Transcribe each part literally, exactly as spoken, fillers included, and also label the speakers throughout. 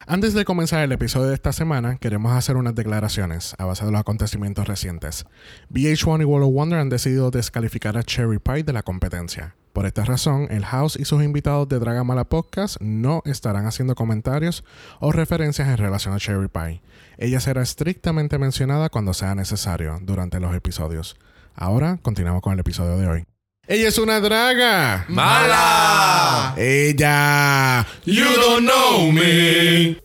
Speaker 1: Antes de comenzar el episodio de esta semana, queremos hacer unas declaraciones a base de los acontecimientos recientes. V H uno y World of Wonder han decidido descalificar a Cherry Pie de la competencia. Por esta razón, el House y sus invitados de Dragamala Podcast no estarán haciendo comentarios o referencias en relación a Cherry Pie. Ella será estrictamente mencionada cuando sea necesario durante los episodios. Ahora, continuamos con el episodio de hoy. ¡Ella es una draga!
Speaker 2: ¡Mala!
Speaker 1: ¡Ella!
Speaker 2: ¡You don't know me!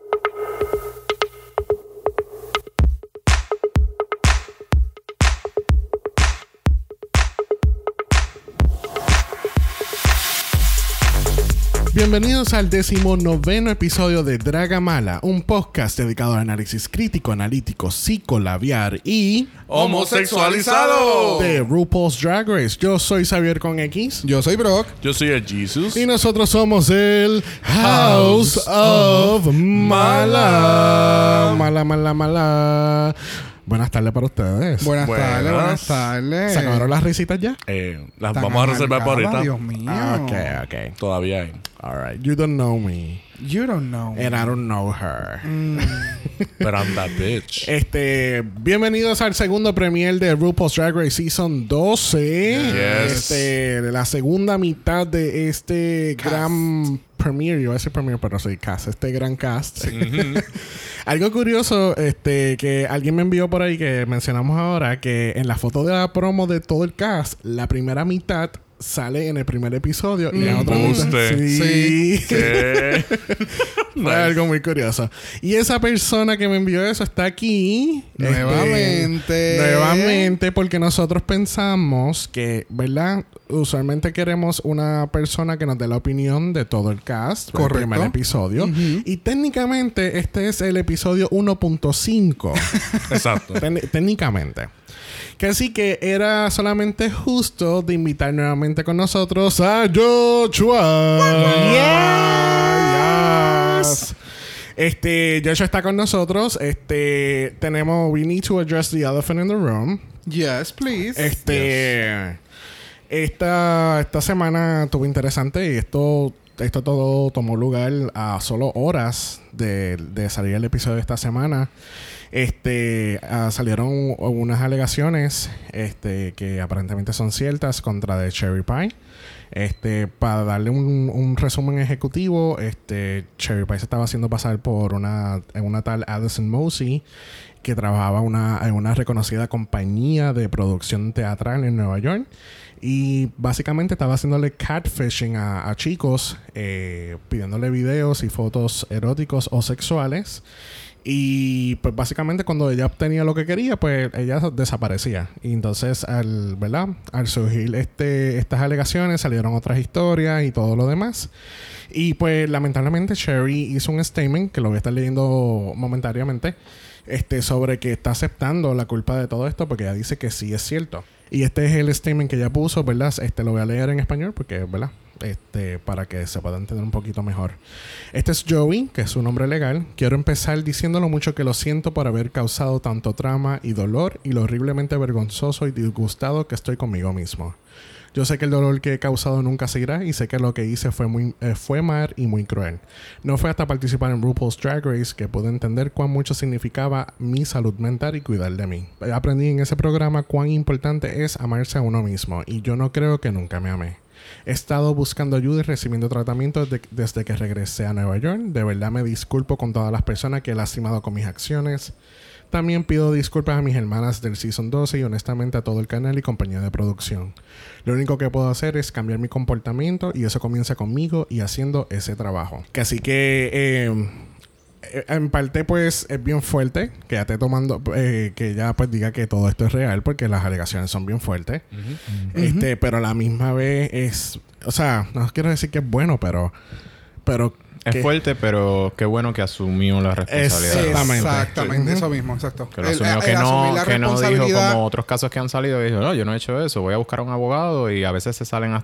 Speaker 1: Bienvenidos al decimonoveno episodio de Dragamala, un podcast dedicado al análisis crítico, analítico, psicolabiar y...
Speaker 2: ¡homosexualizado!
Speaker 1: de RuPaul's Drag Race. Yo soy Xavier con X.
Speaker 3: Yo soy Brock.
Speaker 2: Yo soy el Jesus.
Speaker 1: Y nosotros somos el House, House of Mala. Mala, mala, mala. Buenas tardes para ustedes.
Speaker 3: Buenas,
Speaker 2: Buenas.
Speaker 3: tardes, buenas tardes.
Speaker 1: ¿Se acabaron las risitas ya?
Speaker 2: Eh, las
Speaker 3: Tan
Speaker 2: vamos a reservar por
Speaker 3: amargada,
Speaker 2: ahorita.
Speaker 3: Dios mío.
Speaker 1: Ok, ok.
Speaker 2: Todavía hay.
Speaker 1: Alright. You don't know me.
Speaker 3: You don't know.
Speaker 1: And I don't know her.
Speaker 3: Mm.
Speaker 2: But I'm that bitch.
Speaker 1: Este, bienvenidos al segundo premier de RuPaul's Drag Race Season doce.
Speaker 2: Yes.
Speaker 1: Este, la segunda mitad de este
Speaker 3: Cast.
Speaker 1: gran premiere. Yo voy a decir premiere, pero soy cast. Este gran cast.
Speaker 2: Mm-hmm.
Speaker 1: Algo curioso, este, que alguien me envió por ahí que mencionamos ahora, que en la foto de la promo de todo el cast, la primera mitad sale en el primer episodio y la
Speaker 3: Mm.
Speaker 1: otra mitad.
Speaker 2: Embuste.
Speaker 1: Sí.
Speaker 2: ¿Qué?
Speaker 1: Fue algo muy curioso. Y esa persona que me envió eso está aquí.
Speaker 3: Nuevamente.
Speaker 1: Este, nuevamente, porque nosotros pensamos que, ¿verdad? Usualmente queremos una persona que nos dé la opinión de todo el cast.
Speaker 3: Correcto.
Speaker 1: El primer episodio.
Speaker 3: Uh-huh.
Speaker 1: Y técnicamente este es el episodio uno punto cinco.
Speaker 2: Exacto.
Speaker 1: Tén- técnicamente. Que así que era solamente justo de invitar nuevamente con nosotros a Joshua. Yes. Este, Joshua está con nosotros. Este, tenemos We need to address the elephant in the room.
Speaker 3: Yes, please.
Speaker 1: Este, esta, esta semana estuvo interesante y esto, esto todo tomó lugar a solo horas de, de salir el episodio de esta semana. Este uh, salieron unas alegaciones este, que aparentemente son ciertas contra de Cherry Pie. Este, para darle un, un resumen ejecutivo, este, Cherry Pie se estaba haciendo pasar por una, una tal Addison Mosey, que trabajaba una, en una reconocida compañía de producción teatral en Nueva York. Y básicamente estaba haciéndole catfishing a, a chicos, eh, pidiéndole videos y fotos eróticos o sexuales. Y pues básicamente cuando ella obtenía lo que quería, pues ella desaparecía. Y entonces al, ¿verdad? Al surgir este, estas alegaciones, salieron otras historias y todo lo demás. Y pues lamentablemente Cherry hizo un statement, que lo voy a estar leyendo momentáneamente, este, sobre que está aceptando la culpa de todo esto, porque ella dice que sí es cierto. Y este es el statement que ella puso, ¿verdad? Este lo voy a leer en español porque, ¿verdad? Este, para que se pueda entender un poquito mejor. Este es Joey, que es su nombre legal. Quiero empezar diciendo lo mucho que lo siento por haber causado tanto trauma y dolor y lo horriblemente vergonzoso y disgustado que estoy conmigo mismo. Yo sé que el dolor que he causado nunca se irá y sé que lo que hice fue muy eh, fue mal y muy cruel. No fue hasta participar en RuPaul's Drag Race que pude entender cuán mucho significaba mi salud mental y cuidar de mí. Aprendí en ese programa cuán importante es amarse a uno mismo y yo no creo que nunca me amé. He estado buscando ayuda y recibiendo tratamiento de, desde que regresé a Nueva York. De verdad me disculpo con todas las personas que he lastimado con mis acciones. También pido disculpas a mis hermanas del Season doce y honestamente a todo el canal y compañía de producción. Lo único que puedo hacer es cambiar mi comportamiento y eso comienza conmigo y haciendo ese trabajo. Que así que... Eh, en parte pues es bien fuerte que ya esté tomando eh, que ya pues diga que todo esto es real porque las alegaciones son bien fuertes.
Speaker 2: Uh-huh.
Speaker 1: Este, pero a la misma vez es, o sea, no quiero decir que es bueno, pero pero
Speaker 4: es
Speaker 1: que,
Speaker 4: fuerte, pero qué bueno que asumió la responsabilidad.
Speaker 1: Exactamente.
Speaker 3: Exactamente,
Speaker 1: Sí.
Speaker 3: eso mismo, exacto.
Speaker 4: Que lo
Speaker 3: El-
Speaker 4: asumió,
Speaker 3: el
Speaker 4: que
Speaker 3: asumir
Speaker 4: no,
Speaker 3: la
Speaker 4: que no dijo
Speaker 3: responsabilidad.
Speaker 4: como otros casos que han salido. Dijo, no, yo no he hecho eso, voy a buscar a un abogado y a veces se salen hasta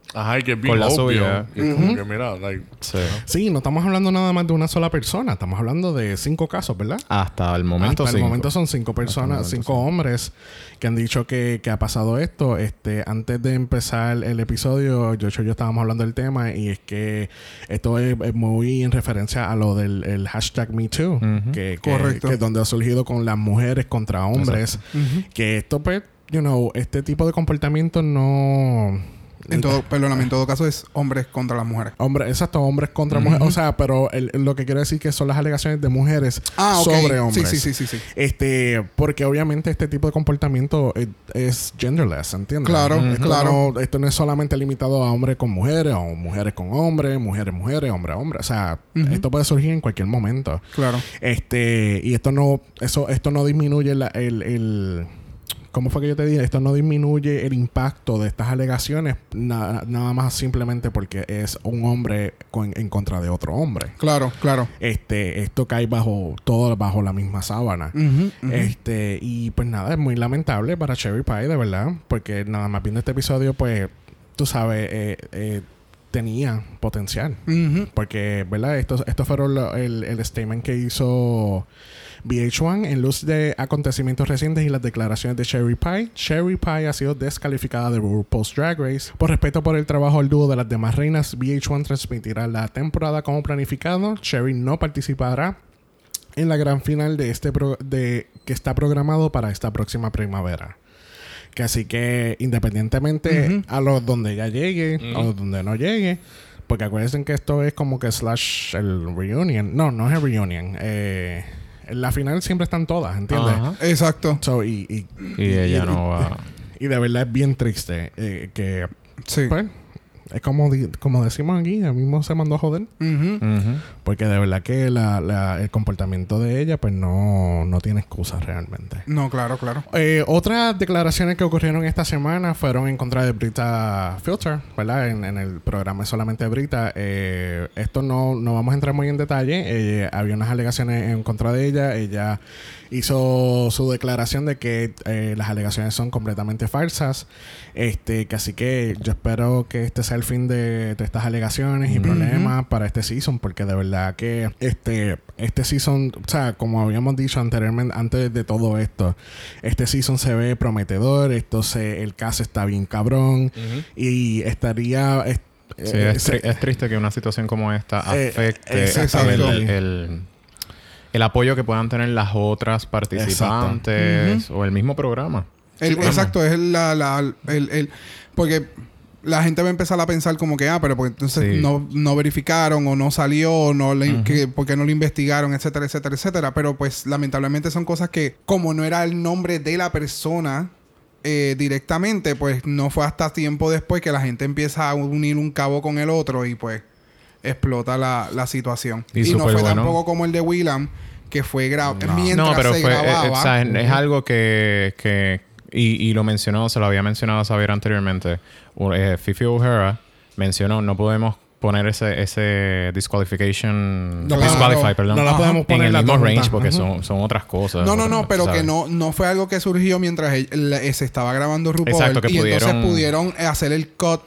Speaker 2: Ajá, y que es bien
Speaker 4: Con la
Speaker 2: obvio.
Speaker 4: suya.
Speaker 2: Y es como que, mira, like...
Speaker 4: Sí.
Speaker 1: Sí, no estamos hablando nada más de una sola persona. Estamos hablando de cinco casos, ¿verdad?
Speaker 4: Hasta el momento
Speaker 1: Hasta
Speaker 4: cinco.
Speaker 1: el momento son cinco personas,
Speaker 4: momento,
Speaker 1: cinco
Speaker 4: sí.
Speaker 1: hombres que han dicho que, que ha pasado esto. Este, antes de empezar el episodio, yo y yo estábamos hablando del tema y es que esto es, es muy en referencia a lo del el hashtag MeToo,
Speaker 4: Ujú.
Speaker 1: que, que,
Speaker 3: Correcto.
Speaker 1: que es donde ha surgido con las mujeres contra hombres.
Speaker 3: Ujú.
Speaker 1: Que esto, pues, you know, este tipo de comportamiento no...
Speaker 3: En todo, perdóname, en todo caso es hombres contra las mujeres.
Speaker 1: Hombre, exacto, hombres contra mujeres. O sea, pero el- lo que quiero decir que son las alegaciones de mujeres
Speaker 3: Ah, ok.
Speaker 1: sobre hombres.
Speaker 3: Sí, sí, sí, sí, sí.
Speaker 1: Este, porque obviamente este tipo de comportamiento es, es genderless, ¿entiendes?
Speaker 3: Claro,
Speaker 1: esto
Speaker 3: claro.
Speaker 1: No, esto no es solamente limitado a hombres con mujeres, o mujeres con hombres, mujeres, mujeres, hombre a hombre. O sea,
Speaker 3: Ujú.
Speaker 1: esto puede surgir en cualquier momento.
Speaker 3: Claro.
Speaker 1: Este, y esto no, eso, esto no disminuye la- el, el ¿cómo fue que yo te dije? Esto no disminuye el impacto de estas alegaciones na- nada más simplemente porque es un hombre con- en contra de otro hombre.
Speaker 3: Claro, claro.
Speaker 1: Este, esto cae bajo todo bajo la misma sábana.
Speaker 3: Ujú, ujú.
Speaker 1: Este, y pues nada, es muy lamentable para Cherry Pie, de verdad, porque nada más viendo este episodio, pues, tú sabes, eh, eh, tenía potencial.
Speaker 3: Ujú.
Speaker 1: Porque, ¿verdad? Estos, estos fueron lo- el, el statement que hizo V H uno en luz de acontecimientos recientes y las declaraciones de Cherry Pie. Cherry Pie ha sido descalificada de RuPaul's Drag Race. Por respeto por el trabajo del dúo de las demás reinas, V H uno transmitirá la temporada como planificado. Cherry no participará en la gran final de este pro- de que está programado para esta próxima primavera. Que así que independientemente
Speaker 3: Ujú.
Speaker 1: a los donde ella llegue o donde no llegue, porque acuérdense que esto es como que slash el reunion. No, no es el reunion. Eh, en la final siempre están todas, ¿entiendes?
Speaker 4: Ajá.
Speaker 3: Exacto.
Speaker 1: So, y, y,
Speaker 4: Y ella no va.
Speaker 1: y de verdad es bien triste eh, que
Speaker 3: Sí.
Speaker 1: pues es como, di- como decimos aquí, el mismo se mandó a joder.
Speaker 3: Ujú.
Speaker 4: Ujú.
Speaker 1: Porque de verdad que la, la- el comportamiento de ella pues no, no tiene excusas realmente.
Speaker 3: No, claro, claro.
Speaker 1: Eh, otras declaraciones que ocurrieron esta semana fueron en contra de Brita Filter, ¿verdad? En, en el programa solamente de Brita. Eh, esto no, no vamos a entrar muy en detalle. Eh, había unas alegaciones en contra de ella. Ella hizo su declaración de que eh, las alegaciones son completamente falsas. Este, que así que yo espero que este sea el fin de, de estas alegaciones y
Speaker 3: Ujú.
Speaker 1: problemas para este season, porque de verdad que este, este season, o sea, como habíamos dicho anteriormente, antes de todo esto, este season se ve prometedor, esto se, el caso está bien cabrón y estaría... es-
Speaker 4: Sí,
Speaker 1: eh,
Speaker 4: es,
Speaker 1: se-
Speaker 4: tri- es triste que una situación como esta
Speaker 1: Eh,
Speaker 4: afecte
Speaker 1: exactamente.
Speaker 4: el, el, el apoyo que puedan tener las otras participantes o el mismo programa.
Speaker 3: El-
Speaker 2: bueno.
Speaker 3: exacto, es la, la, el, el- porque la gente va a empezar a pensar como que, ah, pero pues entonces
Speaker 4: Sí.
Speaker 3: no, no verificaron o no salió, o no le,
Speaker 4: Ujú.
Speaker 3: que, porque no lo investigaron, etcétera, etcétera, etcétera. Pero pues lamentablemente son cosas que, como no era el nombre de la persona eh, directamente, pues no fue hasta tiempo después que la gente empieza a unir un cabo con el otro y pues explota la, la situación.
Speaker 4: Y
Speaker 3: Y, no
Speaker 4: súper
Speaker 3: fue
Speaker 4: bueno.
Speaker 3: tampoco como el de Willam, que fue grabado mientras
Speaker 4: No, pero
Speaker 3: se
Speaker 4: fue, eh,
Speaker 3: grababa.
Speaker 4: eh, o sea, es algo que, que y, y lo mencionó, se lo había mencionado a Xavier anteriormente. U- eh, Fifi O'Hara mencionó, no podemos poner ese, ese disqualification,
Speaker 1: No,
Speaker 4: disqualify,
Speaker 3: claro.
Speaker 4: perdón,
Speaker 1: No la podemos
Speaker 4: en
Speaker 1: poner
Speaker 4: el
Speaker 1: la
Speaker 4: mismo
Speaker 1: pregunta.
Speaker 4: range porque
Speaker 1: Ujú.
Speaker 4: son, son otras cosas.
Speaker 3: No, no, no,
Speaker 4: otras-
Speaker 3: pero
Speaker 4: ¿sabes?
Speaker 3: que no, no fue algo que surgió mientras él- la- eh, se estaba grabando RuPaul.
Speaker 4: Exacto, que
Speaker 3: y entonces
Speaker 4: pudieron-
Speaker 3: pudieron hacer el cut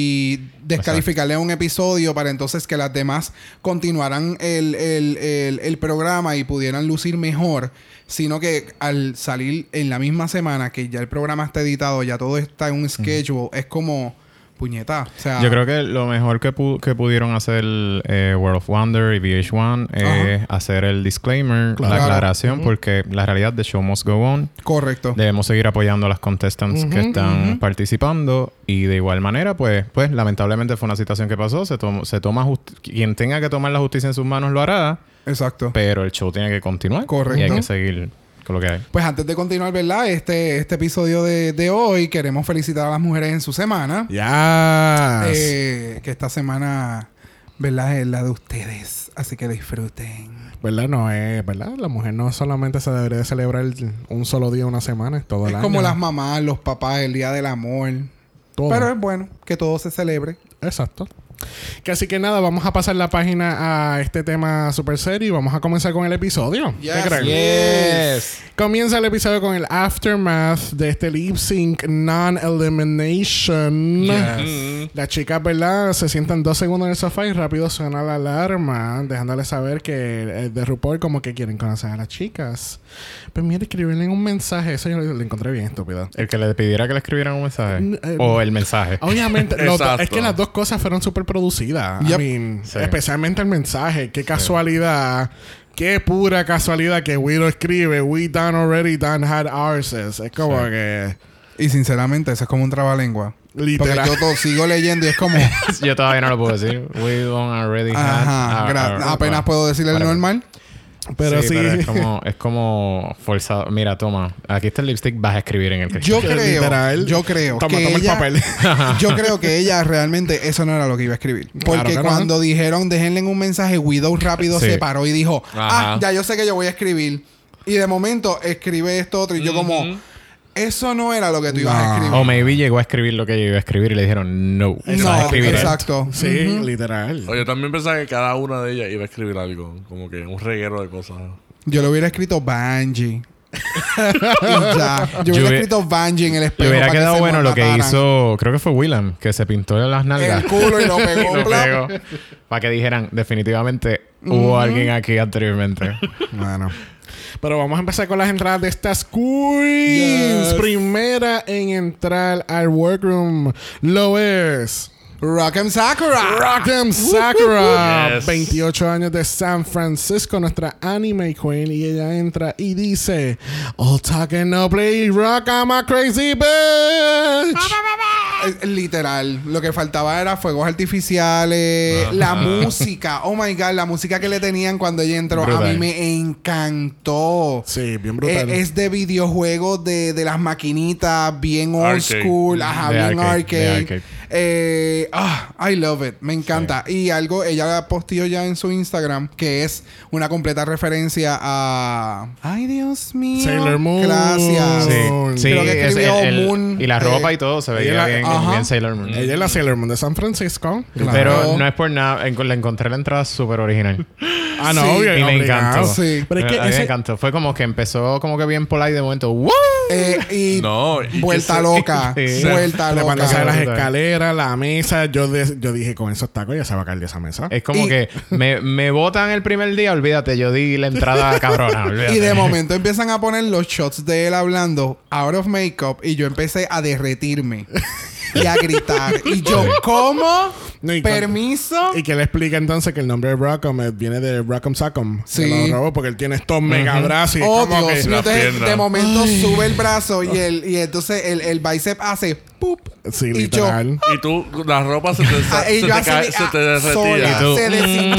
Speaker 3: y descalificarle un episodio para entonces que las demás continuaran el, el, el, el programa y pudieran lucir mejor. Sino que al salir en la misma semana que ya el programa está editado, ya todo está en un schedule, es como puñeta. O sea,
Speaker 4: Yo creo que lo mejor que, pu- que pudieron hacer eh, World of Wonder y V H uno es hacer el disclaimer,
Speaker 1: Claro.
Speaker 4: la aclaración, porque la realidad de Show Must Go On.
Speaker 3: correcto.
Speaker 4: Debemos seguir apoyando a las contestants que están participando y de igual manera, pues, pues lamentablemente fue una situación que pasó. Se, tomó- se toma justi- quien tenga que tomar la justicia en sus manos lo hará,
Speaker 3: Exacto.
Speaker 4: pero el show tiene que continuar.
Speaker 3: Correcto.
Speaker 4: Y hay que seguir con lo que hay.
Speaker 3: Pues antes de continuar, ¿verdad? Este, este episodio de, de hoy, queremos felicitar a las mujeres en su semana.
Speaker 1: Ya.
Speaker 3: Eh, que esta semana, ¿verdad? Es la de ustedes. Así que disfruten.
Speaker 1: ¿Verdad? No es, ¿verdad? La mujer no solamente se debería de celebrar un solo día, una semana, es todo el
Speaker 3: Es
Speaker 1: año.
Speaker 3: como las mamás, los papás, el Día del Amor.
Speaker 1: Todo.
Speaker 3: Pero es bueno que todo se celebre.
Speaker 1: Exacto. Que así que nada, vamos a pasar la página a este tema super serio y vamos a comenzar con el episodio.
Speaker 3: Yes,
Speaker 1: ¿Qué creen?
Speaker 4: Yes.
Speaker 1: Comienza el episodio con el aftermath de este lip sync non-elimination.
Speaker 3: Yes.
Speaker 1: Las chicas, ¿verdad? Se sientan dos segundos en el sofá y rápido suena la alarma, dejándole saber que el de RuPaul como que quieren conocer a las chicas. Pues mira, escribirle un mensaje, eso yo lo, lo encontré bien estúpido.
Speaker 4: El que le pidiera que le escribieran un mensaje.
Speaker 1: N- eh,
Speaker 4: o el mensaje.
Speaker 1: Obviamente, los do-
Speaker 2: Exacto.
Speaker 1: es que las dos cosas fueron súper producidas.
Speaker 3: Yep.
Speaker 1: I mean,
Speaker 4: Sí.
Speaker 1: especialmente el mensaje. Qué casualidad. Qué pura casualidad que Widow escribe We done already done had ours. Es como
Speaker 4: Sí.
Speaker 1: que...
Speaker 3: Y sinceramente, eso es como un trabalengua.
Speaker 1: Literal.
Speaker 3: Porque yo todo sigo leyendo y es como...
Speaker 4: Yo todavía no lo puedo decir. We don't already
Speaker 3: Ajá.
Speaker 4: had
Speaker 3: gra-
Speaker 4: our-
Speaker 3: apenas puedo decirle el
Speaker 4: Whatever.
Speaker 3: normal.
Speaker 1: Pero sí.
Speaker 4: pero es como, es como forzado. Mira, toma. Aquí está el lipstick. Vas a escribir en el cristal.
Speaker 3: Yo
Speaker 1: Que
Speaker 3: creo,
Speaker 1: literal.
Speaker 3: yo creo
Speaker 1: Toma,
Speaker 3: que
Speaker 1: toma el
Speaker 3: ella,
Speaker 1: papel.
Speaker 3: yo creo que ella realmente eso no era lo que iba a escribir. Porque
Speaker 1: Claro que no.
Speaker 3: cuando dijeron déjenle un mensaje, Widow rápido
Speaker 4: Sí.
Speaker 3: se paró y dijo, ah,
Speaker 2: Ajá.
Speaker 3: ya yo sé que yo voy a escribir. Y de momento escribe esto otro y yo como, eso no era lo que tú ibas a
Speaker 1: No.
Speaker 3: escribir.
Speaker 4: O maybe llegó a escribir lo que yo iba a escribir y le dijeron no.
Speaker 3: No,
Speaker 4: vas a escribir esto.
Speaker 3: exacto.
Speaker 1: Sí,
Speaker 3: Ujú.
Speaker 1: literal.
Speaker 2: Oye, también pensaba que cada una de ellas iba a escribir algo. Como que un reguero de cosas.
Speaker 3: Yo le hubiera escrito Bungie. Y ya. Yo
Speaker 4: Yo
Speaker 3: hubiera
Speaker 4: hubiera-
Speaker 3: escrito Bungie en el
Speaker 4: Le
Speaker 3: espejo.
Speaker 4: hubiera
Speaker 3: para que
Speaker 4: quedado
Speaker 3: se
Speaker 4: bueno lo que
Speaker 3: mataran.
Speaker 4: hizo, creo que fue Willam, que se pintó en las nalgas.
Speaker 3: El culo y lo pegó.
Speaker 4: Y lo
Speaker 3: plop.
Speaker 4: pegó. Para que dijeran, definitivamente hubo alguien aquí anteriormente.
Speaker 1: Bueno. Pero vamos a empezar con las entradas de estas queens.
Speaker 3: Yes.
Speaker 1: Primera en entrar al workroom lo es...
Speaker 3: Rock'em Sakura.
Speaker 1: Rock'em Sakura,
Speaker 2: Yes.
Speaker 1: veintiocho años de San Francisco, nuestra anime queen, y ella entra y dice, all talk and no play, rock, I'm a crazy bitch.
Speaker 3: Eh, Literal, lo que faltaba era fuegos artificiales, la música, oh my god, la música que le tenían cuando ella entró, a
Speaker 4: Brutal.
Speaker 3: mí me encantó.
Speaker 1: Sí, bien brutal.
Speaker 3: Eh, es de videojuegos de, de las maquinitas, bien old
Speaker 2: Arcade.
Speaker 3: school, ajá,
Speaker 4: De
Speaker 3: bien
Speaker 4: arcade,
Speaker 3: arcade.
Speaker 4: de arcade.
Speaker 3: Eh, ah, I love it, me encanta. Y algo, ella posteó ya en su Instagram que es una completa referencia a. Ay, Dios mío.
Speaker 1: Sailor Moon.
Speaker 3: Gracias.
Speaker 4: Sí, sí.
Speaker 3: Creo que
Speaker 4: es
Speaker 3: escribió
Speaker 4: el- el-
Speaker 3: Moon,
Speaker 4: y la ropa
Speaker 3: eh,
Speaker 4: y todo se
Speaker 1: ella
Speaker 4: veía
Speaker 1: la-
Speaker 4: bien,
Speaker 3: ajá.
Speaker 4: bien Sailor Moon.
Speaker 1: Ella es la Sailor Moon de San Francisco.
Speaker 3: Claro.
Speaker 4: Pero no es por nada. en- Le encontré la entrada súper original.
Speaker 1: Ah, no,
Speaker 3: Sí.
Speaker 1: obvio,
Speaker 4: Y me
Speaker 1: obligado.
Speaker 4: encantó.
Speaker 3: Sí.
Speaker 1: Pero es que
Speaker 4: a mí me
Speaker 1: ese-
Speaker 4: encantó. Fue como que empezó como que bien polite de momento. ¡Wow!
Speaker 3: Eh, y
Speaker 2: No, y que
Speaker 3: vuelta
Speaker 2: se-
Speaker 3: loca.
Speaker 4: Sí.
Speaker 3: Vuelta loca.
Speaker 1: Cuando sale las
Speaker 4: Brutal.
Speaker 1: escaleras, la mesa, yo, de- yo dije, con esos tacos ya se va a caer de esa mesa.
Speaker 4: Es como
Speaker 3: Y-
Speaker 4: que me, me botan el primer día, olvídate, yo di la entrada cabrona. Olvídate.
Speaker 3: Y de momento empiezan a poner los shots de él hablando out of makeup y yo empecé a derretirme y a gritar. Y yo, ¿cómo?
Speaker 1: No, y cuando-
Speaker 3: ¿Permiso?
Speaker 1: Y que le explica entonces que el nombre de Rock'em eh, viene de Rock'em Sock'em.
Speaker 3: Sí.
Speaker 1: Que lo robó porque él tiene estos mega brazos. y es
Speaker 3: Oh,
Speaker 1: como
Speaker 3: Dios
Speaker 1: que-
Speaker 3: mío.
Speaker 2: La
Speaker 3: Entonces,
Speaker 2: pierna.
Speaker 3: de momento sube el brazo y, el, y entonces el, el bicep hace ¡pup!
Speaker 1: Sí,
Speaker 3: y yo,
Speaker 1: literal.
Speaker 2: Y tú, la ropa se te,
Speaker 3: ah,
Speaker 2: se
Speaker 3: y yo
Speaker 2: te,
Speaker 3: así,
Speaker 2: cae- se
Speaker 3: ah,
Speaker 2: te derretía.
Speaker 3: sola,
Speaker 4: Y tú,
Speaker 3: se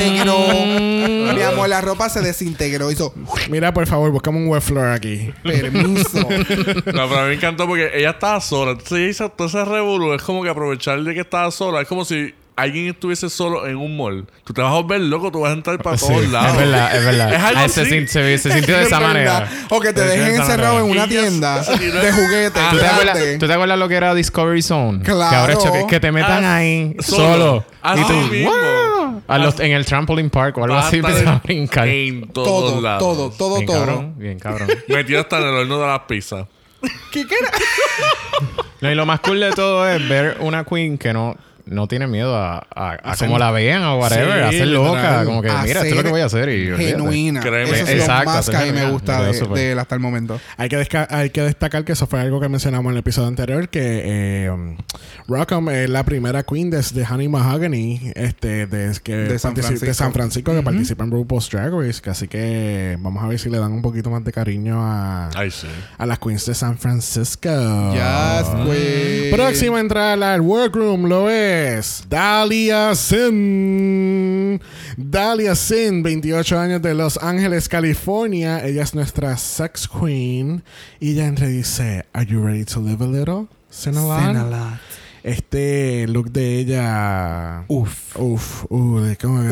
Speaker 3: desintegró. Mi amor, la ropa se desintegró. Hizo
Speaker 1: Mira, por favor, buscamos un wet floor aquí.
Speaker 3: permiso.
Speaker 2: No, pero a mí me encantó porque ella estaba sola. Entonces ella hizo todo ese revolú. Es como que aprovechar de que estaba sola. Es como si alguien estuviese solo en un mall. Tú te vas a volver loco, tú vas a entrar para
Speaker 4: Sí,
Speaker 2: todos lados.
Speaker 4: es verdad, es verdad.
Speaker 2: Es algo
Speaker 4: Ah, se,
Speaker 2: así.
Speaker 4: sin- se, se sintió de
Speaker 3: Es
Speaker 4: esa
Speaker 3: verdad.
Speaker 4: manera.
Speaker 3: O que te
Speaker 4: Se sintió de
Speaker 3: dejen
Speaker 4: esa
Speaker 3: encerrado en
Speaker 4: manera.
Speaker 3: una
Speaker 2: Y ya-
Speaker 3: tienda
Speaker 2: sí, no-
Speaker 3: de juguetes.
Speaker 4: ¿Tú te, acuerdas,
Speaker 3: grande.
Speaker 4: ¿Tú te acuerdas lo que era Discovery Zone?
Speaker 3: Claro.
Speaker 4: Que ahora es que, que te metan
Speaker 2: Ah,
Speaker 4: ahí
Speaker 2: solo.
Speaker 4: solo.
Speaker 2: Así
Speaker 4: y tú,
Speaker 2: mismo.
Speaker 4: ¡wow! A los- en el trampoline park o algo
Speaker 2: Vas a
Speaker 4: así
Speaker 2: estar
Speaker 4: empiezas a
Speaker 2: en-
Speaker 4: brincar.
Speaker 2: En todos
Speaker 3: Todo,
Speaker 2: lados.
Speaker 3: todo, todo,
Speaker 4: bien
Speaker 3: todo.
Speaker 4: cabrón, bien cabrón.
Speaker 2: Metido hasta en el horno de las pizzas.
Speaker 3: ¿Qué qué era?
Speaker 4: No, y lo más cool de todo es ver una queen que no, no tiene miedo a, a, a
Speaker 1: Hacer-
Speaker 4: como la vean o whatever,
Speaker 1: Sí,
Speaker 4: a ser loca.
Speaker 1: literal.
Speaker 4: Como que, mira, esto es lo que voy a hacer. Y olvídate.
Speaker 3: Genuina.
Speaker 2: Créeme.
Speaker 3: Eso es
Speaker 4: Exacto,
Speaker 3: lo más que a mí me
Speaker 4: genuina.
Speaker 3: gusta
Speaker 4: Me
Speaker 3: de,
Speaker 4: quedó súper.
Speaker 3: de él hasta el momento.
Speaker 1: Hay que, desca- hay que destacar que eso fue algo que mencionamos en el episodio anterior, que eh, um, Rock'em es la primera queen desde Honey Mahogany, este, de, que
Speaker 3: De San
Speaker 1: partici-
Speaker 3: Francisco.
Speaker 1: de San Francisco que participa en RuPaul's Drag Race. Que así que vamos a ver si le dan un poquito más de cariño a,
Speaker 2: Ay, sí.
Speaker 1: a las queens de San Francisco.
Speaker 3: Yes, güey.
Speaker 1: Próxima entrada al workroom lo es Dahlia Sin. Dahlia Sin, veintiocho años de Los Ángeles, California. Ella es nuestra sex queen. Y ella entra y dice, ¿Are you ready to live a little? Sin a lot?
Speaker 3: Sin a lot.
Speaker 1: Este look de ella...
Speaker 3: Uf.
Speaker 1: Uf. Uh, de cómo...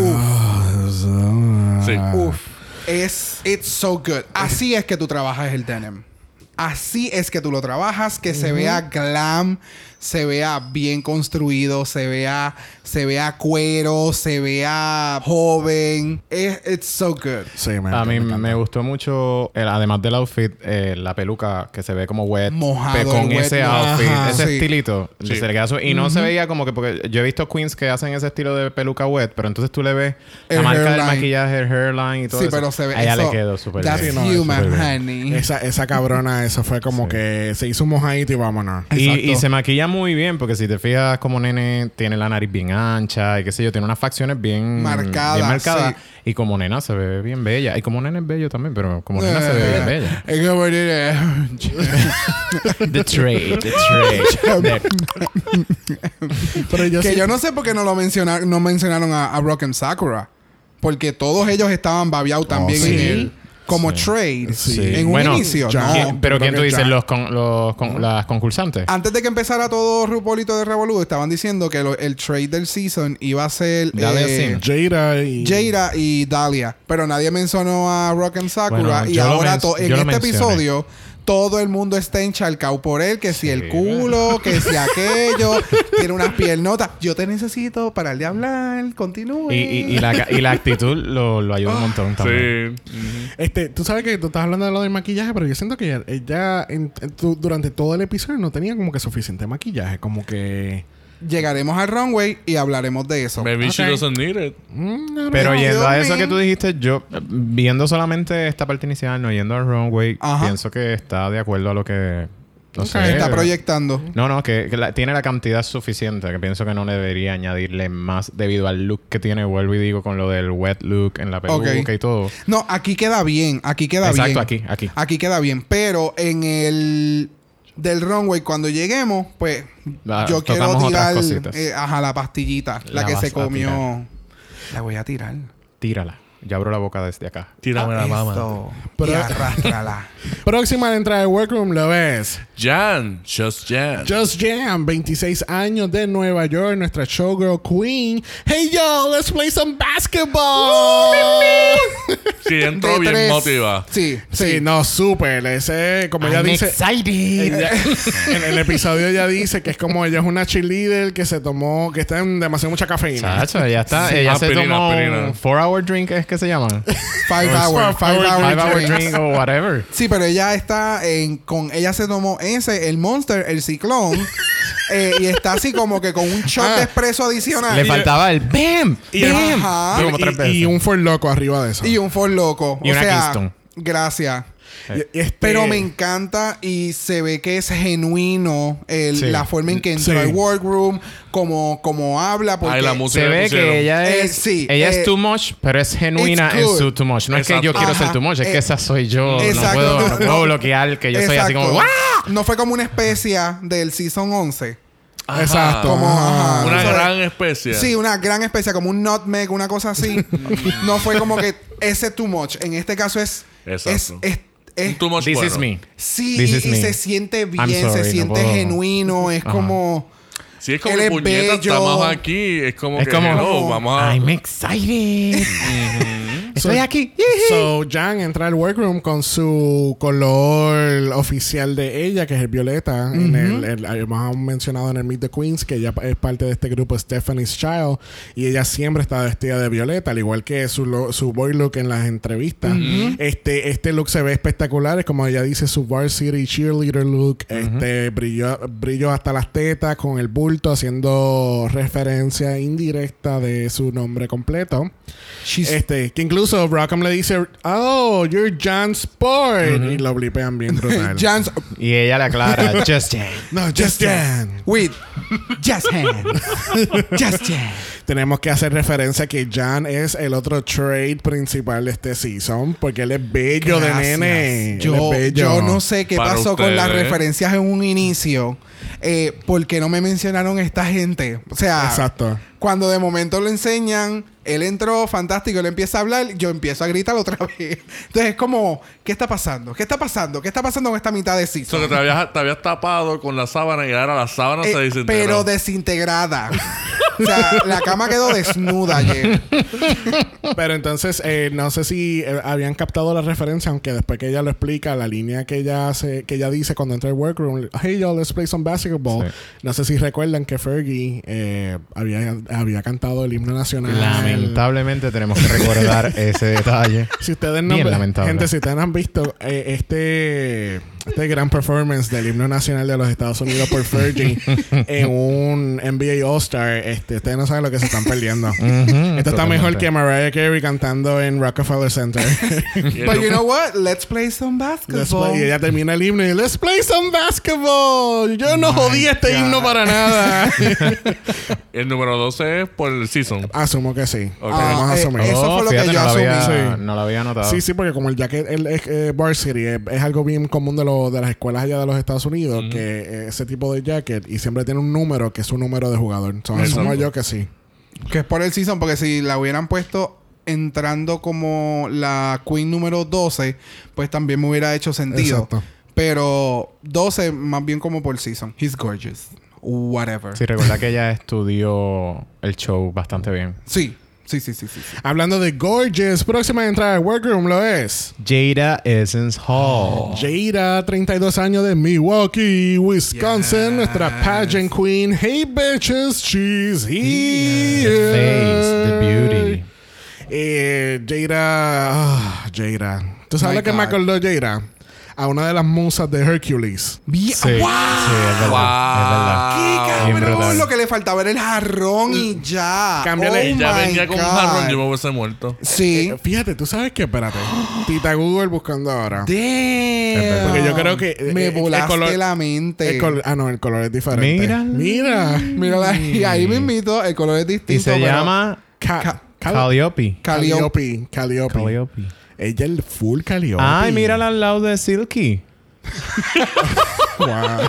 Speaker 3: Uf.
Speaker 2: Sí.
Speaker 3: Uf. Es... It's so good. Así es que tú trabajas el denim. Así es que tú lo trabajas. Que se vea glam. se vea bien construido, se vea, se vea cuero, se vea joven. Es, it's so good.
Speaker 1: Sí, me,
Speaker 4: A mí
Speaker 1: me,
Speaker 4: me, gustó mucho, el, además del outfit, eh, la peluca que se ve como wet.
Speaker 3: Mojado,
Speaker 4: pe- con
Speaker 3: wet,
Speaker 4: ese
Speaker 3: ¿no?
Speaker 4: outfit,
Speaker 3: Ajá,
Speaker 4: ese
Speaker 3: sí.
Speaker 4: estilito.
Speaker 2: Sí.
Speaker 4: Se le queda su- y no se veía como que, porque yo he visto queens que hacen ese estilo de peluca wet, pero entonces tú le ves la
Speaker 3: El
Speaker 4: marca del
Speaker 3: hairline.
Speaker 4: maquillaje, el hairline y todo
Speaker 3: Sí,
Speaker 4: eso.
Speaker 3: pero se ve
Speaker 4: A ella
Speaker 3: eso-
Speaker 4: le quedó súper
Speaker 3: That's
Speaker 4: bien.
Speaker 1: Sí, no,
Speaker 3: human,
Speaker 4: súper bien.
Speaker 3: honey.
Speaker 1: Esa, esa cabrona, eso fue como
Speaker 4: Sí.
Speaker 1: que se hizo un mojadito y vámonos.
Speaker 4: Y,
Speaker 3: Exacto.
Speaker 4: y se maquilla muy bien, porque si te fijas como nene tiene la nariz bien ancha y qué sé yo, tiene unas facciones bien
Speaker 3: Marcadas,
Speaker 4: bien marcadas.
Speaker 3: sí.
Speaker 4: Y como nena se ve bien bella. Y como nene es bello también, pero como nena se ve bien bella.
Speaker 3: Es como nene.
Speaker 4: The trade, the trade.
Speaker 1: Pero yo
Speaker 3: Que
Speaker 1: sí-
Speaker 3: yo no sé por qué no lo mencionaron, no mencionaron a, a Rock and Sakura. Porque todos ellos estaban babeados también
Speaker 1: sí.
Speaker 3: en el, como
Speaker 4: Sí.
Speaker 3: trade.
Speaker 1: Sí.
Speaker 3: En un
Speaker 4: Bueno,
Speaker 3: inicio.
Speaker 1: ya.
Speaker 3: no.
Speaker 4: ¿Quién- pero
Speaker 1: creo
Speaker 4: ¿quién tú
Speaker 1: que
Speaker 4: dices?
Speaker 1: ya.
Speaker 4: Los, con, los con, las concursantes.
Speaker 3: Antes de que empezara todo Rupolito de Revolú, estaban diciendo que lo- el trade del season iba a ser
Speaker 4: Dalia
Speaker 3: eh,
Speaker 4: Sim.
Speaker 1: Jada y...
Speaker 3: Jada y Dahlia. Pero nadie mencionó a Rock and Sakura.
Speaker 4: Bueno,
Speaker 3: y
Speaker 4: yo lo
Speaker 3: ahora
Speaker 4: men-
Speaker 3: to- en
Speaker 4: yo lo
Speaker 3: este
Speaker 4: mencioné.
Speaker 3: episodio todo el mundo está encharcado por él. Que si
Speaker 4: Sí.
Speaker 3: el culo, que si aquello. Tiene unas piernotas. Yo te necesito para el de hablar. Continúe.
Speaker 4: Y, y, y, la, ca- y la actitud lo, lo ayuda un montón también.
Speaker 2: Sí. Ujú.
Speaker 1: Este, tú sabes que tú estás hablando de lo del maquillaje, pero yo siento que ella, ella en- en tu- durante todo el episodio no tenía como que suficiente maquillaje. Como que...
Speaker 3: Llegaremos al runway y hablaremos de eso.
Speaker 2: Maybe she
Speaker 1: Okay.
Speaker 2: doesn't need it.
Speaker 1: mm, no,
Speaker 4: Pero
Speaker 3: No,
Speaker 4: yendo
Speaker 3: Dios
Speaker 4: a eso
Speaker 3: mío.
Speaker 4: que tú dijiste, yo eh, viendo solamente esta parte inicial, no yendo al runway,
Speaker 3: Ajá.
Speaker 4: pienso que está de acuerdo a lo que no
Speaker 1: Ok.
Speaker 4: sé,
Speaker 3: Está proyectando.
Speaker 4: No, no, que, que la- tiene la cantidad suficiente, que pienso que no le debería añadirle más debido al look que tiene, vuelvo y digo, con lo del wet look en la peluca
Speaker 3: Ok.
Speaker 4: y todo.
Speaker 3: No, aquí queda bien. Aquí queda bien.
Speaker 4: Exacto, aquí, aquí.
Speaker 3: Aquí queda bien. Pero en el del runway, cuando lleguemos, pues
Speaker 4: Ah,
Speaker 3: yo quiero
Speaker 4: tocamos otras
Speaker 3: tirar
Speaker 4: cositas.
Speaker 3: eh, ajá, la pastillita, la,
Speaker 4: La
Speaker 3: que
Speaker 4: vas
Speaker 3: se
Speaker 4: a
Speaker 3: comió.
Speaker 4: tirar.
Speaker 3: La voy a tirar.
Speaker 4: Tírala. Yo abro la boca desde acá.
Speaker 2: Tírame la mama.
Speaker 3: Esto.
Speaker 1: Pero-
Speaker 3: Y arrástrala.
Speaker 1: Próxima a entrar al workroom lo ves.
Speaker 2: Jan. Just Jan.
Speaker 1: Just Jam, veintiséis años de Nueva York, nuestra showgirl queen. Hey yo, let's play some basketball.
Speaker 2: Sí, entró
Speaker 3: De
Speaker 2: bien
Speaker 3: tres.
Speaker 2: motiva.
Speaker 3: Sí,
Speaker 1: Sí,
Speaker 3: sí.
Speaker 1: no, súper. Ese, como ella dice. Ella- en el episodio ella dice que es como ella es una cheerleader que se tomó, que está en demasiado mucha cafeína.
Speaker 4: Chacho, ella está,
Speaker 2: Sí.
Speaker 4: ella se
Speaker 2: Aspirina,
Speaker 4: tomó
Speaker 2: aspirina.
Speaker 4: un four hour drink, ¿es que se llama?
Speaker 3: Five hour, five hour,
Speaker 4: Five hour
Speaker 3: drinks.
Speaker 4: drink o whatever.
Speaker 3: Sí, pero ella está en con ella se tomó ese, el Monster, el Ciclón, eh, y está así como que con un shot
Speaker 1: Ah.
Speaker 3: de espresso adicional.
Speaker 4: Le
Speaker 3: Y-
Speaker 4: faltaba el BAM.
Speaker 1: Y el-
Speaker 4: BAM.
Speaker 3: Ajá.
Speaker 4: Como tres
Speaker 1: Y,
Speaker 4: veces.
Speaker 1: y un Ford Loco arriba de eso.
Speaker 3: Y un Ford Loco.
Speaker 4: Y
Speaker 3: o
Speaker 4: una
Speaker 3: sea,
Speaker 4: Keystone.
Speaker 3: gracias.
Speaker 1: Y- y este-
Speaker 3: Pero me encanta y se ve que es genuino el-
Speaker 4: Sí.
Speaker 3: la forma en que entró
Speaker 1: Sí.
Speaker 3: al workroom, como, como habla. Porque
Speaker 2: Ay, la música.
Speaker 4: Se
Speaker 2: le
Speaker 4: ve
Speaker 2: pusieron.
Speaker 4: que ella
Speaker 3: Eh,
Speaker 4: es,
Speaker 3: sí,
Speaker 4: ella
Speaker 3: eh,
Speaker 4: es too much, pero es genuina
Speaker 3: it's
Speaker 4: en
Speaker 3: good.
Speaker 4: su too much. No es que yo
Speaker 2: Exacto.
Speaker 4: quiero
Speaker 3: Ajá.
Speaker 4: ser too much, es
Speaker 3: Eh,
Speaker 4: que esa soy yo.
Speaker 3: exacto.
Speaker 4: No puedo, no
Speaker 3: No,
Speaker 4: puedo
Speaker 3: no.
Speaker 4: bloquear que yo soy así como
Speaker 3: Exacto.
Speaker 4: ¡guau!
Speaker 3: No fue como una especie del Season once.
Speaker 2: Ajá.
Speaker 1: Exacto.
Speaker 3: Como,
Speaker 1: ajá.
Speaker 3: ajá.
Speaker 2: Una
Speaker 3: ¿sabes?
Speaker 2: gran especie.
Speaker 3: Sí, una gran especie, como un nutmeg, una cosa así. No fue como que ese too much. En este caso es...
Speaker 2: Exacto.
Speaker 3: Es, es, es-
Speaker 2: Too much
Speaker 4: This
Speaker 2: bueno.
Speaker 4: is me.
Speaker 3: sí,
Speaker 4: This
Speaker 3: y,
Speaker 4: is
Speaker 3: y
Speaker 4: me.
Speaker 3: se siente bien,
Speaker 4: I'm sorry,
Speaker 3: se
Speaker 4: no
Speaker 3: siente
Speaker 4: puedo.
Speaker 3: genuino. Es
Speaker 4: Ajá.
Speaker 3: como...
Speaker 2: Si es como
Speaker 3: Él
Speaker 2: que
Speaker 3: es
Speaker 2: puñeta,
Speaker 3: bello.
Speaker 2: estamos aquí. Es como
Speaker 4: Es
Speaker 2: que
Speaker 4: como-
Speaker 2: hello, vamos a.
Speaker 4: I'm excited. Estoy
Speaker 1: So-
Speaker 4: aquí.
Speaker 1: So, Jan entra al workroom con su color oficial de ella, que es el violeta. En el, el- hemos mencionado en el Meet the Queens que ella es parte de este grupo Stephanie's Child. Y ella siempre está vestida de violeta, al igual que su, lo- su boy look en las entrevistas. este, este look se ve espectacular. Es como ella dice, su varsity cheerleader look. Este brillo, brillo hasta las tetas con el bulto, haciendo referencia indirecta de su nombre completo.
Speaker 3: She's-
Speaker 1: Este, que incluso Rockham le dice, oh, you're Jan Sport. Y lo blipean bien brutal.
Speaker 3: Jan's...
Speaker 4: Y ella le aclara, Just Jan.
Speaker 1: no, just Jan.
Speaker 3: With Just Hands. Just Jan.
Speaker 1: Tenemos que hacer referencia que Jan es el otro trade principal de este season, porque él es bello
Speaker 3: Gracias.
Speaker 1: de nene. Él
Speaker 3: Yo,
Speaker 1: es bello.
Speaker 3: yo no sé qué
Speaker 2: Para
Speaker 3: pasó con las
Speaker 2: ustedes.
Speaker 3: referencias en un inicio. Eh, ¿Por qué no me mencionaron esta gente? O sea,
Speaker 1: Exacto.
Speaker 3: cuando de momento lo enseñan, Él entró fantástico, él empieza a hablar, yo empiezo a gritar otra vez. Entonces es como, ¿qué está pasando? ¿Qué está pasando? ¿Qué está pasando con esta mitad de
Speaker 2: O sea,
Speaker 3: season?
Speaker 2: que te habías, te habías tapado con la sábana y ahora la sábana
Speaker 3: Eh,
Speaker 2: se desintegró.
Speaker 3: pero desintegrada. O sea, la cama quedó desnuda ayer.
Speaker 1: Pero entonces, eh, no sé si eh, habían captado la referencia, aunque después que ella lo explica, la línea que ella hace, que ella dice cuando entra al workroom, hey yo, let's play some basketball.
Speaker 4: Sí.
Speaker 1: No sé si recuerdan que Fergie eh, había, había cantado el himno nacional.
Speaker 4: Lamentablemente tenemos que recordar ese detalle.
Speaker 1: Si ustedes no
Speaker 4: Bien lamentable.
Speaker 1: gente, si ustedes no han visto eh, este este gran performance del himno nacional de los Estados Unidos por Fergie en un N B A All-Star, este, ustedes no saben lo que se están perdiendo. Esto está mejor que Mariah Carey cantando en Rockefeller Center.
Speaker 3: But you know what? Let's play some
Speaker 1: Let's
Speaker 3: basketball.
Speaker 1: play- y ella termina el himno y let's play some basketball. Yo no
Speaker 3: My
Speaker 1: jodí este
Speaker 3: God.
Speaker 1: himno para nada.
Speaker 2: El número doce es por el season.
Speaker 1: Asumo que sí.
Speaker 2: Ok.
Speaker 1: Vamos a
Speaker 3: Ah, eh,
Speaker 1: asumir.
Speaker 3: eso fue lo que
Speaker 4: fíjate,
Speaker 3: yo
Speaker 4: no lo había,
Speaker 1: asumí.
Speaker 4: no lo había notado.
Speaker 1: Sí, sí, porque como el jacket el, es eh, varsity es, es algo bien común de, lo, de las escuelas allá de los Estados Unidos, que eh, ese tipo de jacket y siempre tiene un número que es un número de jugador. Entonces, asumo yo que sí.
Speaker 3: Que es por el season, porque si la hubieran puesto entrando como la Queen número doce, pues también me hubiera hecho sentido.
Speaker 1: Exacto.
Speaker 3: Pero doce más bien como por season. He's gorgeous. Whatever.
Speaker 4: Sí, recuerda que ella estudió el show bastante bien.
Speaker 3: Sí. Sí, sí, sí, sí, sí.
Speaker 1: Hablando de gorgeous, próxima entrada al workroom lo es
Speaker 4: Jada Essence Hall.
Speaker 1: Jada, treinta y dos años de Milwaukee, Wisconsin,
Speaker 3: Yes.
Speaker 1: nuestra pageant queen. Hey bitches, she's here.
Speaker 4: The face, the beauty.
Speaker 1: Eh, Jada, ah, Jada. ¿Tú sabes
Speaker 3: My
Speaker 1: lo que me
Speaker 3: God.
Speaker 1: acordó Jada? A una de las musas de Hercules.
Speaker 3: Bien.
Speaker 4: Sí, sí, es verdad.
Speaker 2: Wow.
Speaker 4: Es verdad.
Speaker 3: ¡Qué
Speaker 4: Bien
Speaker 3: cabrón!
Speaker 4: brutal.
Speaker 3: Lo que le faltaba era el jarrón y ya.
Speaker 1: Cámbiale.
Speaker 3: Oh
Speaker 2: Y ya
Speaker 3: my
Speaker 2: venía con un
Speaker 3: God.
Speaker 2: jarrón, yo me hubiese muerto.
Speaker 3: Sí.
Speaker 1: Eh, fíjate, tú sabes que, espérate. Tita Google buscando ahora.
Speaker 3: Damn.
Speaker 1: Porque yo creo que, eh,
Speaker 3: Me
Speaker 1: eh, el
Speaker 3: volaste
Speaker 1: color-
Speaker 3: la mente.
Speaker 1: El col- ah, no, el color es diferente.
Speaker 4: Mira.
Speaker 1: Mira.
Speaker 3: Mírala. Y ahí me invito. El color es distinto.
Speaker 4: Y se
Speaker 3: pero-
Speaker 4: llama
Speaker 1: Ca-
Speaker 3: Ca-
Speaker 1: Cal-
Speaker 4: Calliope.
Speaker 1: Calliope. Calliope.
Speaker 4: Calliope.
Speaker 1: Ella es el full Calliope.
Speaker 4: Ay, mírala al lado de Silky.
Speaker 1: Wow.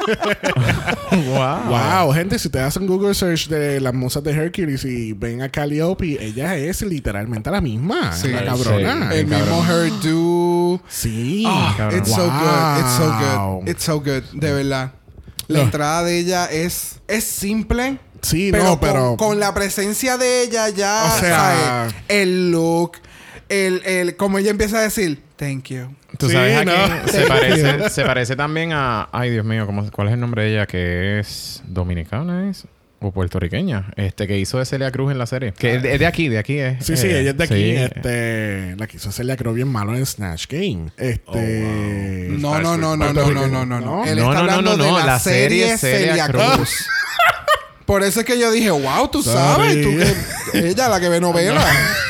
Speaker 4: Wow.
Speaker 1: Wow, gente, si ustedes hacen Google search de las musas de Hercules y ven a Calliope, ella es literalmente la misma.
Speaker 3: Sí.
Speaker 1: La cabrona.
Speaker 4: Sí.
Speaker 3: El mismo hairdo.
Speaker 1: Sí.
Speaker 3: Ah,
Speaker 4: cabrón.
Speaker 3: it's so good. It's so
Speaker 1: Wow.
Speaker 3: good. It's so good. De verdad. La
Speaker 1: Ah.
Speaker 3: entrada de ella es, es simple.
Speaker 1: Sí,
Speaker 3: pero,
Speaker 1: no, pero...
Speaker 3: con, con la presencia de ella ya,
Speaker 1: O sea-
Speaker 3: ¿sabes? El look, el, el, como ella empieza a decir, thank you.
Speaker 4: Tú
Speaker 1: Sí,
Speaker 4: sabes a
Speaker 1: ¿no?
Speaker 4: quién se
Speaker 1: Sí.
Speaker 4: parece, se parece también a... Ay, Dios mío, ¿cómo, ¿cuál es el nombre de ella? Que es dominicana, ¿es? O puertorriqueña. Este, que hizo de Celia Cruz en la serie. Que es de, es de aquí, de aquí es.
Speaker 1: Sí, sí,
Speaker 4: eh,
Speaker 1: ella es de aquí.
Speaker 4: sí.
Speaker 1: Este, la quiso hacer la creo bien malo en Snatch Game. Este.
Speaker 3: No, no, no, no, no, no, no, no, no. Él
Speaker 4: No,
Speaker 3: está
Speaker 4: no, no,
Speaker 3: hablando
Speaker 4: no,
Speaker 3: de
Speaker 4: no.
Speaker 3: la,
Speaker 4: La
Speaker 3: serie,
Speaker 4: serie
Speaker 3: Celia
Speaker 4: Celia
Speaker 3: Cruz.
Speaker 4: Cruz.
Speaker 3: Por eso es que yo dije, wow, tú
Speaker 1: Sorry.
Speaker 3: sabes, tú que ella la que ve novelas.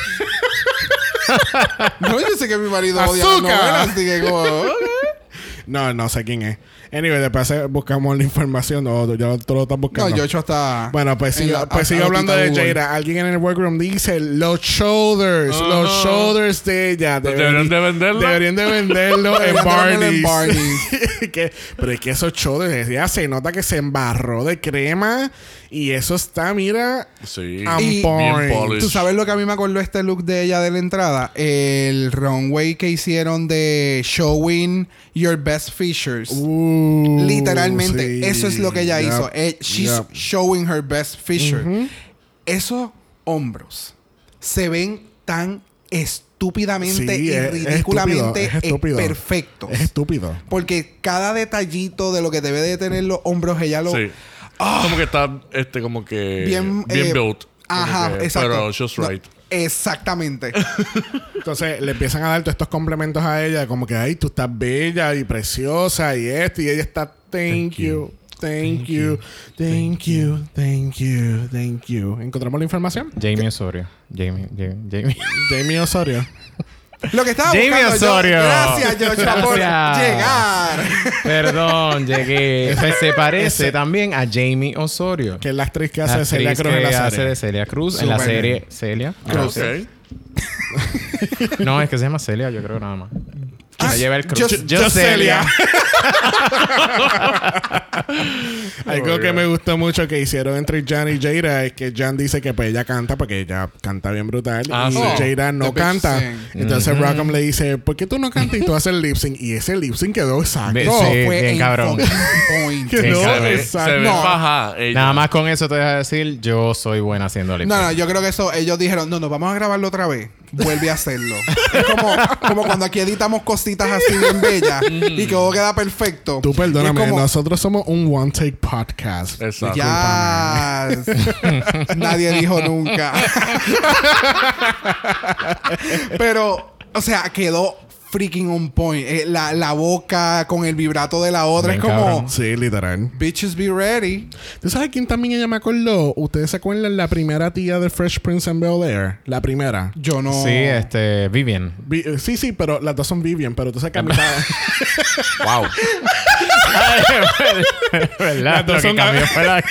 Speaker 3: No, yo sé que mi marido odia las
Speaker 1: Azúcar.
Speaker 3: novelas, así que como, ok.
Speaker 1: No, no sé quién es. Anyway, después eh, buscamos la información. No, ya tú lo estás buscando.
Speaker 3: No, Yocho está.
Speaker 1: Bueno, pues
Speaker 3: en
Speaker 1: sigo,
Speaker 3: la-
Speaker 1: pues
Speaker 3: a-
Speaker 1: sigo
Speaker 3: a
Speaker 1: hablando
Speaker 3: Tita
Speaker 1: de
Speaker 3: Google.
Speaker 1: Jada. Alguien en el workroom dice los shoulders,
Speaker 2: Ah.
Speaker 1: los shoulders de ella.
Speaker 2: ¿Deberían de venderlo?
Speaker 1: Deberían de venderlo en
Speaker 3: Deberían de venderlo en
Speaker 1: Barney's.
Speaker 3: Barney's.
Speaker 1: Que- pero es que esos shoulders, ya se nota que se embarró de crema y eso está, mira,
Speaker 2: Sí.
Speaker 1: on
Speaker 3: Y-
Speaker 1: point.
Speaker 2: Bien polished.
Speaker 3: ¿Tú sabes lo que a mí me acordó este look de ella de la entrada? El runway que hicieron de Showing Your Best Features.
Speaker 1: Uh,
Speaker 3: Literalmente,
Speaker 1: sí.
Speaker 3: eso es lo que ella
Speaker 1: Yup,
Speaker 3: hizo. Eh, she's
Speaker 1: yup.
Speaker 3: showing her best feature.
Speaker 1: Ujú.
Speaker 3: Esos hombros se ven tan estúpidamente
Speaker 1: Sí,
Speaker 3: y
Speaker 1: es- es
Speaker 3: ridículamente
Speaker 1: estúpido, es estúpido.
Speaker 3: perfectos.
Speaker 1: Es estúpido.
Speaker 3: Porque cada detallito de lo que debe de tener los hombros, ella lo...
Speaker 2: Sí. Como que está, este, como que...
Speaker 3: Bien,
Speaker 2: Bien,
Speaker 3: eh,
Speaker 2: built. Como
Speaker 3: Ajá,
Speaker 2: que-
Speaker 3: exacto.
Speaker 2: Pero just
Speaker 3: No,
Speaker 2: right.
Speaker 3: exactamente.
Speaker 1: Entonces le empiezan a dar todos estos complementos a ella, como que, ay, tú estás bella y preciosa y esto, y ella está, thank, you, thank, you, thank you, thank you, thank you. ¿Encontramos la información?
Speaker 4: Jamie Osorio. Jamie, Jamie, Jamie.
Speaker 1: Jamie Osorio.
Speaker 3: Lo que estaba
Speaker 4: Jamie
Speaker 3: buscando yo-
Speaker 4: Osorio.
Speaker 3: Gracias, Joshua, por
Speaker 4: Gracias.
Speaker 3: llegar.
Speaker 4: Perdón, llegué. Pues se parece también a Jamie Osorio.
Speaker 1: Que es la actriz que
Speaker 4: La
Speaker 1: hace Celia
Speaker 4: actriz
Speaker 1: Cruz en
Speaker 4: que
Speaker 1: la
Speaker 4: hace
Speaker 1: serie.
Speaker 4: de Celia Cruz en la
Speaker 3: Superman.
Speaker 4: serie Celia.
Speaker 2: Ok.
Speaker 3: Sí.
Speaker 4: No, es que se llama Celia, yo creo nada más.
Speaker 3: Ah,
Speaker 4: Se lleva el crush.
Speaker 3: Just-
Speaker 4: Joselia.
Speaker 1: Algo que me gustó mucho que hicieron entre Jan y Jada es que Jan dice que pues ella canta porque ella canta bien brutal
Speaker 2: Ah,
Speaker 1: y
Speaker 2: sí.
Speaker 1: Jada no
Speaker 3: The bitch
Speaker 1: canta.
Speaker 3: sing.
Speaker 1: Entonces Rackham le dice, ¿por qué tú no cantas y tú haces lip sync? Y ese lip sync quedó exacto.
Speaker 4: Ve-
Speaker 3: No,
Speaker 4: Sí,
Speaker 3: fue
Speaker 4: bien
Speaker 3: en
Speaker 4: cabrón.
Speaker 3: fucking point.
Speaker 1: Que
Speaker 4: Sí,
Speaker 1: no,
Speaker 4: cabrón.
Speaker 2: Se ve,
Speaker 1: exacto.
Speaker 2: se ve
Speaker 3: No.
Speaker 2: faja ella.
Speaker 4: Nada más con eso te deja decir, yo soy buena haciendo lip
Speaker 3: No,
Speaker 4: sync.
Speaker 3: no, yo creo que eso, ellos dijeron, no, no, vamos a grabarlo otra vez. Vuelve a hacerlo. Es como, como cuando aquí editamos cositas así bien bellas y que todo queda perfecto.
Speaker 1: Tú perdóname,
Speaker 3: Y es como,
Speaker 1: nosotros somos un one take podcast.
Speaker 2: Exacto.
Speaker 3: ya. Nadie dijo nunca. Pero, o sea, quedó freaking on point. Eh, la, la boca con el vibrato de la otra.
Speaker 4: Bien
Speaker 3: es como,
Speaker 4: cabrón.
Speaker 1: Sí, literal.
Speaker 3: bitches be ready.
Speaker 1: ¿Tú sabes quién también ella me acordó? ¿Ustedes se acuerdan la primera tía de Fresh Prince and Bel-Air? La primera.
Speaker 3: Yo no.
Speaker 4: Sí, este, Vivian.
Speaker 1: Vi- eh, sí, sí, pero las dos son Vivian, pero tú sabes que a mitad...
Speaker 2: Wow.
Speaker 4: ¿Verdad?
Speaker 1: dos
Speaker 4: Lo que
Speaker 1: son-
Speaker 4: cambió fue la...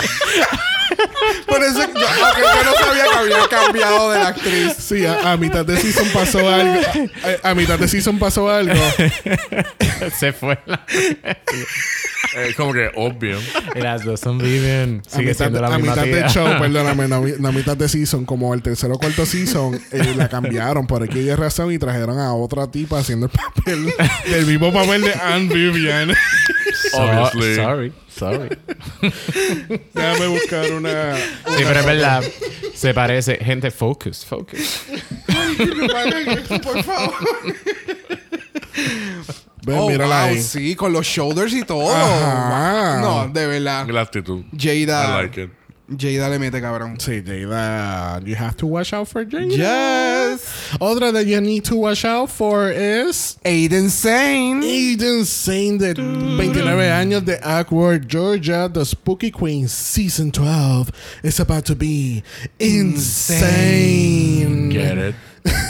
Speaker 3: Por eso, yo, ok, yo no sabía que había cambiado de la actriz.
Speaker 1: Sí, a, a mitad de season pasó algo. A, a mitad de season pasó algo.
Speaker 4: Se fue la...
Speaker 2: Es como que obvio.
Speaker 4: Y las dos son Vivian.
Speaker 1: A
Speaker 4: Sigue
Speaker 1: mitad,
Speaker 4: siendo la
Speaker 1: a
Speaker 4: misma
Speaker 1: mitad
Speaker 4: tía.
Speaker 1: del show, perdóname, a mi- a mitad de season, como el tercero o cuarto season, eh, la cambiaron por aquella razón y trajeron a otra tipa haciendo el papel del mismo papel de Anne Vivian.
Speaker 4: So-
Speaker 2: Obviously.
Speaker 4: Sorry, sorry.
Speaker 1: Déjame buscar una.
Speaker 4: Sí, pero es verdad. Se parece. Gente, focus, focus.
Speaker 3: Por favor.
Speaker 1: Ven,
Speaker 3: Oh,
Speaker 1: mírala
Speaker 3: wow,
Speaker 1: ahí.
Speaker 3: sí, con los shoulders y todo.
Speaker 1: Ajá.
Speaker 3: No, de verdad.
Speaker 2: La actitud.
Speaker 3: Jada.
Speaker 2: I like it.
Speaker 3: Jada le mete cabrón.
Speaker 1: Sí, Jada. You have to watch out for Jada.
Speaker 3: Yes.
Speaker 1: Otra that you need to watch out for is
Speaker 3: Aiden Sane.
Speaker 1: Aiden Sane, de veintinueve años, de Awkward, Georgia. The Spooky Queen Season twelve is about to be insane.
Speaker 2: Get it.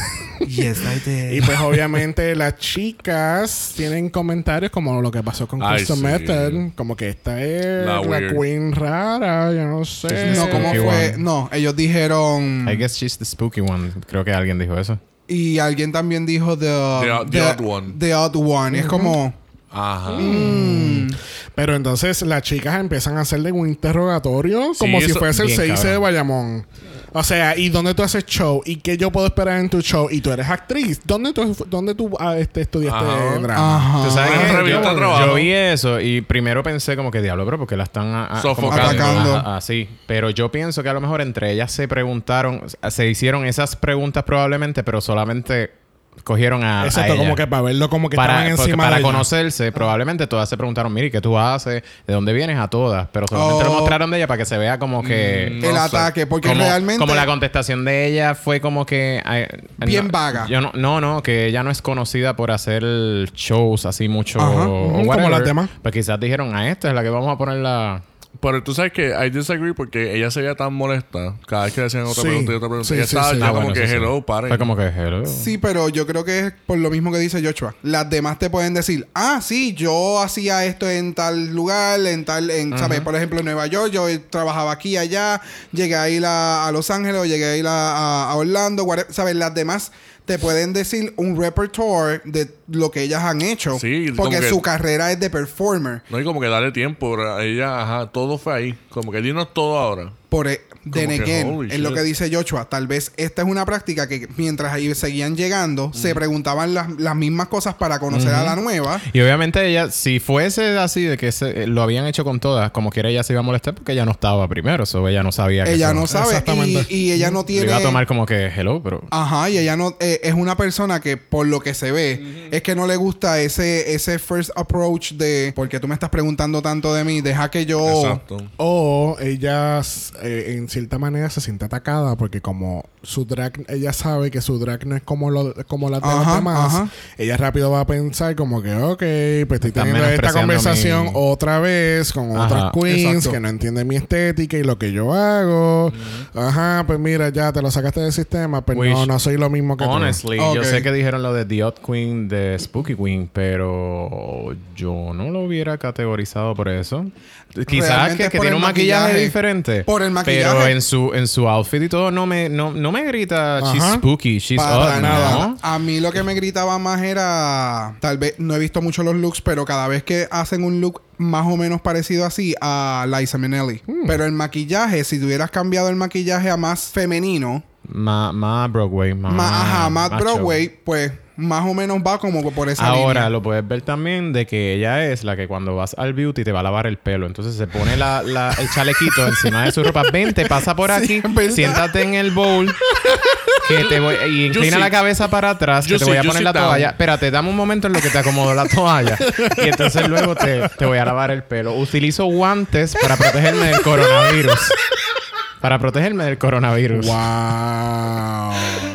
Speaker 3: Yes, I did.
Speaker 1: Y pues obviamente las chicas tienen comentarios como lo que pasó con
Speaker 2: Ay,
Speaker 1: Crystal
Speaker 2: sí.
Speaker 1: Method. Como que esta es
Speaker 2: La
Speaker 1: la,
Speaker 2: weird.
Speaker 1: queen rara, yo no sé.
Speaker 3: No, ¿cómo
Speaker 4: Spooky
Speaker 3: fue?
Speaker 4: one.
Speaker 3: No, ellos dijeron...
Speaker 4: I guess she's the spooky one. Creo que alguien dijo eso.
Speaker 3: Y alguien también dijo The,
Speaker 2: The- the odd one.
Speaker 3: The Odd One. Y es como...
Speaker 2: Ajá.
Speaker 3: mm,
Speaker 1: Pero entonces las chicas empiezan a hacerle un interrogatorio
Speaker 2: Sí,
Speaker 1: como si
Speaker 2: eso-
Speaker 1: fuese el
Speaker 4: bien
Speaker 1: seis
Speaker 4: cabrón.
Speaker 1: de Bayamón. O sea, ¿y dónde tú haces show? ¿Y qué yo puedo esperar en tu show? ¿Y tú eres actriz? ¿Dónde tú, dónde tú ah, este, estudiaste
Speaker 2: Ajá.
Speaker 1: drama?
Speaker 3: Ajá.
Speaker 4: ¿Tú sabes
Speaker 2: Ah,
Speaker 4: qué?
Speaker 2: revista
Speaker 4: yo,
Speaker 2: de trabajo.
Speaker 4: yo vi eso y primero pensé como que diablo, pero porque la están a- a- como
Speaker 2: Sofocando.
Speaker 4: que-
Speaker 3: Atacando.
Speaker 4: Ajá, así. Pero yo pienso que a lo mejor entre ellas se preguntaron, se hicieron esas preguntas probablemente, pero solamente cogieron a, a
Speaker 1: Exacto,
Speaker 4: ella.
Speaker 1: como que para verlo como que
Speaker 4: para,
Speaker 1: estaban
Speaker 4: porque
Speaker 1: encima
Speaker 4: para
Speaker 1: de ella.
Speaker 4: conocerse, probablemente todas se preguntaron, mire, ¿qué tú haces? ¿De dónde vienes? A todas. Pero solamente lo
Speaker 3: Oh.
Speaker 4: mostraron de ella para que se vea como que...
Speaker 2: Mm,
Speaker 3: el
Speaker 2: no sé.
Speaker 3: ataque. Porque
Speaker 4: como,
Speaker 3: realmente...
Speaker 4: como la contestación de ella fue como que... ay,
Speaker 3: Bien
Speaker 4: no,
Speaker 3: vaga.
Speaker 4: Yo no, no, no, que ella no es conocida por hacer shows así mucho.
Speaker 3: Ajá,
Speaker 4: o
Speaker 1: ujú, como
Speaker 4: whatever.
Speaker 1: las demás.
Speaker 4: Pues quizás dijeron, a esta es la que vamos a poner la...
Speaker 2: Pero tú sabes que I disagree porque ella se veía tan molesta cada vez que le hacían otra
Speaker 1: Sí.
Speaker 2: pregunta y otra pregunta.
Speaker 1: Sí,
Speaker 2: ella
Speaker 1: sí,
Speaker 2: estaba
Speaker 1: sí.
Speaker 2: ya
Speaker 4: Ah,
Speaker 2: como
Speaker 4: bueno,
Speaker 2: que
Speaker 4: sí, sí.
Speaker 2: hello, paren.
Speaker 4: Fue como que hello.
Speaker 3: Sí, pero yo creo que es por lo mismo que dice Joshua. Las demás te pueden decir, ah, sí, yo hacía esto en tal lugar, en tal, en, ¿sabes? Por ejemplo, en Nueva York, yo trabajaba aquí, allá, llegué a ir a, a Los Ángeles, o llegué a ir a, a- a Orlando, whatever, ¿sabes? Las demás te pueden decir un repertoire de lo que ellas han hecho.
Speaker 2: Sí,
Speaker 3: porque
Speaker 2: como que-
Speaker 3: su carrera es de performer.
Speaker 2: No hay como que darle tiempo. pero ella, ajá, todo fue ahí. Como que dinos todo ahora.
Speaker 3: Por e- then
Speaker 2: que,
Speaker 3: again,
Speaker 2: holy
Speaker 3: es lo
Speaker 2: shit.
Speaker 3: que dice Joshua. Tal vez esta es una práctica que mientras ahí seguían llegando, se preguntaban las, las mismas cosas para conocer a la nueva.
Speaker 4: Y obviamente ella, si fuese así de que se, lo habían hecho con todas, como quiera ella se iba a molestar porque ella no estaba primero. So ella no sabía que
Speaker 3: Ella
Speaker 4: eso-
Speaker 3: no sabe.
Speaker 1: Exactamente.
Speaker 3: Y, y ella no
Speaker 4: Lo
Speaker 3: tiene...
Speaker 4: iba a tomar como que hello, pero...
Speaker 3: Ajá, y ella no... eh, es una persona que por lo que se ve, es que no le gusta ese, ese first approach de... Porque tú me estás preguntando tanto de mí, deja que yo...
Speaker 2: Exacto.
Speaker 1: O ella eh, en cierta manera se siente atacada porque como su drag, ella sabe que su drag no es como, lo, como las de
Speaker 3: Ajá,
Speaker 1: los demás,
Speaker 3: ajá.
Speaker 1: ella rápido va a pensar como que, ok, pues estoy
Speaker 4: Están
Speaker 1: teniendo esta
Speaker 4: menospreciando
Speaker 1: conversación
Speaker 4: mi-
Speaker 1: otra vez con
Speaker 4: Ajá,
Speaker 1: otras queens
Speaker 3: exacto.
Speaker 1: que no entienden mi estética y lo que yo hago. Ajá, pues mira, ya te lo sacaste del sistema, pero
Speaker 4: Which,
Speaker 1: no, no soy lo mismo que tú.
Speaker 4: Honestly,
Speaker 3: Ok.
Speaker 4: yo sé que dijeron lo de The Odd Queen de Spooky Queen, pero yo no lo hubiera categorizado por eso. Quizás
Speaker 3: Realmente
Speaker 4: que,
Speaker 3: es
Speaker 4: que
Speaker 3: por
Speaker 4: tiene
Speaker 3: el
Speaker 4: un maquillaje,
Speaker 3: maquillaje.
Speaker 4: diferente.
Speaker 3: Por el maquillaje,
Speaker 4: pero en su, en su outfit y todo no me, no, no me grita she's
Speaker 1: Ajá.
Speaker 4: spooky, she's
Speaker 3: Para
Speaker 4: odd,
Speaker 3: nada.
Speaker 4: ¿no?
Speaker 3: A mí lo que me gritaba más era... Tal vez... No he visto mucho los looks, pero cada vez que hacen un look más o menos parecido así a Liza Minnelli.
Speaker 1: Hmm.
Speaker 3: Pero el maquillaje, si tuvieras cambiado el maquillaje a más femenino...
Speaker 4: Más más Broadway, más...
Speaker 3: más, ajá, más
Speaker 4: más
Speaker 3: Broadway,
Speaker 4: show.
Speaker 3: pues... Más o menos va como por esa
Speaker 4: Ahora
Speaker 3: línea.
Speaker 4: lo puedes ver también de que ella es la que cuando vas al beauty te va a lavar el pelo. Entonces se pone la, la, el chalequito encima de su ropa. Vente, pasa por aquí,
Speaker 3: Sí, ¿verdad?
Speaker 4: siéntate en el bowl. Que te voy, y inclina
Speaker 2: sí.
Speaker 4: la cabeza para atrás, que
Speaker 2: Yo
Speaker 4: te
Speaker 2: sí,
Speaker 4: voy a
Speaker 2: yo
Speaker 4: poner
Speaker 2: sí
Speaker 4: la
Speaker 2: down.
Speaker 4: toalla. Espérate, dame un momento en lo que te acomodo la toalla. Y entonces luego te, te voy a lavar el pelo. Utilizo guantes para protegerme del coronavirus. Para protegerme del coronavirus.
Speaker 1: Wow.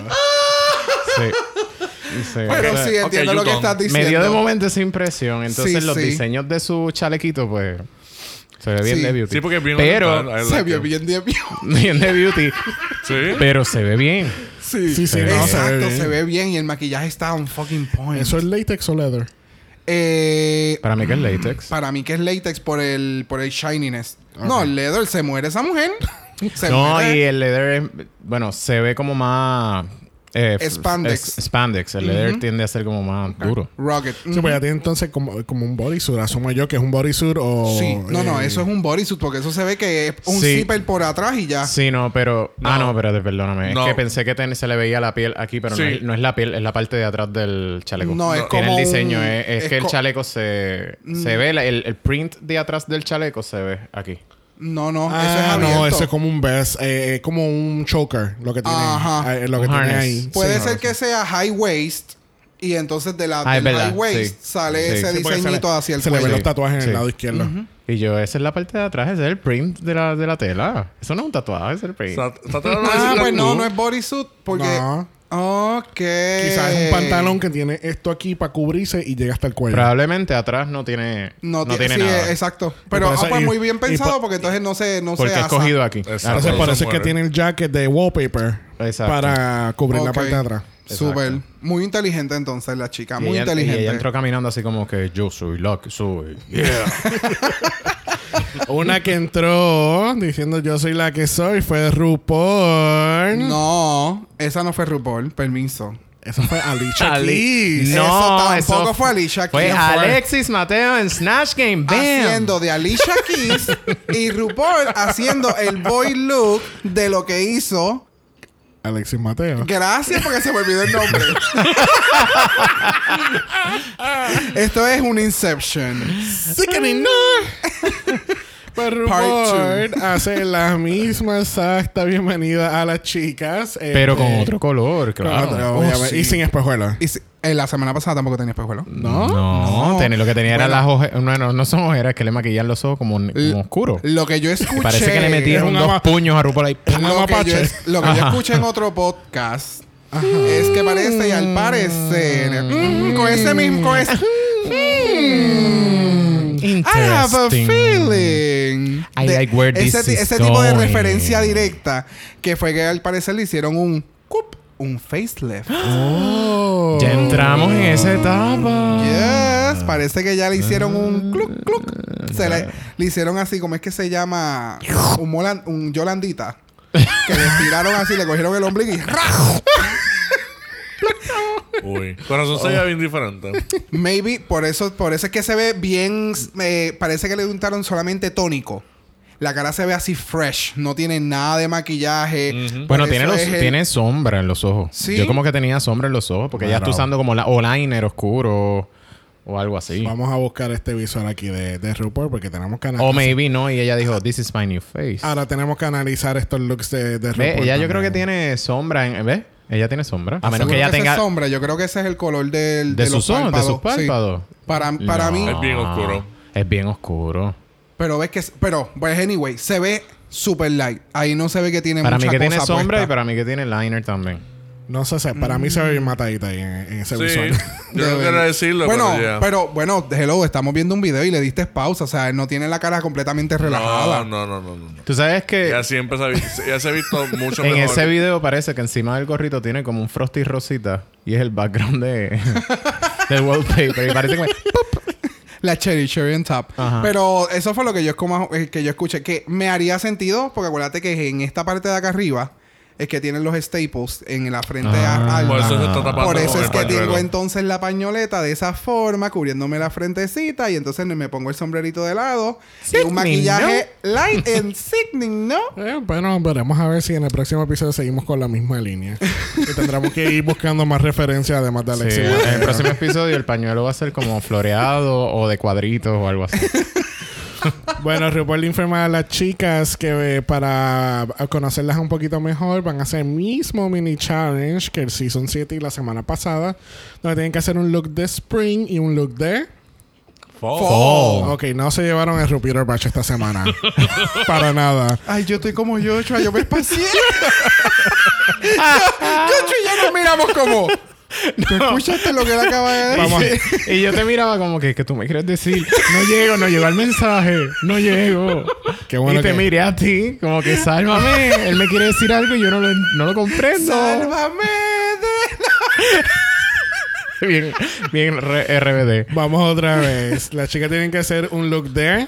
Speaker 4: Sí. Sí,
Speaker 3: Pero
Speaker 4: o sea,
Speaker 3: sí, entiendo
Speaker 2: ok,
Speaker 3: lo que
Speaker 2: you
Speaker 3: estás
Speaker 2: gone.
Speaker 3: diciendo.
Speaker 4: me dio de momento esa impresión. Entonces
Speaker 3: Sí,
Speaker 4: los
Speaker 3: sí.
Speaker 4: diseños de su chalequito, pues... Se ve bien
Speaker 3: Sí.
Speaker 4: de beauty.
Speaker 2: Sí, porque es bien
Speaker 4: Pero...
Speaker 2: oriental. I
Speaker 3: Se
Speaker 2: like
Speaker 3: vio
Speaker 2: it.
Speaker 3: bien de bien.
Speaker 4: Bien de beauty.
Speaker 2: Sí.
Speaker 4: Pero se ve bien.
Speaker 3: Sí,
Speaker 1: Sí, sí,
Speaker 4: no,
Speaker 1: no, se ve
Speaker 3: exacto,
Speaker 1: bien.
Speaker 3: se ve bien y el maquillaje está on fucking point.
Speaker 1: ¿Eso es latex o leather?
Speaker 3: Eh,
Speaker 4: Para mí que es látex.
Speaker 3: para mí que es latex por el por el shininess. No, el leather se muere esa mujer. Se
Speaker 4: No,
Speaker 3: muere.
Speaker 4: y el leather es... Bueno, se ve como más... eh, f-
Speaker 3: Spandex.
Speaker 4: es- spandex. El leather tiende a ser como más duro.
Speaker 3: Rocket.
Speaker 1: Sí, pues ya tiene entonces como, como un bodysuit. Asumo yo que es un bodysuit o...
Speaker 3: Sí, no, no,
Speaker 1: eh,
Speaker 3: eso es un bodysuit porque eso se ve que es un
Speaker 4: Sí.
Speaker 3: zipper por atrás y ya.
Speaker 4: Sí, no, pero... Ah,
Speaker 2: No.
Speaker 4: no, espérate, perdóname.
Speaker 2: No.
Speaker 4: Es que pensé que ten- se le veía la piel aquí, pero no,
Speaker 2: Sí.
Speaker 4: es, no es la piel, es la parte de atrás del chaleco.
Speaker 3: No, es
Speaker 4: Tiene
Speaker 3: como
Speaker 4: el diseño.
Speaker 3: un-
Speaker 4: es, es
Speaker 3: es
Speaker 4: que el
Speaker 3: co-
Speaker 4: chaleco se... Se ve... la- el, el print de atrás del chaleco se ve aquí.
Speaker 3: No, no,
Speaker 1: Ah,
Speaker 3: eso es abierto.
Speaker 1: no, eso es como un vest, eh, como un choker, lo que tiene,
Speaker 3: Ajá.
Speaker 1: eh, lo que
Speaker 4: Un
Speaker 1: tiene
Speaker 4: harness.
Speaker 1: ahí.
Speaker 3: Puede
Speaker 1: Sí,
Speaker 3: ser
Speaker 1: no,
Speaker 3: que sea high waist y entonces de la
Speaker 4: Ah, es
Speaker 3: del
Speaker 4: verdad,
Speaker 3: high waist
Speaker 4: sí.
Speaker 3: sale
Speaker 4: Sí.
Speaker 3: ese
Speaker 1: Sí, porque
Speaker 3: diseñito
Speaker 1: se le-
Speaker 3: hacia el
Speaker 1: Se le ven
Speaker 3: cuello.
Speaker 1: los tatuajes en
Speaker 4: Sí.
Speaker 1: el lado izquierdo.
Speaker 4: Y yo, esa es la parte de atrás, ese es el print de la, de la tela. Eso no es un tatuaje, ese es el print.
Speaker 2: Está- está tratando de
Speaker 3: Ah,
Speaker 2: decirle
Speaker 3: pues no,
Speaker 2: tú.
Speaker 3: no es bodysuit porque...
Speaker 1: No.
Speaker 3: Ok.
Speaker 1: Quizás es un pantalón que tiene esto aquí para cubrirse y llega hasta el cuello.
Speaker 4: Probablemente atrás no tiene,
Speaker 3: No,
Speaker 4: no
Speaker 3: ti-
Speaker 4: tiene
Speaker 3: sí,
Speaker 4: nada.
Speaker 3: exacto. Pero
Speaker 1: por eso-
Speaker 3: ah, pues
Speaker 1: y-
Speaker 3: muy bien
Speaker 1: y
Speaker 3: pensado
Speaker 1: por-
Speaker 3: porque entonces no se no
Speaker 4: Porque
Speaker 3: se
Speaker 4: es
Speaker 3: asa.
Speaker 4: cogido aquí.
Speaker 2: Exacto.
Speaker 1: Entonces
Speaker 2: no
Speaker 1: por
Speaker 2: se
Speaker 1: eso es que
Speaker 2: muere.
Speaker 1: tiene el jacket de wallpaper
Speaker 4: Exacto.
Speaker 1: para cubrir la
Speaker 3: Ok.
Speaker 1: parte de atrás.
Speaker 3: Súper. Muy inteligente entonces la chica.
Speaker 4: Y
Speaker 3: Muy
Speaker 4: ella,
Speaker 3: inteligente.
Speaker 4: Y ella entró caminando así como que yo soy la que soy.
Speaker 1: Una que entró diciendo yo soy la que soy fue RuPaul.
Speaker 3: No, esa no fue RuPaul. Permiso.
Speaker 1: Eso fue Alicia
Speaker 4: Ali-
Speaker 1: Keys.
Speaker 3: Eso
Speaker 4: No,
Speaker 3: tampoco
Speaker 4: eso
Speaker 3: fue Alicia
Speaker 4: Fue
Speaker 3: Keys.
Speaker 4: Alexis Mateo en Snatch Game. ¡Bam!
Speaker 3: Haciendo de Alicia Keys y RuPaul haciendo el boy look de lo que hizo.
Speaker 1: Alexis Mateo.
Speaker 3: Gracias porque se me olvidó el nombre. Esto es un Inception.
Speaker 1: Sickening, no. Pues RuPaul hace la misma exacta bienvenida a las chicas.
Speaker 4: Pero
Speaker 1: este,
Speaker 4: con otro color,
Speaker 1: con
Speaker 4: claro.
Speaker 1: otro,
Speaker 3: Oh,
Speaker 1: obviamente,
Speaker 3: sí.
Speaker 1: Y sin espejuelos.
Speaker 3: Y si- eh, la semana pasada tampoco tenía espejuelo.
Speaker 1: ¿No?
Speaker 4: No,
Speaker 3: No.
Speaker 4: tiene- lo que tenía
Speaker 3: Bueno.
Speaker 4: eran las ojeras. No, no, no son ojeras, que le maquillan los ojos como, como oscuros.
Speaker 3: Lo que yo escuché.
Speaker 4: Parece que le metieron
Speaker 1: Es un
Speaker 4: dos
Speaker 1: ama-
Speaker 4: puños a RuPaul ahí.
Speaker 1: Un
Speaker 3: Lo que, yo,
Speaker 1: mapache.
Speaker 3: es- lo que yo
Speaker 4: Ajá.
Speaker 3: escuché en otro podcast es que parece y al parecer mm, con ese mismo con ese, I have a
Speaker 4: Interesting.
Speaker 3: feeling
Speaker 4: I
Speaker 3: De-
Speaker 4: like where this
Speaker 3: ese, ti-
Speaker 4: is
Speaker 3: ese tipo de
Speaker 4: going.
Speaker 3: referencia directa que fue que al parecer le hicieron un cup, un facelift.
Speaker 1: Oh.
Speaker 4: Ya entramos en esa etapa.
Speaker 3: Yes, parece que ya le hicieron un cluc cluc. Se le, le hicieron así, como es que se llama un, molan, un Yolandita. Que le tiraron así, le cogieron el ombligo y ¡ra!
Speaker 2: Uy. Corazón se veía bien diferente.
Speaker 3: Maybe, por eso, por eso es que se ve bien. eh, parece que le untaron solamente tónico. La cara se ve así fresh. No tiene nada de maquillaje. Por
Speaker 4: Bueno,
Speaker 3: eso
Speaker 4: tiene, los,
Speaker 3: es el-
Speaker 4: tiene sombra en los ojos.
Speaker 3: ¿Sí?
Speaker 4: Yo como que tenía sombra en los ojos porque ella está
Speaker 1: Bueno.
Speaker 4: usando como la o liner oscuro o algo así.
Speaker 1: Vamos a buscar este visual aquí de, de RuPaul porque tenemos que
Speaker 4: O
Speaker 1: analizar.
Speaker 4: maybe no y ella dijo, this is my new face.
Speaker 1: Ahora tenemos que analizar estos looks de, de
Speaker 4: Ve,
Speaker 1: RuPaul.
Speaker 4: ella yo creo que
Speaker 1: también.
Speaker 4: tiene sombra en... ¿Ves? Ella tiene sombra. A menos
Speaker 3: Seguro
Speaker 4: que ella
Speaker 3: esa es
Speaker 4: tenga...
Speaker 3: sombra. Yo creo que ese es el color del,
Speaker 4: De
Speaker 3: de, los
Speaker 4: sus ojos, de
Speaker 3: párpados.
Speaker 4: sus párpados.
Speaker 3: Sí. Para, para
Speaker 4: No.
Speaker 3: mí.
Speaker 2: Es bien oscuro.
Speaker 4: Es bien oscuro.
Speaker 3: Pero ves que... Pero, pues, anyway, se ve super light. Ahí no se ve que tiene
Speaker 4: Para mí
Speaker 3: mucha
Speaker 4: que tiene
Speaker 3: cosa
Speaker 4: sombra
Speaker 3: puesta.
Speaker 4: y para mí que tiene liner también.
Speaker 1: No sé, sé, para mí se ve bien matadita ahí en, en ese
Speaker 2: Sí.
Speaker 1: visual.
Speaker 2: Yo no
Speaker 3: De-
Speaker 2: quería decirlo,
Speaker 3: bueno,
Speaker 2: pero ya.
Speaker 3: pero bueno, hello, estamos viendo un video y le diste pausa. O sea, él no tiene la cara completamente relajada.
Speaker 2: No, no, no, no, no.
Speaker 4: Tú sabes que
Speaker 2: Ya siempre se ha visto, ya se ha visto mucho
Speaker 4: en
Speaker 2: mejor.
Speaker 4: ese video parece que encima del gorrito tiene como un frosty rosita y es el background de del wallpaper y parece como
Speaker 3: La cherry, cherry on top.
Speaker 4: Ajá.
Speaker 3: Pero eso fue lo que yo, como, que yo escuché. Que me haría sentido, porque acuérdate que en esta parte de acá arriba es que tienen los staples en la frente
Speaker 4: Ah,
Speaker 3: alta.
Speaker 2: Por eso se está tapando
Speaker 3: Por eso
Speaker 2: con
Speaker 3: es
Speaker 2: el
Speaker 3: que
Speaker 2: pañuelo.
Speaker 3: tengo entonces la pañoleta de esa forma, cubriéndome la frentecita. Y entonces me pongo el sombrerito de lado. Y un
Speaker 4: Sickening,
Speaker 3: maquillaje light and sickening, ¿no?
Speaker 1: Eh, bueno, veremos a ver si en el próximo episodio seguimos con la misma línea. Y tendremos que ir buscando más referencias además de
Speaker 4: Sí,
Speaker 1: Alexis.
Speaker 4: en el próximo episodio el pañuelo va a ser como floreado o de cuadritos o algo así.
Speaker 1: Bueno, RuPaul le informa a las chicas que eh, para conocerlas un poquito mejor van a hacer el mismo mini challenge que el Season siete y la semana pasada, donde tienen que hacer un look de spring y un look de...
Speaker 2: Fall.
Speaker 1: Ok, no se llevaron el Repeater Batch esta semana. Para nada.
Speaker 3: Ay, yo estoy como Joshua, yo me espacié. Joshua y yo nos miramos como... ¿Tú escuchaste lo que él acaba de decir?
Speaker 1: Vamos.
Speaker 4: Y yo te miraba como que, que tú me quieres decir, no llego, no llegó el mensaje, no llego.
Speaker 1: Qué bueno
Speaker 4: y te
Speaker 1: que-
Speaker 4: miré a ti, como que sálvame. Él me quiere decir algo y yo no lo, no lo comprendo.
Speaker 3: ¡Sálvame de
Speaker 4: Bien, bien re- R B D.
Speaker 1: Vamos otra vez. Las chicas tienen que hacer un look de...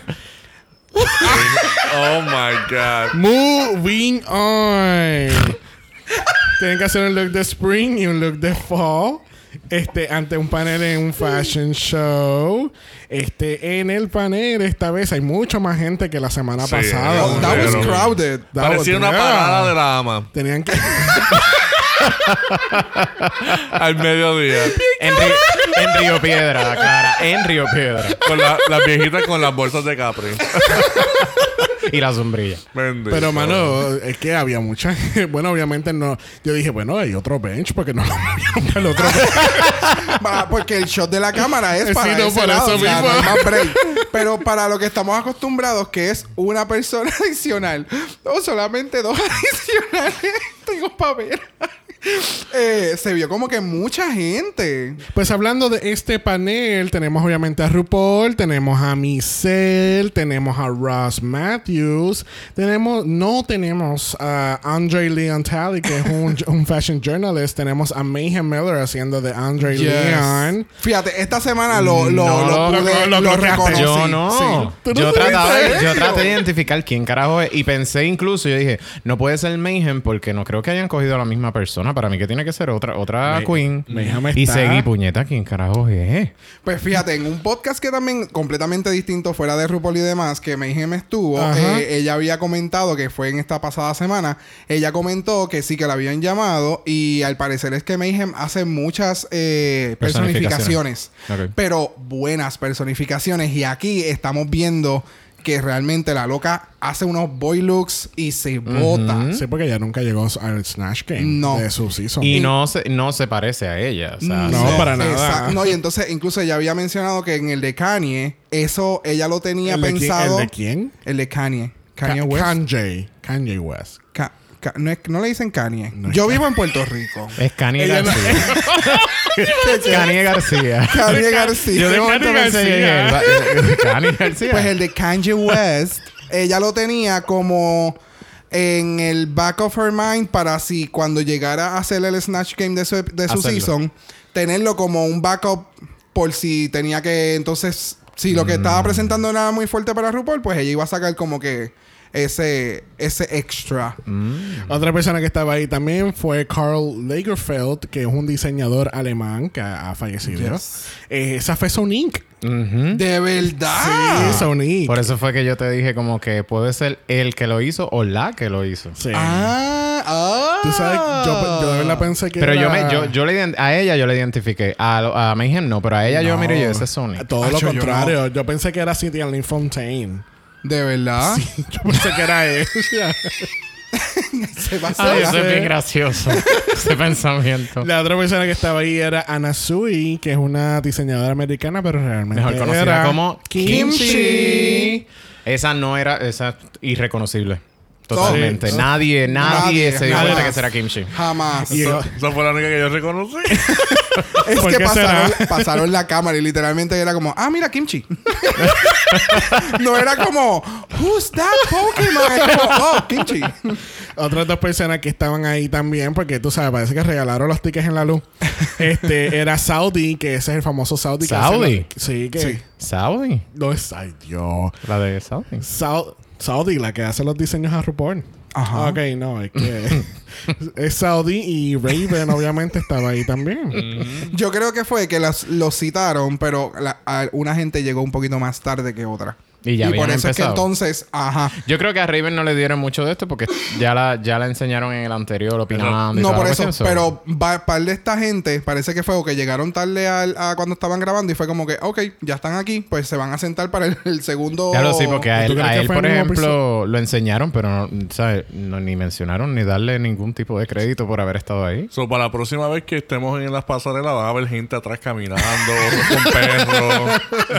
Speaker 2: Oh my God.
Speaker 1: Moving on. Tienen que hacer un look de spring y un look de fall. Este, ante un panel en un fashion show. Este, en el panel esta vez hay mucho más gente que la semana
Speaker 2: Sí,
Speaker 1: pasada.
Speaker 3: Oh, that was
Speaker 2: Pero-
Speaker 3: crowded.
Speaker 1: That
Speaker 2: Parecía
Speaker 1: was-
Speaker 2: una
Speaker 1: yeah.
Speaker 2: parada de la ama.
Speaker 1: Tenían que...
Speaker 2: Al mediodía.
Speaker 4: En, Ri- en Río Piedra, Clara. En Río Piedra.
Speaker 2: Con la- las viejitas con las bolsas de Capri.
Speaker 4: Y la sombrilla.
Speaker 2: Bendito.
Speaker 1: Pero, mano, es que había mucha... Bueno, obviamente no... Yo dije, bueno, hay otro bench porque no lo movieron para el otro bench.
Speaker 3: Va, porque el shot de la cámara es
Speaker 1: Sí,
Speaker 3: para
Speaker 1: no,
Speaker 3: ese
Speaker 1: por
Speaker 3: lado,
Speaker 1: eso
Speaker 3: o sea,
Speaker 1: mismo.
Speaker 3: no hay más break. Pero para lo que estamos acostumbrados, que es una persona adicional, o solamente dos adicionales, tengo para ver. Eh, se vio como que mucha gente.
Speaker 1: Pues hablando de este panel, tenemos obviamente a RuPaul, tenemos a Michelle, tenemos a Ross Matthews, tenemos, no tenemos a Andre Leon Talley, que es un, un fashion journalist, tenemos a Mayhem Miller haciendo de Andre Leon.
Speaker 3: Fíjate, esta semana lo, lo,
Speaker 4: No,
Speaker 3: lo,
Speaker 4: lo-
Speaker 3: pude-
Speaker 1: lo- lo
Speaker 3: lo
Speaker 1: cloqueaste.
Speaker 3: reconocí.
Speaker 4: Yo no.
Speaker 3: Sí.
Speaker 1: ¿Tú no
Speaker 4: Yo
Speaker 1: sabes
Speaker 4: trataba de,
Speaker 3: eso?
Speaker 4: yo traté de identificar quién carajo es. Y pensé incluso, yo dije, no puede ser Mayhem porque no creo que hayan cogido a la misma persona. Para mí que tiene que ser otra, otra
Speaker 1: May-
Speaker 4: queen.
Speaker 1: Mayhem
Speaker 4: Y
Speaker 1: está-
Speaker 4: seguí, puñeta, ¿quién carajo es?
Speaker 3: Pues fíjate, en un podcast que también completamente distinto fuera de RuPaul y demás, que Mayhem estuvo,
Speaker 1: Ajá.
Speaker 3: eh, ella había comentado que fue en esta pasada semana, ella comentó que sí que la habían llamado y al parecer es que Mayhem hace muchas eh, personificaciones,
Speaker 4: Ok.
Speaker 3: pero buenas personificaciones y aquí estamos viendo que realmente la loca hace unos boy looks y se bota.
Speaker 1: Sí, porque ella nunca llegó al Snatch Game
Speaker 3: No.
Speaker 1: de su season.
Speaker 4: Y no se, no se parece a ella. O sea,
Speaker 1: No,
Speaker 4: se-
Speaker 1: para nada.
Speaker 3: Exacto. No, y entonces incluso ella había mencionado que en el de Kanye, eso ella lo tenía
Speaker 1: ¿El de quién-
Speaker 3: pensado.
Speaker 1: ¿El de quién?
Speaker 3: El de Kanye. Kanye
Speaker 1: Ka-
Speaker 3: West.
Speaker 1: Kanye. Kanye West.
Speaker 3: Ka- Ka- no, es- no le dicen Kanye.
Speaker 1: No es
Speaker 3: Yo
Speaker 1: Kanye.
Speaker 3: vivo en Puerto Rico.
Speaker 4: Es Kanye
Speaker 1: Ella no-
Speaker 4: García. Kanye García.
Speaker 3: Kanye García.
Speaker 4: Yo de momento
Speaker 1: Kanye
Speaker 4: pensé,
Speaker 1: García.
Speaker 4: eh, Kanye García.
Speaker 3: Pues el de Kanye West, ella lo tenía como en el back of her mind para si cuando llegara a hacer el Snatch Game de su, de su
Speaker 4: Hacerlo.
Speaker 3: season, tenerlo como un backup por si tenía que entonces, si lo que estaba presentando era muy fuerte para RuPaul, pues ella iba a sacar como que ese, ese extra.
Speaker 1: Otra persona que estaba ahí también fue Karl Lagerfeld, que es un diseñador alemán que ha, ha fallecido.
Speaker 3: Yes.
Speaker 1: Eh, esa fue Sonic.
Speaker 4: Ujú.
Speaker 3: De verdad.
Speaker 1: Sí, Sonic.
Speaker 4: Por eso fue que yo te dije como que puede ser el que lo hizo o la que lo hizo.
Speaker 1: Sí.
Speaker 3: Ah, ah.
Speaker 1: Tú sabes, yo, yo de verdad pensé que
Speaker 4: Pero
Speaker 1: era
Speaker 4: yo me, yo, yo le ident- a ella yo le identifiqué. A, lo- a Mayhem no, pero a ella yo
Speaker 1: No.
Speaker 4: mire yo, ese es Sonic.
Speaker 1: Todo lo
Speaker 3: Acho, yo
Speaker 1: contrario. Yo, pensé que era Cynthia Lynn Fontaine.
Speaker 3: De verdad.
Speaker 1: Yo pensé que era ella.
Speaker 3: Se va a
Speaker 4: Ay,
Speaker 3: hacer.
Speaker 4: eso es bien gracioso. Ese pensamiento.
Speaker 1: La otra persona que estaba ahí era Anna Sui, que es una diseñadora americana, pero realmente
Speaker 4: Mejor conocida
Speaker 1: era
Speaker 4: como
Speaker 1: Kimchi.
Speaker 4: Esa no era, esa irreconocible. Totalmente.
Speaker 1: Sí.
Speaker 4: Nadie, nadie,
Speaker 3: Nadie,
Speaker 4: se dio
Speaker 3: jamás.
Speaker 4: cuenta que ese era kimchi.
Speaker 3: Jamás.
Speaker 1: Y-
Speaker 2: Esa, esa fue la única que yo reconocí.
Speaker 3: Es
Speaker 1: ¿Por
Speaker 3: que
Speaker 1: qué
Speaker 3: pasaron,
Speaker 1: será?
Speaker 3: pasaron la cámara y literalmente era como, ah, mira, kimchi. No era como, who's that Pokémon? Es como, oh, kimchi.
Speaker 1: Otras dos personas que estaban ahí también, porque tú sabes, parece que regalaron los tickets en la luz. Este era Saudi, que ese es el famoso Saudi. que hace
Speaker 4: ¿Saudi?
Speaker 1: los- sí, que
Speaker 3: Sí.
Speaker 4: Saudi.
Speaker 1: no es. Ay, Dios.
Speaker 4: La de Saudi.
Speaker 1: Sau- Saudi, la que hace los diseños a RuPaul.
Speaker 3: Ajá.
Speaker 1: Ok, no, es que es Saudi y Raven obviamente estaba ahí también.
Speaker 3: Yo creo que fue que las, los citaron, pero la- a- una gente llegó un poquito más tarde que otra.
Speaker 4: Y ya
Speaker 3: por
Speaker 4: habían
Speaker 3: eso es que
Speaker 4: empezado.
Speaker 3: entonces, ajá.
Speaker 4: Yo creo que a Raven no le dieron mucho de esto porque ya la, ya la enseñaron en el anterior opinando. y
Speaker 3: No,
Speaker 4: toda
Speaker 3: por
Speaker 4: la
Speaker 3: eso.
Speaker 4: cuestión, so-
Speaker 3: Pero va, par de esta gente, parece que fue o que llegaron tarde al- a cuando estaban grabando y fue como que, ok, ya están aquí, pues se van a sentar para el, el segundo.
Speaker 4: Ya lo sí, porque a
Speaker 1: ¿Tú
Speaker 4: él,
Speaker 1: crees
Speaker 4: a
Speaker 1: que
Speaker 4: él
Speaker 1: fue
Speaker 4: por
Speaker 1: el mismo
Speaker 4: ejemplo, lo enseñaron, pero no, ¿sabes? No, ni mencionaron ni darle ningún tipo de crédito por haber estado ahí.
Speaker 2: So, para la próxima vez que estemos en las pasarelas, van a ver gente atrás caminando, otros con perros.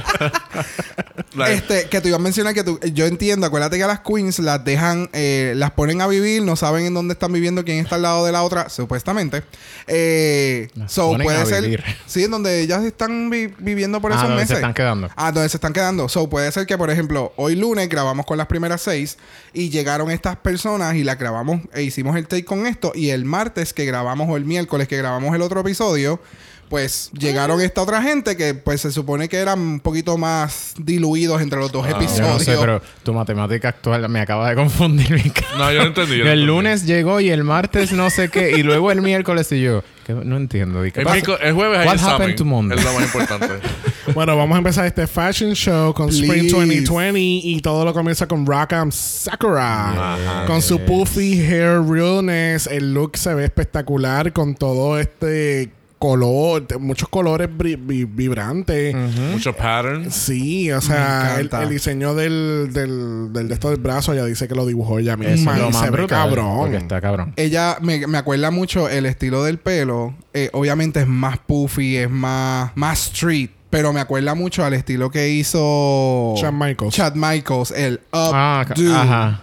Speaker 2: Like,
Speaker 3: Este, que te iba a mencionar que tú, yo entiendo, acuérdate que a las queens las dejan, eh, las ponen a vivir, no saben en dónde están viviendo, quién está al lado de la otra, supuestamente. Eh,
Speaker 4: Las
Speaker 3: so
Speaker 4: ponen
Speaker 3: puede
Speaker 4: a
Speaker 3: ser,
Speaker 4: vivir.
Speaker 3: sí, en donde ellas están vi- viviendo por
Speaker 4: Ah,
Speaker 3: esos
Speaker 4: donde
Speaker 3: meses.
Speaker 4: se están quedando.
Speaker 3: Ah, donde se están quedando. So puede ser que, por ejemplo, hoy lunes grabamos con las primeras seis y llegaron estas personas y las grabamos e hicimos el take con esto. Y el martes que grabamos o el miércoles que grabamos el otro episodio, pues llegaron esta otra gente que pues se supone que eran un poquito más diluidos entre los dos
Speaker 2: Ah,
Speaker 3: episodios.
Speaker 4: Yo no sé, pero tu matemática actual me acaba de confundir. bien cabrón.
Speaker 2: no, yo no entendí. yo no
Speaker 4: el
Speaker 2: entendí.
Speaker 4: lunes llegó y el martes no sé qué. Y luego el miércoles y yo... ¿qué? No entiendo. ¿Y qué
Speaker 2: El,
Speaker 4: pasa?
Speaker 2: miércoles- el jueves hay
Speaker 4: What
Speaker 2: examen.
Speaker 4: happened to Monday?
Speaker 2: Es lo más importante.
Speaker 1: Bueno, vamos a empezar este fashion show con Spring
Speaker 3: Please.
Speaker 1: veinte veinte y todo lo comienza con Rock'em Sakura. Con su puffy hair realness. El look se ve espectacular con todo este color, t- muchos colores bri- vi- vibrantes.
Speaker 2: Muchos patterns.
Speaker 1: Sí, o sea,
Speaker 3: Me
Speaker 1: el,
Speaker 3: encanta.
Speaker 1: el diseño del, del, del de esto del brazo ya dice que lo dibujó ella
Speaker 4: Eso
Speaker 1: misma.
Speaker 4: es lo
Speaker 1: y
Speaker 4: más
Speaker 1: se ve
Speaker 4: brutal.
Speaker 1: cabrón.
Speaker 4: Porque está cabrón.
Speaker 3: Ella me, me acuerda mucho el estilo del pelo. Eh, obviamente es más puffy, es más, más street. Pero me acuerda mucho al estilo que hizo
Speaker 1: Chad Michaels.
Speaker 3: Chad Michaels, el Up
Speaker 4: Ah, ca-
Speaker 3: Do.
Speaker 4: ajá.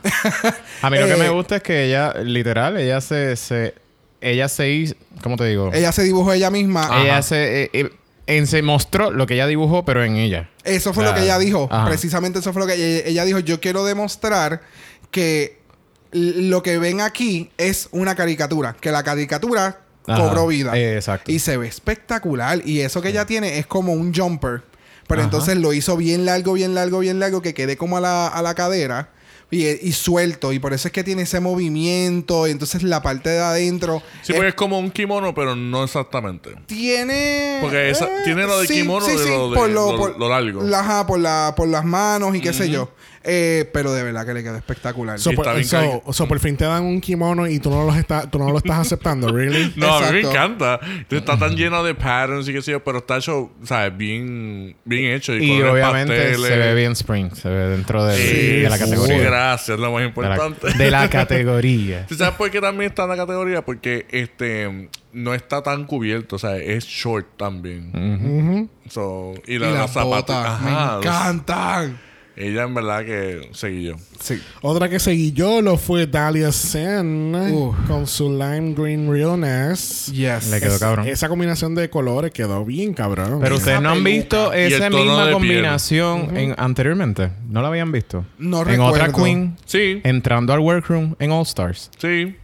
Speaker 4: A mí lo que
Speaker 3: Eh,
Speaker 4: me gusta es que ella, literal, ella se... se ella se hizo... ¿Cómo te digo?
Speaker 3: Ella se dibujó ella misma.
Speaker 4: Ella
Speaker 3: Ajá.
Speaker 4: se... eh, eh, en- se mostró lo que ella dibujó, pero en ella.
Speaker 3: Eso fue
Speaker 4: Ah,
Speaker 3: lo que ella dijo.
Speaker 4: ajá.
Speaker 3: Precisamente eso fue lo que ella, ella dijo. Yo quiero demostrar que l- lo que ven aquí es una caricatura. Que la caricatura
Speaker 4: Ajá.
Speaker 3: cobró vida.
Speaker 4: Eh, exacto.
Speaker 3: Y se ve espectacular. Y eso que ella tiene es como un jumper. Pero
Speaker 4: Ajá.
Speaker 3: entonces lo hizo bien largo, bien largo, bien largo. Que quede como a la, a la cadera. Y, y suelto. Y por eso es que tiene ese movimiento. Y entonces la parte de adentro...
Speaker 2: Sí,
Speaker 3: es-
Speaker 2: porque es como un kimono, pero no exactamente.
Speaker 3: tiene...
Speaker 2: Porque esa- tiene lo de kimono de lo de- lo- lo largo.
Speaker 3: la- ajá, por, la, por las manos y qué sé yo. Eh, pero de verdad que le quedó espectacular.
Speaker 1: So,
Speaker 2: Y
Speaker 1: por,
Speaker 2: está bien
Speaker 1: so-
Speaker 2: cari-
Speaker 1: so, por fin te dan un kimono y tú no, los está, tú no lo estás aceptando, ¿really?
Speaker 2: No, a mí me
Speaker 3: Exacto.
Speaker 2: encanta. Está tan lleno de patterns y qué sé yo, pero está hecho, ¿sabes? Bien, bien hecho. Y,
Speaker 4: Y
Speaker 2: colores
Speaker 4: obviamente
Speaker 2: pasteles.
Speaker 4: se ve bien Spring. Se ve dentro del-
Speaker 2: Sí,
Speaker 4: de la
Speaker 2: sí,
Speaker 4: categoría.
Speaker 2: gracias, lo más
Speaker 4: De la,
Speaker 2: importante.
Speaker 4: de la categoría.
Speaker 2: ¿Tú sabes por qué también está en la categoría? Porque este no está tan cubierto, o sea, es short también.
Speaker 1: Ujú.
Speaker 2: So, y
Speaker 3: Y
Speaker 2: la,
Speaker 3: las
Speaker 2: los zapatos.
Speaker 3: botas me
Speaker 2: Ajá, los-
Speaker 3: encantan.
Speaker 2: ella en verdad que seguí yo.
Speaker 3: Sí.
Speaker 1: Otra que seguí yo lo fue Dahlia Sen
Speaker 3: Uf.
Speaker 1: con su lime green realness.
Speaker 3: Yes.
Speaker 4: Le quedó
Speaker 1: Es-
Speaker 4: cabrón.
Speaker 1: Esa combinación de colores quedó bien cabrón.
Speaker 4: Pero ustedes no han
Speaker 3: peluca.
Speaker 4: visto
Speaker 2: Y el
Speaker 4: esa
Speaker 2: tono
Speaker 4: misma
Speaker 2: de piel.
Speaker 4: combinación en, anteriormente. ¿No la habían visto?
Speaker 3: No
Speaker 4: En otra
Speaker 3: recuerdo.
Speaker 4: Queen,
Speaker 2: Sí,
Speaker 4: entrando al workroom en All Stars.
Speaker 2: sí.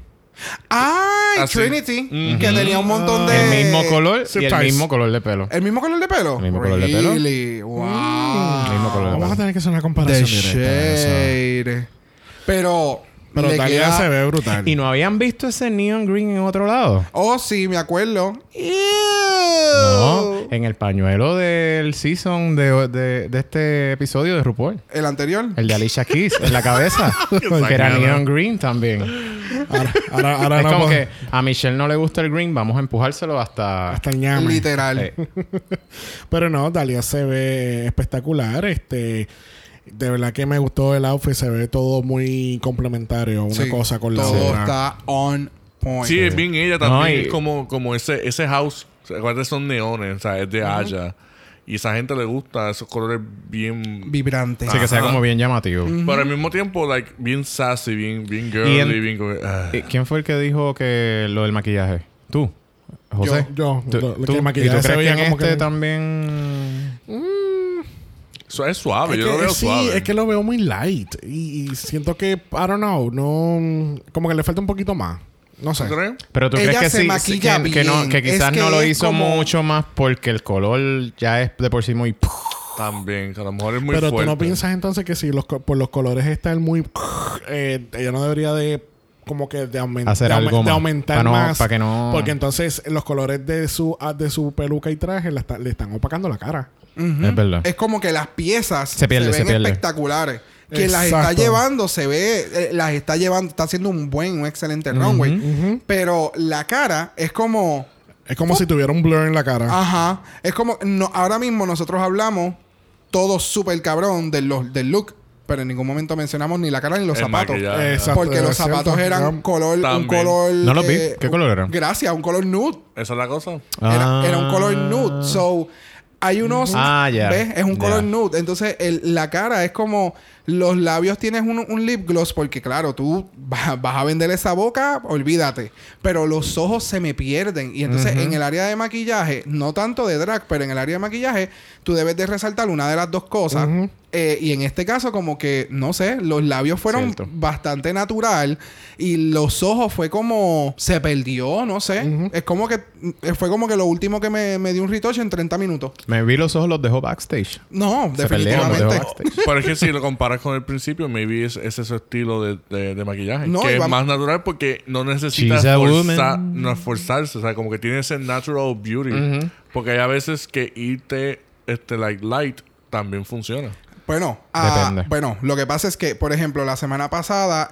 Speaker 3: ¡Ay!
Speaker 2: Así.
Speaker 3: Trinity.
Speaker 2: Ujú.
Speaker 3: Que tenía un montón de...
Speaker 4: El mismo color
Speaker 1: Zip
Speaker 4: y el
Speaker 1: ties.
Speaker 4: mismo color de pelo.
Speaker 3: ¿El mismo color de pelo?
Speaker 4: El mismo color de pelo.
Speaker 3: Really? Wow.
Speaker 4: El mismo color de
Speaker 1: Vamos a
Speaker 4: pelo.
Speaker 1: tener que hacer una
Speaker 3: The
Speaker 1: comparación directa de eso.
Speaker 3: shade. Pero...
Speaker 1: Pero
Speaker 3: le
Speaker 1: Dahlia
Speaker 3: queda-
Speaker 1: se ve brutal.
Speaker 4: ¿Y no habían visto ese neon green en otro lado?
Speaker 3: Oh, sí, me acuerdo.
Speaker 4: No, en el pañuelo del season de, de, de este episodio de RuPaul.
Speaker 3: ¿El anterior?
Speaker 4: El de Alicia Keys en la cabeza. que era neon green también.
Speaker 1: Ahora, ahora, ahora
Speaker 4: es
Speaker 1: no
Speaker 4: como
Speaker 1: puedo-
Speaker 4: que a Michelle no le gusta el green, vamos a empujárselo hasta...
Speaker 1: hasta el ñame.
Speaker 3: Literal.
Speaker 4: Eh,
Speaker 1: Pero no, Dahlia se ve espectacular. Este, de verdad que me gustó el outfit. Se ve todo muy complementario, una
Speaker 3: Sí,
Speaker 1: cosa con la
Speaker 3: todo
Speaker 1: otra.
Speaker 3: está on point.
Speaker 2: Sí, es bien ella también.
Speaker 4: No, y-
Speaker 2: Es como, como ese, ese house. Acuérdate, son neones, o sea, es de Aya. Y esa gente le gusta esos colores bien...
Speaker 3: Vibrante.
Speaker 4: Sí, que sea
Speaker 2: Ajá.
Speaker 4: como bien llamativo.
Speaker 2: Pero al mismo tiempo, like, bien sassy, bien, bien girly,
Speaker 4: Y en-
Speaker 2: bien... como que, ah.
Speaker 4: ¿Y ¿Quién fue el que dijo que lo del maquillaje? ¿Tú, José.
Speaker 1: Yo,
Speaker 4: ¿Tú,
Speaker 1: lo- lo que
Speaker 4: tú-
Speaker 1: el
Speaker 4: ¿Y
Speaker 1: maquillaje
Speaker 4: tú
Speaker 1: se
Speaker 4: crees que
Speaker 1: veía
Speaker 4: en
Speaker 1: como
Speaker 4: este
Speaker 1: que-
Speaker 4: también...?
Speaker 2: Eso es suave,
Speaker 1: Es
Speaker 2: yo
Speaker 1: que,
Speaker 2: lo veo
Speaker 1: sí,
Speaker 2: suave.
Speaker 1: es que lo veo muy light. Y, y siento que, I don't know, no... Como que le falta un poquito más. No sé.
Speaker 2: ¿Tú crees?
Speaker 4: Pero tú
Speaker 3: Ella
Speaker 4: crees que
Speaker 3: se
Speaker 4: sí, sí,
Speaker 3: maquilla
Speaker 4: que, que no,
Speaker 3: bien.
Speaker 4: que quizás
Speaker 3: Es que
Speaker 4: no lo
Speaker 3: es
Speaker 4: hizo
Speaker 3: como-
Speaker 4: mucho más porque el color ya es de por sí muy...
Speaker 2: También, que a lo mejor es muy
Speaker 1: Pero
Speaker 2: fuerte.
Speaker 1: tú no piensas entonces que si los, co- por los colores están muy... Eh, ella no debería de... Como que de, aumen-
Speaker 4: Hacer
Speaker 1: de, aumen-
Speaker 4: algo
Speaker 1: de
Speaker 4: más.
Speaker 1: aumentar
Speaker 4: Pa' no-
Speaker 1: más.
Speaker 4: pa' que no-
Speaker 1: Porque entonces los colores de su, ah, de su peluca y traje la está- le están opacando la cara.
Speaker 3: Ujú.
Speaker 4: Es verdad.
Speaker 3: Es como que las piezas
Speaker 4: Se pierde,
Speaker 3: ven
Speaker 4: se pierde.
Speaker 3: espectaculares. Quien las está
Speaker 1: Exacto.
Speaker 3: llevando se ve, eh, las está llevando, está haciendo un buen, un excelente runway.
Speaker 1: Ujú.
Speaker 3: Pero la cara es como,
Speaker 1: Es como si tuviera un blur en la cara.
Speaker 3: ajá, es como, no, ahora mismo nosotros hablamos todo súper cabrón del, lo- del look, pero en ningún momento mencionamos ni la cara ni los
Speaker 2: El
Speaker 3: zapatos.
Speaker 2: maquillaje.
Speaker 1: Exacto.
Speaker 3: Porque los
Speaker 1: es cierto.
Speaker 3: zapatos eran
Speaker 1: Ya.
Speaker 3: color, un
Speaker 2: También.
Speaker 3: color.
Speaker 4: No los vi.
Speaker 3: eh,
Speaker 4: ¿Qué color eran?
Speaker 3: Gracias, un color nude.
Speaker 2: Esa es la cosa.
Speaker 3: Era, era un color
Speaker 4: Ah.
Speaker 3: nude. So, hay unos.
Speaker 4: Ah, ya.
Speaker 3: ¿Ves? Es un
Speaker 4: Ya.
Speaker 3: color nude. Entonces, el- la cara es como. Los labios tienes un, un lip gloss porque, claro, tú vas, vas a vender esa boca, olvídate. Pero los ojos se me pierden. Y entonces, en el área de maquillaje, no tanto de drag, pero en el área de maquillaje, tú debes de resaltar una de las dos cosas.
Speaker 1: Ujú.
Speaker 3: Eh, y en este caso, como que, no sé, los labios fueron
Speaker 4: Cierto.
Speaker 3: bastante natural. Y los ojos fue como... Se perdió, no sé.
Speaker 1: Ujú.
Speaker 3: Es como que... eh, Fue como que lo último que me, me dio un retouch en treinta minutos.
Speaker 4: Me vi los ojos, los dejó backstage.
Speaker 3: No,
Speaker 4: Se perdieron, los dejó
Speaker 3: definitivamente.
Speaker 4: backstage.
Speaker 2: Pero es que si lo comparas con el principio, maybe es, ese es su estilo de, de, de maquillaje.
Speaker 3: No, y
Speaker 2: que es
Speaker 3: vamos-
Speaker 2: más natural porque no necesita
Speaker 4: She's a
Speaker 2: forza-
Speaker 4: woman.
Speaker 2: no esforzarse. O sea, como que tiene ese natural beauty.
Speaker 4: Ujú.
Speaker 2: Porque hay a veces que irte este, like, light también funciona.
Speaker 3: Bueno, ah,
Speaker 4: Depende.
Speaker 3: bueno, lo que pasa es que, por ejemplo, la semana pasada,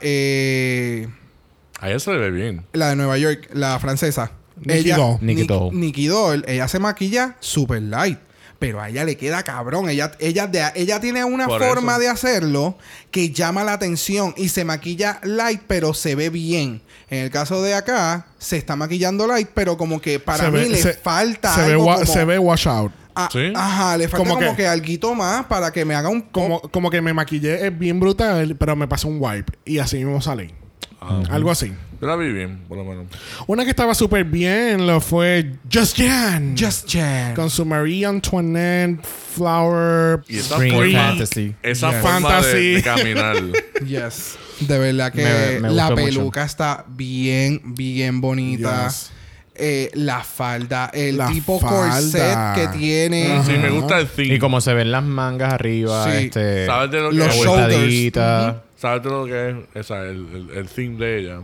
Speaker 3: eh,
Speaker 2: A ella se le ve bien.
Speaker 3: la de Nueva York, la francesa,
Speaker 1: Nikki
Speaker 3: ella,
Speaker 1: Doll.
Speaker 4: Nikki
Speaker 3: Nik-
Speaker 4: Doll.
Speaker 3: Nikki Doll, ella se maquilla super light. Pero a ella le queda cabrón. Ella, ella, de- ella tiene una
Speaker 2: Por
Speaker 3: forma
Speaker 2: eso.
Speaker 3: de hacerlo que llama la atención y se maquilla light, pero se ve bien. En el caso de acá, se está maquillando light, pero como que para
Speaker 1: Se
Speaker 3: mí
Speaker 1: ve-
Speaker 3: le
Speaker 1: se-
Speaker 3: falta
Speaker 1: se ve,
Speaker 3: algo
Speaker 1: wa-
Speaker 3: como-
Speaker 1: se ve wash out.
Speaker 3: Ah,
Speaker 2: ¿Sí?
Speaker 3: Ajá, le falta
Speaker 1: Como
Speaker 3: como,
Speaker 1: que-
Speaker 3: que, alguito más para que me haga un...
Speaker 1: Como, como que me maquillé es bien brutal, pero me pasó un wipe. Y así mismo salí. Algo así.
Speaker 2: Yo la vi bien, por lo menos.
Speaker 1: Una que estaba súper bien lo fue Just Jan.
Speaker 3: Just Jan.
Speaker 1: Con su Marie Antoinette Flower.
Speaker 2: Y esa
Speaker 4: Spring
Speaker 2: forma,
Speaker 4: Fantasy.
Speaker 2: esa
Speaker 3: Yes.
Speaker 2: forma de,
Speaker 1: Fantasy.
Speaker 2: de caminar.
Speaker 3: Yes. De verdad que
Speaker 4: Me- me
Speaker 3: la
Speaker 4: gustó
Speaker 3: peluca está bien, bien bonita.
Speaker 1: Yes.
Speaker 3: Eh, la falda, el
Speaker 1: La
Speaker 3: tipo
Speaker 1: falda.
Speaker 3: corset que tiene.
Speaker 2: Sí, me gusta el theme.
Speaker 4: Y como se ven las mangas arriba,
Speaker 3: Sí.
Speaker 4: este...
Speaker 2: ¿Sabes de lo que
Speaker 3: Los
Speaker 2: es?
Speaker 3: shoulders.
Speaker 4: Vueltadita.
Speaker 2: ¿Sabes de lo que es? Esa, el, el, el theme de ella.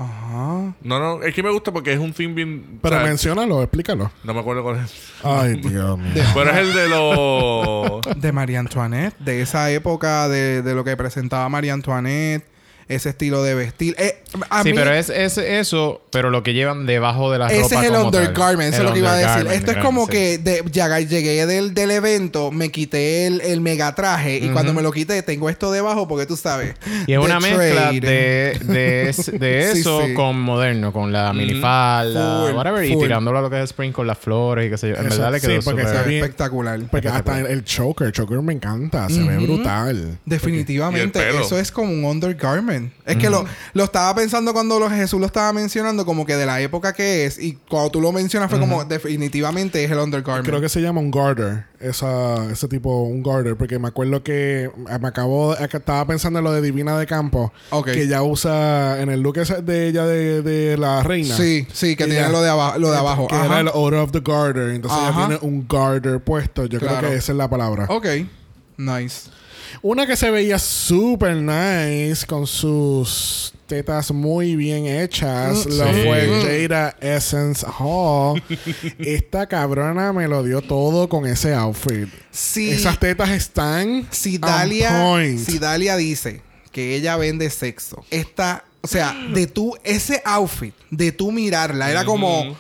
Speaker 3: Ajá.
Speaker 2: No, no, es que me gusta porque es un theme bien...
Speaker 1: Pero
Speaker 2: o sea,
Speaker 1: menciónalo, explícalo.
Speaker 2: no me acuerdo cuál es.
Speaker 1: Ay, Dios mío.
Speaker 2: Pero es el de los...
Speaker 3: De María Antoinette. De esa época de, de lo que presentaba María Antoinette. Ese estilo de vestir. Eh, a
Speaker 4: Sí,
Speaker 3: mí-
Speaker 4: pero es, es eso, pero lo que llevan debajo de la ropa
Speaker 3: Ese es el
Speaker 4: como tal.
Speaker 3: undergarment, eso es
Speaker 4: El
Speaker 3: lo que iba a decir.
Speaker 4: undergarment,
Speaker 3: Esto es
Speaker 4: gran-
Speaker 3: como
Speaker 4: sí.
Speaker 3: que de, ya llegué del, del evento, me quité el, el megatraje y cuando me lo quité tengo esto debajo porque tú sabes.
Speaker 4: Y es una
Speaker 3: The
Speaker 4: mezcla
Speaker 3: trade.
Speaker 4: de, de, es- de
Speaker 3: Sí,
Speaker 4: eso
Speaker 3: sí.
Speaker 4: con moderno, con la minifalda,
Speaker 3: Full,
Speaker 4: whatever, y
Speaker 3: full.
Speaker 4: tirándolo a lo que es spring con las flores y qué sé yo. En
Speaker 1: Eso,
Speaker 4: verdad le
Speaker 1: sí,
Speaker 4: quedó
Speaker 1: porque
Speaker 4: súper...
Speaker 1: se ve-
Speaker 3: Espectacular.
Speaker 1: Porque hasta el, el choker, el choker me encanta. Se ve brutal.
Speaker 3: Definitivamente,
Speaker 2: Y el pelo.
Speaker 3: eso es como un undergarment. Es que lo, lo estaba pensando cuando lo, Jesús lo estaba mencionando, como que de la época que es, y cuando tú lo mencionas fue como definitivamente es el undergarment.
Speaker 1: Creo que se llama un garter. Esa, ese tipo, un garter. Porque me acuerdo que me acabo de- que estaba pensando en lo de Divina de Campo.
Speaker 3: Ok.
Speaker 1: Que ella usa en el look ese de ella de, de la reina.
Speaker 3: Sí, sí, que
Speaker 1: Ella-
Speaker 3: tenía lo de, aba- lo de abajo.
Speaker 1: Que
Speaker 3: Ajá.
Speaker 1: era el order of the garter. Entonces
Speaker 3: Ajá.
Speaker 1: ella tiene un garter puesto. Yo
Speaker 3: Claro.
Speaker 1: creo que esa es la palabra.
Speaker 3: Ok. Nice.
Speaker 1: Una que se veía súper nice con sus tetas muy bien hechas
Speaker 3: Mm,
Speaker 1: lo
Speaker 2: sí.
Speaker 1: fue Jada Essence Hall. Esta cabrona me lo dio todo con ese outfit.
Speaker 3: Sí.
Speaker 1: Esas tetas están
Speaker 3: Si
Speaker 1: on
Speaker 3: Dalia,
Speaker 1: point.
Speaker 3: si Dalia dice que ella vende sexo, esta, o sea, de tú, ese outfit, de tú mirarla, era como,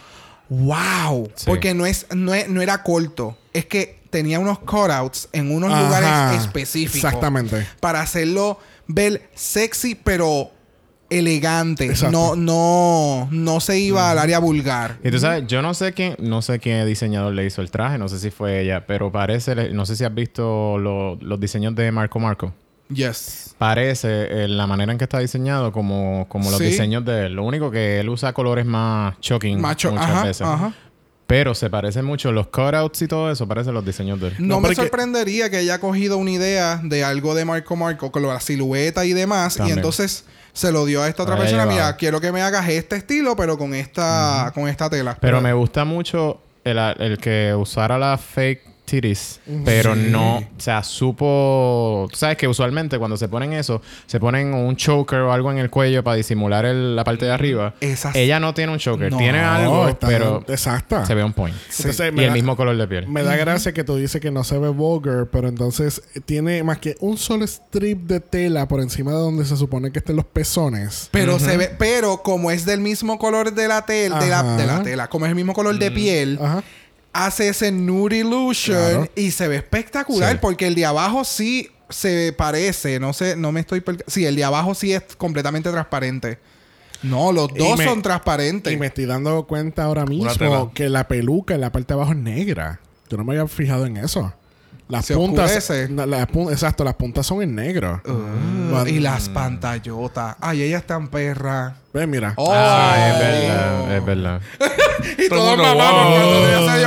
Speaker 3: wow.
Speaker 4: Sí.
Speaker 3: Porque no, es, no, es- no era corto. Es que tenía unos cutouts en unos
Speaker 1: Ajá,
Speaker 3: lugares específicos.
Speaker 1: exactamente.
Speaker 3: Para hacerlo ver sexy, pero elegante.
Speaker 1: Exacto.
Speaker 3: No, no, no se iba al área vulgar.
Speaker 4: Y tú sabes, yo no sé quién, no sé quién diseñador le hizo el traje, no sé si fue ella, pero parece, no sé si has visto lo- los diseños de Marco Marco.
Speaker 3: Yes.
Speaker 4: Parece eh, la manera en que está diseñado como, como los
Speaker 3: Sí.
Speaker 4: diseños de él. Lo único que él usa colores más shocking
Speaker 3: Macho,
Speaker 4: muchas
Speaker 3: ajá,
Speaker 4: veces.
Speaker 3: ajá.
Speaker 4: Pero se parece mucho, los cutouts y todo eso parecen los diseños de él.
Speaker 3: No,
Speaker 1: No,
Speaker 3: me
Speaker 1: porque-
Speaker 3: sorprendería que haya cogido una idea de algo de Marco Marco con la silueta y demás.
Speaker 4: También.
Speaker 3: Y entonces se lo dio a esta otra
Speaker 4: Ahí
Speaker 3: persona.
Speaker 4: llevaba.
Speaker 3: Mira, quiero que me hagas este estilo, pero con esta, con esta tela.
Speaker 4: Pero me gusta mucho el, el que usara la fake titties, pero no, o sea, supo, tú sabes que usualmente cuando se ponen eso, se ponen un choker o algo en el cuello para disimular el- la parte de arriba.
Speaker 3: Esas-
Speaker 4: Ella no tiene un choker,
Speaker 3: No,
Speaker 4: tiene algo,
Speaker 1: está-
Speaker 4: pero
Speaker 1: exacta.
Speaker 4: se ve un point.
Speaker 1: Entonces,
Speaker 4: Y
Speaker 1: me
Speaker 4: el
Speaker 1: da-
Speaker 4: mismo color de piel.
Speaker 1: Me da gracia que tú dices que no se ve vulgar, pero entonces tiene más que un solo strip de tela por encima de donde se supone que estén los pezones.
Speaker 3: Pero se ve, pero como es del mismo color de la tela, de la,
Speaker 1: Ajá.
Speaker 3: de la tela, como es el mismo color de piel,
Speaker 1: Ajá.
Speaker 3: hace ese nude illusion
Speaker 1: Claro.
Speaker 3: y se ve espectacular
Speaker 4: Sí.
Speaker 3: porque el de abajo sí se parece, no sé, no me estoy perca- sí, el de abajo sí es completamente transparente. No, los
Speaker 1: Y
Speaker 3: dos
Speaker 1: me-
Speaker 3: son transparentes.
Speaker 1: Y me estoy dando cuenta ahora
Speaker 2: tela.
Speaker 1: mismo que la peluca en la parte de abajo es negra. Yo no me había fijado en eso. Las
Speaker 3: Se
Speaker 1: puntas.
Speaker 3: oscurece.
Speaker 1: na- las pun- exacto, las puntas son en negro.
Speaker 3: Uh, y las pantallotas. Ay, ella es tan perra.
Speaker 1: Ve, mira.
Speaker 3: Oh.
Speaker 4: Ah, es verdad, es verdad.
Speaker 3: Y
Speaker 2: Todo
Speaker 3: todos
Speaker 2: el mundo,
Speaker 3: mamamos
Speaker 2: wow.
Speaker 3: cuando ella se dio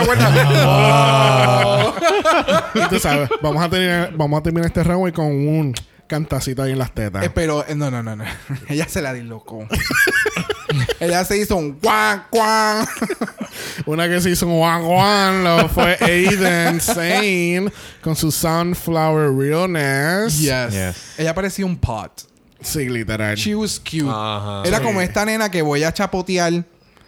Speaker 3: cuenta.
Speaker 1: Y tú sabes, vamos a, tener, vamos a terminar este runway con un cantacito ahí en las tetas.
Speaker 3: Eh, pero, eh, no, no, no, no. Ella se la dislocó. Ella se hizo un guan, guan.
Speaker 1: Una que se hizo un one one lo fue Aiden Sane con su Sunflower Realness.
Speaker 3: Yes.
Speaker 4: Yes.
Speaker 3: Ella parecía un pot.
Speaker 1: Sí, literal.
Speaker 3: She was cute.
Speaker 2: Ajá.
Speaker 3: Era
Speaker 1: Sí.
Speaker 3: como esta nena que voy a chapotear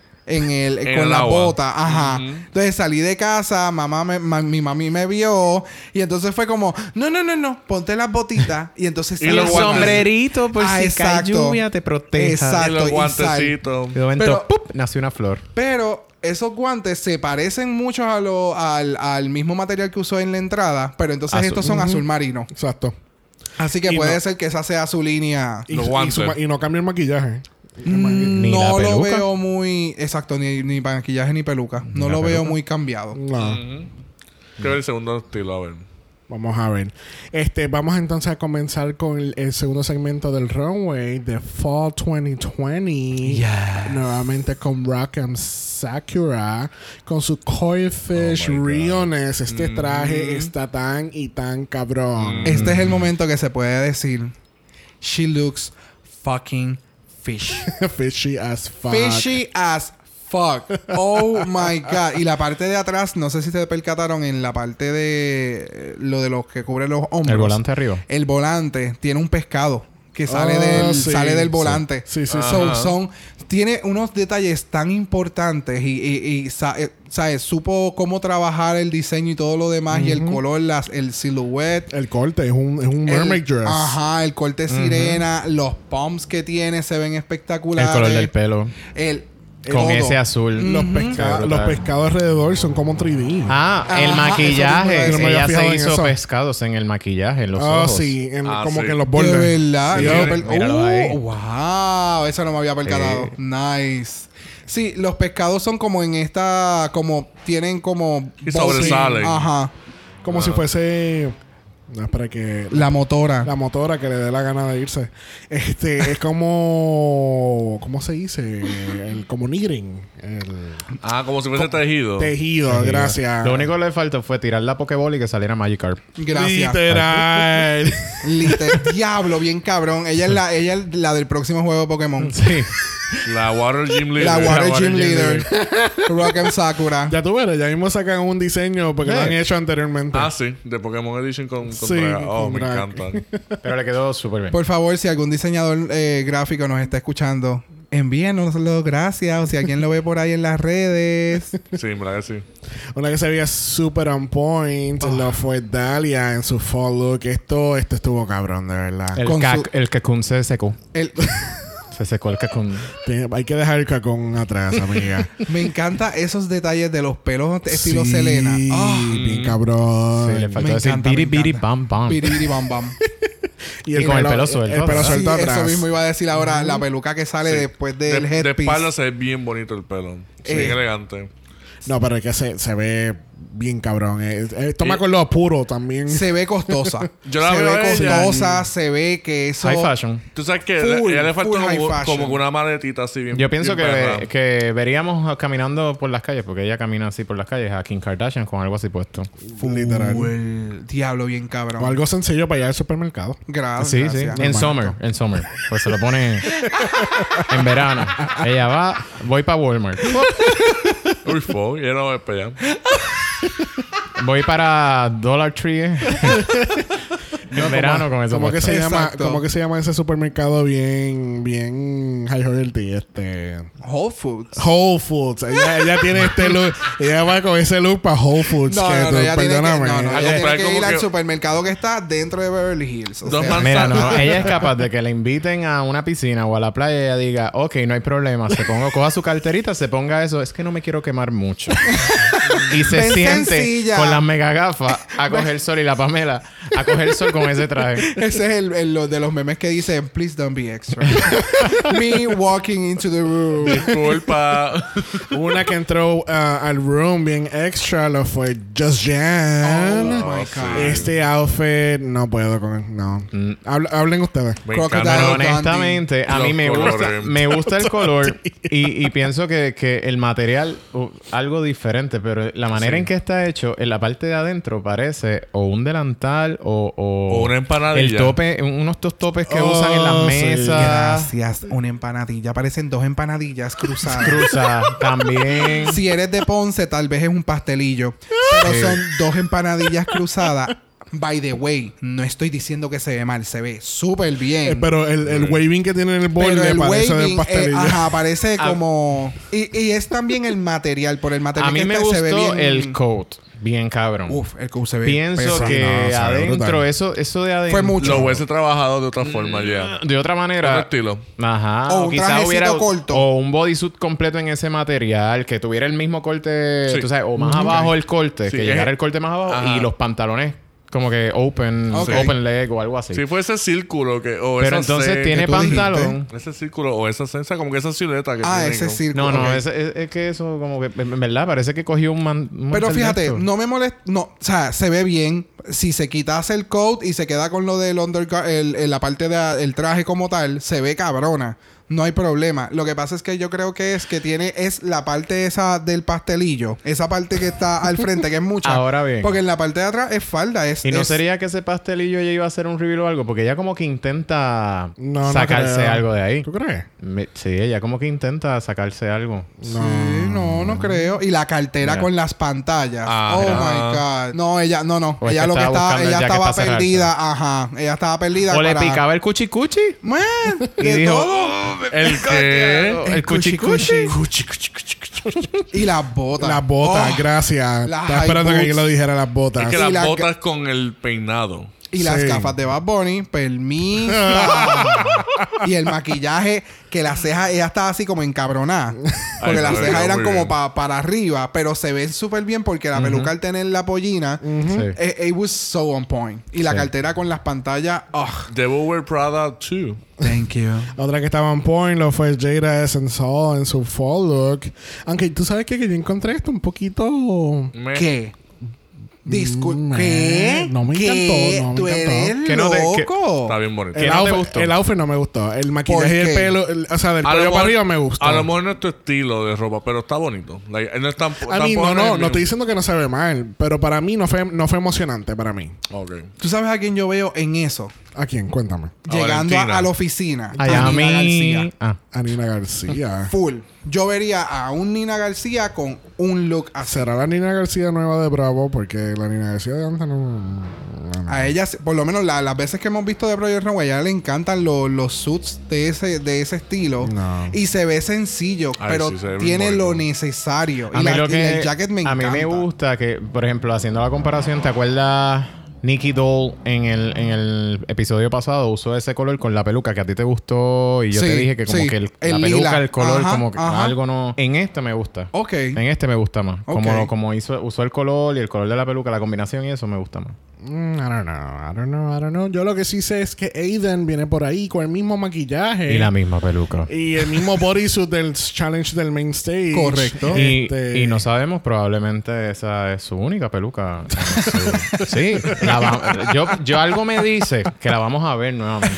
Speaker 3: en el,
Speaker 2: En
Speaker 3: con
Speaker 2: el
Speaker 3: la
Speaker 2: agua.
Speaker 3: bota. Ajá.
Speaker 2: Ujú.
Speaker 3: Entonces salí de casa, mamá me- ma- mi mami me vio y entonces fue como, no, no, no, no, ponte las botitas y entonces
Speaker 2: Y
Speaker 3: salí
Speaker 2: los
Speaker 3: a guardar.
Speaker 2: sombreritos,
Speaker 4: por
Speaker 3: Ah,
Speaker 4: si cae
Speaker 3: exacto.
Speaker 4: lluvia, te proteja.
Speaker 3: Exacto.
Speaker 2: Y los
Speaker 3: y
Speaker 2: guantecitos.
Speaker 4: Y de momento,
Speaker 3: Pero-
Speaker 4: ¡pup! Nació una flor.
Speaker 3: Pero esos guantes se parecen mucho a lo, al, al mismo material que usó en la entrada, pero entonces
Speaker 4: Azul.
Speaker 3: estos son azul marino.
Speaker 1: Exacto.
Speaker 3: Así que
Speaker 1: Y
Speaker 3: puede
Speaker 1: no-
Speaker 3: ser que esa sea su línea.
Speaker 1: Y,
Speaker 2: Los
Speaker 1: y
Speaker 2: guantes.
Speaker 1: su ma- y no cambia el maquillaje.
Speaker 3: Mm,
Speaker 4: Ni la
Speaker 3: no lo
Speaker 4: peluca.
Speaker 3: veo muy... Exacto, ni, ni maquillaje ni peluca. No
Speaker 4: la
Speaker 3: lo veo
Speaker 4: peluca.
Speaker 3: muy cambiado.
Speaker 1: No.
Speaker 2: Ujú. Quiero ver el segundo estilo, a ver.
Speaker 1: Vamos a ver. Este, vamos entonces a comenzar con el, el segundo segmento del runway de Fall veinte veinte.
Speaker 3: Yes.
Speaker 1: Nuevamente con Rock'em Sakura con su Koi Fish
Speaker 2: Oh my God.
Speaker 1: Realness. Este traje
Speaker 2: Mhm.
Speaker 1: está tan y tan cabrón.
Speaker 3: Este es el momento que se puede decir... She looks fucking fish.
Speaker 1: Fishy as fuck.
Speaker 3: Fishy as fuck. Oh my God. Y la parte de atrás, no sé si se percataron en la parte de... eh, Lo de los que cubre los hombros.
Speaker 4: El volante arriba.
Speaker 3: El volante tiene un pescado que sale
Speaker 1: Oh,
Speaker 3: del
Speaker 1: sí,
Speaker 3: sale del
Speaker 1: sí.
Speaker 3: volante.
Speaker 1: Sí, sí, sí.
Speaker 3: So,
Speaker 2: Ajá.
Speaker 3: son tiene unos detalles tan importantes y, y, y sa- eh, ¿sabes? Supo cómo trabajar el diseño y todo lo demás y el color, las, el silhouette.
Speaker 1: El corte es un, es un
Speaker 3: el-
Speaker 1: mermaid dress.
Speaker 3: Ajá, el corte sirena, los pumps que tiene se ven
Speaker 4: El
Speaker 3: espectaculares.
Speaker 4: color del pelo.
Speaker 3: El, el
Speaker 4: Con
Speaker 3: todo.
Speaker 4: ese azul.
Speaker 1: Los,
Speaker 3: Ujú.
Speaker 1: pesca-
Speaker 4: Qué
Speaker 1: los
Speaker 4: brutal.
Speaker 1: pescados alrededor son como tres D.
Speaker 4: Ah, el
Speaker 3: Ajá,
Speaker 4: maquillaje.
Speaker 3: eso mismo
Speaker 1: iba a decir. No me había
Speaker 4: Ella
Speaker 1: fijado
Speaker 4: se
Speaker 1: en
Speaker 4: hizo
Speaker 1: eso.
Speaker 4: pescados en el maquillaje, en los
Speaker 1: Ah,
Speaker 4: ojos.
Speaker 1: sí. en-
Speaker 2: Ah,
Speaker 1: como
Speaker 2: sí.
Speaker 1: que en los
Speaker 3: De
Speaker 1: bordes.
Speaker 3: verdad.
Speaker 1: Sí,
Speaker 3: Yo
Speaker 1: yo-
Speaker 3: no per-
Speaker 4: míralo
Speaker 3: Uh,
Speaker 4: ahí.
Speaker 3: Wow. Eso no me había percatado.
Speaker 4: Sí.
Speaker 3: Nice. Sí, los pescados son como en esta... Como... Tienen como...
Speaker 2: Y sobresalen.
Speaker 3: Ajá.
Speaker 1: Como si fuese... No, es para que...
Speaker 3: La motora.
Speaker 1: La motora que le dé la gana de irse. Este, es como... ¿Cómo se dice? El, como knitting. El
Speaker 2: Ah, como si fuese tejido.
Speaker 1: tejido, gracias.
Speaker 4: Lo único que le faltó fue tirar la Pokéball y que saliera Magikarp.
Speaker 3: Gracias.
Speaker 1: Literal.
Speaker 3: Liter- Diablo, bien cabrón. Ella es la, ella es la del próximo juego de Pokémon.
Speaker 4: Sí.
Speaker 2: La Water Gym Leader.
Speaker 3: La Water
Speaker 4: Water
Speaker 3: Gym
Speaker 4: Gym
Speaker 3: Leader. Rock'em Sakura.
Speaker 1: Ya tú verás, ya mismo sacan un diseño porque lo
Speaker 4: Sí.
Speaker 1: han hecho anteriormente.
Speaker 2: Ah, sí. De Pokémon Edition con, con
Speaker 1: Sí,
Speaker 2: drag. Oh,
Speaker 1: con
Speaker 2: me
Speaker 1: drag.
Speaker 2: encantan.
Speaker 4: Pero le quedó súper bien.
Speaker 3: Por favor, si algún diseñador eh, gráfico nos está escuchando, envíenoslo, gracias. O si alguien lo ve por ahí en las redes.
Speaker 2: Sí, verdad que sí.
Speaker 1: Una que se veía super on point
Speaker 3: Ah.
Speaker 1: lo fue Dahlia en su fall look. Esto, esto estuvo cabrón, de verdad.
Speaker 4: El,
Speaker 3: con
Speaker 4: cac-
Speaker 3: su-
Speaker 4: el Cocoon se secó.
Speaker 3: El-
Speaker 4: Se secó el Cocoon.
Speaker 1: Tiene- Hay que dejar el cacón atrás, amiga.
Speaker 3: me encanta esos detalles de los pelos estilo
Speaker 1: Sí,
Speaker 3: Selena. Ah,
Speaker 1: bien cabrón.
Speaker 4: Sí, le faltó
Speaker 3: me
Speaker 4: decir
Speaker 3: encanta,
Speaker 4: biri
Speaker 3: me
Speaker 4: biri
Speaker 3: encanta.
Speaker 4: bam bam.
Speaker 3: Biriri bam bam.
Speaker 4: Y, y con el pelo suelto.
Speaker 1: El pelo
Speaker 3: Sí,
Speaker 1: suelto atrás.
Speaker 3: eso mismo iba a decir ahora. La peluca que sale
Speaker 2: Sí.
Speaker 3: después
Speaker 2: De,
Speaker 3: del
Speaker 2: de
Speaker 3: headpiece.
Speaker 2: espalda se ve bien bonito el pelo. Sí,
Speaker 3: Eh.
Speaker 2: bien elegante.
Speaker 1: No, pero es que se, se ve bien cabrón. Eh, Esto me
Speaker 2: Y-
Speaker 1: acuerdo puro también.
Speaker 3: Se ve costosa.
Speaker 2: Yo la
Speaker 3: se
Speaker 2: veo
Speaker 3: ve
Speaker 2: a ella.
Speaker 3: costosa, se ve que eso...
Speaker 4: High fashion.
Speaker 2: Tú sabes que
Speaker 3: Full,
Speaker 2: ella le falta
Speaker 3: full high
Speaker 2: como,
Speaker 3: fashion.
Speaker 2: como una maletita así bien.
Speaker 4: Yo pienso que,
Speaker 2: bien perra.
Speaker 4: que veríamos caminando por las calles, porque ella camina así por las calles, a Kim Kardashian con algo así puesto.
Speaker 1: Literal.
Speaker 3: Full. Diablo, bien cabrón.
Speaker 1: O algo sencillo para ir al supermercado.
Speaker 3: Gracias.
Speaker 4: Sí, sí.
Speaker 3: gracias.
Speaker 4: En summer, en summer. Pues se lo pone en verano. Ella va, voy para Walmart.
Speaker 2: Uy, fo, y ella no va a pegar.
Speaker 4: Voy para Dollar Tree. eh. en verano con eso.
Speaker 1: ¿Cómo que,
Speaker 4: puesto.
Speaker 1: se llama,
Speaker 3: Exacto.
Speaker 1: ¿Cómo que se llama ese supermercado bien, bien high royalty? Este...
Speaker 3: Whole Foods.
Speaker 1: Whole Foods. Ella, ella tiene este look. Ella va con ese look para Whole Foods.
Speaker 3: No,
Speaker 1: que
Speaker 3: no,
Speaker 1: tú-
Speaker 3: no, ella tiene que,
Speaker 1: perdóname.
Speaker 3: no, no,
Speaker 2: A
Speaker 3: ella
Speaker 2: comprar
Speaker 3: tiene que
Speaker 2: como
Speaker 3: ir al
Speaker 2: que-
Speaker 3: supermercado que está dentro de Beverly Hills. O
Speaker 2: Dos
Speaker 3: sea,
Speaker 2: man-
Speaker 4: Mira, no, ella es capaz de que le inviten a una piscina o a la playa y ella diga, ok, no hay problema, se ponga, coja su carterita, se ponga eso, es que no me quiero quemar mucho. y se
Speaker 3: Ven
Speaker 4: siente
Speaker 3: sencilla.
Speaker 4: con las mega gafas a coger sol y la Pamela a coger sol con ese traje.
Speaker 3: ese es el, el- lo de los memes que dicen, please don't be extra. Me walking into the room.
Speaker 2: Disculpa.
Speaker 1: Una que entró uh, al room bien extra lo fue Just Jan.
Speaker 3: Oh, my God.
Speaker 1: Este outfit no puedo con. No.
Speaker 4: Mm.
Speaker 1: Habl- hablen ustedes.
Speaker 2: Me
Speaker 3: Crocodile
Speaker 2: encanta.
Speaker 3: Dundee.
Speaker 4: Honestamente, a
Speaker 2: Los
Speaker 4: mí me gusta,
Speaker 2: colores.
Speaker 4: me gusta el color y, y pienso que, que el material, uh, algo diferente, pero la manera
Speaker 2: Sí.
Speaker 4: en que está hecho, en la parte de adentro parece o un delantal o, o,
Speaker 2: O una empanadilla.
Speaker 4: El tope, unos estos topes que
Speaker 1: Oh,
Speaker 4: usan en las
Speaker 1: sí.
Speaker 4: mesas.
Speaker 3: Gracias. Una empanadilla. Parecen dos empanadillas cruzadas.
Speaker 4: Cruza también.
Speaker 3: Si eres de Ponce, tal vez es un pastelillo. Pero
Speaker 4: Sí.
Speaker 3: son dos empanadillas cruzadas. By the way, no estoy diciendo que se ve mal. Se ve súper bien.
Speaker 1: Eh, pero el, el waving que tiene en el borde
Speaker 3: Pero el
Speaker 1: parece de
Speaker 3: waving,
Speaker 1: pastelillo.
Speaker 3: eh, ajá, parece
Speaker 4: A-
Speaker 3: como... Y, y es también el material. Por el material
Speaker 4: A mí
Speaker 3: que
Speaker 4: me
Speaker 3: está, se ve
Speaker 4: gustó
Speaker 3: bien...
Speaker 4: el coat. Bien cabrón.
Speaker 3: Uf, el coat se ve
Speaker 4: Pienso
Speaker 3: pesado.
Speaker 4: que
Speaker 1: No, se ve
Speaker 4: adentro,
Speaker 1: brutal.
Speaker 4: eso, eso de adentro.
Speaker 3: Fue mucho.
Speaker 2: Lo hubiese trabajado de otra forma ya.
Speaker 4: De otra manera.
Speaker 2: Otro estilo.
Speaker 4: Ajá.
Speaker 3: O
Speaker 4: O,
Speaker 3: un
Speaker 4: quizás
Speaker 3: trajecito
Speaker 4: hubiera.
Speaker 3: corto.
Speaker 4: O un bodysuit completo en ese material. Que tuviera el mismo corte.
Speaker 2: Sí.
Speaker 4: Tú sabes, o más abajo el corte.
Speaker 2: Sí,
Speaker 4: que
Speaker 2: es-
Speaker 4: llegara el corte más abajo.
Speaker 2: Ajá.
Speaker 4: Y los pantalones como que open.
Speaker 3: Ok.
Speaker 4: Open leg o algo así.
Speaker 2: Si fue ese círculo que, o
Speaker 4: Pero
Speaker 2: esa
Speaker 4: entonces
Speaker 2: C,
Speaker 4: tiene
Speaker 3: tú dijiste.
Speaker 4: pantalón.
Speaker 2: ese círculo o esa sensa, como que esa silueta que
Speaker 3: Ah,
Speaker 2: tiene
Speaker 3: ese
Speaker 2: como-
Speaker 3: círculo.
Speaker 4: No, no,
Speaker 3: ok.
Speaker 4: es, es- es que eso como que, en verdad, parece que cogió un man. un
Speaker 3: Pero
Speaker 4: mantel de
Speaker 3: fíjate,
Speaker 4: esto.
Speaker 3: no me molesta... No, o sea, se ve bien. Si se quitase el coat y se queda con lo del undergar... El, el- la parte del traje como tal, se ve cabrona. No hay problema. Lo que pasa es que yo creo que es que tiene... Es la parte esa del pastelillo. Esa parte que está al frente, que es mucha.
Speaker 4: Ahora bien.
Speaker 3: Porque en la parte de atrás es falda. Es,
Speaker 4: Y no
Speaker 3: es-
Speaker 4: sería que ese pastelillo ya iba a hacer un reveal o algo, porque ella como que intenta
Speaker 1: No, no
Speaker 4: sacarse
Speaker 1: creo.
Speaker 4: algo de ahí.
Speaker 1: ¿Tú crees?
Speaker 4: Me- sí, ella como que intenta sacarse algo.
Speaker 3: Sí, no, no creo. Y la cartera
Speaker 4: Mira.
Speaker 3: con las pantallas.
Speaker 2: Ah,
Speaker 3: oh
Speaker 2: mira.
Speaker 3: my God. No, ella, no, no.
Speaker 4: O es
Speaker 3: ella
Speaker 4: que
Speaker 3: lo que
Speaker 4: estaba
Speaker 3: estaba,
Speaker 4: buscando el
Speaker 3: ella
Speaker 4: jacket
Speaker 3: estaba
Speaker 4: para cerrarse.
Speaker 3: perdida. Ajá. Ella estaba perdida.
Speaker 4: O le
Speaker 3: para-
Speaker 4: picaba el cuchi cuchi.
Speaker 3: Man,
Speaker 4: Y
Speaker 3: de
Speaker 4: dijo,
Speaker 3: todo.
Speaker 4: "Oh, me
Speaker 2: ¿El
Speaker 4: picó,
Speaker 2: qué?
Speaker 4: tío". El
Speaker 3: El
Speaker 4: cuchi
Speaker 3: cuchi
Speaker 4: cuchi.
Speaker 3: Y las botas.
Speaker 1: Las botas,
Speaker 3: Oh,
Speaker 1: gracias.
Speaker 3: las
Speaker 1: Estaba esperando
Speaker 3: high
Speaker 1: que alguien
Speaker 3: boots.
Speaker 1: lo dijera, las botas.
Speaker 2: Es que
Speaker 3: Y
Speaker 2: las
Speaker 3: la-
Speaker 2: botas con el peinado.
Speaker 3: Y las
Speaker 1: Sí.
Speaker 3: gafas de Bad Bunny, permiso. Y el maquillaje, que las cejas, ella estaba así como encabronada. Porque
Speaker 2: Ay,
Speaker 3: las
Speaker 2: pero
Speaker 3: cejas
Speaker 2: quedó
Speaker 3: eran
Speaker 2: muy
Speaker 3: como
Speaker 2: bien.
Speaker 3: pa- para arriba, pero se ven súper bien porque la peluca al tener la pollina,
Speaker 4: Sí.
Speaker 3: eh, it was so on point. Y la
Speaker 4: Sí.
Speaker 3: cartera con las pantallas, oh,
Speaker 2: Devil Wear Prada two.
Speaker 3: thank you.
Speaker 1: Otra que estaba en point lo fue Jada Essence Hall en su fall look. Aunque tú sabes que, que yo encontré esto un poquito...
Speaker 2: Me-
Speaker 3: ¿Qué? Disculpe.
Speaker 1: Mm,
Speaker 3: ¿Qué?
Speaker 1: no me
Speaker 3: ¿Qué?
Speaker 1: encantó, no me
Speaker 3: ¿Tú
Speaker 1: encantó.
Speaker 3: eres
Speaker 4: Que no te- que-
Speaker 3: loco?
Speaker 2: Está bien bonito.
Speaker 4: ¿Qué
Speaker 1: El,
Speaker 4: no te
Speaker 1: outfit,
Speaker 4: gustó?
Speaker 1: el outfit no me gustó. El maquillaje y el
Speaker 3: qué?
Speaker 1: pelo... el- o sea, del
Speaker 2: A lo
Speaker 1: cuello para
Speaker 2: mejor-
Speaker 1: arriba me gustó.
Speaker 2: A lo mejor no es tu estilo de ropa, pero está bonito. Like, no es tan,
Speaker 1: A mí, no, no. No estoy diciendo que no se ve mal. Pero para mí no fue, no fue emocionante para mí.
Speaker 2: Ok.
Speaker 3: ¿Tú sabes a quién yo veo en eso?
Speaker 1: ¿A quién? Cuéntame.
Speaker 2: A
Speaker 3: Llegando a,
Speaker 2: Valentina.
Speaker 3: a la oficina.
Speaker 4: Allá a
Speaker 3: a Nina
Speaker 4: mí.
Speaker 3: García.
Speaker 4: Ah.
Speaker 1: A Nina García.
Speaker 3: Full. Yo vería a un Nina García con un look así.
Speaker 1: ¿Será la Nina García nueva de Bravo? Porque la Nina García de antes no... no.
Speaker 3: A ella, por lo menos la- las veces que hemos visto de Project Runway, a ella le encantan los, los suits de ese, de ese estilo.
Speaker 1: No.
Speaker 3: Y se ve sencillo,
Speaker 2: Ay,
Speaker 3: pero
Speaker 2: sí, se ve bien
Speaker 3: tiene lo
Speaker 2: bonito.
Speaker 3: necesario.
Speaker 4: A
Speaker 3: y,
Speaker 4: mí
Speaker 3: la-
Speaker 4: lo
Speaker 3: y
Speaker 4: que
Speaker 3: el jacket me
Speaker 4: a
Speaker 3: encanta.
Speaker 4: mí me gusta que, por ejemplo, haciendo la comparación, ¿te acuerdas Nikki Doll en el, en el episodio pasado usó ese color con la peluca que a ti te gustó y yo
Speaker 3: Sí,
Speaker 4: te dije que como
Speaker 3: sí.
Speaker 4: que el,
Speaker 3: El
Speaker 4: la peluca,
Speaker 3: lila.
Speaker 4: el color,
Speaker 3: Ajá,
Speaker 4: como que
Speaker 3: ajá.
Speaker 4: algo no... En este me gusta.
Speaker 3: Ok.
Speaker 4: En este me gusta más.
Speaker 3: Ok.
Speaker 4: Como, como hizo, usó el color y el color de la peluca, la combinación y eso me gusta más.
Speaker 1: Mm, I don't know, I don't know, I don't know. Yo lo que sí sé es que Aiden viene por ahí con el mismo maquillaje.
Speaker 4: Y la misma peluca.
Speaker 1: Y el mismo bodysuit del challenge del main stage.
Speaker 3: Correcto.
Speaker 4: Y,
Speaker 1: Este-
Speaker 4: y no sabemos, probablemente esa es su única peluca. Su- sí, la va- yo, yo algo me dice que la vamos a ver nuevamente.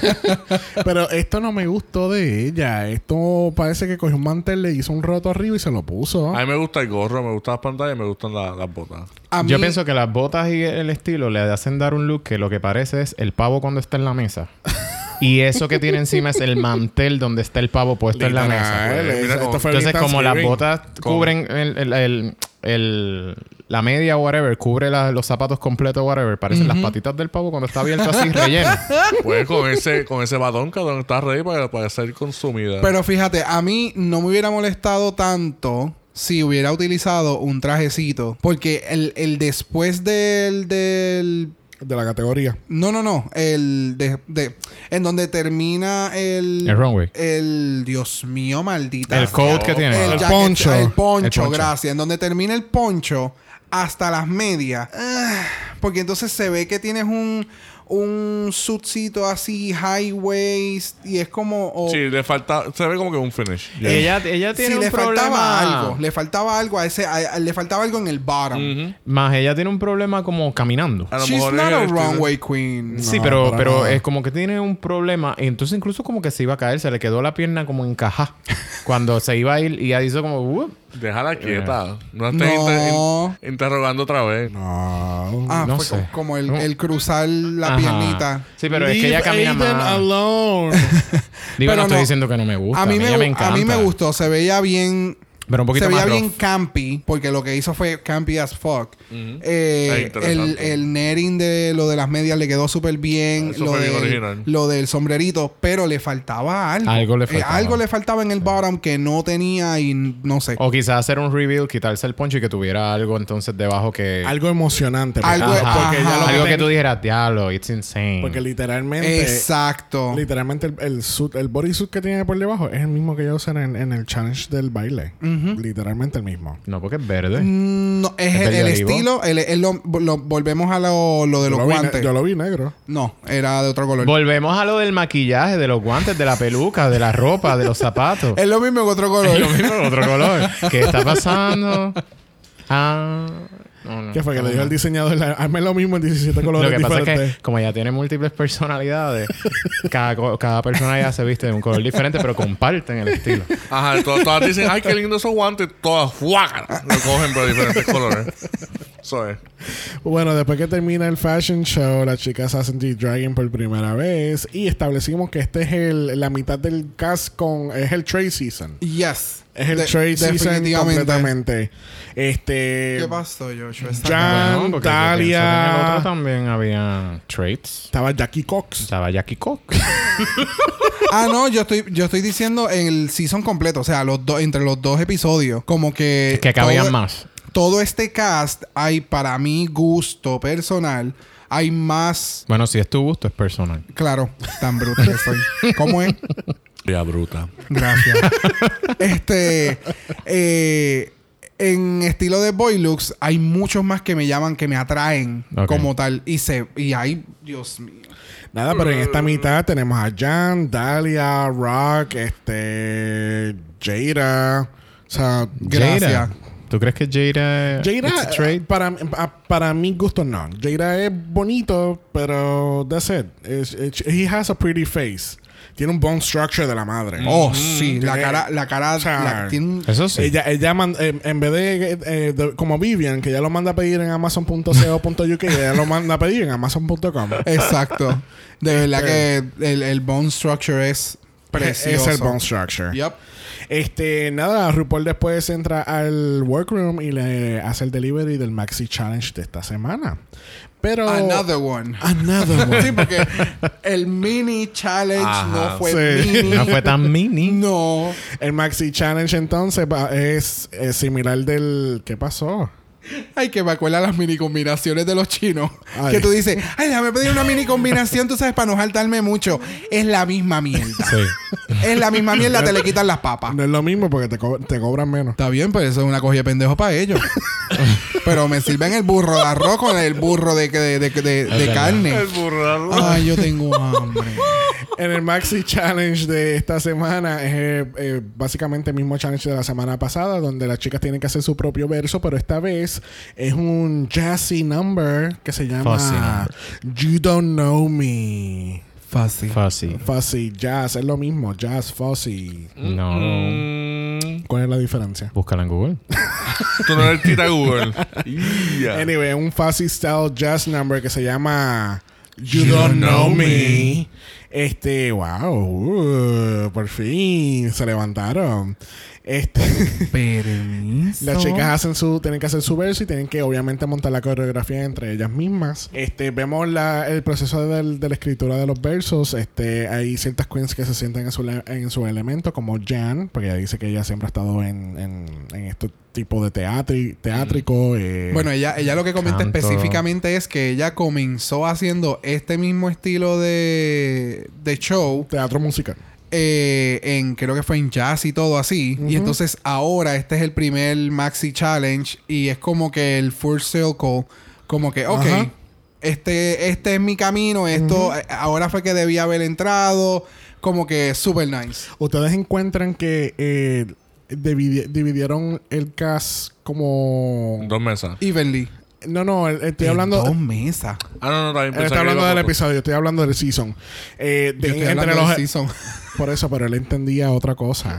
Speaker 1: Pero esto no me gustó de ella. Esto parece que cogió un mantel, le hizo un roto arriba y se lo puso.
Speaker 2: A mí me gusta el gorro, me gustan las pantallas y me gustan la- las botas.
Speaker 3: A mí,
Speaker 4: Yo pienso que las botas y el estilo le hacen dar un look que lo que parece es el pavo cuando está en la mesa. Y eso que tiene encima es el mantel donde está el pavo puesto en la mesa.
Speaker 1: Literal,
Speaker 2: pues.
Speaker 1: es-
Speaker 2: Mira
Speaker 1: esto
Speaker 2: cómo-
Speaker 1: fue bien
Speaker 4: Entonces, como las
Speaker 1: Thanksgiving.
Speaker 4: botas
Speaker 2: ¿Cómo?
Speaker 4: cubren el, el- el- el- la media o whatever, cubre la- los zapatos completos whatever, parecen las patitas del pavo cuando está abierto así, relleno.
Speaker 2: Pues con ese, con ese batón que está ready para, para ser consumida.
Speaker 3: Pero fíjate, a mí no me hubiera molestado tanto si hubiera utilizado un trajecito. Porque el, el después del, del...
Speaker 1: De la categoría.
Speaker 3: No, no, no. El de, de... En donde termina el...
Speaker 4: El runway.
Speaker 3: El... Dios mío, maldita.
Speaker 4: El coat que tiene.
Speaker 3: El,
Speaker 1: El
Speaker 3: jacket-
Speaker 1: poncho.
Speaker 3: El poncho,
Speaker 4: El poncho.
Speaker 3: gracias. En donde termina el poncho hasta las medias. Ah, porque entonces se ve que tienes un... Un suitcito así, high waist. Y es como... o-
Speaker 2: Sí, le falta... Se ve como que un finish.
Speaker 4: Ella, ella tiene
Speaker 3: Sí,
Speaker 4: un
Speaker 3: le
Speaker 4: problema.
Speaker 3: faltaba algo. Le faltaba algo a ese... a- a- le faltaba algo en el bottom.
Speaker 2: Ujú.
Speaker 4: Más ella tiene un problema como caminando.
Speaker 2: A lo
Speaker 3: She's
Speaker 2: mejor
Speaker 3: not
Speaker 2: es
Speaker 3: a
Speaker 2: el estilo-
Speaker 3: runway queen.
Speaker 4: Sí,
Speaker 1: No,
Speaker 4: pero,
Speaker 1: para
Speaker 4: pero
Speaker 1: nada.
Speaker 4: es como que tiene un problema. Y entonces incluso como que se iba a caer. Se le quedó la pierna como encajada. Cuando se iba a ir y ella hizo como... "Whoop".
Speaker 2: Déjala quieta. No estés
Speaker 3: No.
Speaker 2: inter- in- interrogando otra vez.
Speaker 1: No.
Speaker 3: Ah,
Speaker 4: No
Speaker 3: fue
Speaker 4: sé.
Speaker 3: como, como el,
Speaker 4: No.
Speaker 3: el cruzar la
Speaker 4: Ajá.
Speaker 3: piernita.
Speaker 4: Sí, pero es que
Speaker 1: Leave
Speaker 4: ella camina
Speaker 1: Aiden
Speaker 4: más.
Speaker 1: alone.
Speaker 4: Digo,
Speaker 3: Pero
Speaker 4: no estoy
Speaker 3: no.
Speaker 4: diciendo que no me gusta.
Speaker 3: A mí, me,
Speaker 4: ella me
Speaker 3: gu-
Speaker 4: encanta.
Speaker 3: a mí me gustó. Se veía bien...
Speaker 4: Pero un poquito
Speaker 3: Se veía
Speaker 4: más
Speaker 3: bien
Speaker 4: rough.
Speaker 3: campy. Porque lo que hizo fue campy as fuck.
Speaker 2: Ujú.
Speaker 3: Eh,
Speaker 2: Ah,
Speaker 3: el,
Speaker 2: interesante.
Speaker 3: el netting de lo de las medias le quedó súper bien.
Speaker 2: Eso
Speaker 3: Lo
Speaker 2: fue bien
Speaker 3: del,
Speaker 2: original.
Speaker 3: lo del sombrerito. Pero le faltaba algo.
Speaker 4: Algo le
Speaker 3: Eh,
Speaker 4: faltaba.
Speaker 3: algo le faltaba en el bottom que no tenía y no sé.
Speaker 4: O quizás hacer un reveal, quitarse el poncho y que tuviera algo entonces debajo que...
Speaker 1: Algo emocionante. porque-
Speaker 3: Algo-
Speaker 4: Ajá.
Speaker 1: porque ya lo
Speaker 4: Algo que
Speaker 1: ten-
Speaker 4: tú dijeras, diablo, it's insane.
Speaker 1: Porque literalmente...
Speaker 3: Exacto.
Speaker 1: Literalmente el, el, suit, el bodysuit que tiene por debajo es el mismo que ellos usan en, en el challenge del baile. Literalmente el mismo.
Speaker 4: No, porque es verde.
Speaker 3: Mm, No, es
Speaker 4: ¿Es
Speaker 3: el,
Speaker 4: verde
Speaker 3: el
Speaker 4: olivo?
Speaker 3: estilo. El, el- lo, lo- volvemos a lo, lo de
Speaker 1: Yo
Speaker 3: los
Speaker 1: lo, vi, ne-
Speaker 3: guantes.
Speaker 1: yo lo vi negro.
Speaker 3: No, era de otro color.
Speaker 4: Volvemos a lo del maquillaje, de los guantes, de la peluca, de la ropa, de los zapatos.
Speaker 3: Es lo mismo que otro color.
Speaker 4: Es lo mismo, otro color. ¿Qué está pasando? Ah... No, no.
Speaker 1: ¿Qué fue? Que le dijo al diseñador, hazme lo mismo en diecisiete colores
Speaker 4: Lo que pasa
Speaker 1: diferentes.
Speaker 4: es que, como ella tiene múltiples personalidades, cada, co- cada persona ya se viste de un color diferente, pero comparten el estilo.
Speaker 2: Ajá, to- todas dicen, ay, qué lindo esos guantes. Todas, ¡fuaca! Lo cogen por diferentes colores. Eso es.
Speaker 1: Bueno, después que termina el fashion show, las chicas hacen G-Dragon por primera vez y establecimos que este es el, la mitad del cast con... Es el trade season.
Speaker 3: Yes.
Speaker 1: Es el
Speaker 3: De-
Speaker 1: trade season
Speaker 3: definitivamente.
Speaker 1: completamente. Este...
Speaker 3: ¿Qué pasó, Joshua? Está
Speaker 1: Ya-
Speaker 3: bien.
Speaker 4: Bueno, porque yo
Speaker 1: Dalia.
Speaker 4: pienso que en el otro también había traits.
Speaker 1: Estaba Jackie Cox.
Speaker 4: Estaba Jackie Cox.
Speaker 3: Ah, no, yo estoy, yo estoy diciendo el season completo. O sea, los dos, entre los dos episodios. Como que.
Speaker 4: que cabían
Speaker 3: todo-
Speaker 4: más.
Speaker 3: Todo este cast hay, para mi gusto personal, hay más.
Speaker 4: Bueno, si es tu gusto, es personal.
Speaker 3: Claro, tan bruta que soy. ¿Cómo es?
Speaker 2: Ya, bruta.
Speaker 3: Gracias. este. eh, en estilo de Boy Looks, hay muchos más que me llaman, que me atraen
Speaker 4: Ok.
Speaker 3: como tal. Y se y hay. Dios mío.
Speaker 1: Nada, pero en esta mitad tenemos a Jan, Dalia, Rock, este... Jada. O sea...
Speaker 3: Gracias.
Speaker 4: Jada. ¿Tú crees que Jada...
Speaker 1: Jada,
Speaker 4: it's a trait?
Speaker 1: para, pa- para mi gusto, no. Jada es bonito, pero that's it. It's- it's- he has a pretty face. Tiene un bone structure de la madre.
Speaker 3: Oh, sí. La
Speaker 1: Tiene-
Speaker 3: cara, la cara,
Speaker 1: o sea,
Speaker 3: la- tiene un-
Speaker 4: Eso sí.
Speaker 1: Ella, ella man- eh, en vez de, eh, de- como Vivian, que ya lo manda a pedir en amazon punto co punto u k, ella lo manda a pedir en amazon punto com.
Speaker 3: Exacto. De verdad
Speaker 1: Este-
Speaker 3: que el, el bone structure es precioso.
Speaker 1: Es el bone structure.
Speaker 3: Yep.
Speaker 1: Este, nada, RuPaul después entra al workroom y le hace el delivery del Maxi Challenge de esta semana. Pero...
Speaker 3: Another one.
Speaker 1: Another one.
Speaker 3: Sí, porque el mini challenge
Speaker 2: Ajá.
Speaker 3: no fue
Speaker 1: Sí.
Speaker 3: mini.
Speaker 4: No fue tan mini.
Speaker 3: No.
Speaker 1: El Maxi Challenge entonces va- es, es similar del... ¿Qué pasó?
Speaker 3: Ay, que me acuerda las mini combinaciones de los chinos.
Speaker 1: Ay.
Speaker 3: Que tú dices, ay, déjame pedir una mini combinación, tú sabes, para no saltarme mucho. Es la misma mierda.
Speaker 4: Sí.
Speaker 3: Es la misma mierda, te le quitan las papas.
Speaker 1: No es lo mismo porque te, co- te cobran menos.
Speaker 3: Está bien, pero eso es una cogida de pendejo para ellos. Pero me sirven el burro de arroz con el burro de, de, de, de, de carne.
Speaker 2: El burro.
Speaker 3: Ay, yo tengo hambre.
Speaker 1: En el Maxi Challenge de esta semana es eh, eh, básicamente el mismo challenge de la semana pasada, donde las chicas tienen que hacer su propio verso, pero esta vez es un jazzy number que se llama You Don't Know Me.
Speaker 3: Fuzzy.
Speaker 4: Fuzzy.
Speaker 1: Fuzzy, jazz, es lo mismo, jazz, fuzzy.
Speaker 4: No.
Speaker 2: Mm,
Speaker 1: ¿Cuál es la diferencia?
Speaker 4: Búscala en Google.
Speaker 2: Tú no eres tita Google. Yeah.
Speaker 1: Anyway, un fuzzy style jazz number que se llama You, Don't, Know, know me. me. Este, wow, uh, por fin se levantaron. Este,
Speaker 3: Permiso.
Speaker 1: las chicas hacen su, tienen que hacer su verso y tienen que obviamente montar la coreografía entre ellas mismas. Este, vemos la, el proceso de, de la escritura de los versos. Este, hay ciertas queens que se sienten en su, en su elemento, como Jan, porque ella dice que ella siempre ha estado en, en, en este tipo de teatri, teátrico. Eh.
Speaker 3: Bueno, ella, ella lo que comenta
Speaker 4: Canto.
Speaker 3: específicamente es que ella comenzó haciendo este mismo estilo de, de show.
Speaker 1: Teatro musical.
Speaker 3: Eh, en creo que fue en jazz y todo así.
Speaker 1: Uh-huh.
Speaker 3: Y entonces ahora este es el primer Maxi Challenge y es como que el full circle, como que, ok,
Speaker 1: Ajá.
Speaker 3: este, este es mi camino, esto
Speaker 1: Uh-huh.
Speaker 3: eh, ahora fue que debía haber entrado, como que super nice.
Speaker 1: ¿Ustedes encuentran que eh, dividi- dividieron el cast como...
Speaker 2: Dos mesas.
Speaker 3: Evenly.
Speaker 1: No, no, el- estoy
Speaker 3: En
Speaker 1: hablando...
Speaker 3: dos mesas.
Speaker 2: Ah, no, no, está bien.
Speaker 1: Él
Speaker 2: pensaba
Speaker 1: está
Speaker 2: que
Speaker 1: hablando
Speaker 2: iba
Speaker 1: del
Speaker 2: por-
Speaker 1: episodio, estoy hablando del season. Eh, de-
Speaker 3: Yo estoy
Speaker 1: entre
Speaker 3: hablando
Speaker 1: los
Speaker 3: del season.
Speaker 1: Por eso, pero él entendía otra cosa.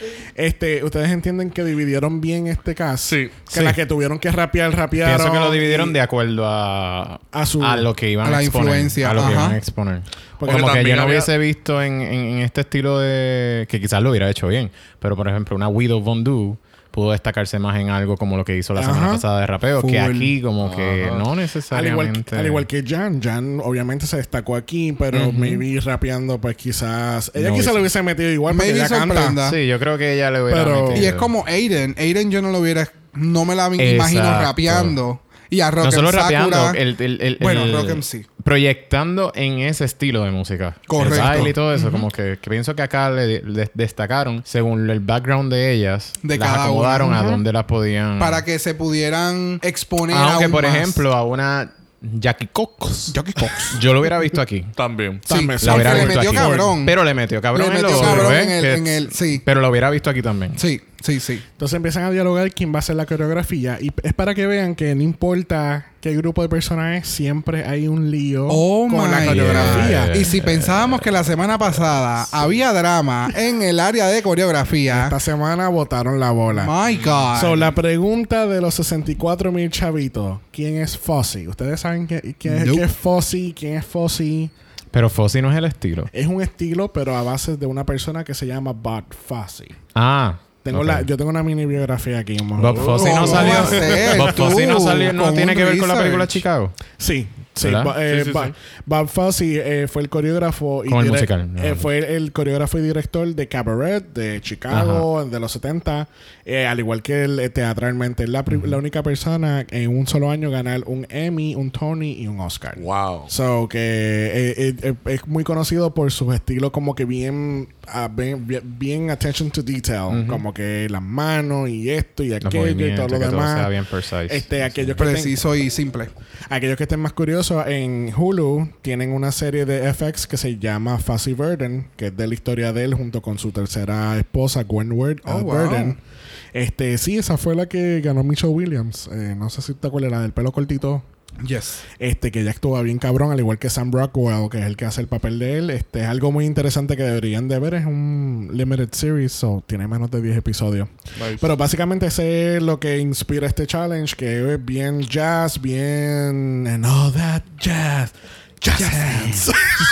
Speaker 1: Este, ¿ustedes entienden que dividieron bien este cast?
Speaker 2: Sí.
Speaker 1: Que
Speaker 4: Sí.
Speaker 1: las que tuvieron que rapear, rapearon.
Speaker 4: Pienso que lo dividieron
Speaker 1: y-
Speaker 4: de acuerdo a,
Speaker 1: A su-
Speaker 4: lo que iban
Speaker 3: a
Speaker 4: a,
Speaker 3: la
Speaker 4: exponer.
Speaker 3: influencia,
Speaker 4: A lo que
Speaker 3: ajá.
Speaker 4: iban a exponer.
Speaker 1: Porque
Speaker 4: Como que
Speaker 2: también
Speaker 4: yo no
Speaker 2: había-
Speaker 4: hubiese visto en, en, en este estilo de... Que quizás lo hubiera hecho bien. Pero, por ejemplo, una Widow Von Du pudo destacarse más en algo como lo que hizo la
Speaker 1: Ajá.
Speaker 4: semana pasada de rapeo. Que
Speaker 3: Full.
Speaker 4: aquí como que
Speaker 2: Ajá.
Speaker 4: no
Speaker 1: Al igual,
Speaker 4: necesariamente...
Speaker 1: al igual que Jan. Jan obviamente se destacó aquí, pero maybe rapeando, pues quizás... Ella
Speaker 4: No
Speaker 1: quizás
Speaker 4: hubiese-
Speaker 1: lo hubiese metido igual porque
Speaker 3: Maybe
Speaker 1: ella canta.
Speaker 3: sorprenda.
Speaker 4: Sí, yo creo que ella le hubiera
Speaker 1: Pero-
Speaker 4: metido.
Speaker 3: Y es como Aiden. Aiden yo no lo hubiera... No me la imagino
Speaker 4: Exacto.
Speaker 3: rapeando. Y a Rock
Speaker 4: No solo
Speaker 3: Sakura,
Speaker 4: rapeando, el, el, el,
Speaker 3: Bueno,
Speaker 4: el-
Speaker 3: Rock M C.
Speaker 4: proyectando en ese estilo de música.
Speaker 3: Correcto.
Speaker 4: El baile y todo eso. Como que, que pienso que acá le, le destacaron, según el background de ellas,
Speaker 3: De
Speaker 4: las
Speaker 3: cada
Speaker 4: acomodaron
Speaker 3: una.
Speaker 4: a
Speaker 3: Ujú.
Speaker 4: dónde las podían...
Speaker 3: Para que se pudieran exponer
Speaker 4: Aunque,
Speaker 3: aún
Speaker 4: por
Speaker 3: más.
Speaker 4: ejemplo, a una Jackie Cox.
Speaker 3: Jackie Cox.
Speaker 4: Yo lo hubiera visto aquí.
Speaker 2: También.
Speaker 3: Sí,
Speaker 1: También.
Speaker 3: sí,
Speaker 4: La
Speaker 3: que
Speaker 4: hubiera
Speaker 3: le
Speaker 4: visto
Speaker 3: metió
Speaker 4: aquí.
Speaker 3: cabrón.
Speaker 4: Pero le metió cabrón
Speaker 3: Le
Speaker 4: en
Speaker 3: metió
Speaker 4: lo otro,
Speaker 3: cabrón
Speaker 4: ¿ves?
Speaker 3: en el-
Speaker 4: Que-
Speaker 3: en el- sí.
Speaker 4: Pero lo hubiera visto aquí también.
Speaker 3: Sí, sí, sí.
Speaker 1: Entonces empiezan a dialogar quién va a hacer la coreografía. Y es para que vean que no importa qué grupo de personajes, siempre hay un lío
Speaker 3: Oh
Speaker 1: con la
Speaker 3: my
Speaker 1: coreografía.
Speaker 4: God.
Speaker 3: Y si pensábamos que la semana pasada había drama en el área de coreografía,
Speaker 1: Esta semana botaron la bola.
Speaker 3: my God.
Speaker 1: So, la pregunta de los sesenta y cuatro mil chavitos. ¿Quién es Fuzzy? ¿Ustedes saben qué, quién es,
Speaker 3: Nope.
Speaker 1: qué es Fuzzy? ¿Quién es Fuzzy?
Speaker 4: Pero Fuzzy no es el estilo.
Speaker 1: Es un estilo, pero a base de una persona que se llama Bob Fuzzy.
Speaker 4: Ah.
Speaker 1: Tengo
Speaker 4: ok.
Speaker 1: la, yo tengo una mini biografía aquí. un
Speaker 4: Bob
Speaker 1: momento.
Speaker 4: Fuzzy no
Speaker 3: ¿Cómo
Speaker 4: salió.
Speaker 3: va a ser
Speaker 4: Bob Fuzzy no
Speaker 3: tú
Speaker 4: salió. No
Speaker 3: con
Speaker 4: tiene
Speaker 3: un
Speaker 4: que ver con la película
Speaker 3: research?
Speaker 4: Chicago.
Speaker 1: Sí. Sí,
Speaker 4: ¿Verdad?
Speaker 1: Bo- eh,
Speaker 2: Sí, sí,
Speaker 1: Bo-
Speaker 2: sí.
Speaker 1: Bob Fosse eh, fue el coreógrafo y
Speaker 4: Con el
Speaker 1: dire-
Speaker 4: musical,
Speaker 1: eh,
Speaker 4: no.
Speaker 1: fue el, el coreógrafo y director de Cabaret de Chicago de los setenta, eh, al igual que él eh, teatralmente es la, pri- la única persona en un solo año ganar un Emmy, un Tony y un Oscar.
Speaker 2: Wow.
Speaker 1: So que eh, eh, eh, es muy conocido por sus estilos como que bien, ah, bien, bien, bien attention to detail, como que las manos y esto y
Speaker 4: Los
Speaker 1: aquello y todo
Speaker 4: movimientos,
Speaker 1: lo
Speaker 4: que todo
Speaker 1: demás.
Speaker 4: sea bien precise.
Speaker 1: Este, aquellos que ten-
Speaker 3: Preciso y simple.
Speaker 1: Aquellos que estén más curiosos, en Hulu tienen una serie de F X que se llama Fuzzy Verdon, que es de la historia de él junto con su tercera esposa, Gwen Word,
Speaker 3: Oh,
Speaker 1: uh,
Speaker 3: wow.
Speaker 1: Verdon. Este, sí, esa fue la que ganó Michelle Williams. Eh, no sé si te acuerdas, la del pelo cortito.
Speaker 3: Yes.
Speaker 1: Este, que ella actúa bien cabrón, al igual que Sam Rockwell, que es el que hace el papel de él. Este, es algo muy interesante que deberían de ver. Es un limited series, so tiene menos de diez episodios.
Speaker 2: Nice.
Speaker 1: Pero básicamente ese es lo que inspira este challenge, que es bien jazz, bien... And all that jazz. Jazz hands.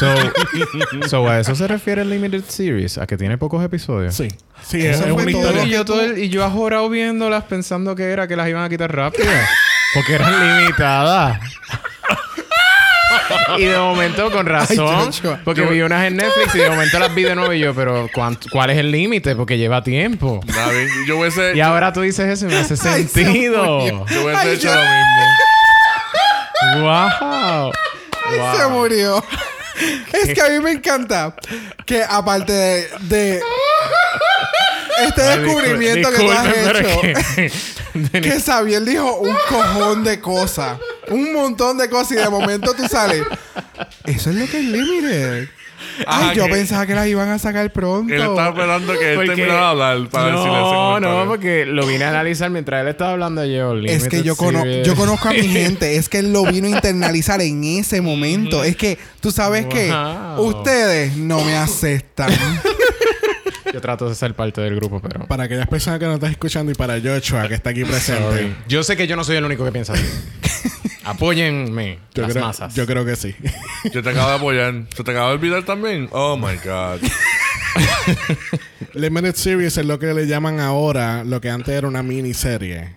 Speaker 4: So, so, ¿a eso se refiere el Limited Series? ¿A que tiene pocos episodios?
Speaker 1: Sí. Sí, es,
Speaker 3: Eso
Speaker 1: es
Speaker 3: fue
Speaker 1: una
Speaker 3: todo.
Speaker 1: historia.
Speaker 4: Y yo, todo el- y yo ajorado viéndolas pensando que era que las iban a quitar rápido. Porque eran limitadas. Y de momento, con razón,
Speaker 3: Joshua.
Speaker 4: porque vi unas en Netflix y de momento las vi de nuevo y yo, pero ¿cuánto- ¿cuál es el límite? Porque lleva tiempo.
Speaker 2: Nada bien. Yo hubiese,
Speaker 4: Y ahora tú dices eso y me hace
Speaker 3: Ay, se
Speaker 4: sentido.
Speaker 3: murió.
Speaker 2: yo hubiese
Speaker 3: Ay,
Speaker 2: hecho
Speaker 3: ya.
Speaker 2: lo mismo.
Speaker 4: ¡Wow!
Speaker 3: Ay, se murió. Es que a mí me encanta que aparte de... de- este
Speaker 4: Ay,
Speaker 3: descubrimiento
Speaker 4: discul-
Speaker 3: que tú has
Speaker 4: disculpen, pero
Speaker 3: hecho.
Speaker 4: que-
Speaker 3: Que Xavier dijo un cojón de cosas. Un montón de cosas. Y de momento tú sales. Eso es lo que es Limited. Ay,
Speaker 2: Ajá,
Speaker 3: yo
Speaker 2: que-
Speaker 3: pensaba que las iban a sacar pronto.
Speaker 2: Él estaba esperando que él
Speaker 4: Porque-
Speaker 2: terminara de hablar para decirle ese
Speaker 4: No,
Speaker 2: comentario.
Speaker 4: no, porque lo vine a analizar mientras él estaba hablando yo.
Speaker 3: Es que yo, cono yo conozco a mi gente. Es que él lo vino a internalizar en ese momento. Es que tú sabes que
Speaker 4: Wow.
Speaker 3: ustedes no me aceptan.
Speaker 4: Yo trato de ser parte del grupo, pero...
Speaker 1: Para aquellas personas que no están escuchando y para Joshua, que está aquí presente.
Speaker 4: Sorry. Yo sé que yo no soy el único que piensa así. Apóyenme,
Speaker 1: Yo
Speaker 4: las
Speaker 1: creo,
Speaker 4: masas.
Speaker 1: yo creo que sí.
Speaker 2: Yo te acabo de apoyar. ¿Se te acaba de olvidar también? Oh my God.
Speaker 1: Limited Series es lo que le llaman ahora lo que antes era una miniserie.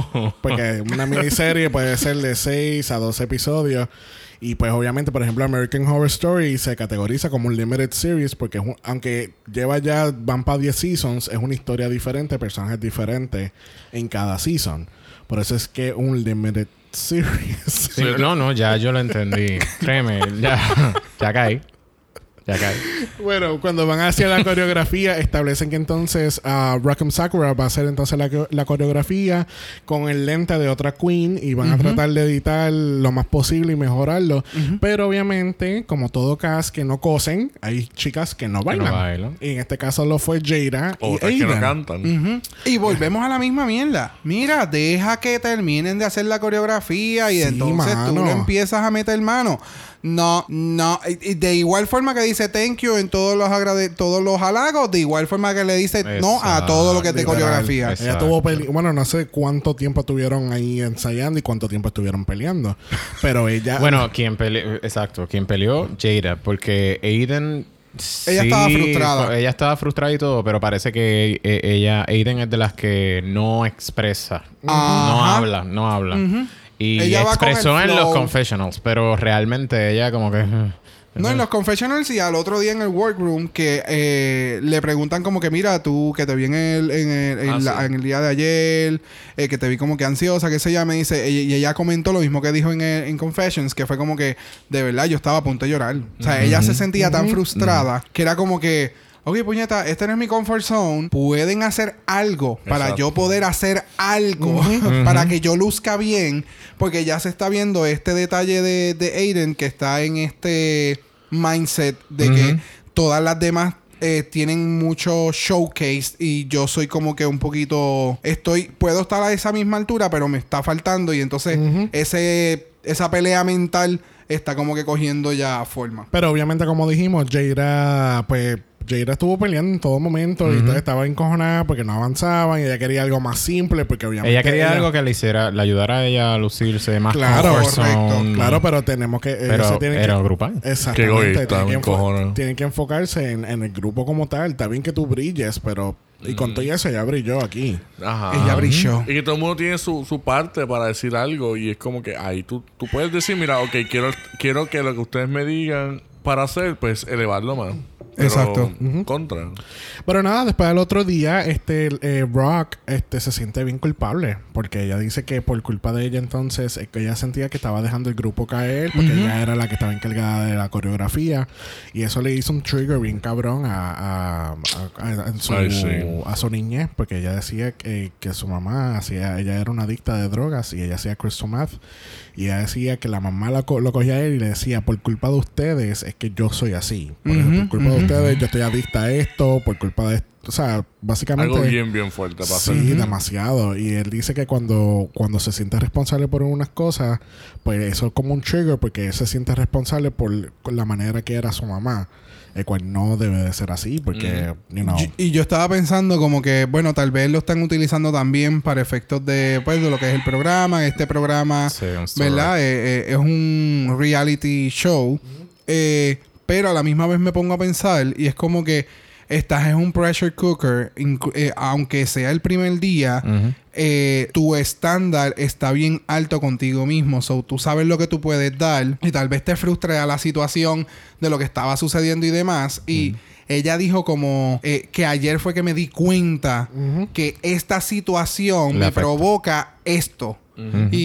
Speaker 1: Porque una miniserie puede ser de seis a doce episodios. Y pues obviamente, por ejemplo, American Horror Story se categoriza como un Limited Series porque es un- aunque lleva ya, van para diez seasons, es una historia diferente, personajes diferentes en cada season. Por eso es que un Limited Series.
Speaker 4: Sí, no, no, ya yo lo entendí. Créeme, ya, ya caí. Ya caí.
Speaker 1: Bueno, cuando van hacia la coreografía, establecen que entonces uh, Rock'em Sakura va a hacer entonces la, la coreografía con el lente de otra queen y van uh-huh. a tratar de editar lo más posible y mejorarlo. Uh-huh. Pero obviamente, como todo cast que no cosen, hay chicas que no bailan.
Speaker 4: Que no bailan.
Speaker 1: Y en este caso lo fue Jada y
Speaker 2: Otras que no cantan.
Speaker 3: Uh-huh. Y volvemos a la misma mierda. Mira, deja que terminen de hacer la coreografía y
Speaker 1: sí,
Speaker 3: entonces
Speaker 1: mano.
Speaker 3: tú le empiezas a meter mano. No, no. Y de igual forma que dice thank you en todos los agrade todos los halagos, de igual forma que le dice
Speaker 4: Exacto.
Speaker 3: no a todo lo que te
Speaker 1: Literal.
Speaker 3: coreografía.
Speaker 1: Ella tuvo peli bueno, no sé cuánto tiempo estuvieron ahí ensayando y cuánto tiempo estuvieron peleando. Pero ella...
Speaker 4: Bueno, quien peleó... Exacto. Quien peleó, Jada. Porque Aiden...
Speaker 3: Ella
Speaker 4: sí,
Speaker 3: estaba frustrada.
Speaker 4: Ella estaba frustrada y todo, pero parece que eh, ella... Aiden es de las que no expresa. No
Speaker 3: Ajá.
Speaker 4: habla, no habla.
Speaker 3: Uh-huh.
Speaker 4: Y
Speaker 3: Ella va con
Speaker 4: expresó
Speaker 3: el
Speaker 4: en los
Speaker 3: flow.
Speaker 4: confessionals, pero realmente ella como que...
Speaker 3: No, en los confessionals y al otro día en el workroom que eh, le preguntan como que mira, tú que te vi en el, en el, en
Speaker 2: Ah,
Speaker 3: la-
Speaker 2: sí.
Speaker 3: en el día de ayer, eh, que te vi como que ansiosa, que se llama, me dice, y, y ella comentó lo mismo que dijo en, el- en Confessions, que fue como que de verdad yo estaba a punto de llorar. O sea, ella se sentía tan frustrada que era como que... Ok, puñeta, este no es mi comfort zone. Pueden hacer algo para
Speaker 2: Exacto.
Speaker 3: yo poder hacer algo para que yo luzca bien. Porque ya se está viendo este detalle de, de Aiden que está en este mindset de
Speaker 4: Ujú.
Speaker 3: que todas las demás eh, tienen mucho showcase y yo soy como que un poquito... Estoy... Puedo estar a esa misma altura, pero me está faltando y entonces
Speaker 1: Ujú.
Speaker 3: ese esa pelea mental está como que cogiendo ya forma.
Speaker 1: Pero obviamente, como dijimos, Jada, pues, Jada estuvo peleando en todo momento y entonces estaba encojonada porque no avanzaban y ella quería algo más simple porque obviamente...
Speaker 4: Ella quería algo que le hiciera... Le ayudara a ella a lucirse más
Speaker 1: Claro,
Speaker 4: comfort
Speaker 3: correcto.
Speaker 4: zone.
Speaker 1: Claro, pero tenemos que...
Speaker 4: Pero
Speaker 1: eso tiene
Speaker 4: era
Speaker 1: que,
Speaker 4: grupal.
Speaker 1: Exactamente.
Speaker 2: Qué egoísta,
Speaker 1: tienen, que
Speaker 2: me encojona.
Speaker 1: enfo- tienen que enfocarse en, en el grupo como tal. Está bien que tú brilles, pero... Y con todo eso ella brilló aquí.
Speaker 2: Ajá.
Speaker 3: Ella brilló.
Speaker 2: Y que todo el mundo tiene su, su parte para decir algo. Y es como que ahí tú, tú puedes decir, mira, ok, quiero, quiero que lo que ustedes me digan para hacer, pues elevarlo más. Pero
Speaker 3: Exacto.
Speaker 2: Contra.
Speaker 1: Pero nada, después del otro día, este eh, Rock este, se siente bien culpable. Porque ella dice que por culpa de ella entonces, es que ella sentía que estaba dejando el grupo caer. Porque ella era la que estaba encargada de la coreografía. Y eso le hizo un trigger bien cabrón a, a, a, a- a su,
Speaker 2: Ay, sí.
Speaker 1: a su niñez. Porque ella decía que, que su mamá hacía... Ella era una adicta de drogas y ella hacía crystal meth. Y ella decía que la mamá la co- lo cogía a él y le decía, por culpa de ustedes es que yo soy así. Por,
Speaker 3: Ujú,
Speaker 1: por culpa de
Speaker 3: ujú.
Speaker 1: ustedes yo estoy adicta a esto, por culpa de esto. O sea, básicamente...
Speaker 2: Algo bien, bien fuerte para
Speaker 1: Sí,
Speaker 2: hacer.
Speaker 1: demasiado. Y él dice que cuando, cuando se siente responsable por unas cosas, pues eso es como un trigger porque él se siente responsable por, por la manera que era su mamá. El cual no debe de ser así porque, you know...
Speaker 3: Yo- y yo estaba pensando como que, bueno, tal vez lo están utilizando también para efectos de, pues, de lo que es el programa. Este programa,
Speaker 4: Sí, un story.
Speaker 3: ¿verdad? Eh, eh, es un reality show. Eh, pero a la misma vez me pongo a pensar y es como que estás en un pressure cooker, incu- eh, aunque sea el primer día,
Speaker 4: Ujú.
Speaker 3: eh, tu estándar está bien alto contigo mismo. So, tú sabes lo que tú puedes dar y tal vez te frustre a la situación de lo que estaba sucediendo y demás. Y ella dijo como eh, que ayer fue que me di cuenta
Speaker 1: Ujú.
Speaker 3: que esta situación
Speaker 4: Le
Speaker 3: me
Speaker 4: afecta.
Speaker 3: provoca esto. Y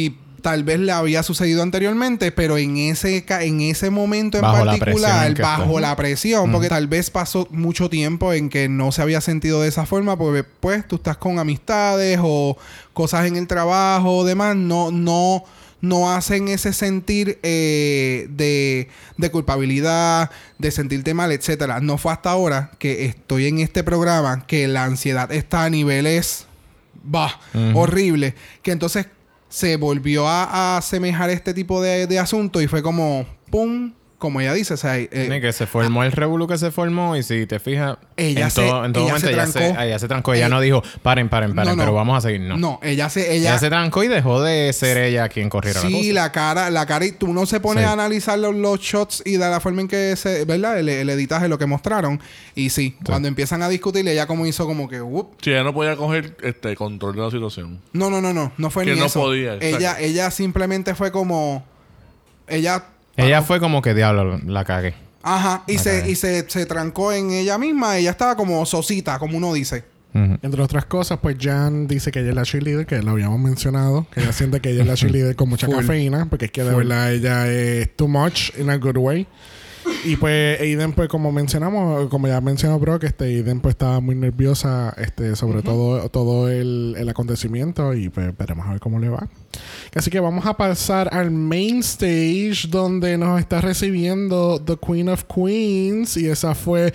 Speaker 3: tal vez le había sucedido anteriormente, pero en ese ca- en ese momento en
Speaker 4: Bajo la
Speaker 3: particular,
Speaker 4: presión que
Speaker 3: bajo
Speaker 4: fue.
Speaker 3: la presión,
Speaker 4: Mm.
Speaker 3: porque tal vez pasó mucho tiempo en que no se había sentido de esa forma, porque pues tú estás con amistades o cosas en el trabajo o demás, no, no, no hacen ese sentir eh, de, de culpabilidad, de sentirte mal, etcétera. No fue hasta ahora que estoy en este programa que la ansiedad está a niveles bah,
Speaker 4: Ujú.
Speaker 3: horrible, que entonces se volvió a, a asemejar este tipo de, de asunto y fue como pum, como ella dice, o sea, eh,
Speaker 4: Ni que se formó el revolú que se formó y si te fijas,
Speaker 3: Ella
Speaker 4: en
Speaker 3: se-
Speaker 4: todo, en todo
Speaker 3: ella
Speaker 4: momento
Speaker 3: se
Speaker 4: ella, se,
Speaker 3: trancó.
Speaker 4: ella se trancó. Ella
Speaker 3: Eh,
Speaker 4: no dijo, paren, paren, paren,
Speaker 3: no, no.
Speaker 4: pero vamos a seguir. No.
Speaker 3: no, ella se
Speaker 4: Ella,
Speaker 3: ella
Speaker 4: se trancó y dejó de ser ella quien corriera la
Speaker 3: sí,
Speaker 4: cosa.
Speaker 3: la cara, la cara, y tú no se pone
Speaker 4: Sí.
Speaker 3: a analizar los, los shots y de la forma en que se, ¿verdad? El, el editaje, lo que mostraron. Y sí, cuando empiezan a discutir, ella como hizo como que, "Whoop".
Speaker 2: Sí, ella no podía coger este control de la situación.
Speaker 3: No, no, no, no, no fue
Speaker 2: Que
Speaker 3: ni
Speaker 2: no
Speaker 3: eso.
Speaker 2: podía, exacto.
Speaker 3: ella, ella simplemente fue como, ella,
Speaker 4: Ella fue como que diablo, la cagué.
Speaker 3: ajá, y
Speaker 4: La
Speaker 3: se,
Speaker 4: cagué.
Speaker 3: y se, se trancó en ella misma. Ella estaba como sosita, como uno dice.
Speaker 4: Ujú.
Speaker 1: Entre otras cosas, pues Jan dice que ella es la cheerleader, que lo habíamos mencionado, que ella siente que ella es la cheerleader con mucha
Speaker 3: Full.
Speaker 1: cafeína, porque es que de verdad ella es too much in a good way. Y pues Aiden, pues como mencionamos, como ya mencionó Brock, este Aiden pues estaba muy nerviosa, este, sobre todo todo el, el acontecimiento, y pues veremos a ver cómo le va. Así que vamos a pasar al main stage, donde nos está recibiendo The Queen of Queens, y esa fue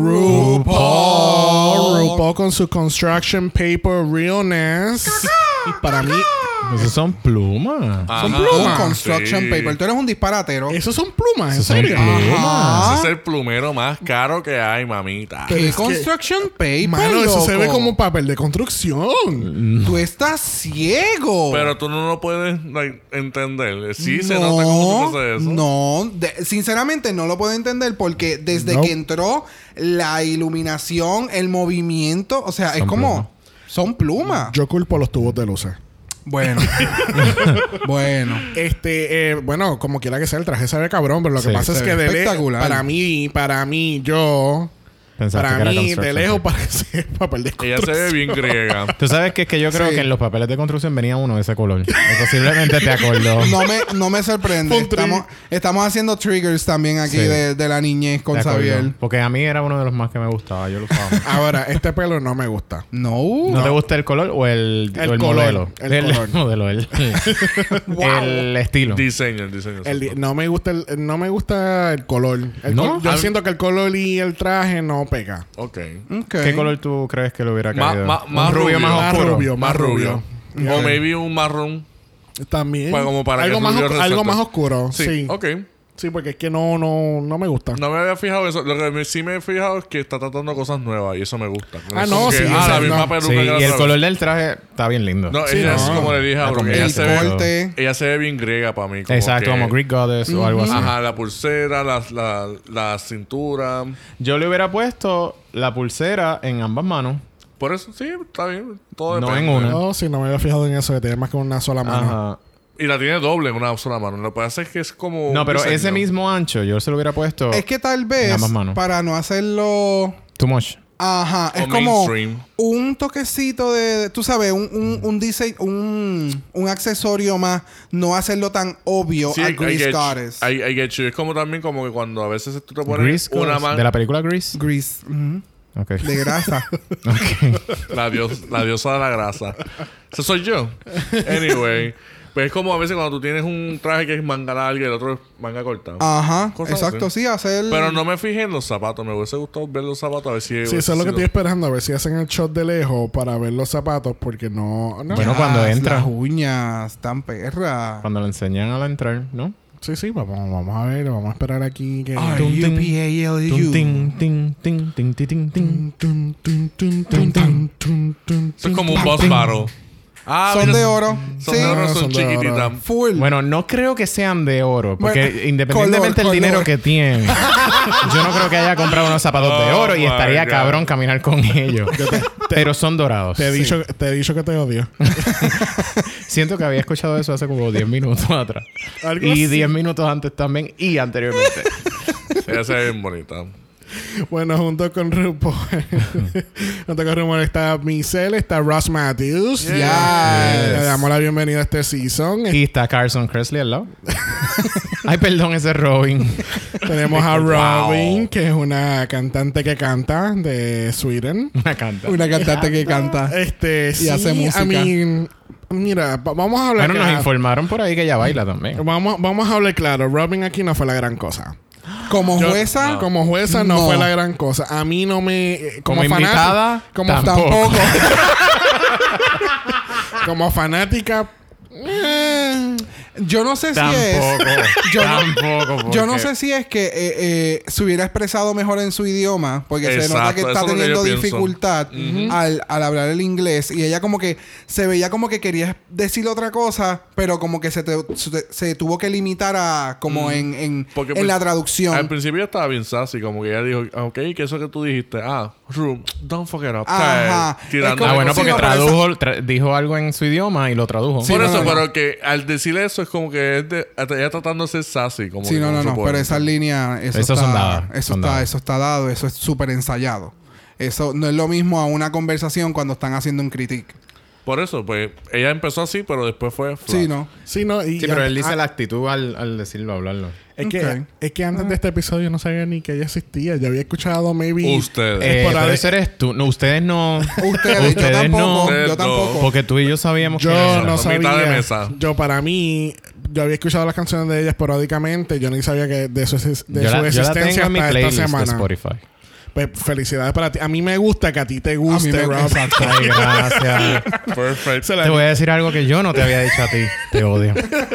Speaker 1: RuPaul. RuPaul con su Construction Paper Realness. Para mí,
Speaker 4: Esos son plumas.
Speaker 2: Ajá.
Speaker 3: Un
Speaker 1: plumas.
Speaker 3: construction
Speaker 2: Sí.
Speaker 3: paper. Tú eres un disparatero.
Speaker 1: esos son plumas, ¿en
Speaker 4: Esos son
Speaker 1: serio?
Speaker 4: plumas.
Speaker 3: Ajá.
Speaker 2: Ese es el plumero más caro que hay, mamita.
Speaker 1: Pero
Speaker 3: ¿Qué
Speaker 1: es que-
Speaker 3: construction paper,
Speaker 1: Mano, eso se
Speaker 3: loco?
Speaker 1: ve como papel de construcción.
Speaker 3: Tú estás ciego.
Speaker 2: Pero tú no lo puedes like, entender. Sí se nota cómo se hace eso.
Speaker 3: No, de- sinceramente no lo puedo entender porque desde
Speaker 1: Nope.
Speaker 3: que entró la iluminación, el movimiento, o sea, es
Speaker 4: Son
Speaker 3: como
Speaker 4: plumas.
Speaker 3: son plumas.
Speaker 1: Yo culpo los tubos de luces.
Speaker 3: Bueno. bueno.
Speaker 1: Este, eh, bueno, como quiera que sea, el traje se ve cabrón, pero lo que
Speaker 4: Sí,
Speaker 1: pasa
Speaker 3: se
Speaker 1: es que
Speaker 3: ve
Speaker 1: de le-
Speaker 3: espectacular.
Speaker 1: para mí, para mí, yo,
Speaker 4: Pensaste que
Speaker 1: para
Speaker 4: era
Speaker 1: mí, de
Speaker 4: construction
Speaker 1: lejos
Speaker 4: paper.
Speaker 1: parece papel de
Speaker 2: Ella se
Speaker 1: construcción.
Speaker 2: ve bien griega.
Speaker 4: Tú sabes que es que yo creo
Speaker 3: Sí.
Speaker 4: que en los papeles de construcción venía uno de ese color. Y posiblemente te acordó.
Speaker 3: No me, no me sorprende.
Speaker 1: Un tri-
Speaker 3: Estamos, estamos haciendo triggers también aquí
Speaker 4: Sí.
Speaker 3: de, de la niñez con
Speaker 4: Te acordó.
Speaker 3: Xavier.
Speaker 4: Porque a mí era uno de los más que me gustaba. Yo lo usaba mucho.
Speaker 1: Ahora, este pelo no me gusta.
Speaker 3: No.
Speaker 4: ¿No, te gusta el color o el,
Speaker 1: El
Speaker 4: o el
Speaker 1: color,
Speaker 4: modelo?
Speaker 1: el color.
Speaker 4: modelo, el, el estilo.
Speaker 2: Diseño, el diseño.
Speaker 1: El di-
Speaker 2: exacto.
Speaker 1: no me gusta el, no me gusta el color. El
Speaker 4: ¿No?
Speaker 1: col- yo
Speaker 2: A-
Speaker 1: siento que el color y el traje no pega.
Speaker 2: Ok.
Speaker 3: Ok.
Speaker 4: ¿Qué color tú crees que le hubiera
Speaker 2: Ma-
Speaker 4: caído?
Speaker 2: ma-
Speaker 4: ¿Un
Speaker 2: más
Speaker 4: rubio
Speaker 2: rubio.
Speaker 4: más
Speaker 1: Más
Speaker 4: oscuro?
Speaker 1: rubio, más
Speaker 2: Más
Speaker 1: rubio.
Speaker 2: rubio. O maybe un marrón.
Speaker 1: También.
Speaker 2: Pues como para
Speaker 1: algo
Speaker 2: que
Speaker 1: más
Speaker 2: rubio
Speaker 1: oscu-
Speaker 2: resalte.
Speaker 1: algo más oscuro. Sí.
Speaker 2: Sí.
Speaker 1: Sí.
Speaker 2: Ok.
Speaker 1: porque es que no no no me gusta.
Speaker 2: No me había fijado en eso. Lo que me- sí me he fijado es que está tratando cosas nuevas y eso me gusta.
Speaker 1: Ah,
Speaker 2: Eso
Speaker 1: no,
Speaker 2: que,
Speaker 1: sí,
Speaker 2: Ah,
Speaker 1: ese-
Speaker 2: la misma
Speaker 1: no.
Speaker 2: peluca
Speaker 4: Sí,
Speaker 2: que la
Speaker 4: y el
Speaker 2: otra vez.
Speaker 4: color del traje está bien lindo.
Speaker 2: No,
Speaker 1: Sí,
Speaker 2: ella es
Speaker 1: no.
Speaker 2: como le dije a
Speaker 4: La
Speaker 2: Brooke, ella
Speaker 3: El
Speaker 2: se ve,
Speaker 3: corte.
Speaker 2: ella se ve bien griega para mí. Como
Speaker 4: Exacto,
Speaker 2: que-
Speaker 4: como Greek Goddess o algo así.
Speaker 2: Ajá, la pulsera, la, la, la cintura.
Speaker 4: Yo le hubiera puesto la pulsera en ambas manos.
Speaker 2: Por eso, sí, está bien. Todo
Speaker 4: No
Speaker 2: depende.
Speaker 4: en una.
Speaker 1: No, sí, no me había fijado en eso, de tener más que una sola mano.
Speaker 4: Ajá.
Speaker 2: Y la tiene doble en una sola mano. Lo que pasa es que es como.
Speaker 4: No,
Speaker 2: un
Speaker 4: pero
Speaker 2: diseño.
Speaker 4: ese mismo ancho yo se lo hubiera puesto
Speaker 3: Es que tal
Speaker 4: en
Speaker 3: vez,
Speaker 4: ambas manos.
Speaker 3: para no hacerlo...
Speaker 4: Too much.
Speaker 3: Ajá,
Speaker 2: O
Speaker 3: es como
Speaker 2: mainstream.
Speaker 3: un toquecito de, tú sabes, un, un, un diseño, un, un accesorio más, no hacerlo tan obvio
Speaker 2: Sí,
Speaker 3: a
Speaker 2: I, I
Speaker 3: Grease
Speaker 2: get you.
Speaker 3: Goddess.
Speaker 2: I, I get you. Es como también como que cuando a veces tú te pones
Speaker 4: Grease
Speaker 2: una
Speaker 4: Goddess.
Speaker 2: mano.
Speaker 4: ¿De la película Grease?
Speaker 3: Grease, ujú,
Speaker 4: Ok.
Speaker 3: de grasa.
Speaker 4: Ok.
Speaker 2: La, dios, la diosa de la grasa. Eso soy yo. Anyway. Pues es como a veces cuando tú tienes un traje que es manga larga y el otro es manga corta.
Speaker 3: Ajá,
Speaker 2: Cosas
Speaker 3: exacto,
Speaker 2: así.
Speaker 3: sí, hacer...
Speaker 2: Pero no me fijé en los zapatos. Me hubiese gustado ver los zapatos a ver si...
Speaker 1: Sí, eso es lo que
Speaker 2: si
Speaker 1: estoy esperando, a ver si hacen el shot de lejos para ver los zapatos, porque no... no.
Speaker 4: Bueno, cuando
Speaker 3: Las-
Speaker 4: entra.
Speaker 3: Las uñas tan perras.
Speaker 4: Cuando lo enseñan al entrar, ¿no?
Speaker 1: Sí, sí, vamos, vamos a ver, vamos a esperar aquí que...
Speaker 3: Are
Speaker 4: Tum,
Speaker 3: you
Speaker 4: tin,
Speaker 3: P A L
Speaker 4: Tum,
Speaker 3: U?
Speaker 4: tin, tin, tin, tin, tin, tin, tin.
Speaker 1: Tun, tun, tun, tun, tun, tun, tun,
Speaker 2: Eso es como un
Speaker 3: Pam,
Speaker 2: boss
Speaker 3: ting.
Speaker 2: battle. Ah,
Speaker 3: Son
Speaker 2: mira,
Speaker 3: de oro.
Speaker 2: Son
Speaker 3: Sí.
Speaker 2: de oro,
Speaker 1: Ah,
Speaker 2: son
Speaker 1: son de oro.
Speaker 2: chiquititas.
Speaker 3: Full.
Speaker 4: Bueno, no creo que sean de oro, porque
Speaker 3: Bueno,
Speaker 4: independientemente
Speaker 3: color,
Speaker 4: del dinero
Speaker 3: color.
Speaker 4: que tienen, yo no creo que haya comprado unos zapatos de
Speaker 2: Oh
Speaker 4: oro y
Speaker 2: my
Speaker 4: estaría
Speaker 2: God.
Speaker 4: cabrón caminar con ellos. Pero son dorados.
Speaker 1: Te he,
Speaker 4: Sí.
Speaker 1: dicho, te he dicho que te odio.
Speaker 4: Siento que había escuchado eso hace como diez minutos atrás.
Speaker 1: Algo
Speaker 4: Y
Speaker 1: así.
Speaker 4: diez minutos antes también y anteriormente.
Speaker 2: Ella se ve bien bonita.
Speaker 1: Bueno, junto con RuPaul, junto con RuPaul está Michelle, está Ross Matthews.
Speaker 3: Yes.
Speaker 1: Le damos la bienvenida a este season.
Speaker 4: Y está Carson Kressley al lado. Ay, perdón, ese es Robin.
Speaker 1: Tenemos a
Speaker 2: Wow.
Speaker 1: Robin, que es una cantante que canta de Sweden.
Speaker 4: Una canta.
Speaker 3: Una cantante que canta.
Speaker 1: Este,
Speaker 3: Y
Speaker 1: sí,
Speaker 3: hace música.
Speaker 1: I mean, mira, va- vamos a hablar
Speaker 4: Bueno, nos
Speaker 1: claro.
Speaker 4: informaron por ahí que ella baila también.
Speaker 1: Vamos, vamos a hablar claro. Robin aquí no fue la gran cosa.
Speaker 3: Como
Speaker 1: Yo-
Speaker 3: jueza,
Speaker 1: Como jueza no,
Speaker 3: No.
Speaker 1: fue la gran cosa. A mí no me... eh,
Speaker 4: Como
Speaker 1: fanática-
Speaker 4: invitada,
Speaker 1: como
Speaker 4: tampoco.
Speaker 3: tampoco.
Speaker 1: como fanática... eh,
Speaker 3: Yo no sé si
Speaker 4: Tampoco.
Speaker 3: es. Yo no-
Speaker 4: tampoco.
Speaker 3: Yo no
Speaker 4: porque-
Speaker 3: sé si es que eh, eh, se hubiera expresado mejor en su idioma, porque se nota
Speaker 2: Exacto,
Speaker 3: que está
Speaker 2: eso es lo que
Speaker 3: teniendo
Speaker 2: yo pienso.
Speaker 3: dificultad al, al hablar el inglés. Y ella como que se veía como que quería decir otra cosa, pero como que se, te- se, se tuvo que limitar a como en, en,
Speaker 2: Porque,
Speaker 3: en
Speaker 2: pues,
Speaker 3: la
Speaker 2: Al
Speaker 3: traducción.
Speaker 2: principio estaba bien sassy, como que ella dijo, ah, ok, que eso que tú dijiste, ah, Ru, don't fuck it up.
Speaker 3: Ajá.
Speaker 2: Eh, tirando
Speaker 3: Es
Speaker 4: Ah, bueno,
Speaker 3: Sí,
Speaker 4: porque
Speaker 3: no, pero
Speaker 4: tradujo, tra- dijo algo en su idioma y lo tradujo.
Speaker 3: Sí,
Speaker 2: Por
Speaker 3: no,
Speaker 2: eso,
Speaker 3: no, no.
Speaker 2: pero que al decirle eso es como que es de, ella tratando de ser sassy. Como
Speaker 3: Sí,
Speaker 2: que
Speaker 3: no,
Speaker 2: como
Speaker 3: no,
Speaker 2: se
Speaker 3: no.
Speaker 2: puede
Speaker 3: Pero
Speaker 2: decir.
Speaker 3: esa línea, eso
Speaker 4: Esos
Speaker 3: está,
Speaker 4: son dadas,
Speaker 3: eso
Speaker 4: son
Speaker 3: está,
Speaker 4: dadas.
Speaker 3: eso está dado, eso es súper ensayado. Eso no es lo mismo a una conversación cuando están haciendo un critique.
Speaker 2: Por eso, pues, ella empezó así, pero después fue flat.
Speaker 3: Sí, ¿no?
Speaker 1: sí, no, y,
Speaker 4: Sí, pero él
Speaker 1: ah,
Speaker 4: dice la actitud al, al decirlo, hablarlo.
Speaker 1: Es que,
Speaker 3: Ok.
Speaker 1: es que antes de este episodio no sabía ni que ella existía. Yo había escuchado maybe...
Speaker 2: Ustedes.
Speaker 4: Eh,
Speaker 1: por
Speaker 4: pero
Speaker 1: ahí-
Speaker 4: eso eres tú. No, ustedes no.
Speaker 3: Ustedes, yo
Speaker 4: Ustedes
Speaker 3: tampoco,
Speaker 4: no.
Speaker 2: Ustedes
Speaker 3: yo tampoco.
Speaker 4: Porque tú y yo sabíamos
Speaker 1: Yo
Speaker 4: que era.
Speaker 1: no
Speaker 2: Son mitad de
Speaker 1: sabía.
Speaker 2: mesa.
Speaker 1: Yo para mí... Yo había escuchado las canciones de ella esporádicamente. Yo ni sabía que de su, de
Speaker 4: Yo
Speaker 1: su
Speaker 4: la, yo la
Speaker 1: existencia
Speaker 4: tengo en mi
Speaker 1: hasta esta
Speaker 4: playlist de
Speaker 1: semana.
Speaker 4: Spotify.
Speaker 1: Pues felicidades para ti. A mí me gusta que a ti te guste,
Speaker 3: me-
Speaker 1: Rob.
Speaker 3: exacto.
Speaker 4: Ay, gracias.
Speaker 2: Perfect.
Speaker 1: Esa es la-
Speaker 4: Te voy a decir algo que yo no te había dicho a ti. Te odio.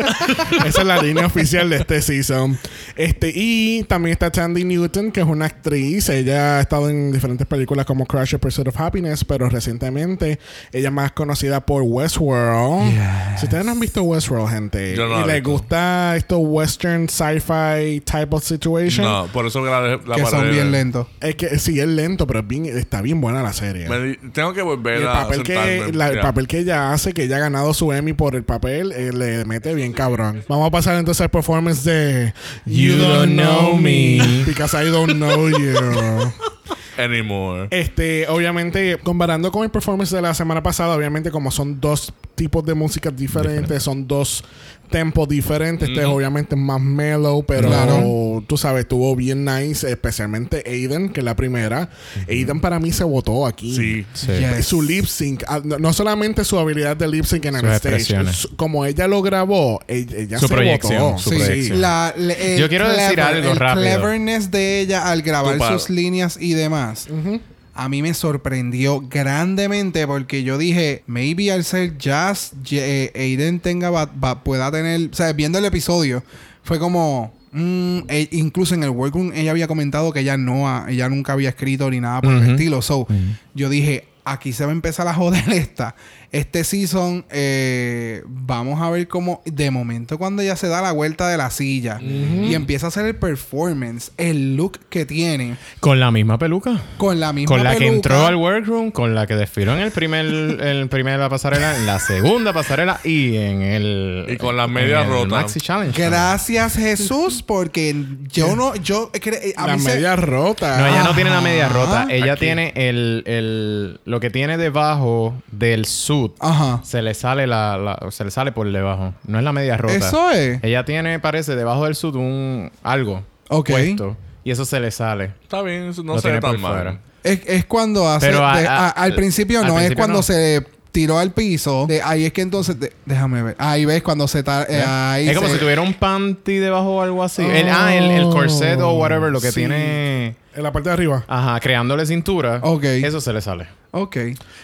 Speaker 1: Esa es la línea oficial de este season. Este, y también está Tandy Newton, que es una actriz. Ella ha estado en diferentes películas como Crash: A Pursuit of Happiness, pero recientemente ella es más conocida por Westworld. Si ustedes no han visto Westworld, gente,
Speaker 2: Yo no
Speaker 1: y
Speaker 2: la he
Speaker 1: les
Speaker 2: visto.
Speaker 1: gusta esto western sci-fi type of situation,
Speaker 2: No, por eso que la, dejé- la
Speaker 3: Que
Speaker 2: paré
Speaker 3: son
Speaker 2: de
Speaker 3: bien
Speaker 2: ver.
Speaker 3: lentos.
Speaker 1: es que sí es lento, pero es bien, está bien buena la serie.
Speaker 2: Me di- tengo que
Speaker 1: Y
Speaker 2: volver
Speaker 1: el
Speaker 2: a
Speaker 1: papel, que,
Speaker 2: sentarme.
Speaker 1: la- el
Speaker 2: Ya.
Speaker 1: papel que ella hace, que ella ha ganado su Emmy por el papel, eh, le mete bien cabrón. Vamos a pasar entonces al performance de
Speaker 4: You Don't Know Me.
Speaker 1: Because I Don't Know You.
Speaker 2: Anymore.
Speaker 1: Este, obviamente, comparando con el performance de la semana pasada, obviamente como son dos tipos de música diferentes,
Speaker 4: Diferente.
Speaker 1: son dos tempos diferentes, este es
Speaker 2: Ujú.
Speaker 1: obviamente más mellow, pero
Speaker 3: Claro.
Speaker 1: tú sabes, estuvo bien nice, especialmente Aiden, que es la primera. Aiden para mí se votó aquí.
Speaker 2: Sí.
Speaker 4: Sí.
Speaker 3: Yes.
Speaker 1: Su lip sync, ah, no, no solamente su habilidad de lip sync en
Speaker 4: Sus
Speaker 1: el stage,
Speaker 4: expresiones.
Speaker 1: su- como ella lo grabó, ella, ella
Speaker 4: Su
Speaker 1: se
Speaker 4: proyección,
Speaker 1: votó.
Speaker 4: su
Speaker 3: Sí,
Speaker 4: proyección.
Speaker 3: la- le- el
Speaker 4: Yo quiero decir algo
Speaker 3: el
Speaker 4: rápido.
Speaker 3: cleverness de ella al grabar
Speaker 2: Tu paro.
Speaker 3: sus líneas y demás. A mí me sorprendió grandemente porque yo dije, maybe al ser jazz, Ye- eh, Aiden tenga, va- va- pueda tener, o sea, viendo el episodio, fue como, mm, e- incluso en el workroom ella había comentado que ella no, ha- ella nunca había escrito ni nada por el
Speaker 4: Ujú.
Speaker 3: estilo. So, yo dije, aquí se va a empezar a joder esta. Este season, eh, vamos a ver cómo, de momento, cuando ella se da la vuelta de la silla y empieza a hacer el performance, el look que tiene,
Speaker 4: Con la misma peluca.
Speaker 3: con la misma
Speaker 4: Con la que
Speaker 3: peluca,
Speaker 4: entró al workroom, con la que desfiló en el primer, en el primer la pasarela, en la segunda pasarela y en el
Speaker 2: Y con las medias
Speaker 4: en el
Speaker 2: rotas.
Speaker 4: Maxi Challenge.
Speaker 3: Gracias, Jesús, porque yo no, yo cre- eh, a
Speaker 1: La
Speaker 3: mí se-
Speaker 1: media rota.
Speaker 4: No, ella no tiene la
Speaker 3: Ajá.
Speaker 4: media rota. Ella
Speaker 2: Aquí.
Speaker 4: tiene el, el lo que tiene debajo del suit.
Speaker 3: Ajá.
Speaker 4: Se le sale la, la- se le sale por debajo. No es la media rota.
Speaker 3: Eso es.
Speaker 4: Ella tiene, parece, debajo del suit un algo
Speaker 3: Ok.
Speaker 4: puesto. Y eso se le sale.
Speaker 2: Está bien, eso no
Speaker 4: Lo
Speaker 2: se ve
Speaker 4: tiene por
Speaker 2: tan mal.
Speaker 4: fuera.
Speaker 3: Es, es cuando hace.
Speaker 4: Pero a-
Speaker 3: de-
Speaker 4: a-
Speaker 3: a- al principio
Speaker 4: al
Speaker 3: no, es
Speaker 4: principio
Speaker 3: cuando
Speaker 4: no.
Speaker 3: se tiró al piso. De, ahí es que entonces. de- déjame ver. Ahí ves cuando se. ta- eh, ahí
Speaker 4: Es como
Speaker 3: se-
Speaker 4: si tuviera un panty debajo o algo así. El- ah, el, el corset o whatever, lo que
Speaker 1: Sí.
Speaker 4: tiene.
Speaker 1: En la parte de arriba.
Speaker 4: Ajá, creándole cintura.
Speaker 3: Ok.
Speaker 4: Eso se le sale.
Speaker 3: Ok.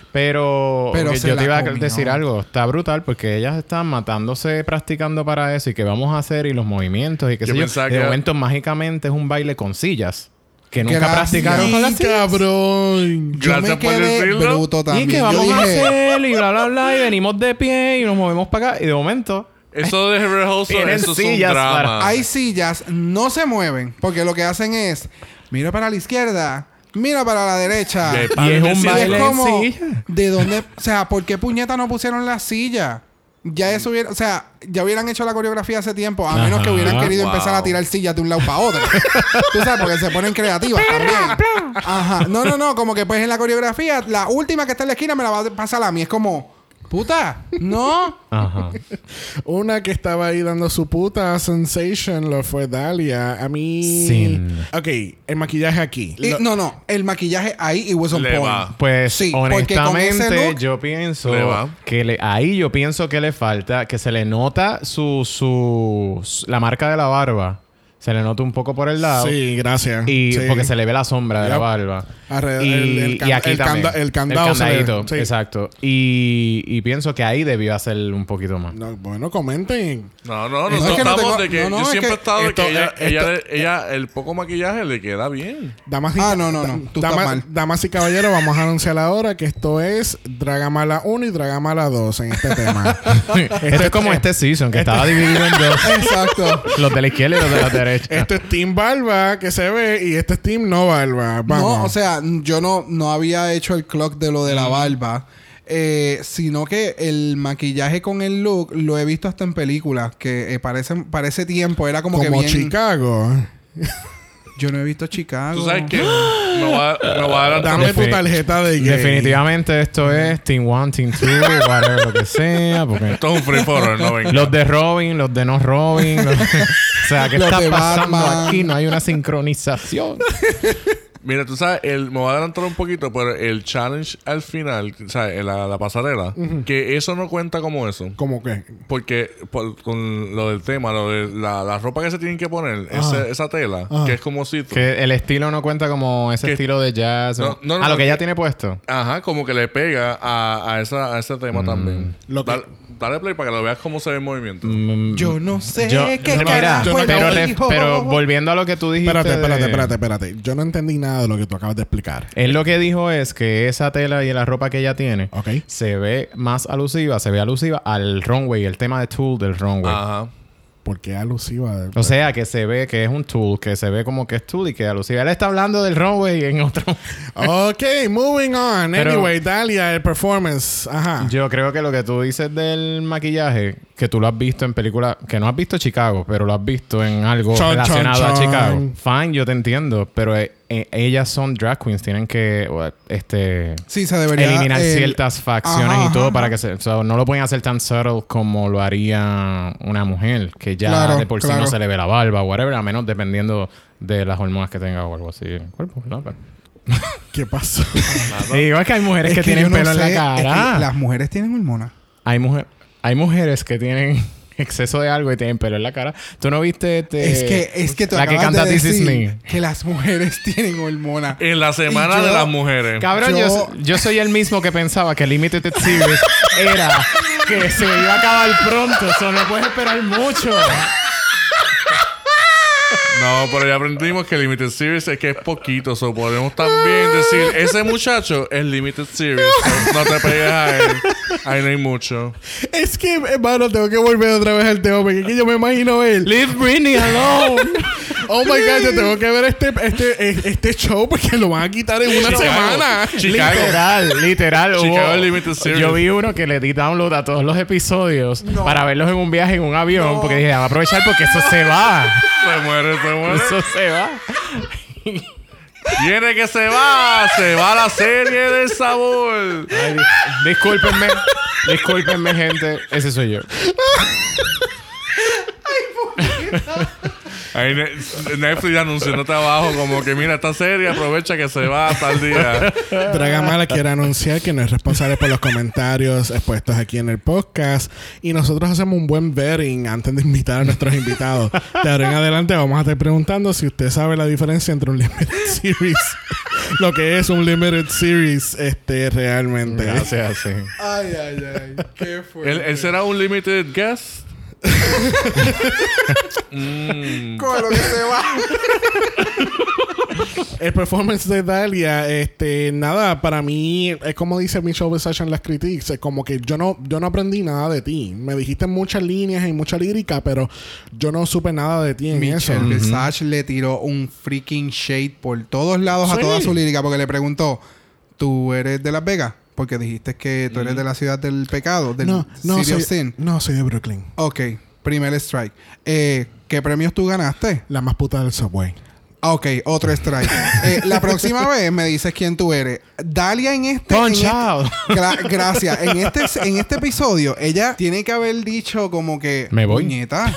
Speaker 4: Pero,
Speaker 3: Pero
Speaker 4: ok,
Speaker 3: se
Speaker 4: yo
Speaker 3: la
Speaker 4: te iba a
Speaker 3: comió.
Speaker 4: decir algo. Está brutal porque ellas están matándose practicando para eso y que vamos a hacer y los movimientos y qué
Speaker 2: Yo
Speaker 4: sé yo.
Speaker 2: pensaba
Speaker 4: De
Speaker 2: que-
Speaker 4: momento, mágicamente, es un baile con sillas. Que nunca
Speaker 3: Gracias.
Speaker 4: practicaron con las
Speaker 1: Sí,
Speaker 4: sillas.
Speaker 1: cabrón.
Speaker 3: Yo
Speaker 2: Gracias
Speaker 3: me
Speaker 2: por
Speaker 3: quedé
Speaker 2: decirlo.
Speaker 3: bruto
Speaker 4: Y
Speaker 3: también.
Speaker 4: que
Speaker 3: Yo
Speaker 4: vamos a
Speaker 3: dije,
Speaker 4: hacer y bla, bla, bla. Y venimos de pie y nos movemos para acá. Y de momento...
Speaker 2: Eso de rehearsal,
Speaker 4: Tienen
Speaker 2: eso es un
Speaker 4: sillas
Speaker 2: drama.
Speaker 4: para-
Speaker 3: hay sillas, no se mueven. Porque lo que hacen es. Mira para la izquierda. Mira para la derecha.
Speaker 2: De
Speaker 4: Y es un
Speaker 3: Y
Speaker 2: sillas.
Speaker 4: baile
Speaker 3: es como,
Speaker 4: en silla.
Speaker 3: ¿de dónde? O sea, ¿por qué puñeta no pusieron la silla? ya eso hubiera... O sea, ya hubieran hecho la coreografía hace tiempo. A menos
Speaker 4: Ajá.
Speaker 3: que hubieran querido
Speaker 2: Wow.
Speaker 3: empezar a tirar sillas de un lado para otro. Tú sabes, porque se ponen creativas también. Ajá. No, no, no. Como que pues en la coreografía, la última que está en la esquina me la va a pasar a mí. Es como... Puta, no.
Speaker 4: Ajá.
Speaker 1: Una que estaba ahí dando su puta sensation lo fue Dalia. A mí...
Speaker 4: Sin.
Speaker 1: Ok, el maquillaje aquí.
Speaker 3: Y-
Speaker 1: Lo-
Speaker 3: no, no. El maquillaje ahí y was on
Speaker 2: Le
Speaker 3: point.
Speaker 2: va.
Speaker 4: Pues
Speaker 3: Sí, porque con ese
Speaker 4: honestamente
Speaker 3: look-
Speaker 4: yo pienso
Speaker 2: Le va.
Speaker 4: que le, ahí yo pienso que le falta que se le nota su, su, su- la marca de la barba. Se le nota un poco por el lado.
Speaker 1: Sí, gracias.
Speaker 4: Y
Speaker 1: Sí.
Speaker 4: porque se le ve la sombra de la
Speaker 1: Yep.
Speaker 4: barba.
Speaker 1: Alrededor-
Speaker 4: y,
Speaker 1: el- el can-
Speaker 4: y aquí
Speaker 1: el
Speaker 4: también.
Speaker 1: canda- el candado se le-
Speaker 4: candadito,
Speaker 1: sí.
Speaker 4: exacto. Y, y pienso que ahí debió hacer un poquito más.
Speaker 1: No, bueno, comenten.
Speaker 2: No, no,
Speaker 3: No, es
Speaker 2: nosotros
Speaker 3: que no
Speaker 2: estamos
Speaker 3: tengo-
Speaker 2: de que
Speaker 3: no, no,
Speaker 2: yo
Speaker 3: es
Speaker 2: siempre
Speaker 3: que
Speaker 2: he estado de
Speaker 1: esto-
Speaker 2: que ella,
Speaker 1: eh,
Speaker 2: ella,
Speaker 1: esto-
Speaker 2: ella, el poco maquillaje le queda bien.
Speaker 1: Damas y,
Speaker 3: Ah, no, no, no. Tú estás
Speaker 1: Damas-
Speaker 3: mal.
Speaker 1: damas y caballeros, vamos a anunciar ahora que esto es Dragamala uno y Dragamala dos en este tema.
Speaker 4: Esto es como este season, que estaba dividido en dos.
Speaker 3: Exacto.
Speaker 4: Los de la izquierda y los de la derecha.
Speaker 1: Esto es Team Barba que se ve y este es Team No Barba. Vamos.
Speaker 3: No, o sea, yo no, no había hecho el clock de lo de la barba. Eh, sino que el maquillaje con el look lo he visto hasta en películas. Que eh, parece, parece tiempo. Era como,
Speaker 1: como
Speaker 3: que bien...
Speaker 1: Chicago.
Speaker 3: Yo no he visto Chicago.
Speaker 2: Tú sabes que me voy a, me voy a adelantar
Speaker 1: Dame
Speaker 2: un
Speaker 1: tu
Speaker 4: Defini-
Speaker 1: tarjeta de gay.
Speaker 4: Definitivamente esto es Team One, Team Two, whatever, lo que sea. Porque
Speaker 2: Esto es un free for all, no venga.
Speaker 4: los de Robin, los de no Robin. los- O sea, ¿qué
Speaker 3: Los
Speaker 4: está
Speaker 3: de
Speaker 4: pasando
Speaker 3: Batman.
Speaker 4: aquí? No hay una sincronización.
Speaker 2: Mira, tú sabes, el, me voy a adelantar un poquito, pero el challenge al final, o sea, la, la pasarela, que eso no cuenta como eso.
Speaker 1: ¿Cómo que?
Speaker 2: Porque por- con lo del tema, lo de la, la ropa que se tienen que poner,
Speaker 1: Ajá.
Speaker 2: ese- esa tela,
Speaker 1: Ajá.
Speaker 2: que es como cito.
Speaker 4: Que el estilo no cuenta como ese
Speaker 2: Que-
Speaker 4: estilo de jazz.
Speaker 2: No,
Speaker 4: o-
Speaker 2: no, no,
Speaker 4: a lo
Speaker 2: no,
Speaker 4: que ella
Speaker 2: que-
Speaker 4: tiene puesto.
Speaker 2: Ajá, como que le pega a, a, esa, a ese tema también.
Speaker 1: Lo que-
Speaker 2: Dale, dale play para que lo veas cómo se ve el movimiento.
Speaker 4: Mm,
Speaker 3: Yo no sé
Speaker 4: yo-
Speaker 3: qué
Speaker 4: no, mira,
Speaker 3: carajo
Speaker 1: yo no-
Speaker 4: pero,
Speaker 3: él
Speaker 4: ref-
Speaker 3: dijo.
Speaker 4: pero volviendo a lo que tú dijiste.
Speaker 1: Espérate, espérate,
Speaker 4: de-
Speaker 1: espérate, espérate. Yo no entendí nada de lo que tú acabas de explicar.
Speaker 4: Él lo que dijo es que esa tela y la ropa que ella tiene
Speaker 1: Ok.
Speaker 4: se ve más alusiva, se ve alusiva al runway, el tema de Tool del runway.
Speaker 2: Ajá.
Speaker 1: ¿Por qué alusiva?
Speaker 4: O sea, que se ve que es un Tool, que se ve como que es Tool y que es alusiva. Él está hablando del runway en otro.
Speaker 1: Ok, moving on.
Speaker 4: Pero-
Speaker 1: Anyway, Dalia, el performance. Ajá.
Speaker 4: Yo creo que lo que tú dices del maquillaje, que tú lo has visto en películas, que no has visto Chicago, pero lo has visto en algo
Speaker 1: Chon,
Speaker 4: relacionado
Speaker 1: chon,
Speaker 4: a
Speaker 1: chon.
Speaker 4: Chicago. Fine, yo te entiendo, pero eh, eh, ellas son drag queens, tienen que o, este
Speaker 3: Sí, se debería...
Speaker 4: eliminar
Speaker 3: el-
Speaker 4: ciertas facciones
Speaker 3: Ajá,
Speaker 4: y todo
Speaker 3: ajá,
Speaker 4: para
Speaker 3: ajá.
Speaker 4: que se... O sea, no lo pueden hacer tan subtle como lo haría una mujer, que ya
Speaker 3: Claro,
Speaker 4: de por sí
Speaker 3: claro.
Speaker 4: no se le ve la barba, whatever, a menos dependiendo de las hormonas que tenga o algo así en el cuerpo, ¿no? Pero-
Speaker 1: ¿Qué pasó?
Speaker 4: Y digo, es que hay mujeres
Speaker 3: Es
Speaker 4: que,
Speaker 3: que
Speaker 4: tienen
Speaker 3: yo no
Speaker 4: pelo en
Speaker 3: sé,
Speaker 4: la
Speaker 3: es
Speaker 4: cara.
Speaker 3: que las mujeres tienen hormonas.
Speaker 4: Hay, mujer, hay mujeres que tienen exceso de algo y tienen pelo en la cara. ¿Tú no viste este,
Speaker 3: es que, es que tú
Speaker 4: la que
Speaker 3: acabas
Speaker 4: canta
Speaker 3: de
Speaker 4: This Is
Speaker 3: decir
Speaker 4: Me?
Speaker 3: que las mujeres tienen hormonas.
Speaker 2: En la semana
Speaker 3: Y yo-
Speaker 2: de las mujeres.
Speaker 4: Cabrón, yo,
Speaker 3: Yo-
Speaker 4: yo soy el mismo que pensaba que Limited Series era que se iba a acabar pronto. Eso no puedes esperar mucho.
Speaker 2: No, pero ya aprendimos que Limited Series es que es poquito. So podemos también decir, ese muchacho es Limited Series. So no te pegues a él. Ahí no hay mucho.
Speaker 1: Es que, hermano, tengo que volver otra vez al tema porque es que yo me imagino él.
Speaker 4: Leave Britney alone.
Speaker 1: Oh my God, yo tengo que ver este, este, este show porque lo van a quitar en una
Speaker 2: Chicago.
Speaker 1: semana.
Speaker 2: Chicago.
Speaker 4: Literal, literal.
Speaker 2: Chicago
Speaker 4: hubo-
Speaker 2: Limited Series.
Speaker 4: Yo vi uno que le di download a todos los episodios para verlos en un viaje en un avión. Porque dije, "Ah, voy a aprovechar porque eso se va.
Speaker 2: Se muere, se muere.
Speaker 4: Eso se va.
Speaker 2: Viene que se va. Se va la serie del sabor.
Speaker 4: Ay, di- discúlpenme. Discúlpenme, gente. Ese soy yo.
Speaker 2: Ahí Ne- Netflix anunciándote abajo como que mira esta serie, aprovecha que se va tal día.
Speaker 1: Dragamala quiere anunciar que no es responsable por los comentarios expuestos aquí en el podcast y nosotros hacemos un buen vetting antes de invitar a nuestros invitados. De ahora en adelante vamos a estar preguntando si usted sabe la diferencia entre un limited series, lo que es un limited series, este realmente.
Speaker 4: Gracias, sí.
Speaker 3: Ay, ay, ay. Qué fuerte.
Speaker 2: ¿Él, él será un limited guest? mm.
Speaker 3: Con lo que se va.
Speaker 1: El performance de Dalia, este, nada, para mí es como dice Michelle Visage en las critiques, es como que yo no, yo no aprendí nada de ti. Me dijiste muchas líneas y mucha lírica, pero yo no supe nada de ti en eso.
Speaker 3: Michelle Visage le tiró un freaking shade por todos lados
Speaker 1: Sí.
Speaker 3: a toda su lírica porque le preguntó, ¿tú eres de Las Vegas? Porque dijiste que tú eres de la ciudad del pecado, del
Speaker 1: No, no,
Speaker 3: City of
Speaker 1: soy,
Speaker 3: Sin.
Speaker 1: no, soy de Brooklyn.
Speaker 3: Ok, primer strike. Eh, ¿Qué premios tú ganaste?
Speaker 1: La más puta del Subway.
Speaker 3: Ok, otro strike. eh, la próxima vez me dices quién tú eres. Dalia en este... en
Speaker 4: Punch
Speaker 3: este-
Speaker 4: out.
Speaker 3: Gra- gracias. En este, en este episodio, ella tiene que haber dicho como que...
Speaker 4: Me voy.
Speaker 3: Puñeta,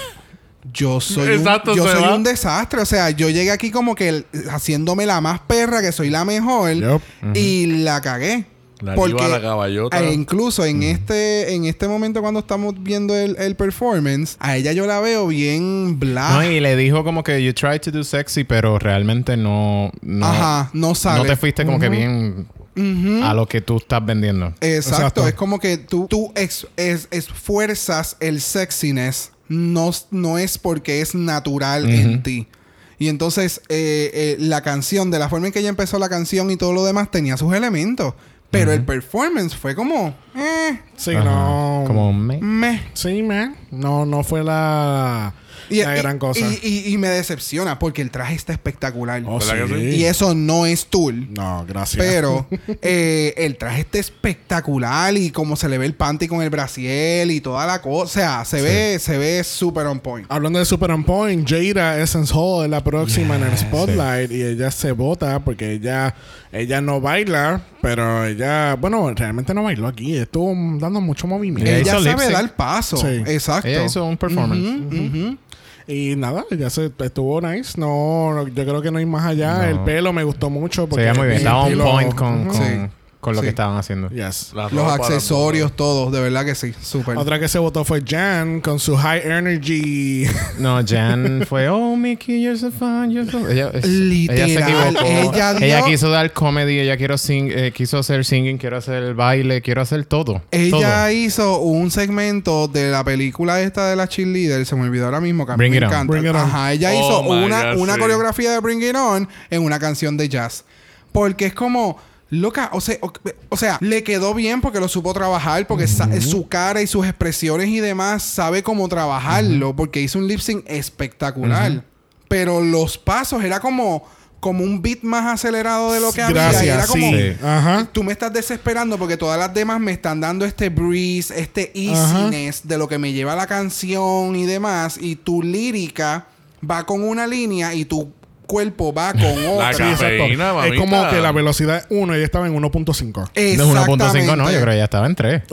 Speaker 3: yo soy,
Speaker 2: Exacto,
Speaker 3: un, yo
Speaker 2: se
Speaker 3: soy
Speaker 2: va.
Speaker 3: un desastre. O sea, yo llegué aquí como que el- haciéndome la más perra, que soy la mejor.
Speaker 1: Yup.
Speaker 3: Y la cagué.
Speaker 2: La
Speaker 3: Porque
Speaker 2: diva, la caballota.
Speaker 3: eh, incluso en este en este momento cuando estamos viendo el, el performance, a ella yo la veo bien bla.
Speaker 4: No, y le dijo como que you tried to do sexy, pero realmente no... no
Speaker 3: Ajá, no sale.
Speaker 4: No te fuiste como que bien
Speaker 3: Ujú.
Speaker 4: a lo que tú estás vendiendo.
Speaker 3: Exacto.
Speaker 1: Exacto.
Speaker 3: Es como que tú, tú ex- es- esfuerzas el sexiness. No, no es porque es natural en ti. Y entonces eh, eh, la canción, de la forma en que ella empezó la canción y todo lo demás, tenía sus elementos. Pero el performance fue como... Eh,
Speaker 1: Sí,
Speaker 4: Ajá.
Speaker 1: no.
Speaker 4: Como me...
Speaker 3: meh.
Speaker 1: Sí, man. No, no fue la,
Speaker 3: Y,
Speaker 1: la
Speaker 3: y-
Speaker 1: gran cosa.
Speaker 3: Y, y- y me decepciona porque el traje está espectacular.
Speaker 1: Oh,
Speaker 2: ¿Verdad que
Speaker 1: sí.
Speaker 3: Y eso no es Tool.
Speaker 1: No, gracias.
Speaker 3: Pero eh, el traje está espectacular y como se le ve el panty con el brasiel y toda la cosa. O sea, se ve, se ve súper on point.
Speaker 1: Hablando de Super On Point, Jada Essence Hall es la próxima en el Spotlight y ella se vota porque ella ella no baila, pero ella, bueno, realmente no bailó aquí, estuvo dando mucho movimiento.
Speaker 4: Ella
Speaker 3: Ella
Speaker 4: hizo lip
Speaker 3: sabe
Speaker 4: sync.
Speaker 3: dar paso.
Speaker 1: Sí.
Speaker 3: Exacto.
Speaker 4: Ella hizo un performance.
Speaker 3: Ujú, ujú.
Speaker 1: Y nada, ella se estuvo nice. No, no, yo creo que no hay más allá.
Speaker 4: No.
Speaker 1: El pelo me gustó mucho
Speaker 4: Se
Speaker 1: porque
Speaker 4: veía muy bien.
Speaker 1: es
Speaker 4: Estaba on
Speaker 1: estilo-
Speaker 4: point con,
Speaker 1: Ujú.
Speaker 4: con,
Speaker 3: Sí.
Speaker 4: con lo
Speaker 3: Sí.
Speaker 4: que estaban haciendo.
Speaker 1: Yes.
Speaker 2: La
Speaker 3: Los
Speaker 2: ropa,
Speaker 3: accesorios, todos. De verdad que sí. Súper.
Speaker 1: Otra que se votó fue Jan con su high energy.
Speaker 4: No, Jan fue, oh, Mickey, you're so fun, you're so... Ella, es-
Speaker 3: Literal,
Speaker 4: ella se equivocó.
Speaker 3: ella dio-
Speaker 4: Ella quiso dar comedy, ella quiero sing, eh, quiso hacer singing, quiero hacer el baile, quiero hacer todo.
Speaker 3: Ella
Speaker 4: todo.
Speaker 3: hizo un segmento de la película esta de la cheerleader, se me olvidó ahora mismo, que a mí
Speaker 4: Bring
Speaker 3: me
Speaker 4: It On.
Speaker 3: encanta.
Speaker 1: Bring It On.
Speaker 3: Ajá, ella
Speaker 2: Oh
Speaker 3: hizo
Speaker 2: my
Speaker 3: una,
Speaker 2: God,
Speaker 3: una
Speaker 2: sí.
Speaker 3: coreografía de Bring It On en una canción de jazz. Porque es como, loca, o sea, o, o sea, le quedó bien porque lo supo trabajar, porque sa- su cara y sus expresiones y demás sabe cómo trabajarlo, porque hizo un lip sync espectacular. Pero los pasos era como, como un beat más acelerado de lo que había. Y era
Speaker 1: Gracias,
Speaker 3: como,
Speaker 1: sí. Ajá.
Speaker 3: tú me estás desesperando porque todas las demás me están dando este breeze, este easiness de lo que me lleva la canción y demás. Y tu lírica va con una línea y tu cuerpo va con otra.
Speaker 2: La
Speaker 1: Sí, exacto.
Speaker 2: Cafeína,
Speaker 1: Es
Speaker 2: mamita.
Speaker 1: como que la velocidad es uno y ella estaba en uno punto cinco.
Speaker 4: De uno punto cinco no, yo creo que ya estaba en tres.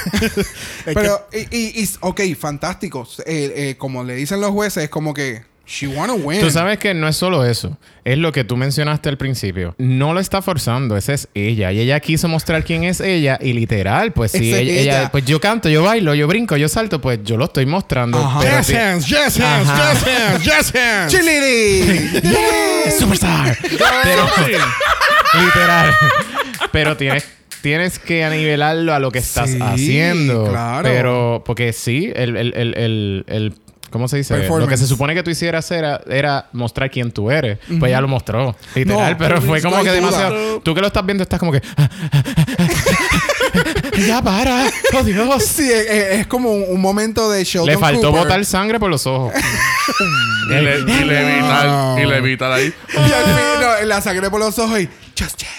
Speaker 1: Es
Speaker 3: Pero, y, y, y- ok, fantástico. Eh, eh, como le dicen los jueces, es como que she wanna win.
Speaker 4: Tú sabes que no es solo eso. Es lo que tú mencionaste al principio. No lo está forzando. Esa es ella. Y ella quiso mostrar quién es ella. Y literal, pues sí,
Speaker 3: Esa es
Speaker 4: ella,
Speaker 3: ella.
Speaker 4: ella- pues yo canto, yo bailo, yo brinco, yo salto. Pues yo lo estoy mostrando.
Speaker 3: Ajá.
Speaker 4: Pero
Speaker 1: Jazz
Speaker 4: ti-
Speaker 1: hands, jazz hands,
Speaker 4: Ajá.
Speaker 1: jazz hands, jazz hands.
Speaker 3: ¡Cheerleading!
Speaker 4: ¡Yeah! ¡Superstar! Pero, literal. Pero tienes... Tienes que anivelarlo a lo que estás
Speaker 3: Sí,
Speaker 4: claro.
Speaker 3: claro.
Speaker 4: Pero... Porque sí, el... el, el, el, el ¿cómo se dice?
Speaker 3: Performance.
Speaker 4: Lo que se supone que tú hicieras era, era mostrar quién tú eres. Pues ya lo mostró. Literal.
Speaker 3: No,
Speaker 4: pero fue
Speaker 3: no
Speaker 4: como
Speaker 3: hay
Speaker 4: que
Speaker 3: duda.
Speaker 4: demasiado... Tú que lo estás viendo estás como que... ¡Ya para! ¡Oh, Dios!
Speaker 3: Sí, es, es- es como un, un momento de Sheldon
Speaker 4: Le faltó
Speaker 3: Cooper.
Speaker 4: botar sangre por los ojos.
Speaker 2: Y le, y le evitar, y le evitar ahí.
Speaker 3: Y al fin, no, la sangre por los ojos y... Just jazz.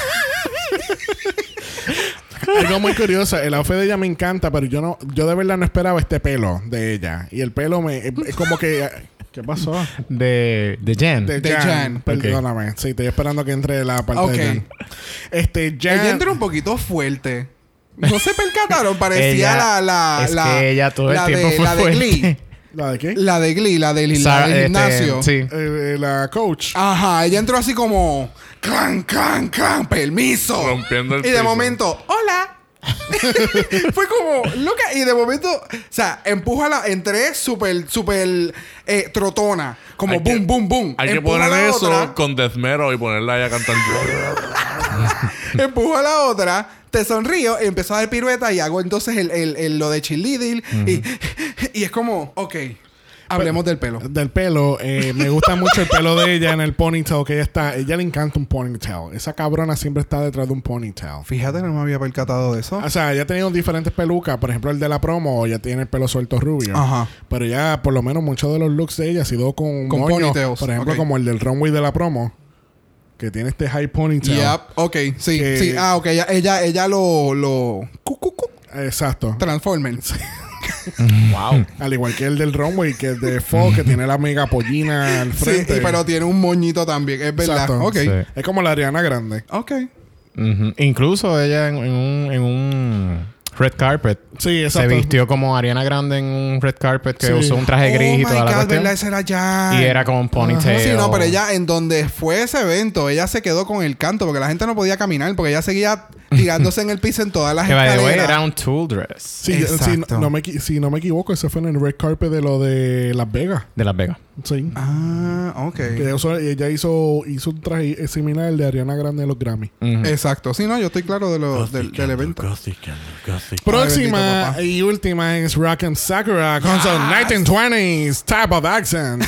Speaker 1: Algo muy curioso, el outfit de ella me encanta, pero yo no, yo de verdad no esperaba este pelo de ella. Y el pelo me, es es como que, ¿qué pasó?
Speaker 4: De... De Jen.
Speaker 1: De
Speaker 3: De
Speaker 1: Jan,
Speaker 3: Jan.
Speaker 1: perdóname. Sí, estoy esperando que entre la parte
Speaker 3: Ok.
Speaker 1: de Jan. Este, Jan.
Speaker 3: Ella entró un poquito fuerte. No se percataron, parecía
Speaker 4: Ella-
Speaker 3: la, la,
Speaker 4: es
Speaker 3: la,
Speaker 4: que ella todo el
Speaker 3: la
Speaker 4: tiempo
Speaker 3: de,
Speaker 4: fue
Speaker 3: la de
Speaker 4: fuerte.
Speaker 3: Glee.
Speaker 1: ¿La de qué?
Speaker 3: La de Glee, la del, la
Speaker 4: Sara-
Speaker 3: del
Speaker 4: este,
Speaker 3: gimnasio.
Speaker 4: sí.
Speaker 1: Eh, eh, la coach.
Speaker 3: Ajá, ella entró así como clan, clan, clan, permiso.
Speaker 2: Rompiendo el
Speaker 3: Y de
Speaker 2: piso.
Speaker 3: momento, hola. Fue como loca. Y de momento, o sea, empuja la. Entré súper, súper eh, trotona. Como
Speaker 2: Hay
Speaker 3: boom,
Speaker 2: que-
Speaker 3: boom, boom.
Speaker 2: Hay que
Speaker 3: Empuja a
Speaker 2: poner
Speaker 3: la
Speaker 2: eso
Speaker 3: otra,
Speaker 2: con Death Metal y ponerla ahí a cantar.
Speaker 3: empujo a la otra, te sonrío y empiezo a dar pirueta y hago entonces el, el, el- lo de cheerleading. y, y es como, ok, hablemos del pelo.
Speaker 1: Del pelo, eh, me gusta mucho el pelo de ella en el ponytail que ella está. Ella le encanta un ponytail. Esa cabrona siempre está detrás de un ponytail.
Speaker 3: Fíjate, no me había percatado de eso.
Speaker 1: O sea, ella ha tenido diferentes pelucas. Por ejemplo, el de la promo, ella tiene el pelo suelto rubio.
Speaker 3: Ajá.
Speaker 1: Pero ya, por lo menos, muchos de los looks de ella ha sido con,
Speaker 3: Con
Speaker 1: moño.
Speaker 3: ponytails,
Speaker 1: Por ejemplo,
Speaker 3: ok.
Speaker 1: como el del runway de la promo. que tiene este high ponytail.
Speaker 3: Yep. Ok, sí,
Speaker 1: Que-
Speaker 3: sí. Ah, ok. Ella, ella, ella lo... lo... cu, cu, cu,
Speaker 1: Exacto.
Speaker 3: Transformers.
Speaker 4: Wow.
Speaker 1: Al igual que el del runway, que es de Fox, que tiene la mega pollina al
Speaker 3: Sí,
Speaker 1: frente.
Speaker 3: y- pero tiene un moñito también. Es verdad.
Speaker 1: Exacto.
Speaker 3: Ok.
Speaker 4: Sí.
Speaker 1: Es como la Ariana Grande.
Speaker 3: Ok.
Speaker 4: Ujú. Incluso ella en, en un, en un red carpet
Speaker 1: Sí,
Speaker 4: se
Speaker 1: exacto.
Speaker 4: vistió como Ariana Grande en un red carpet que
Speaker 1: Sí.
Speaker 4: usó un traje gris
Speaker 3: Oh
Speaker 4: y
Speaker 3: my
Speaker 4: toda la
Speaker 3: God,
Speaker 4: cuestión.
Speaker 3: ¿verdad? Ese era ya.
Speaker 4: Y era como un ponytail.
Speaker 3: Sí, no, pero ella, en donde fue ese evento, ella se quedó con el canto porque la gente no podía caminar porque ella seguía tirándose en el piso en todas las
Speaker 4: Que by the way
Speaker 3: escaleras.
Speaker 4: era un tool dress
Speaker 1: Sí,
Speaker 3: Exacto.
Speaker 1: si, no me, equi- si no me equivoco, ese fue en el red carpet de lo de Las Vegas.
Speaker 4: de Las Vegas.
Speaker 1: Sí.
Speaker 3: Ah, ok.
Speaker 1: Que eso- ella hizo, hizo un traje similar al de Ariana Grande de los Grammy.
Speaker 4: Ujú.
Speaker 3: Exacto. Sí, no, yo estoy claro de lo, del, del evento.
Speaker 1: Próxima
Speaker 3: bendito, papá.
Speaker 1: y última es Rock'em Sakura con su nineteen twenties type of accent.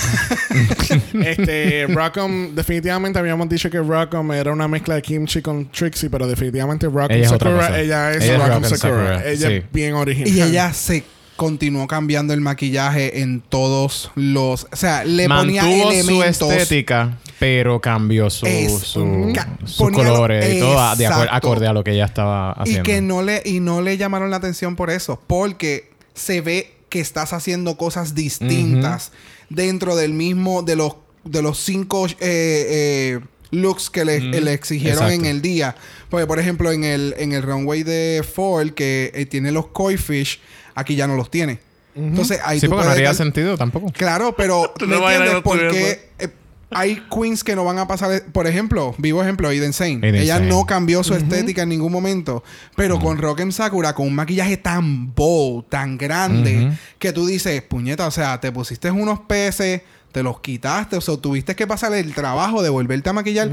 Speaker 1: este, Rock'em, definitivamente habíamos dicho que Rock'em era una mezcla de Kimchi con Trixie, pero definitivamente Rock'em
Speaker 4: Ella es otra
Speaker 1: Sakura,
Speaker 4: cosa.
Speaker 1: ella es
Speaker 4: Ella es
Speaker 1: Rock'em
Speaker 4: Rock'em
Speaker 1: Sakura.
Speaker 4: Sakura,
Speaker 1: Ella
Speaker 4: sí.
Speaker 1: es bien original.
Speaker 3: Y ella se continuó cambiando el maquillaje en todos los... O sea, le ponía
Speaker 4: Mantuvo
Speaker 3: elementos...
Speaker 4: su estética, pero cambió su,
Speaker 3: Es-
Speaker 4: su-
Speaker 3: ca-
Speaker 4: sus
Speaker 3: ponía-
Speaker 4: colores y todo a- de acuer-
Speaker 3: exacto.
Speaker 4: acorde a lo que ella estaba
Speaker 3: Y
Speaker 4: haciendo.
Speaker 3: que no le, y no le llamaron la atención por eso. Porque se ve que estás haciendo cosas distintas dentro del mismo... De los, de los cinco... Eh, eh, looks que le, le exigieron
Speaker 4: Exacto.
Speaker 3: en el día. Porque, por ejemplo, en el, en el runway de Ford, que eh, tiene los koi fish, aquí ya no los tiene. Entonces, ahí
Speaker 4: Sí,
Speaker 3: tú
Speaker 4: porque no
Speaker 3: puedes
Speaker 4: haría
Speaker 3: cal-
Speaker 4: sentido tampoco.
Speaker 3: Claro, pero
Speaker 2: Tú
Speaker 3: ¿me
Speaker 2: no bailas
Speaker 3: entiendes?
Speaker 2: con tu
Speaker 3: Porque eh, hay queens que no van a pasar... Por ejemplo, vivo ejemplo, Aiden Sane.
Speaker 4: Aiden
Speaker 3: Ella
Speaker 4: Sane.
Speaker 3: no cambió su estética en ningún momento. Pero con Rock'em Sakura, con un maquillaje tan bold, tan grande,
Speaker 4: Ujú.
Speaker 3: que tú dices, puñeta, o sea, te pusiste unos peces, te los quitaste, o sea, tuviste que pasar el trabajo de volverte a maquillar.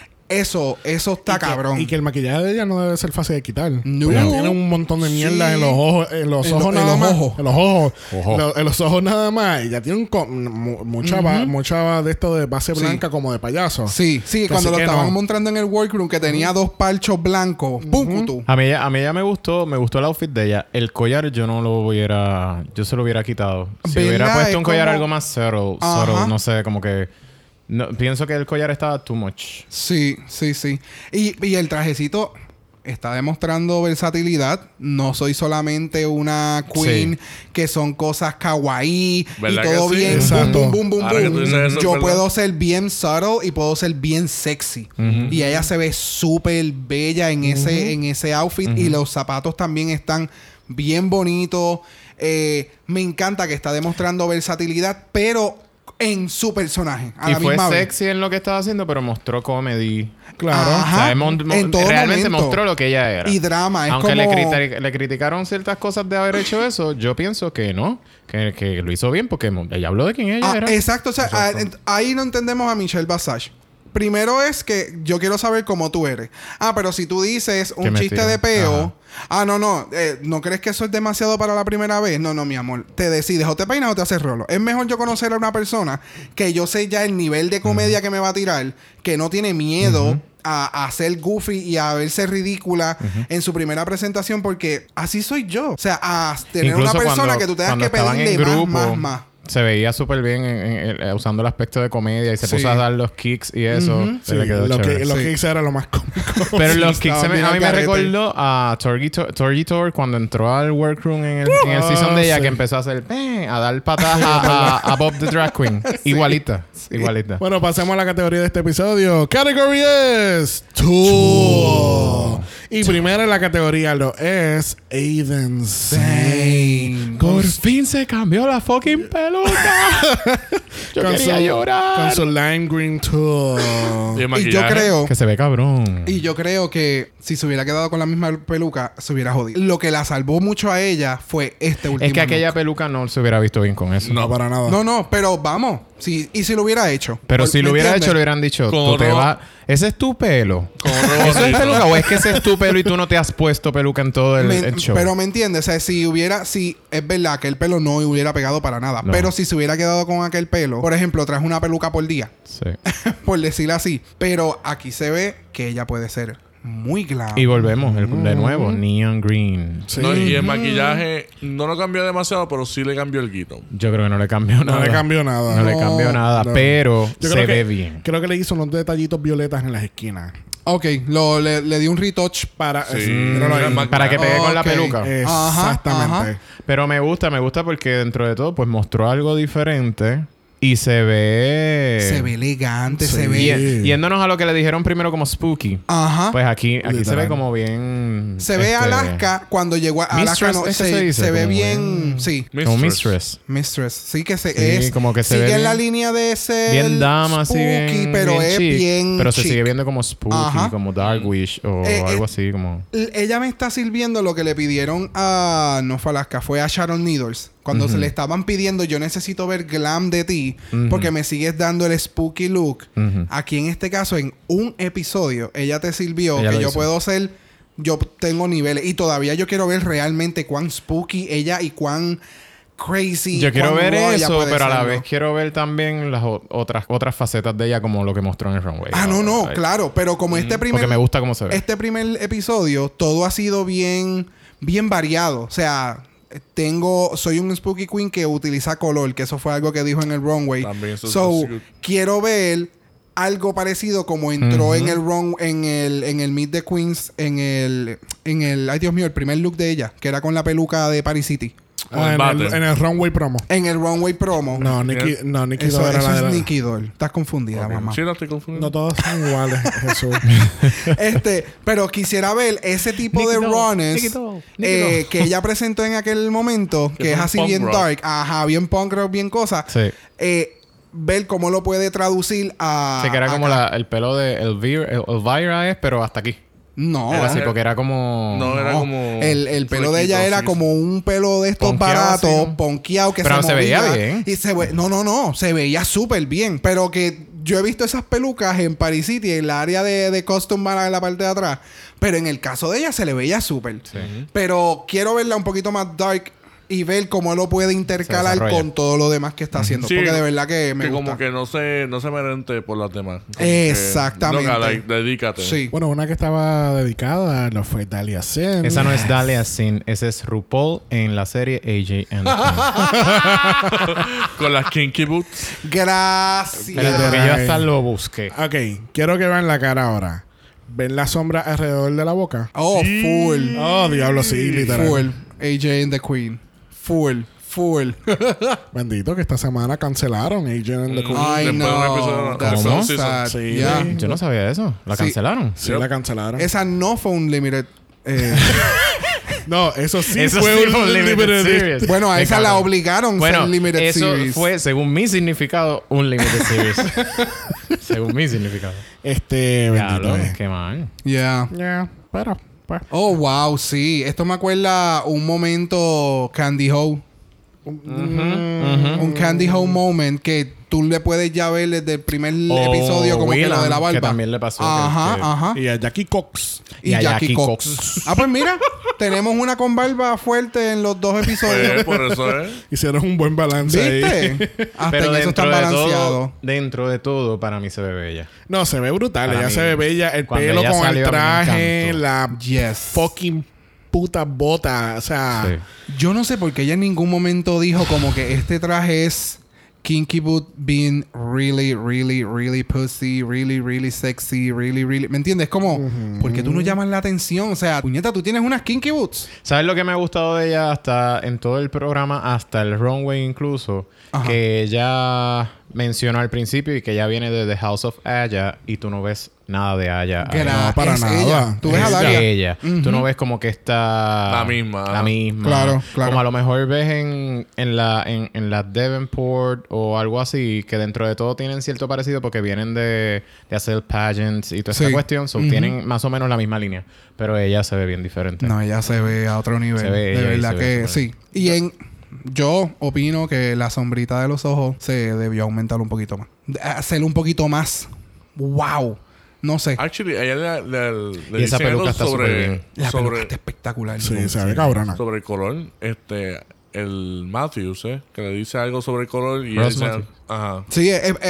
Speaker 3: Eso, eso está
Speaker 1: Y que-
Speaker 3: cabrón.
Speaker 1: Y que el maquillaje de ella no debe ser fácil de quitar.
Speaker 3: No.
Speaker 1: Porque tiene un montón de mierda
Speaker 3: Sí.
Speaker 1: en los ojos, en los
Speaker 3: En
Speaker 1: ojos
Speaker 3: lo- en
Speaker 1: nada
Speaker 3: los
Speaker 1: más.
Speaker 3: ojos.
Speaker 1: En los ojos.
Speaker 4: Ojo.
Speaker 1: Lo- en los ojos nada más. Y ya tiene un co- mu- mucha, ba- mucha de esto de base
Speaker 3: Sí.
Speaker 1: blanca como de payaso.
Speaker 3: Sí, sí,
Speaker 1: Que
Speaker 3: cuando
Speaker 1: así
Speaker 3: lo
Speaker 1: que
Speaker 3: estaban
Speaker 1: no.
Speaker 3: mostrando en el workroom, que tenía dos parchos blancos. ¡Pum! Cutú.
Speaker 4: A mí, ella- a mí ella me gustó, me gustó el outfit de ella. El collar yo no lo hubiera, yo se lo hubiera quitado. Si
Speaker 3: ¿Verdad?
Speaker 4: hubiera puesto
Speaker 3: Es
Speaker 4: un collar
Speaker 3: como-
Speaker 4: algo más subtle,
Speaker 3: Ajá.
Speaker 4: subtle, no sé, como que no, pienso que el collar estaba too much.
Speaker 3: Sí, sí, sí. Y, y el trajecito está demostrando versatilidad. No soy solamente una queen que son cosas kawaii y
Speaker 2: ¿Verdad que
Speaker 3: todo
Speaker 2: sí?
Speaker 3: bien
Speaker 1: Exacto.
Speaker 3: boom, boom, boom,
Speaker 2: Ahora que
Speaker 3: boom.
Speaker 2: tú dices eso,
Speaker 3: Yo
Speaker 2: es verdad.
Speaker 3: puedo ser bien subtle y puedo ser bien sexy. Y ella se ve súper bella en ese, en ese outfit. Y los zapatos también están bien bonitos. Eh, me encanta que está demostrando versatilidad, pero en su personaje. A
Speaker 4: Y
Speaker 3: la
Speaker 4: fue
Speaker 3: misma vez.
Speaker 4: sexy en lo que estaba haciendo, pero mostró comedy.
Speaker 1: Claro.
Speaker 3: Ajá.
Speaker 4: O sea, mon- mon-
Speaker 3: En todo
Speaker 4: realmente
Speaker 3: momento.
Speaker 4: mostró lo que ella era.
Speaker 3: Y drama. Es
Speaker 4: Aunque
Speaker 3: como...
Speaker 4: le, criti- le criticaron ciertas cosas de haber hecho eso, yo pienso que no, que, que lo hizo bien porque mo- ella habló de quién ella
Speaker 3: Ah,
Speaker 4: era.
Speaker 3: exacto, o sea,
Speaker 4: Exacto.
Speaker 3: ah, ent- ahí no entendemos a Michelle Visage. Primero es que yo quiero saber cómo tú eres. Ah, pero si tú dices un
Speaker 4: Que me
Speaker 3: chiste
Speaker 4: tiro.
Speaker 3: de peo.
Speaker 4: Ajá.
Speaker 3: Ah, no, no. eh, ¿No crees que eso es demasiado para la primera vez? No, no, mi amor. Te decides o te peinas o te haces rolo. Es mejor yo conocer a una persona que yo sé ya el nivel de comedia que me va a tirar, que no tiene miedo a, a ser goofy y a verse ridícula en su primera presentación, porque así soy yo. O sea, a tener
Speaker 4: Incluso
Speaker 3: una persona
Speaker 4: cuando-
Speaker 3: que tú tengas
Speaker 4: cuando
Speaker 3: que
Speaker 4: estaban
Speaker 3: pedirle
Speaker 4: en
Speaker 3: más,
Speaker 4: grupo,
Speaker 3: más, más.
Speaker 4: Se veía súper bien en- en- en- usando el aspecto de comedia y se
Speaker 3: Sí.
Speaker 4: puso a dar los kicks y eso.
Speaker 3: Ujú.
Speaker 4: Se le
Speaker 1: Sí,
Speaker 4: quedó
Speaker 1: lo,
Speaker 4: chévere.
Speaker 1: que, lo
Speaker 3: Sí.
Speaker 1: que hice era lo más cómico.
Speaker 4: Pero
Speaker 3: Sí,
Speaker 4: los kicks
Speaker 3: estaba
Speaker 4: se me-
Speaker 3: bien
Speaker 4: a mí
Speaker 3: al
Speaker 4: me
Speaker 3: garete.
Speaker 4: recordó a Torgy Tor- Torgy Tor cuando entró al workroom en el, en el
Speaker 1: Ah,
Speaker 4: season de ella
Speaker 1: sí.
Speaker 4: que empezó a hacer "Peh", a dar patadas a, a- a Bob the Drag Queen. Igualita. Igualita.
Speaker 1: Bueno, pasemos a la categoría de este episodio. Category es Tool. Y primero en la categoría lo es Aiden Sane.
Speaker 4: Por fin se cambió la fucking peluca. Yo
Speaker 1: Con
Speaker 4: quería
Speaker 1: su-
Speaker 4: llorar.
Speaker 1: Con su lime green tool.
Speaker 2: Y el
Speaker 3: Y yo
Speaker 2: maquillaje.
Speaker 3: creo...
Speaker 4: Que se ve cabrón.
Speaker 3: Y yo creo que si se hubiera quedado con la misma peluca, se hubiera jodido. Lo que la salvó mucho a ella fue este último.
Speaker 4: Es que aquella
Speaker 3: look.
Speaker 4: peluca no se hubiera visto bien con eso.
Speaker 1: No, para nada.
Speaker 3: No, no, pero vamos. Si, y si lo hubiera hecho.
Speaker 4: Pero
Speaker 3: Por-
Speaker 4: si
Speaker 3: ¿me
Speaker 4: lo hubiera
Speaker 3: entiendes?
Speaker 4: hecho, le hubieran dicho,
Speaker 2: Como
Speaker 4: tú te
Speaker 2: ro-
Speaker 4: vas... Ese es tu pelo.
Speaker 2: Como rojo
Speaker 4: ¿Eso es
Speaker 2: bonito.
Speaker 4: peluca o es que ese es tu pelo y tú no te has puesto peluca en todo el,
Speaker 3: Me-
Speaker 4: el show?
Speaker 3: Pero me entiendes, o sea, si hubiera, si es verdad que el pelo no hubiera pegado para nada,
Speaker 4: No.
Speaker 3: pero si se hubiera quedado con aquel pelo, por ejemplo, traes una peluca por día,
Speaker 4: Sí.
Speaker 3: por decirlo así, pero aquí se ve que ella puede ser muy glam.
Speaker 4: Y volvemos el- de nuevo, Neon Green.
Speaker 1: Sí.
Speaker 2: No, y el maquillaje no lo cambió demasiado, pero sí le cambió el guito.
Speaker 4: Yo creo que no le cambió
Speaker 1: No
Speaker 4: nada.
Speaker 1: le cambió nada.
Speaker 4: No, le
Speaker 3: No,
Speaker 4: cambió nada,
Speaker 1: no.
Speaker 4: pero
Speaker 1: Yo
Speaker 4: se
Speaker 1: creo que-
Speaker 4: ve bien.
Speaker 1: Creo que le hizo unos detallitos violetas en las esquinas.
Speaker 3: Ok, lo, le, le di un retouch.
Speaker 1: Para,
Speaker 2: Sí.
Speaker 1: es- míralo ahí.
Speaker 2: Era más-
Speaker 4: Para que pegue con la
Speaker 3: Ok.
Speaker 4: peluca.
Speaker 1: Exactamente.
Speaker 3: Ajá, ajá.
Speaker 4: Pero me gusta, me gusta porque dentro de todo, pues mostró algo diferente y se ve.
Speaker 3: Se ve elegante,
Speaker 1: Sí.
Speaker 3: se
Speaker 4: Y-
Speaker 3: ve...
Speaker 4: Yéndonos a lo que le dijeron primero como spooky.
Speaker 3: Ajá.
Speaker 4: Pues aquí, aquí se
Speaker 1: Literal.
Speaker 4: ve como bien.
Speaker 3: se ve
Speaker 4: este,
Speaker 3: Alaska cuando llegó a Alaska.
Speaker 4: Mistress,
Speaker 3: No,
Speaker 4: ¿es que
Speaker 3: se,
Speaker 4: se dice?
Speaker 3: se ve
Speaker 4: Como
Speaker 3: bien...
Speaker 4: bien-
Speaker 3: Sí.
Speaker 4: Como
Speaker 2: Mistress.
Speaker 4: Mistress.
Speaker 3: Mistress. Sí que se
Speaker 4: Sí,
Speaker 3: es...
Speaker 4: como que se
Speaker 3: sigue
Speaker 4: ve
Speaker 3: en
Speaker 4: bien-
Speaker 3: la línea de ser...
Speaker 4: Bien dama, así
Speaker 3: spooky,
Speaker 4: bien.
Speaker 3: pero
Speaker 4: bien
Speaker 3: es
Speaker 4: chic,
Speaker 3: bien
Speaker 4: Pero se
Speaker 3: chic.
Speaker 4: sigue viendo como spooky,
Speaker 3: Ajá.
Speaker 4: como Darkwish o
Speaker 3: Eh,
Speaker 4: algo
Speaker 3: eh,
Speaker 4: así, como.
Speaker 3: L- Ella me está sirviendo lo que le pidieron a... No fue Alaska, fue a Sharon Needles. Cuando se le estaban pidiendo, yo necesito ver glam de ti,
Speaker 4: Ujú.
Speaker 3: porque me sigues dando el spooky look.
Speaker 4: Ujú.
Speaker 3: Aquí en este caso, en un episodio, ella te sirvió
Speaker 4: Ella
Speaker 3: que
Speaker 4: lo
Speaker 3: yo
Speaker 4: hizo.
Speaker 3: puedo ser... Yo tengo niveles. Y todavía yo quiero ver realmente cuán spooky ella y cuán crazy...
Speaker 4: Yo quiero
Speaker 3: cuán
Speaker 4: ver
Speaker 3: raw ella
Speaker 4: eso,
Speaker 3: puede
Speaker 4: pero a la
Speaker 3: serlo.
Speaker 4: vez quiero ver también las o- otras otras facetas de ella, como lo que mostró en el runway.
Speaker 3: Ah, no, no,
Speaker 4: Like,
Speaker 3: claro. Pero como este primer...
Speaker 4: Porque me gusta cómo se ve.
Speaker 3: Este primer episodio, todo ha sido bien, bien variado. O sea, tengo, soy un Spooky Queen que utiliza color, que eso fue algo que dijo en el runway.
Speaker 2: También eso
Speaker 3: So,
Speaker 2: es good.
Speaker 3: quiero ver algo parecido como entró
Speaker 4: Ujú.
Speaker 3: en el run, en el, en el Meet the Queens, en el, en el, ay Dios mío, el primer look de ella, que era con la peluca de Paris City.
Speaker 1: Ah, en, el, en el runway promo.
Speaker 3: En el runway promo.
Speaker 1: No, Nikki, no, Nikki
Speaker 3: eso,
Speaker 1: Doll era
Speaker 3: eso
Speaker 1: la
Speaker 3: es
Speaker 1: de la-
Speaker 3: Nikki Doll. Estás confundida,
Speaker 2: Ok.
Speaker 3: mamá.
Speaker 2: Sí, no estoy confundiendo.
Speaker 1: No todos son iguales, Jesús.
Speaker 3: Este, pero quisiera ver ese tipo
Speaker 4: Nicky
Speaker 3: de
Speaker 4: Doll,
Speaker 3: runners
Speaker 4: Nicky Doll, Nicky
Speaker 3: eh,
Speaker 4: Doll.
Speaker 3: que ella presentó en aquel momento, que,
Speaker 2: Que
Speaker 3: es
Speaker 2: son
Speaker 3: así
Speaker 2: punk
Speaker 3: bien
Speaker 2: rock.
Speaker 3: dark, ajá, bien punk rock, bien cosa.
Speaker 4: Sí.
Speaker 3: Eh, ver cómo lo puede traducir a.
Speaker 4: Sí, que era como
Speaker 3: acá.
Speaker 4: la, el pelo de Elvira, El- Elvira es, pero hasta aquí.
Speaker 3: No,
Speaker 4: Era así,
Speaker 2: era-
Speaker 4: porque era como...
Speaker 2: No, era
Speaker 3: no.
Speaker 2: como.
Speaker 3: El, el pelo de ella
Speaker 2: flequito,
Speaker 3: era
Speaker 2: sí,
Speaker 3: como un pelo de estos
Speaker 4: Ponqueado
Speaker 3: baratos,
Speaker 4: así, ¿no?
Speaker 3: ponqueado que
Speaker 4: Pero
Speaker 3: se
Speaker 4: se veía
Speaker 3: movía.
Speaker 4: bien.
Speaker 3: Y se ve- no, no, no, se veía súper bien. Pero que yo he visto esas pelucas en Paris City, en la área de, de costume bar en la parte de atrás. Pero en el caso de ella se le veía súper.
Speaker 4: Sí.
Speaker 3: Pero quiero verla un poquito más dark y ver cómo lo puede intercalar
Speaker 4: desarrolla.
Speaker 3: con todo lo demás que está haciendo.
Speaker 2: Sí,
Speaker 3: porque de verdad que me
Speaker 2: que
Speaker 3: gusta.
Speaker 2: como que no se, no se merente por las demás. Como
Speaker 3: Exactamente.
Speaker 2: Que, loca, like, dedícate.
Speaker 3: Sí.
Speaker 1: Bueno, una que estaba dedicada lo fue Dahlia Sin.
Speaker 4: Esa no es Dahlia Sin, ese es RuPaul en la serie A J and the Queen.
Speaker 2: Con las kinky boots.
Speaker 3: Gracias.
Speaker 4: Espérate, porque yo hasta lo busqué.
Speaker 1: Ok, quiero que vean la cara ahora. ¿Ven la sombra alrededor de la boca?
Speaker 3: Oh, full.
Speaker 1: Oh, diablo, sí, literal.
Speaker 3: Full. A J and the Queen. Full. Full.
Speaker 1: Bendito que esta semana cancelaron Agent and the Queen.
Speaker 3: Ay,
Speaker 2: Después de un
Speaker 3: no.
Speaker 2: episodio-
Speaker 3: That's
Speaker 4: ¿Cómo?
Speaker 3: so sad.
Speaker 1: Sí.
Speaker 3: Yeah.
Speaker 4: Yo no sabía eso. ¿La
Speaker 3: Sí.
Speaker 4: cancelaron?
Speaker 1: Sí,
Speaker 2: Yep.
Speaker 1: la cancelaron.
Speaker 3: Esa no fue un limited. eh,
Speaker 1: No, eso sí
Speaker 4: Eso
Speaker 1: fue
Speaker 4: sí
Speaker 1: un
Speaker 4: fue un limited
Speaker 1: limited
Speaker 4: series.
Speaker 3: bueno, a
Speaker 4: Me
Speaker 3: esa la
Speaker 4: cago.
Speaker 3: obligaron a
Speaker 4: Bueno,
Speaker 3: ser limited
Speaker 4: eso
Speaker 3: series.
Speaker 4: fue, según mi significado, un limited series. Según mi significado.
Speaker 1: Este, bendito.
Speaker 4: Diablo,
Speaker 1: eh.
Speaker 4: qué mal.
Speaker 3: Yeah.
Speaker 1: Ya, pero, pues.
Speaker 3: Oh, wow, sí. Esto me acuerda un momento Candy Ho. Un Candy Ho moment que tú le puedes ya ver desde el primer
Speaker 4: O
Speaker 3: episodio como que lo de la
Speaker 4: Whelan,
Speaker 3: barba.
Speaker 4: que también le pasó,
Speaker 3: Ajá,
Speaker 4: que- que-
Speaker 3: ajá.
Speaker 1: Y a Jackie Cox.
Speaker 3: Y,
Speaker 4: y a
Speaker 3: Jackie,
Speaker 4: Jackie
Speaker 3: Cox.
Speaker 4: Cox.
Speaker 3: Ah, pues mira, tenemos una con barba fuerte en los dos
Speaker 2: Pues,
Speaker 3: episodios.
Speaker 2: por eso es.
Speaker 1: Hicieron un buen balance ahí.
Speaker 3: ¿Viste? Hasta
Speaker 4: Pero
Speaker 3: en eso está
Speaker 4: dentro de
Speaker 3: balanceado.
Speaker 4: todo, dentro de todo, para mí se ve bella.
Speaker 1: No, se ve brutal.
Speaker 4: Para
Speaker 1: Ella
Speaker 4: mí,
Speaker 1: se ve bella. El
Speaker 4: cuando
Speaker 1: pelo
Speaker 4: ella
Speaker 1: con
Speaker 4: salió,
Speaker 1: el
Speaker 4: a mí me
Speaker 1: traje.
Speaker 4: encantó.
Speaker 1: La
Speaker 3: Yes.
Speaker 1: fucking puta bota. O sea...
Speaker 4: Sí.
Speaker 3: Yo no sé por qué ella en ningún momento dijo como que este traje es Kinky Boot being really, really, really pussy, really, really sexy, really, really... ¿Me entiendes? Como, ¿por qué tú no llamas la atención? O sea, puñeta, tú tienes unas Kinky Boots.
Speaker 4: ¿Sabes lo que me ha gustado de ella hasta en todo el programa, hasta el runway incluso?
Speaker 3: Ajá.
Speaker 4: Que ella mencionó al principio y que ella viene de The House of Aya y tú no ves nada de Aya. ahí.
Speaker 3: Gra-
Speaker 1: no, para
Speaker 3: es
Speaker 1: nada.
Speaker 3: ella. Tú ves
Speaker 4: Es
Speaker 3: a Daria.
Speaker 4: de ella. Tú no ves como que está...
Speaker 2: La misma.
Speaker 4: La misma.
Speaker 3: Claro, claro.
Speaker 4: Como a lo mejor ves en, en la en, en la Devonport o algo así, que dentro de todo tienen cierto parecido porque vienen de, de hacer pageants y toda
Speaker 3: Sí.
Speaker 4: esta cuestión. So,
Speaker 3: Ujú.
Speaker 4: tienen más o menos la misma línea. Pero ella se ve bien diferente.
Speaker 3: No, ella se ve a otro nivel.
Speaker 4: Se ve
Speaker 3: de
Speaker 4: ella y
Speaker 3: verdad
Speaker 4: se ve
Speaker 3: que
Speaker 4: súper
Speaker 3: sí. Y en... Yo opino que la sombrita de los ojos se debió aumentar un poquito más. De- Hacerlo un poquito más... ¡Wow! No sé.
Speaker 2: Actually, a ella le, le, le
Speaker 4: Y esa
Speaker 2: dicen algo
Speaker 4: peluca está
Speaker 2: sobre,
Speaker 4: súper bien.
Speaker 3: La peluca
Speaker 2: sobre,
Speaker 3: está espectacular.
Speaker 1: Sí,
Speaker 3: ¿no?
Speaker 1: se ve cabrona.
Speaker 2: sobre el color. Este, el Matthews, ¿eh? Que le dice algo sobre el color y
Speaker 4: Ross
Speaker 2: él dice,
Speaker 4: Matthews.
Speaker 2: ajá.
Speaker 3: Sí, eh, eh,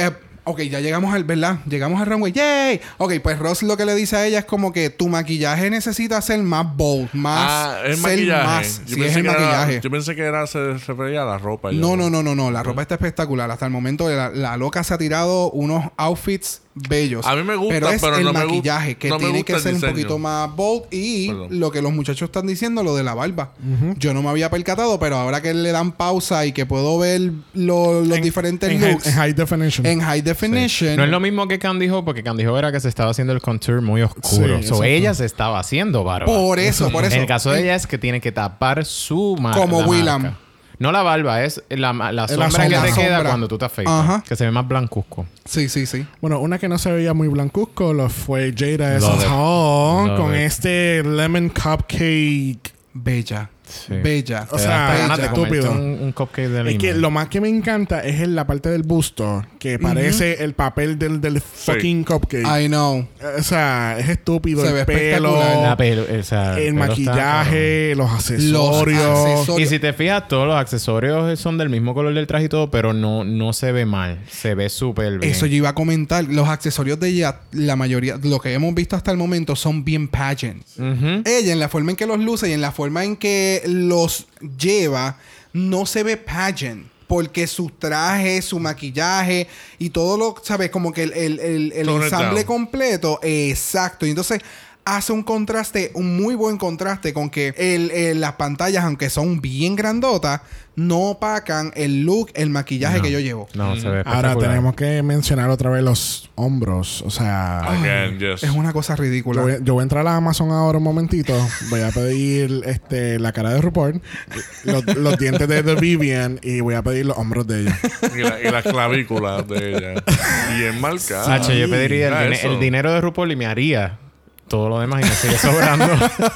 Speaker 3: Ok, ya llegamos al, ¿verdad? Llegamos al runway. ¡Yay! Ok, pues Ross lo que le dice a ella es como que tu maquillaje necesita ser más bold, más...
Speaker 2: Ah, es
Speaker 3: ser
Speaker 2: maquillaje.
Speaker 3: más.
Speaker 2: Yo
Speaker 3: Sí,
Speaker 2: pensé
Speaker 3: es el
Speaker 2: que era-
Speaker 3: maquillaje.
Speaker 2: yo pensé que era se refería a la ropa.
Speaker 3: No,
Speaker 2: yo-
Speaker 3: no, no, no, no. La ropa está espectacular. Hasta el momento la, la loca se ha tirado unos outfits bellos.
Speaker 2: A mí me gusta,
Speaker 3: pero es
Speaker 2: pero
Speaker 3: el
Speaker 2: no me gu-
Speaker 3: maquillaje que
Speaker 2: no me
Speaker 3: tiene
Speaker 2: gusta
Speaker 3: que
Speaker 2: el
Speaker 3: ser un
Speaker 2: diseño.
Speaker 3: poquito más bold y
Speaker 2: Perdón.
Speaker 3: lo que los muchachos están diciendo, lo de la barba. Yo no me había percatado, pero ahora que le dan pausa y que puedo ver lo- los
Speaker 1: En-
Speaker 3: diferentes
Speaker 1: en, high,
Speaker 3: looks
Speaker 1: en high definition.
Speaker 3: en high
Speaker 4: Sí.
Speaker 3: definition.
Speaker 4: No es lo mismo que Candy Ho, porque Candy Ho era que se estaba haciendo el contour muy oscuro.
Speaker 1: Sí,
Speaker 4: so,
Speaker 1: exacto.
Speaker 4: ella se estaba haciendo barba.
Speaker 3: Por eso, por eso.
Speaker 4: En el caso de ella es que tiene que tapar su marca.
Speaker 3: Como Willam.
Speaker 4: No la barba, es la, la sombra
Speaker 1: sombra.
Speaker 4: que te
Speaker 3: La
Speaker 4: queda
Speaker 3: sombra.
Speaker 4: cuando tú te afeitas.
Speaker 3: Ajá.
Speaker 4: Que se ve más blancuzco.
Speaker 3: Sí, sí, sí.
Speaker 1: Bueno, una que no se veía muy blancuzco lo fue Jada
Speaker 4: Love
Speaker 1: Essence
Speaker 4: it.
Speaker 1: Hall
Speaker 4: Love
Speaker 1: con
Speaker 4: it.
Speaker 1: este lemon cupcake.
Speaker 3: Bella.
Speaker 4: Sí.
Speaker 3: Bella.
Speaker 1: O
Speaker 4: Te
Speaker 1: sea,
Speaker 4: da hasta ganas de
Speaker 1: estúpido.
Speaker 4: comerte un, un cupcake de
Speaker 1: Es
Speaker 4: limón.
Speaker 1: que lo más que me encanta es en la parte del busto, que parece el papel del, del fucking cupcake.
Speaker 3: I know.
Speaker 1: O sea, es estúpido.
Speaker 3: Se
Speaker 1: el
Speaker 3: ve
Speaker 1: pelo,
Speaker 3: espectacular.
Speaker 4: La pelo- o sea,
Speaker 1: el
Speaker 4: pelo está
Speaker 1: maquillaje, los
Speaker 3: Los
Speaker 1: accesorios.
Speaker 3: accesorios.
Speaker 4: Y si te fijas, todos los accesorios son del mismo color del traje y todo, pero no, no se ve mal. Se ve súper bien.
Speaker 3: Eso yo iba a comentar. Los accesorios de ella, la mayoría, lo que hemos visto hasta el momento, son bien pageant.
Speaker 4: Ujú.
Speaker 3: Ella, en la forma en que los luce y en la forma en que los lleva, no se ve pageant. Porque su traje, su maquillaje y todo lo, ¿sabes? Como que el, el, el, el
Speaker 2: Tone it
Speaker 3: ensamble
Speaker 2: down.
Speaker 3: completo. Exacto. Y entonces hace un contraste, un muy buen contraste con que el, el- las pantallas, aunque son bien grandotas, no opacan el look, el maquillaje
Speaker 4: No.
Speaker 3: que yo llevo.
Speaker 4: No, se ve
Speaker 1: Ahora
Speaker 4: espectacular.
Speaker 1: tenemos que mencionar otra vez los hombros. O sea,
Speaker 2: Again, yes.
Speaker 3: Es una cosa
Speaker 1: yo
Speaker 3: ridícula.
Speaker 1: voy, yo voy a entrar a Amazon ahora un momentito. Voy a pedir este la cara de RuPaul, los, los dientes de The Vivian y voy a pedir los hombros de ella.
Speaker 2: Y, la, y las clavículas de ella. Bien marcadas.
Speaker 4: Sacho, yo pediría el,
Speaker 2: Mira
Speaker 4: dine-
Speaker 2: eso.
Speaker 4: el dinero de RuPaul y me haría todo lo demás y me sigue sobrando.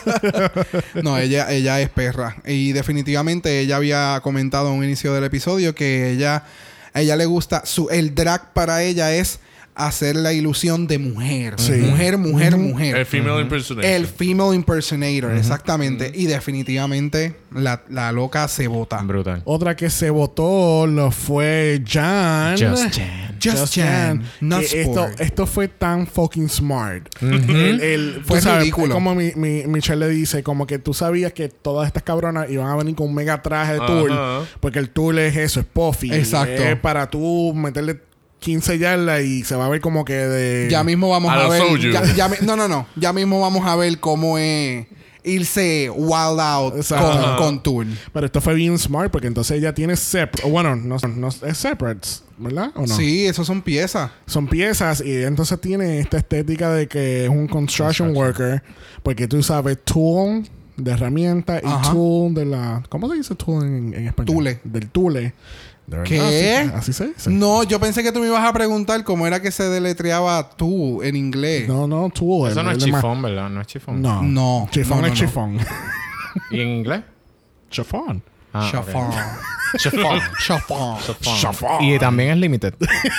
Speaker 3: No, ella, ella es perra. Y definitivamente ella había comentado en un inicio del episodio que ella, a ella le gusta, su, el drag para ella es hacer la ilusión de mujer.
Speaker 1: Sí.
Speaker 3: Mujer, mujer, mujer.
Speaker 2: El female impersonation.
Speaker 3: El female impersonator, exactamente. Y definitivamente la, la loca se bota.
Speaker 4: Brutal.
Speaker 1: Otra que se votó lo fue Jan.
Speaker 4: Just Jan.
Speaker 3: Just Jan. Not
Speaker 1: Que esto,
Speaker 3: sport.
Speaker 1: esto fue tan fucking smart. el, el-
Speaker 3: Fue
Speaker 1: tú sabes,
Speaker 3: ridículo.
Speaker 1: Como mi, mi, Michelle le dice, como que tú sabías que todas estas cabronas iban a venir con un mega traje de tool.
Speaker 2: Ajá.
Speaker 1: Porque el tool es eso, es puffy.
Speaker 3: Exacto.
Speaker 1: Es para tú meterle quince yardas y se va a ver como que de...
Speaker 3: Ya mismo vamos
Speaker 2: A
Speaker 3: a,
Speaker 2: los
Speaker 3: ver.
Speaker 2: Soju.
Speaker 3: ya- ya mi- no, no, no. Ya mismo vamos a ver cómo es irse wild out
Speaker 1: Exacto.
Speaker 3: con,
Speaker 2: Ajá.
Speaker 3: con Tool.
Speaker 1: Pero esto fue bien smart porque entonces ella tiene separate... Bueno, no, no es separates, ¿verdad? ¿O no?
Speaker 3: Sí, esos son piezas.
Speaker 1: Son piezas y entonces tiene esta estética de que es un construction worker porque tú sabes tool de herramienta y
Speaker 3: Ajá.
Speaker 1: tool de la... ¿Cómo se dice tool en, en español?
Speaker 3: Tule.
Speaker 1: Del tule. De verdad,
Speaker 3: ¿Qué?
Speaker 1: Así, así se dice.
Speaker 3: No, yo pensé que tú me ibas a preguntar cómo era que se deletreaba tú en inglés.
Speaker 1: No, no, tool.
Speaker 4: Eso
Speaker 1: el-
Speaker 4: no es
Speaker 1: el más-
Speaker 4: chifón, ¿verdad? No es chifón.
Speaker 1: No.
Speaker 3: No.
Speaker 1: Chifón
Speaker 3: No, no,
Speaker 1: es
Speaker 3: no.
Speaker 1: chifón.
Speaker 4: ¿Y en inglés?
Speaker 1: Chifón.
Speaker 4: Ah,
Speaker 3: Chafón.
Speaker 4: ok.
Speaker 3: Chafón. Chafón.
Speaker 4: Chifón.
Speaker 1: Chifón.
Speaker 4: Y también es limited.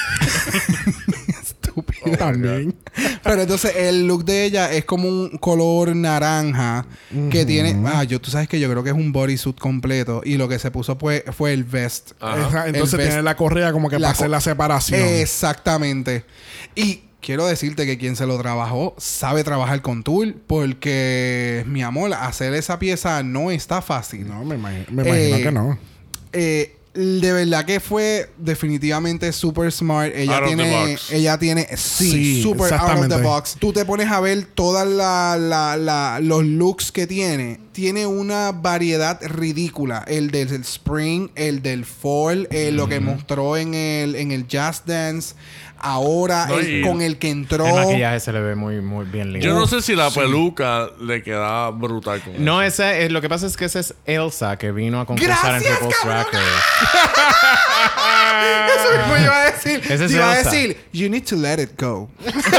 Speaker 3: Estúpido.
Speaker 1: También.
Speaker 3: Pero entonces el look de ella es como un color naranja que tiene... Ah, yo, tú sabes que yo creo que es un bodysuit completo y lo que se puso fue, fue el vest.
Speaker 2: Ajá.
Speaker 1: Esa- entonces
Speaker 3: El vest-
Speaker 1: tiene la correa como que
Speaker 3: la
Speaker 1: para hacer
Speaker 3: co-
Speaker 1: la separación.
Speaker 3: Exactamente. Y quiero decirte que quien se lo trabajó sabe trabajar con tool porque, mi amor, hacer esa pieza no está fácil.
Speaker 1: No, me imagino, me imagino
Speaker 3: Eh,
Speaker 1: que no.
Speaker 3: Eh, de verdad que fue definitivamente super smart. Ella
Speaker 2: Out of the
Speaker 3: tiene,
Speaker 2: box.
Speaker 3: ella tiene, sí,
Speaker 1: Sí,
Speaker 3: super out of
Speaker 1: exactamente.
Speaker 3: the box. Tú te pones a ver todos la, la, la- los looks que tiene. Tiene una variedad ridícula. El del spring, el del fall, eh, lo que mostró en el, en el Jazz Dance. Ahora,
Speaker 2: No,
Speaker 3: el-
Speaker 2: y-
Speaker 3: con el que entró.
Speaker 4: El maquillaje se le ve muy, muy bien lindo.
Speaker 2: Yo no sé si la peluca le quedaba brutal con
Speaker 4: No, ese es, lo que pasa es que esa es Elsa que vino a concursar en
Speaker 3: ¡Gracias,
Speaker 4: RuPaul's Drag
Speaker 3: cabrona!
Speaker 4: Race.
Speaker 3: Eso mismo iba a decir.
Speaker 4: Ese es
Speaker 3: Yo iba a
Speaker 4: Elsa.
Speaker 3: decir, you need to let it go.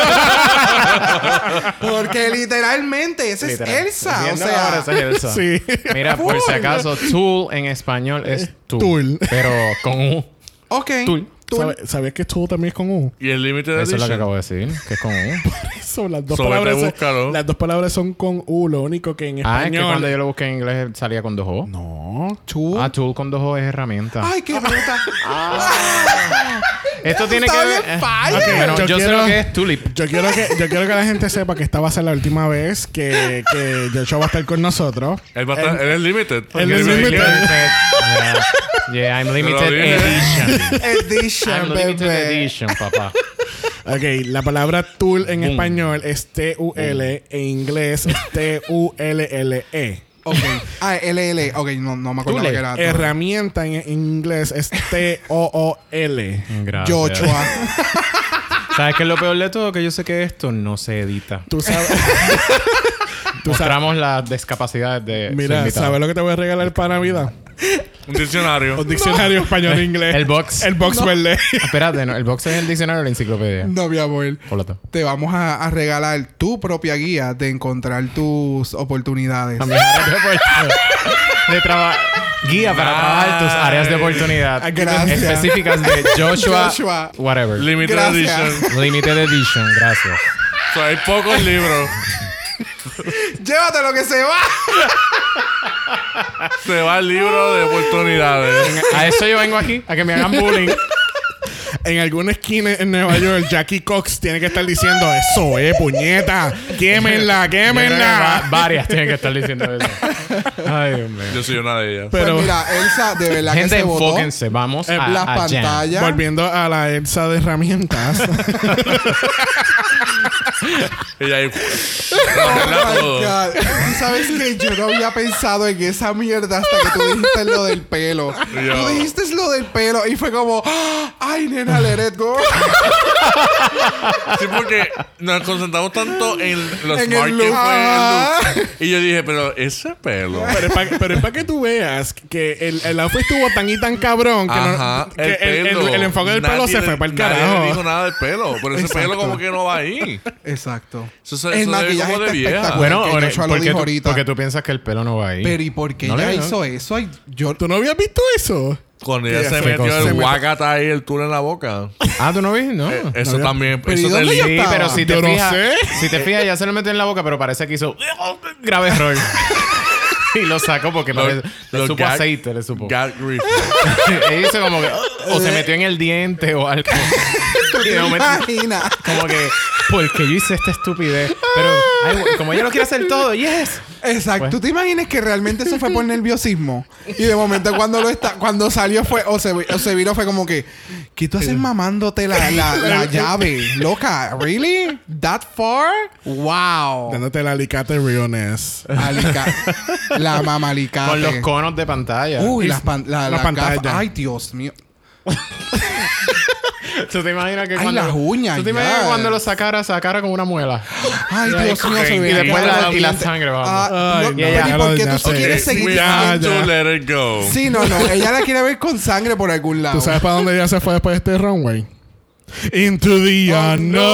Speaker 3: Porque literalmente, ese
Speaker 4: Literal.
Speaker 3: es Elsa. O
Speaker 4: Viendo
Speaker 3: sea,
Speaker 4: ahora, esa es Elsa.
Speaker 1: Sí.
Speaker 4: Mira, por si
Speaker 3: Full.
Speaker 4: acaso, Tool en español es Tool.
Speaker 1: Tool.
Speaker 4: Pero con U.
Speaker 3: ok.
Speaker 4: Tool.
Speaker 3: Tool.
Speaker 1: ¿Sabe- ¿Sabías que tool también es con U?
Speaker 2: Y el límite de
Speaker 4: Eso es lo que
Speaker 2: edition.
Speaker 4: acabo de decir, que es con U.
Speaker 1: Eso, las dos
Speaker 2: Sóbete,
Speaker 1: palabras.
Speaker 2: búscalo.
Speaker 1: Las dos palabras son con U. Lo único que en
Speaker 4: Ah, es que
Speaker 1: español.
Speaker 4: cuando yo lo busqué en inglés salía con dos O.
Speaker 1: No.
Speaker 3: Tool.
Speaker 4: Ah, Tool con dos O es herramienta.
Speaker 3: Ay, qué bruta.
Speaker 4: Esto tiene
Speaker 3: Está
Speaker 4: que
Speaker 3: bien
Speaker 4: ver.
Speaker 3: fire.
Speaker 1: Ok,
Speaker 4: Bueno, yo,
Speaker 1: yo
Speaker 4: sé
Speaker 1: quiero-
Speaker 4: lo que es tulip.
Speaker 1: Yo quiero que yo quiero que la gente sepa que esta va a ser la última vez que, que Joshua va a estar con nosotros.
Speaker 2: Él, va a estar- él es limited.
Speaker 1: Él es
Speaker 2: Porque-
Speaker 1: limited.
Speaker 4: Yeah. Yeah, I'm limited
Speaker 2: Pero dime.
Speaker 4: edition.
Speaker 3: Edition,
Speaker 4: I'm limited
Speaker 3: bebé.
Speaker 4: edition, papá.
Speaker 1: Ok, la palabra tool en
Speaker 4: Boom.
Speaker 1: español es T U L, en inglés es T U L L E.
Speaker 3: Ok. Ah, L L. Ok, no, no me acuerdo
Speaker 4: Tule.
Speaker 3: que era.
Speaker 1: Herramienta en, en inglés es T O O L.
Speaker 4: Gracias.
Speaker 3: Joshua.
Speaker 4: ¿Sabes qué es lo peor de todo? Que yo sé que esto no se edita.
Speaker 1: Tú sabes. Tú sabes.
Speaker 4: Mostramos las discapacidades de su
Speaker 1: Mira,
Speaker 4: invitado.
Speaker 1: ¿sabes lo que te voy a regalar para Navidad?
Speaker 2: Un diccionario.
Speaker 1: Un diccionario español-inglés.
Speaker 4: El box.
Speaker 1: El box verde.
Speaker 4: Espérate, no, el box es el diccionario o la enciclopedia.
Speaker 3: No, mi amor.
Speaker 4: Hola, tú.
Speaker 3: Te vamos a, a regalar tu propia guía de encontrar tus oportunidades.
Speaker 4: A mis áreas de oportunidad. De traba- Guía para trabajar tus áreas de oportunidad.
Speaker 3: Gracias.
Speaker 4: Específicas de Joshua.
Speaker 3: Joshua.
Speaker 4: Whatever.
Speaker 2: Limited
Speaker 3: Gracias.
Speaker 2: edition.
Speaker 4: Limited edition. Gracias.
Speaker 2: O sea, hay pocos libros.
Speaker 3: Llévate lo que se va.
Speaker 2: Se va el libro de oportunidades.
Speaker 4: A eso yo vengo aquí. A que me hagan bullying.
Speaker 1: En alguna esquina en Nueva York, Jackie Cox tiene que estar diciendo eso, eh, puñeta. Quémenla,
Speaker 4: Yo creo que va-
Speaker 1: quémenla.
Speaker 4: varias tienen que estar diciendo eso. Ay, Dios mío.
Speaker 2: Yo soy una de ellas.
Speaker 1: Pero
Speaker 3: Pues mira, Elsa, de verdad
Speaker 4: Gente,
Speaker 3: que se votó.
Speaker 4: enfóquense. Vamos
Speaker 1: Eh,
Speaker 4: a,
Speaker 3: Las
Speaker 4: a Jam.
Speaker 3: pantallas.
Speaker 1: volviendo a la Elsa de herramientas.
Speaker 2: Ella ahí.
Speaker 3: Oh
Speaker 2: arregla
Speaker 3: my
Speaker 2: todo.
Speaker 3: God. Tú sabes que yo no había pensado en esa mierda hasta que tú dijiste lo del pelo.
Speaker 2: Yo.
Speaker 3: Tú dijiste lo del pelo y fue como, ¡ah! ay, nena, let it go.
Speaker 2: Sí, porque nos concentramos tanto en los
Speaker 3: En el
Speaker 2: smart
Speaker 3: look.
Speaker 2: que fue
Speaker 3: Ah.
Speaker 2: el look. Y yo dije, pero ese pelo.
Speaker 1: Pero es para pero es pa que tú veas que el, el outfit estuvo tan y tan cabrón que,
Speaker 2: Ajá,
Speaker 1: no, que el, el-
Speaker 2: pelo.
Speaker 1: el enfoque del pelo
Speaker 2: Nadie
Speaker 1: se
Speaker 2: le-
Speaker 1: fue para el
Speaker 2: Nadie le
Speaker 1: carajo.
Speaker 2: dijo nada del pelo. Pero ese
Speaker 3: Exacto.
Speaker 2: pelo como que no va ahí.
Speaker 3: Exacto.
Speaker 2: Eso se-
Speaker 3: el
Speaker 2: eso se ve
Speaker 3: maquillaje
Speaker 2: como de
Speaker 3: está
Speaker 2: vieja.
Speaker 3: espectacular.
Speaker 4: Bueno,
Speaker 3: que
Speaker 4: ore-
Speaker 3: Joshua lo
Speaker 4: porque,
Speaker 3: dijo
Speaker 4: tú,
Speaker 3: ahorita.
Speaker 4: porque tú piensas que el pelo no va ahí.
Speaker 3: Pero ¿y por qué
Speaker 4: No
Speaker 3: ella
Speaker 4: le-
Speaker 3: hizo eso? Ay, yo...
Speaker 1: ¿Tú no habías visto eso?
Speaker 2: Cuando ella
Speaker 1: Ella
Speaker 2: se
Speaker 1: se
Speaker 2: metió
Speaker 1: se
Speaker 2: el
Speaker 1: metió-
Speaker 2: guacata ahí, el tul en la boca.
Speaker 4: Ah, ¿tú no viste? No.
Speaker 2: Eh, eso
Speaker 1: había-
Speaker 2: también.
Speaker 3: Pero ¿y
Speaker 2: Eso te
Speaker 3: dónde
Speaker 2: li-
Speaker 3: ella
Speaker 4: Sí,
Speaker 3: estaba?
Speaker 4: pero si te
Speaker 1: Yo no
Speaker 4: fijas,
Speaker 1: sé.
Speaker 4: si te fijas, ya se lo metió en la boca, pero parece que hizo grave error. Y lo sacó porque
Speaker 2: Los-
Speaker 4: parece, le
Speaker 2: los
Speaker 4: supo
Speaker 2: gag-
Speaker 4: aceite, le supo.
Speaker 2: Gag reflex.
Speaker 4: Y hizo como que o se metió en el diente o algo. Y de momento,
Speaker 3: Imagina.
Speaker 4: como que, ¿por qué yo hice esta estupidez? Pero ay, güey, como ella lo quiere hacer todo, yes.
Speaker 3: Exacto.
Speaker 4: Pues-
Speaker 3: ¿Tú te imaginas que realmente eso fue por nerviosismo? Y de momento cuando lo está, cuando salió fue, o se, o se viró fue como que, ¿qué tú haces mamándote la, la, la llave? Loca, ¿really? ¿That far? Wow.
Speaker 1: Dándote el alicate realness.
Speaker 3: Alica la mama alicate.
Speaker 4: Con los conos de pantalla.
Speaker 3: Uy, las pan la,
Speaker 1: la
Speaker 3: la
Speaker 1: pantalla.
Speaker 3: gafa. Ay, Dios mío.
Speaker 4: ¿Tú te imaginas que
Speaker 3: Ay,
Speaker 4: cuando...
Speaker 3: las uñas,
Speaker 4: ¿Tú te imaginas
Speaker 3: ya.
Speaker 4: que cuando lo sacara, sacara como una muela?
Speaker 3: Ay, Dios mío, se
Speaker 4: y
Speaker 3: ve.
Speaker 4: después
Speaker 3: como
Speaker 4: la-
Speaker 3: los
Speaker 4: y la
Speaker 3: dientes.
Speaker 4: sangre va.
Speaker 3: Ah,
Speaker 1: Ay,
Speaker 3: no,
Speaker 1: no,
Speaker 3: pero
Speaker 1: ya
Speaker 3: ¿y
Speaker 1: lo
Speaker 3: por qué
Speaker 1: ya
Speaker 3: tú
Speaker 1: sé.
Speaker 3: quieres
Speaker 2: We
Speaker 3: seguir?
Speaker 1: Ya,
Speaker 2: have
Speaker 1: ya.
Speaker 2: to let it go.
Speaker 3: Sí, no, no. Ella la quiere ver con sangre por algún lado.
Speaker 1: ¿Tú sabes para dónde ella se fue después de este runway? Into the
Speaker 3: Oh,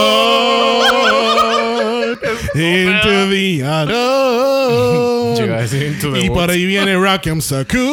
Speaker 1: unknown. Into the unknown.
Speaker 4: Yo iba a decir Into the
Speaker 1: Y por
Speaker 4: Woods.
Speaker 1: ahí viene Rock'em Sakura.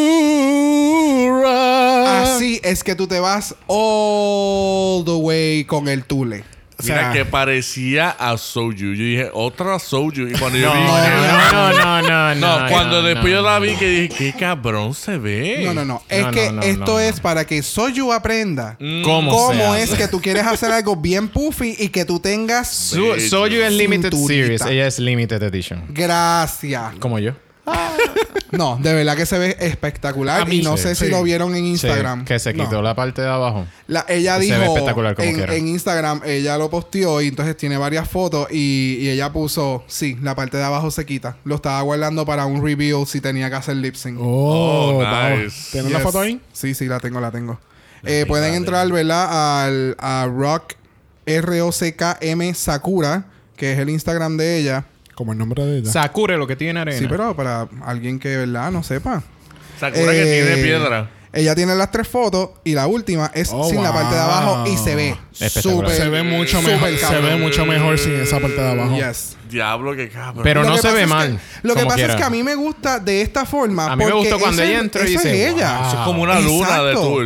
Speaker 3: Así es que tú te vas all the way con el tule.
Speaker 1: O sea,
Speaker 2: Mira que parecía a Soju. Yo dije, otra Soju. Y cuando yo
Speaker 4: No,
Speaker 2: vi.
Speaker 4: no, no, no,
Speaker 2: No,
Speaker 4: no.
Speaker 2: cuando
Speaker 4: no,
Speaker 2: después yo
Speaker 4: no.
Speaker 2: la vi, que dije, qué cabrón se ve.
Speaker 3: No, no, no. Es
Speaker 4: No,
Speaker 3: que
Speaker 4: no, no,
Speaker 3: esto
Speaker 4: no,
Speaker 3: es
Speaker 4: no.
Speaker 3: para que Soju aprenda
Speaker 4: ¿Cómo,
Speaker 3: cómo
Speaker 4: se
Speaker 3: es
Speaker 4: hace?
Speaker 3: que tú quieres hacer algo bien puffy y que tú tengas...
Speaker 4: Su- Soju es Limited
Speaker 3: Cinturita.
Speaker 4: Series. Ella es Limited Edition.
Speaker 3: Gracias.
Speaker 4: Como yo.
Speaker 3: No, de verdad que se ve espectacular.
Speaker 1: A mí
Speaker 3: Y no
Speaker 1: sí,
Speaker 3: sé si
Speaker 1: sí.
Speaker 3: lo vieron en Instagram.
Speaker 4: Sí, que se quitó
Speaker 1: No.
Speaker 4: la parte de abajo.
Speaker 3: La- ella
Speaker 4: Se
Speaker 3: dijo
Speaker 4: ve espectacular como
Speaker 3: en,
Speaker 4: quiera.
Speaker 3: en Instagram, ella lo posteó y entonces tiene varias fotos y, y ella puso, sí, la parte de abajo se quita. Lo estaba guardando para un review si tenía que hacer lip sync.
Speaker 1: Oh,
Speaker 2: Oh,
Speaker 1: vamos.
Speaker 2: nice.
Speaker 1: ¿Tienes la
Speaker 3: Yes.
Speaker 1: foto ahí?
Speaker 3: Sí, sí, la tengo, la tengo. Eh, pueden entrar, ¿verdad? Al, a Rock, R O C K M Sakura, que es el Instagram de ella.
Speaker 1: Como el nombre de ella.
Speaker 4: Sakura lo que tiene arena.
Speaker 3: Sí, pero para alguien que, ¿verdad? No sepa.
Speaker 2: Sakura que
Speaker 3: Eh,
Speaker 2: tiene piedra.
Speaker 3: Ella tiene las tres fotos y la última es
Speaker 1: Oh,
Speaker 3: sin la parte de abajo y se ve
Speaker 4: Espectacular.
Speaker 3: súper...
Speaker 1: Se ve mucho
Speaker 3: súper
Speaker 1: mejor. Se
Speaker 3: cabrón.
Speaker 1: ve mucho mejor sin esa parte de abajo.
Speaker 3: Yes.
Speaker 2: Diablo, qué cabrón.
Speaker 4: Pero
Speaker 3: Lo
Speaker 4: no
Speaker 3: que
Speaker 4: se
Speaker 3: pasa
Speaker 4: ve
Speaker 3: es que-
Speaker 4: mal.
Speaker 3: Lo que
Speaker 4: como
Speaker 3: pasa
Speaker 4: quiera.
Speaker 3: es que a mí me gusta de esta forma.
Speaker 4: A mí me
Speaker 3: porque
Speaker 4: gustó cuando
Speaker 3: ese-
Speaker 4: ella entró y
Speaker 3: esa
Speaker 4: dice,
Speaker 3: es ella.
Speaker 4: wow.
Speaker 2: Eso es como una luna de
Speaker 3: Exacto.
Speaker 2: tul.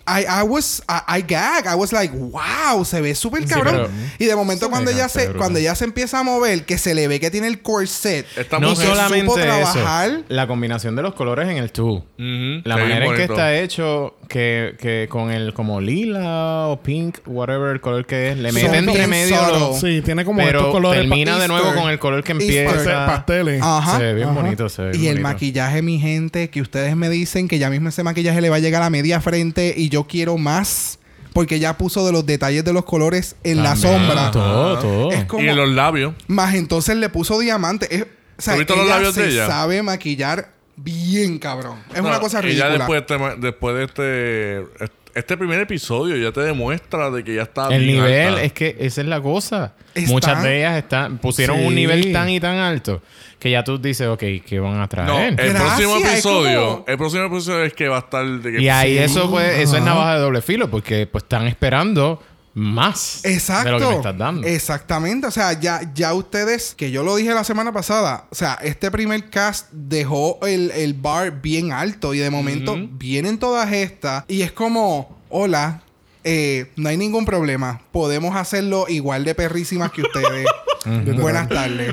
Speaker 3: I, I was, I, I gag. I was like, wow, se ve súper
Speaker 4: Sí,
Speaker 3: cabrón.
Speaker 4: pero-
Speaker 3: y de momento
Speaker 4: se
Speaker 3: cuando
Speaker 4: ve
Speaker 3: ella se,
Speaker 4: brutal.
Speaker 3: cuando ella se empieza a mover, que se le ve que tiene el corset.
Speaker 2: Esta
Speaker 4: No
Speaker 2: mujer-
Speaker 4: solamente
Speaker 3: supo
Speaker 4: eso,
Speaker 3: trabajar.
Speaker 4: la combinación de los colores en el tubo.
Speaker 2: Ujú,
Speaker 4: La
Speaker 2: se ve
Speaker 4: manera en que
Speaker 2: bonito.
Speaker 4: está hecho, que, que con el como lila o pink, whatever el color que es, le
Speaker 3: Son
Speaker 4: mete entre
Speaker 3: bien
Speaker 4: medio
Speaker 3: subtle.
Speaker 4: los...
Speaker 1: Sí, tiene como estos
Speaker 4: Pero
Speaker 1: colores
Speaker 4: termina
Speaker 3: pa-
Speaker 4: de nuevo
Speaker 3: Easter.
Speaker 4: con el color que
Speaker 3: Easter.
Speaker 4: empieza.
Speaker 1: pasteles.
Speaker 3: Ajá.
Speaker 4: Se ve bien
Speaker 1: Ajá.
Speaker 4: bonito, se ve
Speaker 3: Y
Speaker 4: bien
Speaker 3: el
Speaker 4: bonito.
Speaker 3: maquillaje, mi gente, que ustedes me dicen que ya mismo ese maquillaje le va a llegar a media frente y yo quiero más. Porque ya puso de los detalles de los colores en la
Speaker 4: También,
Speaker 3: sombra.
Speaker 4: Todo, todo.
Speaker 3: Es como...
Speaker 2: Y en los labios.
Speaker 3: Más entonces le puso diamante. Es- o sea,
Speaker 2: ¿Has visto los
Speaker 3: ella
Speaker 2: labios
Speaker 3: se
Speaker 2: de ella?
Speaker 3: sabe maquillar bien, cabrón. Es
Speaker 2: No,
Speaker 3: una cosa
Speaker 2: y
Speaker 3: ridícula.
Speaker 2: ya después, de este- después de este... Este primer episodio ya te demuestra de que ya está
Speaker 4: El
Speaker 2: bien
Speaker 4: nivel,
Speaker 2: alta.
Speaker 4: es que esa es la cosa.
Speaker 3: Están-
Speaker 4: Muchas de ellas están, pusieron
Speaker 1: Sí.
Speaker 4: un nivel tan y tan alto que ya tú dices, ok, ¿qué van a
Speaker 2: No,
Speaker 4: traer?
Speaker 2: el
Speaker 3: Gracias,
Speaker 2: próximo
Speaker 3: es
Speaker 2: episodio...
Speaker 3: como-
Speaker 2: El próximo episodio es que va a estar... De que
Speaker 4: Y ahí
Speaker 3: Sí.
Speaker 4: eso pues, eso es
Speaker 3: Ajá.
Speaker 4: navaja de doble filo, porque pues están esperando más
Speaker 3: Exacto.
Speaker 4: de lo que me estás dando.
Speaker 3: Exactamente. O sea, ya, ya ustedes, que yo lo dije la semana pasada, o sea, este primer cast dejó el, el bar bien alto y de momento vienen todas estas y es como, hola, eh, no hay ningún problema. Podemos hacerlo igual de perrísimas que ustedes. Buenas tardes.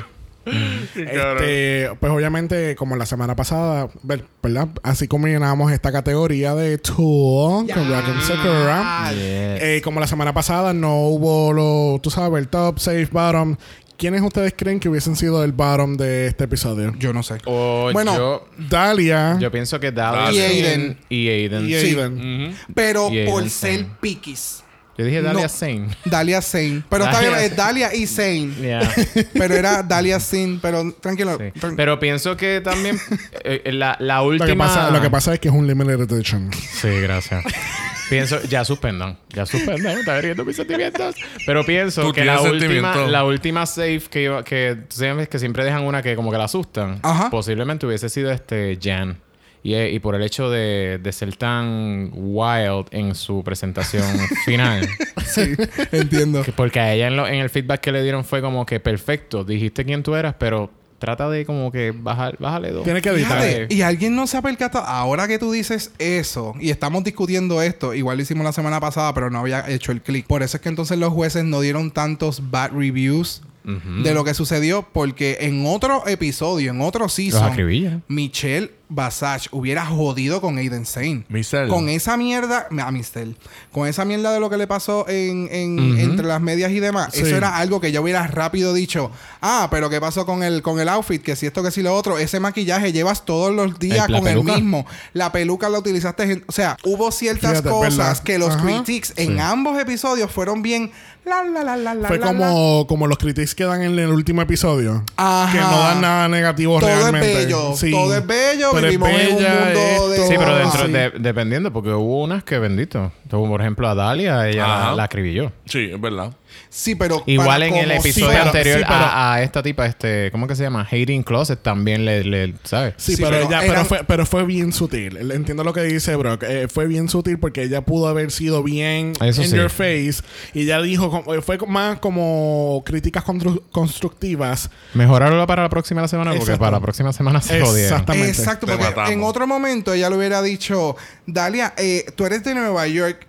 Speaker 1: Este, pues obviamente, como la semana pasada, ver- ¿verdad? Así combinábamos esta categoría de Tool con Raccoon Sakura.
Speaker 4: Yes.
Speaker 1: Eh, como la semana pasada no hubo lo, tú sabes, el top, safe, bottom. ¿Quiénes ustedes creen que hubiesen sido el bottom de este episodio?
Speaker 3: Yo no sé.
Speaker 4: O
Speaker 3: Bueno,
Speaker 4: yo,
Speaker 1: Dalia
Speaker 4: yo pienso que Dalia
Speaker 3: Y Aiden.
Speaker 4: y Aiden.
Speaker 1: y
Speaker 3: Sí.
Speaker 1: Aiden.
Speaker 2: Ujú.
Speaker 3: Pero
Speaker 4: Y
Speaker 3: por
Speaker 4: Aiden
Speaker 3: ser
Speaker 4: Sane.
Speaker 3: piquis.
Speaker 4: Yo dije Dalia
Speaker 3: No.
Speaker 4: Sane.
Speaker 3: Dalia Sane. Pero está
Speaker 4: Dalia-
Speaker 3: bien, es Dalia y Sane.
Speaker 4: Yeah.
Speaker 3: Pero era Dalia Sane. Pero tranquilo.
Speaker 4: Sí.
Speaker 3: tran-
Speaker 4: Pero pienso que también eh, eh, la, la
Speaker 1: Lo,
Speaker 4: última...
Speaker 1: que pasa, lo que pasa es que es un limited edition.
Speaker 4: Sí, gracias. Pienso, ya suspendan. Ya suspendan. Está hiriendo mis sentimientos. Pero pienso
Speaker 2: Tú
Speaker 4: que la
Speaker 2: tienes
Speaker 4: última,
Speaker 2: sentimiento.
Speaker 4: la última safe que iba, que tú sabes que siempre dejan una que como que la asustan.
Speaker 3: Ajá.
Speaker 4: Posiblemente hubiese sido este Jan. Y, eh, y por el hecho de, de ser tan wild en su presentación final.
Speaker 3: Sí, entiendo.
Speaker 4: Que porque a ella en, lo- en el feedback que le dieron fue como que perfecto. Dijiste quién tú eras, pero trata de como que bajar, bájale dos.
Speaker 1: Tiene que editar.
Speaker 3: Fíjate, y alguien no se ha percatado. Ahora que tú dices eso y estamos discutiendo esto, igual lo hicimos la semana pasada, pero no había hecho el clic. Por eso es que entonces los jueces no dieron tantos bad reviews
Speaker 4: Ujú.
Speaker 3: de lo que sucedió, porque en otro episodio, en otro
Speaker 4: Los
Speaker 3: season,
Speaker 4: acribilla.
Speaker 3: Michelle Basage hubiera jodido con Aiden Sane.
Speaker 2: Michelle.
Speaker 3: Con esa mierda, a Michelle, con esa mierda de lo que le pasó en, en-
Speaker 4: Ujú.
Speaker 3: entre las medias y demás,
Speaker 1: Sí.
Speaker 3: eso era algo que yo hubiera rápido dicho, ah, pero ¿qué pasó con el, con el outfit? Que si esto, que si lo otro, ese maquillaje llevas todos los días
Speaker 4: ¿El- la
Speaker 3: con el
Speaker 4: peluca?
Speaker 3: mismo. La peluca la utilizaste, en- o sea, hubo ciertas
Speaker 1: Fíjate,
Speaker 3: cosas
Speaker 1: ¿verdad?
Speaker 3: que los
Speaker 1: Ajá.
Speaker 3: critiques en ambos episodios fueron bien, la, la, la, la, la,
Speaker 1: Fue
Speaker 3: la, la.
Speaker 1: como, como los critics que dan en el último episodio.
Speaker 3: Ajá.
Speaker 1: Que no dan nada negativo
Speaker 3: Todo es
Speaker 1: realmente.
Speaker 3: bello,
Speaker 1: Sí.
Speaker 3: todo es bello,
Speaker 1: Pero es
Speaker 3: vivimos en un
Speaker 1: bella,
Speaker 3: mundo de-
Speaker 1: esto-
Speaker 4: Sí, pero dentro
Speaker 3: Ah, sí.
Speaker 4: de, dependiendo, porque hubo unas que bendito. Como por ejemplo a Dalia, ella
Speaker 2: Ajá.
Speaker 4: la, la acribilló.
Speaker 2: Sí, es verdad.
Speaker 3: Sí, pero
Speaker 4: Igual
Speaker 3: para
Speaker 4: en el
Speaker 3: como
Speaker 4: episodio
Speaker 1: pero-
Speaker 4: anterior
Speaker 1: sí, pero-
Speaker 4: a, a esta tipa, este, ¿cómo que se llama? Hating Closet también le, le ¿sabes?
Speaker 1: Sí,
Speaker 3: Sí,
Speaker 1: pero,
Speaker 3: pero
Speaker 1: ella,
Speaker 3: eran-
Speaker 1: pero, fue, pero fue bien sutil. Entiendo lo que dice Brock. Eh, fue bien sutil porque ella pudo haber sido bien
Speaker 4: Eso
Speaker 1: in
Speaker 4: sí.
Speaker 1: your face. Y ella dijo, como- fue más como críticas constru- constructivas.
Speaker 4: Mejorarlo para la próxima semana, porque
Speaker 1: Exacto.
Speaker 4: para la próxima semana se jodieron.
Speaker 1: Exactamente.
Speaker 3: Exacto,
Speaker 2: Te
Speaker 3: porque
Speaker 2: matamos.
Speaker 3: en otro momento ella le hubiera dicho, Dalia, eh, tú eres de Nueva York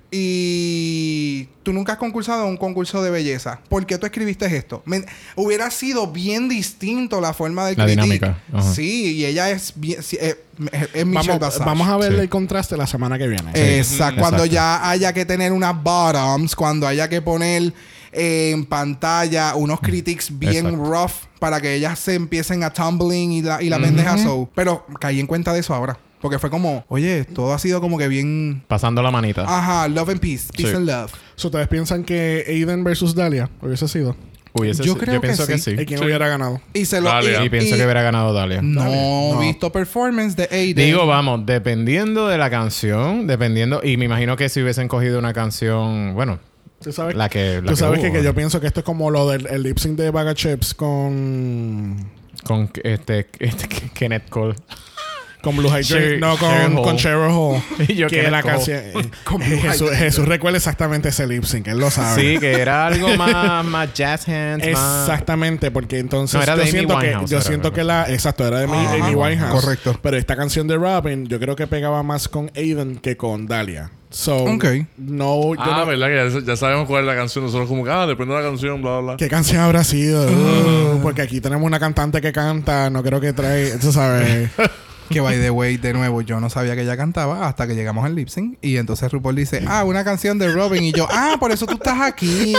Speaker 3: y tú nunca has concursado en un concurso de belleza. ¿Por qué tú escribiste esto? Me- hubiera sido bien distinto la forma de
Speaker 4: La
Speaker 3: critique.
Speaker 4: dinámica. Ajá.
Speaker 3: Sí, y ella es bien, sí, eh, es, es Michelle
Speaker 1: Vamos,
Speaker 3: Basage.
Speaker 1: vamos a ver
Speaker 4: Sí.
Speaker 1: el contraste la semana que viene.
Speaker 3: Exacto.
Speaker 4: Ujú.
Speaker 3: Cuando
Speaker 4: Exacto.
Speaker 3: ya haya que tener unas bottoms, cuando haya que poner eh, en pantalla unos critics bien
Speaker 4: Exacto.
Speaker 3: rough para que ellas se empiecen a tumbling y la, y la pendeja so. Pero caí en cuenta de eso ahora. Porque fue como, oye, todo ha sido como que bien...
Speaker 4: Pasando la manita.
Speaker 3: Ajá, love and peace. Peace
Speaker 4: Sí.
Speaker 3: and love.
Speaker 1: So, ¿ustedes piensan que Aiden versus Dalia hubiese sido?
Speaker 4: Hubiese
Speaker 3: yo
Speaker 4: si-
Speaker 3: creo
Speaker 4: yo
Speaker 3: que
Speaker 4: pienso que
Speaker 3: sí.
Speaker 4: sí.
Speaker 1: ¿Y quién
Speaker 2: Sí.
Speaker 1: hubiera ganado?
Speaker 3: Y se lo...
Speaker 2: Dalia.
Speaker 4: Y pienso que hubiera ganado Dalia.
Speaker 3: No,
Speaker 1: No.
Speaker 3: visto performance de Aiden.
Speaker 4: Digo, vamos, dependiendo de la canción, dependiendo... Y me imagino que si hubiesen cogido una canción... Bueno,
Speaker 1: ¿Tú sabes,
Speaker 4: la que... La
Speaker 1: tú
Speaker 4: que
Speaker 1: sabes que,
Speaker 4: hubo,
Speaker 1: que
Speaker 4: ¿no?
Speaker 1: yo pienso que esto es como lo del el lip sync de Bag of Chips con...
Speaker 4: Con este, este Kenneth Cole.
Speaker 1: Con Blue Hydrate.
Speaker 4: Sher-
Speaker 1: No, con,
Speaker 4: Cheryl
Speaker 1: con
Speaker 4: Hall.
Speaker 1: Cheryl Hall.
Speaker 4: Y yo
Speaker 1: que
Speaker 4: que
Speaker 1: la
Speaker 4: la
Speaker 1: canción...
Speaker 3: Con Blue
Speaker 1: Jesús,
Speaker 3: Hydrate.
Speaker 1: Jesús recuerda exactamente ese lip sync. Él lo sabe.
Speaker 4: Sí, que era algo más, más jazz hands, más...
Speaker 1: Exactamente, porque entonces
Speaker 4: No, era
Speaker 1: yo
Speaker 4: de Amy
Speaker 1: siento que
Speaker 4: Winehouse,
Speaker 1: yo
Speaker 4: era,
Speaker 1: siento
Speaker 4: era.
Speaker 1: que la exacto era de Amy,
Speaker 3: Ajá.
Speaker 1: Amy Winehouse,
Speaker 3: Correcto.
Speaker 1: Pero esta canción de Robin yo creo que pegaba más con Aiden que con Dalia. So,
Speaker 3: Ok.
Speaker 1: no, yo
Speaker 2: Ah,
Speaker 1: no-
Speaker 2: ¿verdad? Que ya, ya sabemos cuál es la canción. Nosotros como que, ah, depende de la canción, bla, bla, bla.
Speaker 1: ¿Qué canción habrá sido? Uh, porque aquí tenemos una cantante que canta, no creo que trae, tú sabes.
Speaker 3: Que by the way, de nuevo, yo no sabía que ella cantaba hasta que llegamos al lip sync. Y entonces RuPaul dice, ah, una canción de Robin. Y yo, ah, por eso tú estás aquí.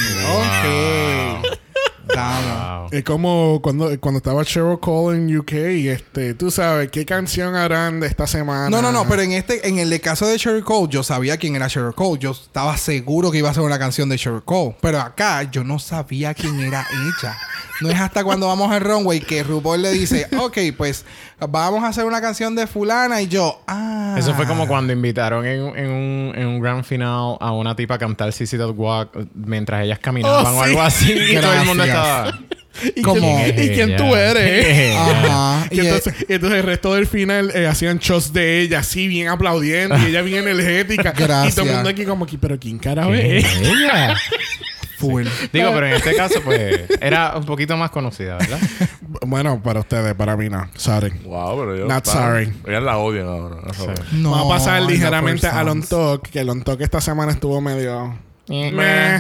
Speaker 3: Ok. Vamos.
Speaker 4: Wow.
Speaker 1: Es como cuando, cuando estaba Cheryl Cole en U K y este, tú sabes, ¿qué canción harán de esta semana?
Speaker 3: No, no, no, pero en este, en el caso de Cheryl Cole, yo sabía quién era Cheryl Cole. Yo estaba seguro que iba a ser una canción de Cheryl Cole. Pero acá yo no sabía quién era ella. No es hasta cuando vamos al runway que RuPaul le dice, ok, pues vamos a hacer una canción de fulana. Y yo, ah.
Speaker 4: Eso fue como cuando invitaron en, en un, en un gran final a una tipa a cantar Sissy Dot Walk mientras ellas caminaban
Speaker 1: Oh,
Speaker 4: o
Speaker 1: sí.
Speaker 4: algo así. Y todo el mundo
Speaker 3: Gracias.
Speaker 4: estaba...
Speaker 1: ¿Y
Speaker 3: ¿Cómo?
Speaker 1: quién, ¿y quién
Speaker 4: Ella.
Speaker 1: tú eres?
Speaker 3: Ajá.
Speaker 1: Y
Speaker 3: Y
Speaker 1: entonces, y entonces el resto del final eh, hacían shots de ella así bien aplaudiendo y ella bien energética.
Speaker 3: Gracias.
Speaker 1: Y todo el mundo aquí como que, pero ¿quién carajo es?
Speaker 4: Ella.
Speaker 3: full.
Speaker 4: Digo, pero en este caso, pues, era un poquito más conocida, ¿verdad?
Speaker 1: Bueno, para ustedes, para mí no. Sorry.
Speaker 2: Wow, pero ellos...
Speaker 1: Not
Speaker 2: están-
Speaker 1: sorry.
Speaker 2: Ellas la odian ahora. a saber.
Speaker 3: No,
Speaker 1: Vamos a pasar
Speaker 3: anda
Speaker 1: ligeramente
Speaker 3: por
Speaker 1: al On
Speaker 3: Sans.
Speaker 1: Talk, que el On Talk esta semana estuvo medio...
Speaker 4: Meh.
Speaker 1: Meh.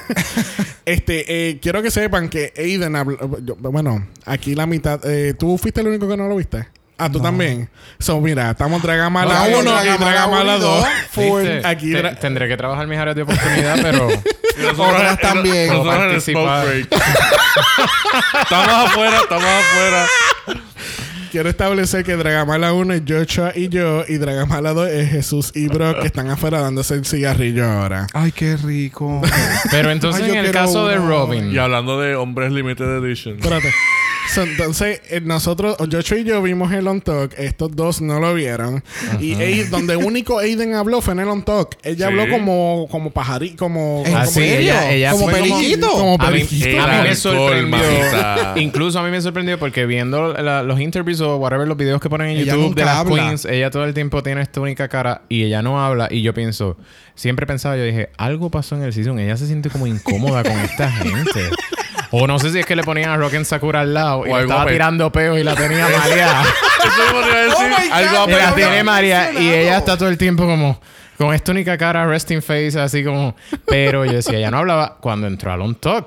Speaker 1: este, eh, quiero que sepan que Aiden habló... yo- Bueno, aquí la mitad... eh, ¿Tú fuiste el único que no lo viste? Ah, tú también. So, mira, estamos Dragamala
Speaker 3: No,
Speaker 1: uno y
Speaker 3: Dragamala
Speaker 1: Dragamala
Speaker 3: uno y
Speaker 1: dos.
Speaker 3: dos.
Speaker 1: Full.
Speaker 4: ¿Viste?
Speaker 1: Aquí...
Speaker 4: Te-
Speaker 1: dra-
Speaker 4: tendré que trabajar mis áreas de oportunidad, pero...
Speaker 2: Y nosotros-
Speaker 3: Nosotras también.
Speaker 2: Nosotros en el
Speaker 4: Participar.
Speaker 2: smoke break. Estamos afuera, estamos afuera.
Speaker 1: Quiero establecer que Dragamala uno es Joshua y yo, y Dragamala dos es Jesús y Brock, que están afuera dándose el cigarrillo ahora.
Speaker 3: Ay, qué rico.
Speaker 4: Pero entonces,
Speaker 3: Ay, yo
Speaker 4: en el
Speaker 3: quiero
Speaker 4: caso de
Speaker 3: uno.
Speaker 4: Robin...
Speaker 2: Y hablando de hombres limited edition.
Speaker 1: Espérate. So, entonces, eh, nosotros, Joshua y yo vimos el On Talk. Estos dos no lo vieron. Y Aiden- donde único Aiden habló fue en el On Talk. Ella
Speaker 2: Sí.
Speaker 1: habló como, como pajarito, como...
Speaker 3: ¿En
Speaker 4: Ah,
Speaker 1: como
Speaker 4: sí,
Speaker 3: serio?
Speaker 4: ella- ella
Speaker 3: como
Speaker 4: fue como-
Speaker 3: periquito.
Speaker 1: como
Speaker 4: A mí,
Speaker 1: periquito.
Speaker 2: El
Speaker 4: a mí me
Speaker 2: alcohol,
Speaker 4: sorprendió.
Speaker 2: mamita.
Speaker 4: Incluso a mí me sorprendió porque viendo la- los interviews o whatever, los videos que ponen en
Speaker 3: Ella
Speaker 4: YouTube
Speaker 3: nunca
Speaker 4: de las
Speaker 3: habla.
Speaker 4: queens, ella todo el tiempo tiene esta única cara y ella no habla. Y yo pienso, siempre pensaba, yo dije, algo pasó en el season. Ella se siente como incómoda con esta gente. O no sé si es que le ponían a Rock Sakura al lado y
Speaker 2: O
Speaker 4: le
Speaker 2: algo
Speaker 4: estaba
Speaker 2: pe-
Speaker 4: tirando peos y la tenía mareada.
Speaker 2: Eso mismo te iba a decir.
Speaker 3: Oh my God.
Speaker 2: Algo
Speaker 3: Pero
Speaker 4: Y la
Speaker 2: apenas.
Speaker 4: tiene María y
Speaker 3: mencionado.
Speaker 4: ella está todo el tiempo como con esta única cara, resting face, así como. Pero yo decía, ella no hablaba cuando entró al On Talk.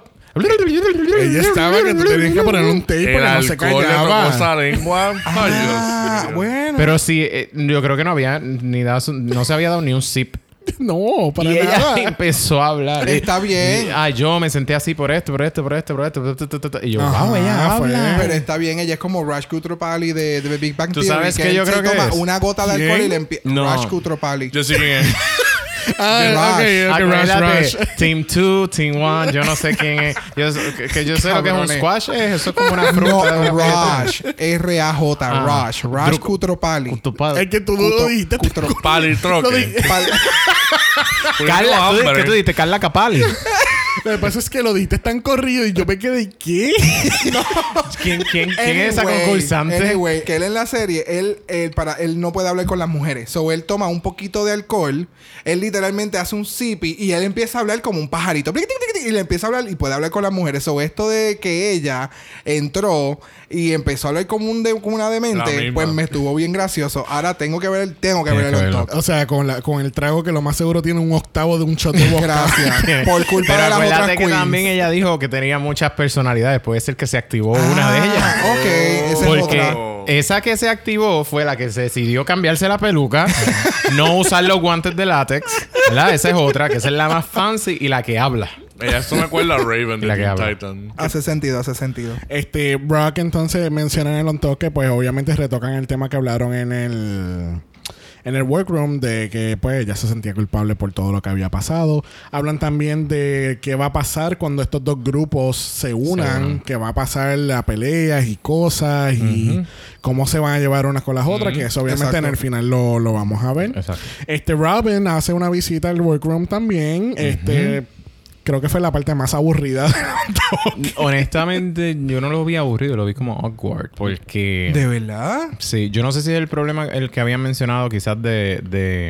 Speaker 1: Ella estaba que tú tenías que poner un tape
Speaker 2: El
Speaker 1: porque no se
Speaker 2: alcohol le tocó
Speaker 1: callaba.
Speaker 2: esa lengua. Ay,
Speaker 3: Ah,
Speaker 2: Dios mío.
Speaker 3: bueno.
Speaker 4: Pero sí, eh, yo creo que no había ni dado, su- no se había dado ni un sip.
Speaker 1: No, para
Speaker 4: y
Speaker 1: nada.
Speaker 4: ella empezó a hablar.
Speaker 3: Está bien.
Speaker 4: Y, ah, yo me senté así por esto, por esto, por esto, por esto. tu, tu, tu, tu. Y yo,
Speaker 1: Ajá,
Speaker 4: wow, ella
Speaker 1: fue.
Speaker 4: habla.
Speaker 3: Pero está bien, ella es como Raj Kutropali de, de Big Bang
Speaker 4: ¿Tú
Speaker 3: Theory.
Speaker 4: sabes qué
Speaker 3: él
Speaker 4: yo
Speaker 3: se
Speaker 4: creo que
Speaker 3: toma
Speaker 4: es?
Speaker 3: una gota de
Speaker 1: ¿Quién?
Speaker 3: alcohol y le empieza...
Speaker 4: No.
Speaker 3: Raj Kutropali.
Speaker 2: Yo sí quién es.
Speaker 1: Ah,
Speaker 3: Rush.
Speaker 1: ok, ok,
Speaker 4: Acuérdate,
Speaker 1: Rush, Rush.
Speaker 4: Team two, Team one, yo no sé quién es. Yo, que, que yo sé lo que es un
Speaker 3: Cabrones.
Speaker 4: squash, es eso es como una fruta.
Speaker 3: No,
Speaker 4: de una
Speaker 3: Raj. R A J.
Speaker 4: Ah.
Speaker 3: Raj. Raj
Speaker 4: Druco.
Speaker 3: Kutropali.
Speaker 4: Tu padre.
Speaker 1: Es que tú no lo dijiste.
Speaker 3: Kutro-
Speaker 1: Lo
Speaker 2: Palitroque.
Speaker 1: di-
Speaker 3: Pal-
Speaker 4: Carla, ¿tú,
Speaker 2: hambre.
Speaker 4: ¿qué tú dijiste? Carla Capali.
Speaker 1: Lo que pasa es que lo dijiste tan corrido y yo me quedé, ¿qué?
Speaker 4: ¿Quién, quién, quién es esa
Speaker 3: Anyway,
Speaker 4: concursante?
Speaker 3: Anyway, que él en la serie, él, él, para, él no puede hablar con las mujeres. So, él toma un poquito de alcohol. Él literalmente hace un sip y, y él empieza a hablar como un pajarito. Y le empieza a hablar y puede hablar con las mujeres. So, esto de que ella entró y empezó a hablar como, un de, como una
Speaker 2: La
Speaker 3: demente,
Speaker 2: misma.
Speaker 3: pues me estuvo bien gracioso. Ahora tengo que ver, tengo que
Speaker 4: Tienes
Speaker 3: ver
Speaker 4: que
Speaker 3: el on
Speaker 4: verlo.
Speaker 3: top.
Speaker 1: O sea, con, la, con el trago que lo más seguro tiene un octavo de un shot de vodka.
Speaker 3: Gracias. Por culpa
Speaker 4: Pero
Speaker 3: de las otras
Speaker 4: acuérdate que
Speaker 3: queens.
Speaker 4: también ella dijo que tenía muchas personalidades. Puede ser que se activó una de ellas.
Speaker 3: Ah, ok, esa es
Speaker 4: Porque
Speaker 3: otra.
Speaker 4: esa que se activó fue la que se decidió cambiarse la peluca, no usar los guantes de látex, ¿verdad? Esa es otra, que esa es la más fancy y la que habla.
Speaker 2: Ella, esto me acuerda a Raven de
Speaker 4: La que
Speaker 2: Teen
Speaker 4: habla.
Speaker 2: Titan.
Speaker 3: Hace sentido, hace sentido.
Speaker 1: Este, Brock entonces menciona en el on talk que pues obviamente retocan el tema que hablaron en el en el workroom de que pues ella se sentía culpable por todo lo que había pasado. Hablan también de qué va a pasar cuando estos dos grupos se unan,
Speaker 4: unan.
Speaker 1: que va a pasar las peleas y cosas y
Speaker 4: Ujú.
Speaker 1: cómo se van a llevar unas con las otras,
Speaker 2: Ujú.
Speaker 1: que eso obviamente
Speaker 3: Exacto.
Speaker 1: en el final lo, lo vamos a ver.
Speaker 4: Exacto.
Speaker 1: Este Robin hace una visita al workroom también. Este creo que fue la parte más aburrida.
Speaker 4: Honestamente, yo no lo vi aburrido, lo vi como awkward. Porque...
Speaker 3: ¿De verdad?
Speaker 4: Sí, yo no sé si es el problema el que habían mencionado quizás de, de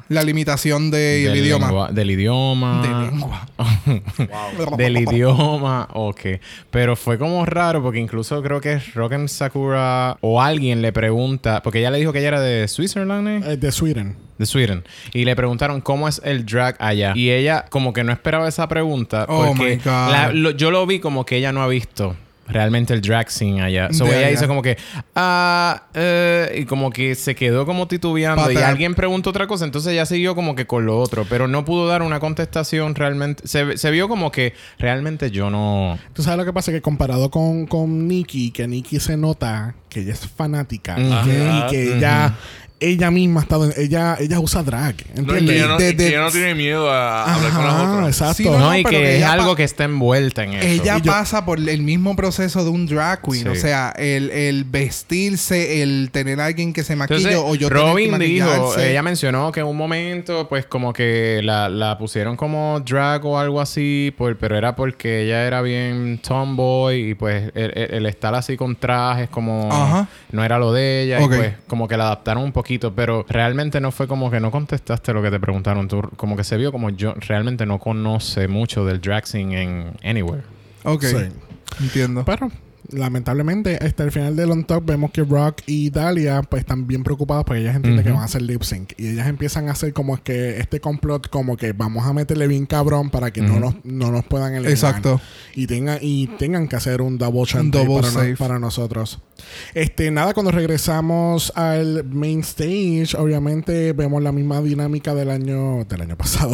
Speaker 3: La limitación de, del
Speaker 4: del
Speaker 3: idioma.
Speaker 4: lengua- del idioma.
Speaker 3: De lengua.
Speaker 2: Wow.
Speaker 4: Del idioma, ok. Pero fue como raro porque incluso creo que Roken Sakura o alguien le pregunta, porque ella le dijo que ella era de Switzerland, ¿eh?
Speaker 1: Eh, de Sweden.
Speaker 4: De Sweden. Y le preguntaron cómo es el drag allá. Y ella como que no esperaba esa pregunta
Speaker 3: Oh,
Speaker 4: porque
Speaker 3: my God.
Speaker 4: la- lo- yo lo vi como que ella no ha visto realmente el drag scene allá. So
Speaker 3: De
Speaker 4: ella
Speaker 3: allá.
Speaker 4: hizo como que ah, eh, y como que se quedó como titubeando y
Speaker 3: Pata.
Speaker 4: alguien preguntó otra cosa, entonces ella siguió como que con lo otro, pero no pudo dar una contestación realmente. Se, se vio como que realmente yo no.
Speaker 1: Tú sabes lo que pasa, que comparado con, con Nikki, que Nikki se nota que ella es fanática y
Speaker 4: Ujú.
Speaker 1: que, y que
Speaker 4: Ujú.
Speaker 1: ella, ella misma ha estado en- ella, ella usa drag.
Speaker 2: No, y
Speaker 1: ¿Entiendes?
Speaker 2: que ella no,
Speaker 3: De-
Speaker 2: y que
Speaker 3: de-
Speaker 2: ella no tiene miedo a, a hablar con las
Speaker 1: Ajá,
Speaker 2: otras.
Speaker 1: exacto.
Speaker 3: Sí,
Speaker 4: No,
Speaker 3: no,
Speaker 4: y
Speaker 3: pero
Speaker 4: que
Speaker 3: que
Speaker 4: es
Speaker 3: ella
Speaker 4: algo
Speaker 3: pa-
Speaker 4: que está envuelta en eso.
Speaker 3: Ella
Speaker 1: Y yo-
Speaker 3: pasa por el mismo proceso de un drag queen.
Speaker 4: Sí.
Speaker 3: O sea, el, el vestirse, el tener a alguien que se maquille
Speaker 4: Entonces,
Speaker 3: o yo tener
Speaker 4: Robin
Speaker 3: que
Speaker 4: dijo,
Speaker 3: maquillarse.
Speaker 4: ella mencionó que en un momento, pues como que la, la pusieron como drag o algo así, por, pero era porque ella era bien tomboy y pues el, el- el estar así con trajes como
Speaker 3: Ajá.
Speaker 4: no era lo de ella
Speaker 3: Ok.
Speaker 4: y pues como que la adaptaron un poquito, pero realmente no fue como que no contestaste lo que te preguntaron. Tú, como que se vio como yo realmente no conoce mucho del drag scene en Anywhere.
Speaker 3: Ok.
Speaker 1: Sí.
Speaker 3: Entiendo.
Speaker 1: Pero lamentablemente hasta el final del On Top vemos que Rock y Dahlia pues están bien preocupadas porque ellas entienden
Speaker 4: Ujú.
Speaker 1: que van a hacer lip sync y ellas empiezan a hacer como que este complot como que vamos a meterle bien cabrón para que no,
Speaker 4: Ujú.
Speaker 1: nos, no nos puedan eliminar
Speaker 3: Exacto.
Speaker 1: y tengan y tengan que hacer un double chante
Speaker 3: double
Speaker 1: para, no-
Speaker 3: save.
Speaker 1: para nosotros. Este nada, cuando regresamos al main stage obviamente vemos la misma dinámica del año del año pasado.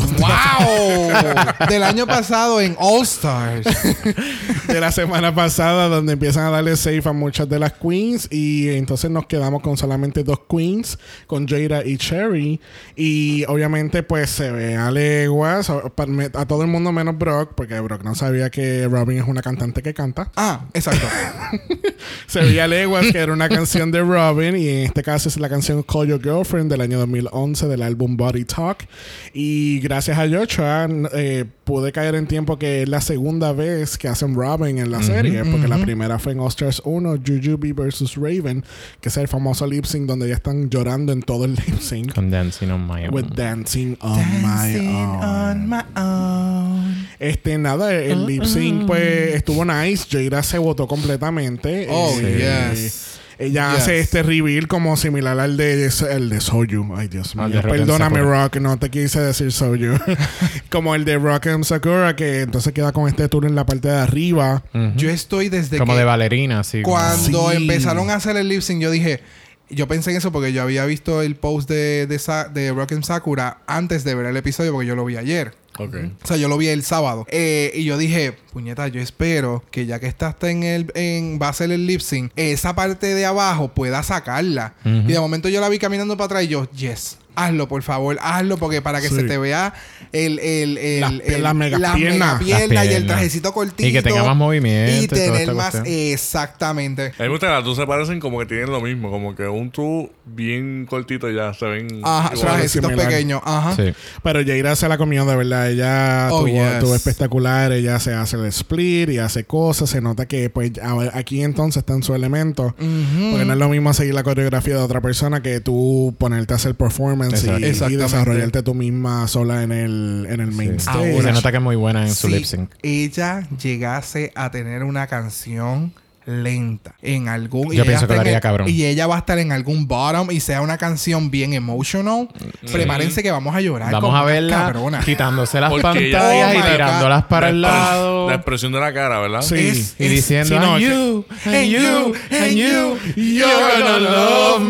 Speaker 3: ¡Wow! Del año pasado en All Stars.
Speaker 1: De la semana pasada, donde empiezan a darle save a muchas de las queens y entonces nos quedamos con solamente dos queens, con Jada y Cherry, y obviamente pues se ve a leguas a, a todo el mundo menos Brock, porque Brock no sabía que Robin es una cantante que canta.
Speaker 3: Ah, exacto.
Speaker 1: Se veía a leguas que era una canción de Robin, y en este caso es la canción Call Your Girlfriend del año dos mil once del álbum Body Talk, y gracias a Joshua eh, pude caer en tiempo que es la segunda vez que hacen Robin en la
Speaker 4: Ujú,
Speaker 1: serie, porque la
Speaker 3: ujú.
Speaker 1: primera fue en All Stars uno, Jujubee versus Raven, que es el famoso lip sync donde ya están llorando en todo el lip sync.
Speaker 4: Con Dancing on My Own.
Speaker 1: With Dancing on
Speaker 3: Dancing
Speaker 1: My Own.
Speaker 3: on my own.
Speaker 1: Este, nada, el lip sync pues estuvo nice. Jada se votó completamente.
Speaker 3: Oh,
Speaker 1: Eh,
Speaker 3: yes.
Speaker 1: Ella
Speaker 3: Yes.
Speaker 1: hace este reveal como similar al de, el de Soju. Ay, Dios mío.
Speaker 4: Al de Rock and
Speaker 1: Perdóname,
Speaker 4: Sakura.
Speaker 1: Rock, no te quise decir Soju. Como el de Rock and Sakura, que entonces queda con este tour en la parte de arriba.
Speaker 4: Ujú.
Speaker 3: Yo estoy desde
Speaker 4: como
Speaker 3: que
Speaker 4: de bailarina, así. como-
Speaker 3: cuando
Speaker 1: Sí.
Speaker 3: empezaron a hacer el lip sync, yo dije, yo pensé en eso porque yo había visto el post de, de, Sa- de Rock and Sakura antes de ver el episodio porque yo lo vi ayer.
Speaker 2: Ok.
Speaker 3: O sea, yo lo vi el sábado. Eh, y yo dije, puñeta, yo espero que ya que está hasta en el... En, va a ser el lip sync, esa parte de abajo pueda sacarla.
Speaker 4: Ujú.
Speaker 3: Y de momento yo la vi caminando para atrás y yo, yes. Hazlo, por favor, hazlo, porque para que
Speaker 1: Sí.
Speaker 3: se te vea el... el, el,
Speaker 1: Las-
Speaker 3: el-
Speaker 1: las megas
Speaker 3: las
Speaker 1: piernas.
Speaker 3: megapiernas
Speaker 4: Las
Speaker 3: y el
Speaker 4: piernas.
Speaker 3: trajecito cortito.
Speaker 4: Y que tenga más movimiento
Speaker 3: Y
Speaker 4: y toda
Speaker 3: tener
Speaker 4: esta
Speaker 3: más...
Speaker 4: cuestión.
Speaker 3: Exactamente.
Speaker 2: A mí me gusta que las dos se parecen como que tienen lo mismo. Como que un tú bien cortito ya se ven
Speaker 3: Ajá,
Speaker 2: iguales.
Speaker 3: trajecitos
Speaker 1: similar.
Speaker 3: pequeños. Ajá.
Speaker 4: Sí.
Speaker 1: Pero Jada se la comió de verdad. Ella
Speaker 3: Oh,
Speaker 1: tuvo,
Speaker 3: yes.
Speaker 1: tuvo espectacular. Ella se hace el split y hace cosas. Se nota que pues a- aquí entonces está en su elemento.
Speaker 3: Ujú.
Speaker 1: Porque no es lo mismo seguir la coreografía de otra persona que tú ponerte a hacer performance
Speaker 4: Exacto.
Speaker 1: y, y
Speaker 3: Exactamente.
Speaker 1: desarrollarte tú misma sola en el, en el main
Speaker 4: Sí.
Speaker 1: stage.
Speaker 4: Y se nota que es muy buena en su
Speaker 3: Si
Speaker 4: lip sync.
Speaker 3: ella llegase a tener una canción lenta en algún... y
Speaker 4: Yo
Speaker 3: ella
Speaker 4: pienso que
Speaker 3: está
Speaker 4: lo
Speaker 3: en
Speaker 4: haría
Speaker 3: el-
Speaker 4: cabrón.
Speaker 3: Y ella va a estar en algún bottom y sea una canción bien emotional. Prepárense que vamos a llorar.
Speaker 4: Vamos
Speaker 3: como
Speaker 4: a
Speaker 3: unas
Speaker 4: verla
Speaker 3: cabronas.
Speaker 4: quitándose las
Speaker 2: Porque
Speaker 4: pantallas
Speaker 2: ella-
Speaker 3: Oh
Speaker 4: y
Speaker 3: my
Speaker 4: tirándolas para
Speaker 2: La
Speaker 4: el
Speaker 2: expres-
Speaker 4: lado.
Speaker 2: La expresión de la cara, ¿verdad?
Speaker 1: Sí.
Speaker 3: Es-
Speaker 4: Y
Speaker 3: es-
Speaker 4: diciendo,
Speaker 1: sí, no,
Speaker 4: and
Speaker 1: es
Speaker 4: you,
Speaker 3: and
Speaker 4: and you, and you, you're gonna love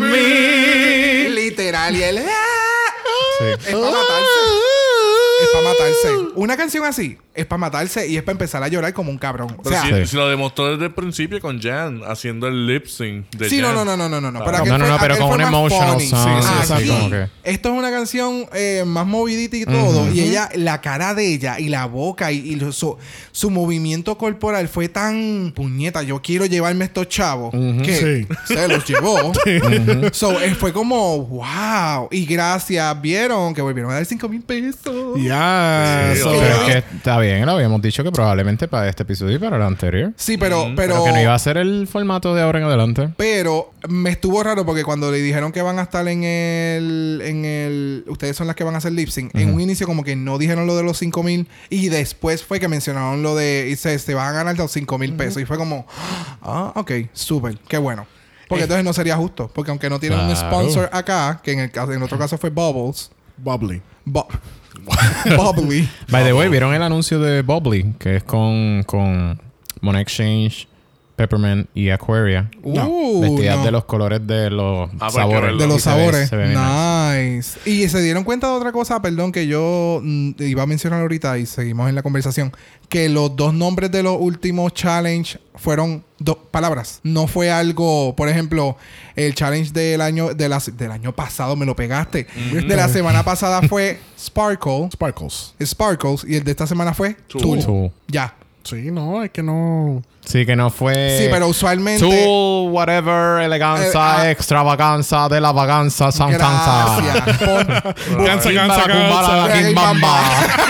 Speaker 4: me.
Speaker 3: Literal. Y él... ¡ah!
Speaker 4: Sí.
Speaker 3: Es para matarse. Es para matarse. Una canción así es para matarse y es para empezar a llorar como un cabrón. O
Speaker 2: Pero
Speaker 3: sea,
Speaker 2: si,
Speaker 4: Sí.
Speaker 2: si lo demostró desde el principio con Jan, haciendo el lip sync de
Speaker 3: sí, no,
Speaker 2: Jan.
Speaker 3: no, no, no, no, no, no.
Speaker 2: Ah.
Speaker 3: Pero
Speaker 4: No,
Speaker 3: aquel
Speaker 4: no,
Speaker 3: fue-
Speaker 4: no, pero
Speaker 3: aquel
Speaker 4: con
Speaker 3: fue
Speaker 4: un
Speaker 3: más
Speaker 4: emotional
Speaker 3: funny.
Speaker 4: song,
Speaker 1: sí,
Speaker 3: Aquí,
Speaker 1: exacto.
Speaker 4: como que-
Speaker 3: esto es una canción eh, más movidita y todo.
Speaker 4: Ujú.
Speaker 3: Y ella, la cara de ella y la boca y, y lo- su, su movimiento corporal fue tan puñeta. Yo quiero llevarme estos chavos
Speaker 4: Ujú.
Speaker 3: que
Speaker 1: Sí.
Speaker 3: se los llevó. So, eh, fue como wow. Y gracias, vieron que volvieron a dar cinco mil pesos.
Speaker 1: Ya.
Speaker 2: Sí,
Speaker 1: so-
Speaker 2: o
Speaker 4: Pero
Speaker 2: sea,
Speaker 4: es que está bien, lo habíamos dicho que probablemente para este episodio y para el anterior.
Speaker 3: Sí, pero,
Speaker 2: Mm,
Speaker 3: pero,
Speaker 4: Pero que no iba a ser el formato de ahora en adelante.
Speaker 3: pero me estuvo raro porque cuando le dijeron que van a estar en el, en el, ustedes son las que van a hacer lip sync, en un inicio como que no dijeron lo de los cinco mil y después fue que mencionaron lo de, y se, se van a ganar los cinco mil pesos y fue como, ah, ok, súper, qué bueno. Porque entonces no sería justo. Porque aunque no tienen un
Speaker 4: Claro.
Speaker 3: sponsor acá, que en el caso, en otro caso fue Bubbles.
Speaker 1: Bubbly.
Speaker 3: Bu- Bubbly.
Speaker 4: By the way, ¿vieron el anuncio de Bubbly? Que es con, con Money Exchange, Peppermint y Aquaria.
Speaker 3: Uh,
Speaker 4: Vestidas
Speaker 3: no.
Speaker 4: de los colores de los
Speaker 2: Ah, pues,
Speaker 4: sabores.
Speaker 2: que verlo.
Speaker 3: De los
Speaker 4: Y se ve-
Speaker 3: sabores.
Speaker 4: se ve bien nice.
Speaker 3: Nice. Y se dieron cuenta de otra cosa, perdón, que yo mm, iba a mencionar ahorita y seguimos en la conversación. Que los dos nombres de los últimos challenge fueron dos palabras. No fue algo, por ejemplo, el challenge del año, de la, del año pasado, me lo pegaste. De la semana pasada fue Sparkle.
Speaker 1: Sparkles.
Speaker 3: Sparkles. Y el de esta semana fue
Speaker 2: Tool.
Speaker 3: Tool.
Speaker 4: Tool.
Speaker 3: Ya.
Speaker 1: Sí, no, es que no...
Speaker 4: Sí, que no fue...
Speaker 3: Sí, pero usualmente...
Speaker 4: Tool, whatever, eleganza,
Speaker 3: Eh, ah.
Speaker 4: extravaganza, de la vaganza, santanza.
Speaker 3: Gracias. Pon-
Speaker 1: Cansa, cansa,
Speaker 4: Kimbara,
Speaker 1: cansa.
Speaker 4: kimbamba.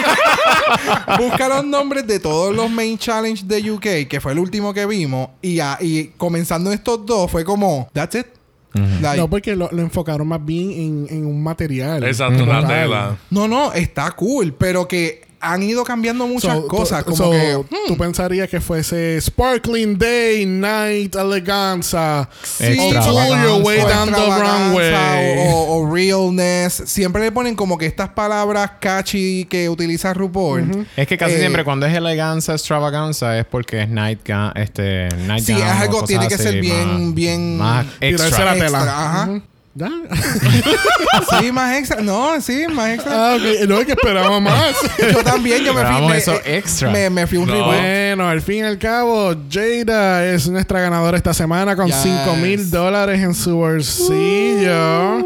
Speaker 3: Busca los nombres de todos los main challenge de U K, que fue el último que vimos, y, a- y comenzando estos dos fue como, that's it. Like,
Speaker 1: No, porque lo, lo enfocaron más bien en, en un material.
Speaker 2: Exacto, la
Speaker 1: Real.
Speaker 2: tela.
Speaker 3: no, no, está cool, pero que han ido cambiando muchas
Speaker 1: So,
Speaker 3: cosas.
Speaker 1: tú-
Speaker 3: Como
Speaker 1: so,
Speaker 3: que, hmm,
Speaker 1: tú pensarías que fuese Sparkling Day, Night, Eleganza.
Speaker 3: sí,
Speaker 4: Extravaganza.
Speaker 1: Your way
Speaker 3: o
Speaker 1: down the
Speaker 3: extravaganza,
Speaker 1: runway.
Speaker 3: O, o realness. Siempre le ponen como que estas palabras catchy que utiliza RuPaul.
Speaker 4: Es que casi
Speaker 3: Eh,
Speaker 4: siempre cuando es eleganza, extravaganza es porque es nightgown, este, nightgown.
Speaker 3: Sí, es algo,
Speaker 4: o
Speaker 3: tiene que
Speaker 4: cosas
Speaker 3: ser
Speaker 4: así,
Speaker 3: bien,
Speaker 4: más-
Speaker 3: bien...
Speaker 4: Más
Speaker 1: Tirarse
Speaker 4: extra.
Speaker 1: la tela.
Speaker 3: extra, ajá.
Speaker 1: Ujú. ¿Ya?
Speaker 3: Sí, más extra. No, sí, más extra.
Speaker 1: Ah, ok. No, es que esperaba más.
Speaker 3: Yo también, yo me fui...
Speaker 4: Esperábamos
Speaker 3: Me,
Speaker 4: eso
Speaker 3: eh,
Speaker 4: extra.
Speaker 3: Me, me fui un
Speaker 2: No.
Speaker 3: reboot.
Speaker 1: Bueno, al fin y al cabo, Jada es nuestra ganadora esta semana con
Speaker 3: Yes.
Speaker 1: cinco mil dólares en su bolsillo.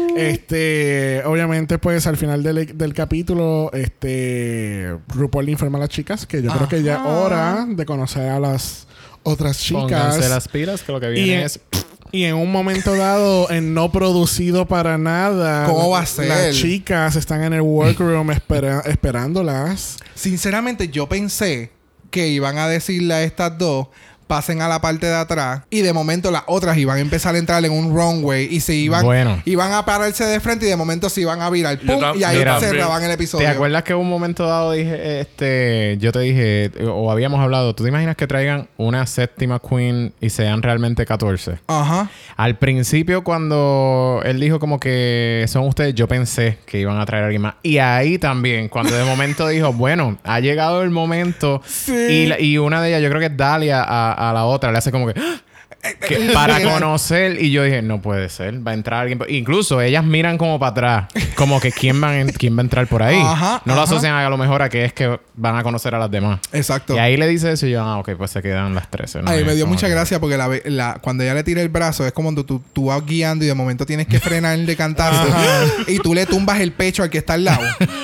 Speaker 1: Este, obviamente, pues al final del, del capítulo, este, RuPaul le informa a las chicas que yo creo que ya es
Speaker 3: Ajá.
Speaker 1: hora de conocer a las otras chicas.
Speaker 4: Pónganse las pilas que lo que
Speaker 1: Y
Speaker 4: viene
Speaker 1: en,
Speaker 4: es...
Speaker 1: y en un momento dado, en no producido para nada,
Speaker 3: ¿Cómo va a ser?
Speaker 1: las chicas están en el workroom espera- esperándolas.
Speaker 3: Sinceramente, yo pensé que iban a decirle a estas dos, pasen a la parte de atrás, y de momento las otras iban a empezar a entrar en un runway y se iban,
Speaker 4: Bueno.
Speaker 3: iban a pararse de frente y de momento se iban a virar.
Speaker 2: Yo
Speaker 3: ¡Pum!
Speaker 2: tam-
Speaker 3: Y ahí
Speaker 4: Mira,
Speaker 3: cerraban el episodio.
Speaker 4: ¿Te acuerdas que en un momento dado dije, este, yo te dije, o habíamos hablado, ¿tú te imaginas que traigan una séptima queen y sean realmente catorce?
Speaker 3: Ajá.
Speaker 4: Al principio, cuando él dijo como que son ustedes, yo pensé que iban a traer a alguien más. Y ahí también, cuando de momento dijo, bueno, ha llegado el momento. Y, la- y una de ellas, yo creo que es Dalia, a, a la otra, le hace como que... ¡Ah! que para conocer. Y yo dije, no puede ser. Va a entrar alguien. Incluso ellas miran como para atrás. Como que quién, van en- quién va a entrar por ahí.
Speaker 3: Ajá,
Speaker 4: no lo
Speaker 3: ajá.
Speaker 4: asocian a lo mejor a que es que van a conocer a las demás.
Speaker 3: Exacto.
Speaker 4: Y ahí le dice eso y yo, ah, ok, pues se quedan las trece. ¿no?
Speaker 3: Ay,
Speaker 4: Es
Speaker 3: me dio
Speaker 4: como
Speaker 3: mucha
Speaker 4: que-
Speaker 3: gracia porque la, ve- la- cuando ella le tira el brazo es como cuando tú, tú vas guiando y de momento tienes que frenar de cantazo y tú le tumbas el pecho al que está al lado.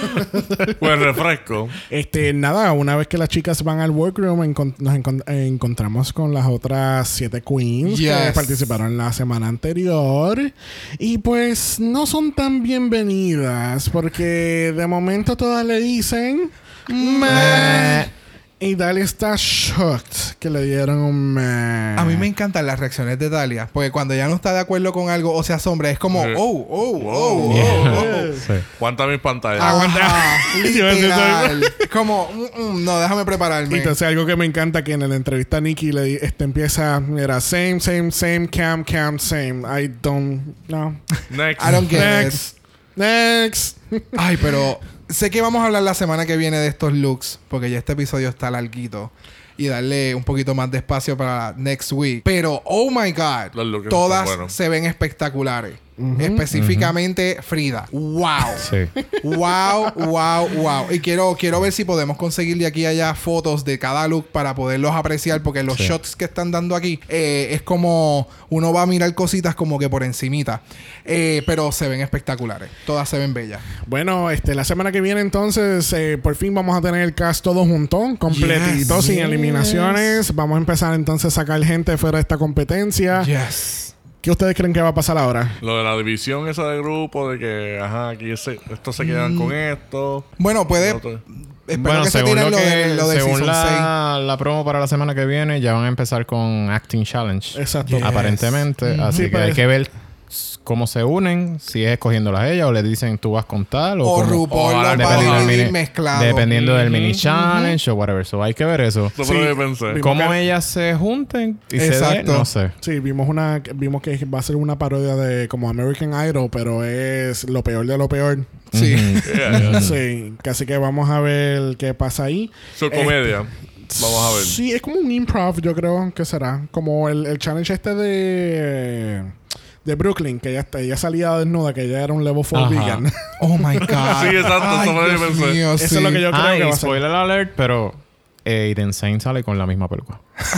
Speaker 2: Pues refresco.
Speaker 1: Este, nada, una vez que las chicas van al workroom, encon- nos encon- eh, encontramos con las otras siete queens que
Speaker 3: Yes.
Speaker 1: participaron la semana anterior. Y pues no son tan bienvenidas porque de momento todas le dicen meh. Y Dalia está shocked que le dieron un meh.
Speaker 3: A mí me encantan las reacciones de Dalia porque cuando ella no está de acuerdo con algo o se asombra es como,
Speaker 2: Eh.
Speaker 3: oh, oh, oh,
Speaker 4: Yeah.
Speaker 3: oh, oh.
Speaker 4: Sí.
Speaker 2: Aguanta mis pantallas.
Speaker 3: Ajá,
Speaker 1: Yo decía
Speaker 3: literal. Como, mm, mm, no, déjame
Speaker 1: Y
Speaker 3: prepararme.
Speaker 1: entonces algo que me encanta que en la entrevista Nikki le di- este empieza, mira, same, same, same, cam, cam, same. I don't, no.
Speaker 2: Next.
Speaker 3: I don't get it.
Speaker 1: Next. Next.
Speaker 3: Ay, pero sé que vamos a hablar la semana que viene de estos looks, porque ya este episodio está larguito. Y darle un poquito más de espacio para next week. Pero, oh my God,
Speaker 2: Los looks
Speaker 3: todas
Speaker 2: están buenos.
Speaker 3: se ven espectaculares. Específicamente Frida. ¡Wow!
Speaker 4: Sí.
Speaker 3: Wow, wow, wow. Y quiero, quiero ver si podemos conseguir de aquí a allá fotos de cada look para poderlos apreciar, porque los
Speaker 4: Sí.
Speaker 3: shots que están dando aquí eh, es como uno va a mirar cositas como que por encimita. Eh, pero se ven espectaculares. Todas se ven bellas.
Speaker 1: Bueno, este, la semana que viene entonces, eh, por fin vamos a tener el cast todo junto, completito,
Speaker 3: Yes.
Speaker 1: sin
Speaker 3: Yes.
Speaker 1: eliminaciones. Vamos a empezar entonces a sacar gente fuera de esta competencia.
Speaker 3: Yes.
Speaker 1: ¿Qué ustedes creen que va a pasar ahora?
Speaker 2: Lo de la división esa de grupo, de que, ajá, aquí ese- estos se quedan con esto.
Speaker 3: Bueno, puede,
Speaker 2: Otro-
Speaker 3: espero
Speaker 4: Bueno,
Speaker 3: que se
Speaker 4: según
Speaker 3: tiren
Speaker 4: lo
Speaker 3: lo de,
Speaker 4: que,
Speaker 3: lo de
Speaker 4: según
Speaker 3: Season seis.
Speaker 4: la, la promo para la semana que viene, ya van a empezar con Acting Challenge.
Speaker 1: Exacto.
Speaker 3: Yes.
Speaker 4: Aparentemente.
Speaker 1: Ujú.
Speaker 4: Así
Speaker 1: Sí,
Speaker 4: que
Speaker 1: pero
Speaker 4: hay
Speaker 1: es-
Speaker 4: que ver s- cómo se unen. Si es escogiéndolas a ella o le dicen tú vas con tal. O,
Speaker 3: O
Speaker 4: cómo-
Speaker 3: RuPaul
Speaker 2: ojalá
Speaker 3: los va a
Speaker 4: dependiendo del
Speaker 3: dividir
Speaker 4: mini-
Speaker 3: mezclado.
Speaker 4: Dependiendo del mini
Speaker 2: Ujú,
Speaker 4: challenge o whatever. So hay que ver eso.
Speaker 2: Eso
Speaker 1: Sí.
Speaker 2: fue lo que pensé.
Speaker 1: Vimos
Speaker 4: Cómo
Speaker 1: que-
Speaker 4: ellas se junten y se
Speaker 3: Exacto.
Speaker 4: den, no sé.
Speaker 1: Sí, vimos una vimos que va a ser una parodia de como American Idol, pero es lo peor de lo peor.
Speaker 3: Sí.
Speaker 4: Ujú.
Speaker 2: Yeah, yeah.
Speaker 1: Sí, así que vamos a ver qué pasa ahí.
Speaker 2: Son comedia. Vamos a ver.
Speaker 1: Sí, es como un improv, yo creo que será. Como el, el challenge este de de Brooklyn, que ella, está- ella salía desnuda, que ella era un level four
Speaker 4: Ajá.
Speaker 1: vegan.
Speaker 3: Oh my God.
Speaker 2: Sí, exacto,
Speaker 3: Ay,
Speaker 2: eso fue lo que
Speaker 3: Dios
Speaker 2: pensé.
Speaker 3: mío,
Speaker 1: Eso
Speaker 3: sí.
Speaker 1: es lo que yo creo
Speaker 4: Ah,
Speaker 1: que
Speaker 4: y
Speaker 1: va a ser.
Speaker 4: spoiler alert, pero Aiden Zane sale con la misma peluca.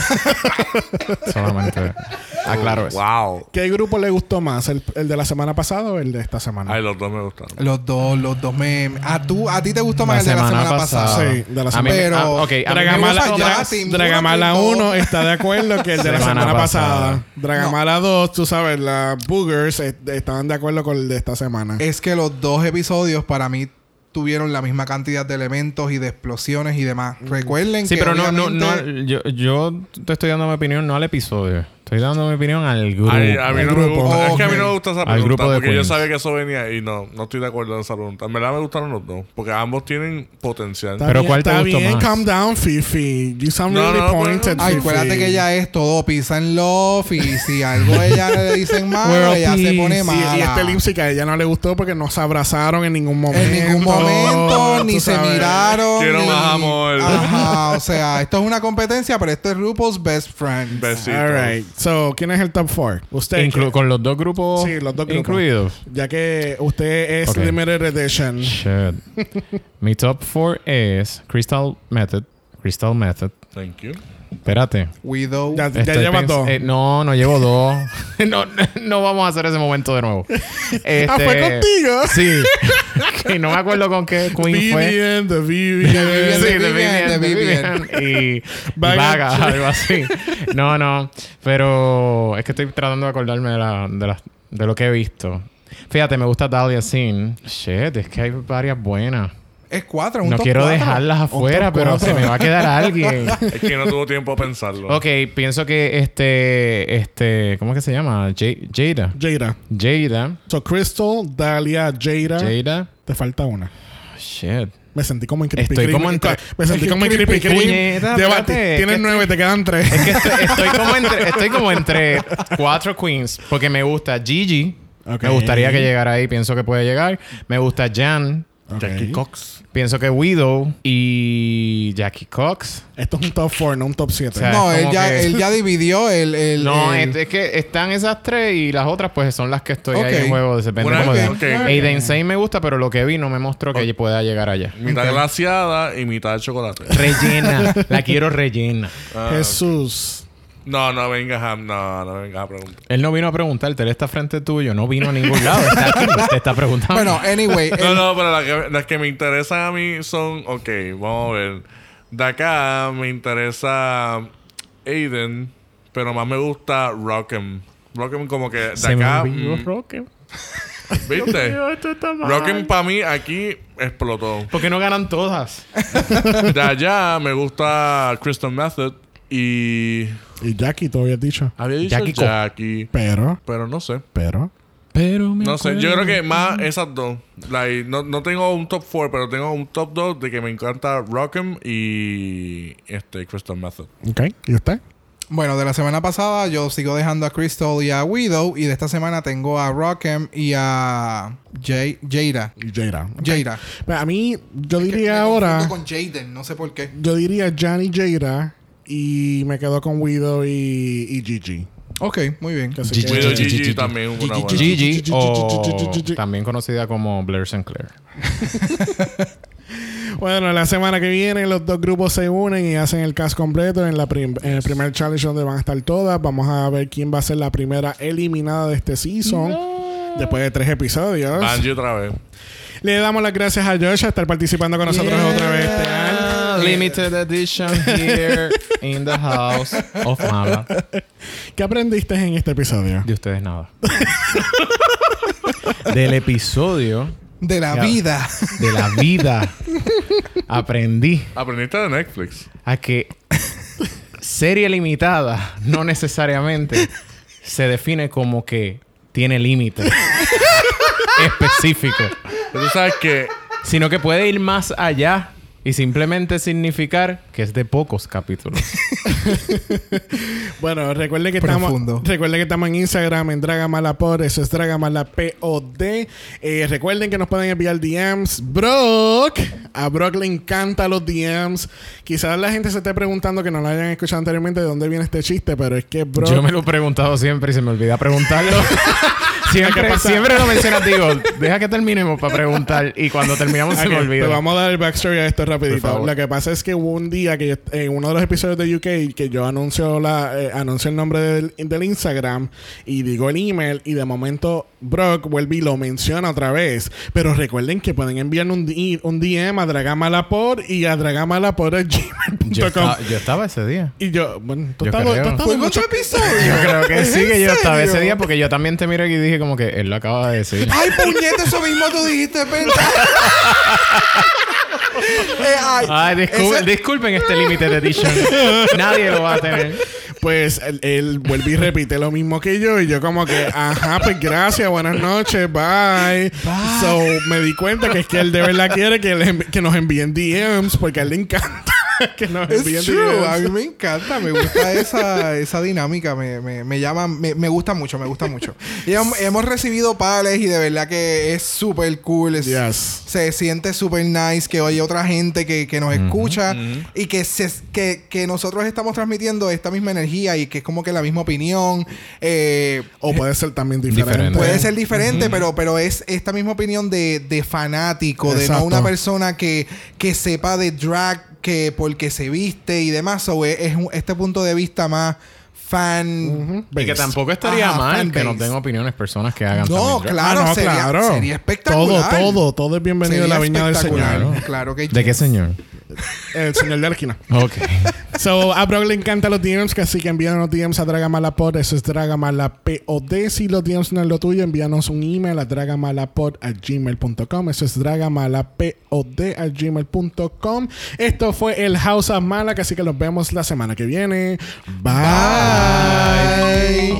Speaker 4: Solamente aclaro eso.
Speaker 2: Wow.
Speaker 1: ¿Qué grupo le gustó más? ¿El, el de la semana pasada o el de esta semana?
Speaker 2: Ay, los dos me gustaron.
Speaker 3: Los dos, los dos me... A, tú, a ti te gustó más
Speaker 4: La
Speaker 3: el de la
Speaker 4: semana
Speaker 3: semana pasada.
Speaker 4: pasada.
Speaker 1: Sí, de la
Speaker 4: A mí
Speaker 1: semana
Speaker 4: me-
Speaker 3: Pero-
Speaker 4: ah, ok, a mí me
Speaker 1: Dragamala,
Speaker 3: gusta
Speaker 1: Dra-
Speaker 3: Justin,
Speaker 1: Dragamala
Speaker 3: Burger King.
Speaker 1: uno está de acuerdo que el de la
Speaker 4: Semana
Speaker 1: semana pasada.
Speaker 4: pasada.
Speaker 1: Dragamala dos, tú sabes, las Boogers eh, estaban de acuerdo con el de esta semana.
Speaker 3: Es que los dos episodios para mí tuvieron la misma cantidad de elementos y de explosiones y demás. Recuerden
Speaker 4: Sí,
Speaker 3: que
Speaker 4: pero no, no,
Speaker 3: obviamente-
Speaker 4: no. Yo, yo te estoy dando mi opinión, no al episodio. Estoy dando mi opinión al grupo.
Speaker 2: Ay, a mí
Speaker 1: El
Speaker 2: no me
Speaker 1: grupo.
Speaker 2: gusta. Es que a mí
Speaker 3: Ok.
Speaker 2: no me gusta esa
Speaker 4: Al
Speaker 2: pregunta.
Speaker 4: grupo de
Speaker 2: Porque yo
Speaker 4: Queens.
Speaker 2: sabía que eso venía y no, no estoy de acuerdo en esa pregunta. En verdad me gustaron los dos. Porque ambos tienen potencial.
Speaker 1: Está
Speaker 4: Pero
Speaker 1: bien,
Speaker 4: ¿cuál te
Speaker 1: está
Speaker 4: gustó
Speaker 1: bien,
Speaker 4: más?
Speaker 1: calm down, Fifi. You sound
Speaker 2: No,
Speaker 1: really
Speaker 2: no,
Speaker 1: pointed,
Speaker 2: pues,
Speaker 3: Ay,
Speaker 1: Fifi.
Speaker 3: acuérdate que ella es todo pizza en love y si algo a ella le dicen mal,
Speaker 4: World
Speaker 3: ella se
Speaker 4: peace.
Speaker 3: pone
Speaker 1: Sí,
Speaker 3: mala.
Speaker 1: y este lip sync a ella no le gustó porque no se abrazaron en ningún momento.
Speaker 3: En ningún momento,
Speaker 1: tú
Speaker 3: ni se
Speaker 1: sabes.
Speaker 3: miraron.
Speaker 2: Quiero
Speaker 3: ni-
Speaker 2: más amor.
Speaker 3: Ajá, o sea, esto es una competencia, pero esto es RuPaul's Best Friend.
Speaker 2: Besitos.
Speaker 1: All right. So, ¿quién es el top four? Usted.
Speaker 4: Inclu- con los dos grupos
Speaker 1: Sí, los dos grupos.
Speaker 4: incluidos.
Speaker 1: Ya que usted es
Speaker 4: Ok.
Speaker 1: Limited Edition.
Speaker 4: Shit. Mi top four es Crystal Method. Crystal Method.
Speaker 2: Thank you.
Speaker 4: Espérate.
Speaker 3: Widow.
Speaker 1: Ya, ya
Speaker 4: Estoy
Speaker 1: llevas
Speaker 4: pens-
Speaker 1: dos.
Speaker 4: eh, no, no llevo dos. no, no vamos a hacer ese momento de nuevo. Este,
Speaker 1: Ah, ¿fue contigo?
Speaker 4: Sí. Que no me acuerdo con qué Queen fue.
Speaker 1: Vivian, The Vivian.
Speaker 3: Vivian,
Speaker 4: Sí,
Speaker 3: The
Speaker 4: de
Speaker 3: Vivian,
Speaker 4: Vivian,
Speaker 3: The
Speaker 4: de
Speaker 3: Vivian.
Speaker 4: Vivian y
Speaker 1: Vaga.
Speaker 4: Vaga, algo así. No, no. Pero es que estoy tratando de acordarme de, la, de, las- de lo que he visto. Fíjate, me gusta Dahlia Sin. Shit, es que hay varias buenas.
Speaker 3: Es cuatro, un
Speaker 4: No
Speaker 3: top
Speaker 4: quiero
Speaker 3: cuatro.
Speaker 4: dejarlas afuera,
Speaker 1: top
Speaker 4: pero
Speaker 1: cuatro.
Speaker 4: se me va a quedar alguien.
Speaker 2: Es que no tuvo tiempo a pensarlo.
Speaker 4: Ok, pienso que este, este, ¿cómo es que se llama? J- Jada.
Speaker 1: Jada.
Speaker 4: Jada.
Speaker 1: So, Crystal, Dahlia, Jada.
Speaker 4: Jada.
Speaker 1: Te falta una.
Speaker 4: Shit.
Speaker 1: Me sentí como en Krispy
Speaker 4: Estoy
Speaker 1: Kreme.
Speaker 4: como entre-
Speaker 1: Me sentí como en Krispy Kreme.
Speaker 4: Puñeta,
Speaker 1: Lleva-
Speaker 4: espérate,
Speaker 1: Tienes
Speaker 4: que
Speaker 1: nueve, te quedan tres.
Speaker 4: Es que estoy, estoy como entre, estoy como entre cuatro queens. Porque me gusta Gigi.
Speaker 1: Ok.
Speaker 4: Me gustaría que llegara ahí. Pienso que puede llegar. Me gusta Jan.
Speaker 1: Ok.
Speaker 2: Jackie Cox.
Speaker 4: Pienso que Widow y Jackie Cox.
Speaker 1: Esto es un top four, no un top siete.
Speaker 4: O sea,
Speaker 3: No,
Speaker 4: es
Speaker 3: él
Speaker 4: como
Speaker 3: ya,
Speaker 4: que-
Speaker 3: él ya dividió el... el
Speaker 4: No,
Speaker 3: el-
Speaker 4: es, es que están esas tres y las otras pues son las que estoy ahí
Speaker 3: Ok.
Speaker 4: en juego. Depende
Speaker 2: Una-
Speaker 4: como de...
Speaker 2: ok.
Speaker 4: Aiden Zane me gusta, pero lo que vi no me mostró que pueda llegar allá.
Speaker 2: Mitad glaciada y mitad de chocolate.
Speaker 4: Rellena. La quiero rellena.
Speaker 2: Ah,
Speaker 1: Jesús.
Speaker 2: no, no vengas a... No, no vengas a preguntar.
Speaker 4: Él no vino a preguntarte. Él está frente tuyo. No vino a ningún lado. Está aquí. Te está preguntando.
Speaker 3: Bueno, anyway.
Speaker 2: No,
Speaker 3: el-
Speaker 2: no, pero las que, las que me interesan a mí son... Ok, vamos a ver. De acá me interesa Aiden, pero más me gusta Rock'em. Rock'em como que de
Speaker 4: Se me
Speaker 2: acá...
Speaker 4: olvidó
Speaker 2: mm,
Speaker 4: Roque.
Speaker 2: ¿Viste?
Speaker 4: Esto está mal.
Speaker 2: Rock'em para mí aquí explotó.
Speaker 4: ¿Por qué no ganan todas?
Speaker 2: De allá me gusta Crystal Method y...
Speaker 1: Y Jackie, tú habías dicho.
Speaker 2: Había dicho
Speaker 4: Jackie
Speaker 2: Jackie,
Speaker 4: Co-
Speaker 1: Pero,
Speaker 2: pero no sé.
Speaker 1: pero.
Speaker 4: Pero me
Speaker 2: No sé, yo
Speaker 4: acuerdo.
Speaker 2: creo que más esas dos. Like, no, no tengo un top four, pero tengo un top dos de que me encanta Rock'em y este Crystal Method.
Speaker 1: Ok. ¿Y usted?
Speaker 3: Bueno, de la semana pasada yo sigo dejando a Crystal y a Widow. Y de esta semana tengo a Rock'em y a Jay- Jada.
Speaker 1: Y Jada. Ok.
Speaker 3: Jada.
Speaker 1: Pues a mí, yo
Speaker 3: Me
Speaker 1: diría ahora.
Speaker 3: confundo con Jaden, no sé por qué.
Speaker 1: Yo diría Jan y Jada. Y me quedo con Widow y, y Gigi.
Speaker 3: Ok, muy bien.
Speaker 1: Que se
Speaker 4: Gigi.
Speaker 1: quede-
Speaker 2: Widow
Speaker 4: Gigi,
Speaker 2: Gigi
Speaker 4: Gigi.
Speaker 2: también una
Speaker 3: Gigi,
Speaker 2: buena.
Speaker 4: Gigi
Speaker 1: Gigi,
Speaker 4: o
Speaker 1: Gigi, Gigi.
Speaker 4: también conocida como Blair Sinclair.
Speaker 1: Bueno, la semana que viene los dos grupos se unen y hacen el cast completo en, la prim- en el primer challenge donde van a estar todas. Vamos a ver quién va a ser la primera eliminada de este season. Después de tres episodios.
Speaker 2: Angie otra vez.
Speaker 1: Le damos las gracias a Josh por estar participando con nosotros
Speaker 4: Yeah.
Speaker 1: otra vez este año.
Speaker 4: Limited edition here in the house of Mala.
Speaker 1: ¿Qué aprendiste en este episodio?
Speaker 4: De ustedes nada. Del episodio
Speaker 3: De la
Speaker 4: Ya.
Speaker 3: vida.
Speaker 4: de la vida. aprendí
Speaker 2: Aprendiste de Netflix.
Speaker 4: a que serie limitada no necesariamente se define como que tiene límite específico,
Speaker 2: Pero tú sabes que...
Speaker 4: sino que puede ir más allá y simplemente significar que es de pocos capítulos.
Speaker 1: Bueno, recuerden que estamos
Speaker 3: Profundo.
Speaker 1: recuerden que estamos en Instagram en Dragamalapod, eso es Dragamalapod. Eh, recuerden que nos pueden enviar D Ms. Brock, a Brock le encantan los D Ms. Quizás la gente se esté preguntando, que no lo hayan escuchado anteriormente, de dónde viene este chiste, pero es que Brock...
Speaker 4: Yo me lo he preguntado siempre y se me olvida preguntarlo. siempre,
Speaker 1: ¿Qué pasa?
Speaker 4: siempre lo mencionas, digo, deja que terminemos para preguntar y cuando terminamos se
Speaker 1: Ok,
Speaker 4: me olvida.
Speaker 1: pues vamos a dar el backstory a esto
Speaker 4: Por
Speaker 1: rapidito.
Speaker 4: favor.
Speaker 1: Lo que pasa es que hubo un día que yo- en uno de los episodios de U K que yo anuncio la eh, anuncio el nombre del, del Instagram y digo el email y de momento Brock vuelve y lo menciona otra vez. Pero recuerden que pueden enviar un, D- un D M a Dragamalapod y a dragamalapod arroba gmail
Speaker 4: yo,
Speaker 1: punto com.
Speaker 4: estaba, yo estaba ese día.
Speaker 1: Y yo, bueno, tú
Speaker 4: Yo
Speaker 1: estabas-
Speaker 4: creo.
Speaker 1: tú estabas
Speaker 3: ¿Fue
Speaker 1: en
Speaker 3: en otro
Speaker 1: muchos-
Speaker 3: episodio?
Speaker 4: Yo creo que
Speaker 3: ¿Es
Speaker 4: sí,
Speaker 3: en
Speaker 4: que yo estaba ese
Speaker 3: serio?
Speaker 4: día porque yo también te miro y dije como que él lo acaba de decir.
Speaker 3: Ay, puñete, eso mismo tú dijiste, pendejo. Eh, ay,
Speaker 4: Ay, discul-
Speaker 3: ese-
Speaker 4: disculpen este limited edition. Nadie lo va a tener.
Speaker 1: Pues él, él vuelve y repite lo mismo que yo. Y yo como que, ajá, pues gracias, buenas noches, bye. So, me di cuenta que es que él de verdad quiere que, le envi- que nos envíen D Ms porque a él le encanta que nos envíen
Speaker 3: Es true.
Speaker 1: D
Speaker 3: A mí
Speaker 1: Ms.
Speaker 3: me encanta. Me gusta esa, esa dinámica. Me, me, me llama... Me, me gusta mucho. Me gusta mucho. Y hem- hemos recibido pales y de verdad que es súper cool. Es-
Speaker 1: Yes.
Speaker 3: Se siente súper nice que hay otra gente que, que nos escucha y que, se, que, que nosotros estamos transmitiendo esta misma energía y que es como que la misma opinión. Eh,
Speaker 1: O puede ser también diferente.
Speaker 4: Diferente.
Speaker 3: Puede ser diferente, pero, pero es esta misma opinión de, de fanático, de no
Speaker 1: Exacto.
Speaker 3: una persona que, que sepa de drag que porque se viste y demás. O es, es un- este punto de vista más fan.
Speaker 1: Ujú.
Speaker 4: Y que
Speaker 1: Based.
Speaker 4: tampoco estaría
Speaker 3: Ajá,
Speaker 4: mal que
Speaker 3: fanbase.
Speaker 4: nos den opiniones personas que hagan
Speaker 3: No,
Speaker 4: también drag.
Speaker 3: claro,
Speaker 1: Ah, no,
Speaker 3: sería,
Speaker 1: claro.
Speaker 3: sería espectacular.
Speaker 1: Todo, todo, todo es bienvenido
Speaker 3: Sería
Speaker 1: a la viña del
Speaker 3: espectacular.
Speaker 1: Señor.
Speaker 3: Claro que
Speaker 4: ¿De qué señor?
Speaker 1: El señor de la esquina.
Speaker 4: Ok.
Speaker 1: So, a Brock le encantan los D Ms, que así que envíanos D Ms a Dragamalapod, eso es Dragamalapod. Si los D Ms no es lo tuyo, envíanos un email a dragamalapod a gmail punto com, eso es dragamalapod a gmail punto com. Esto fue el House of Malak, así que nos vemos la semana que viene. Bye.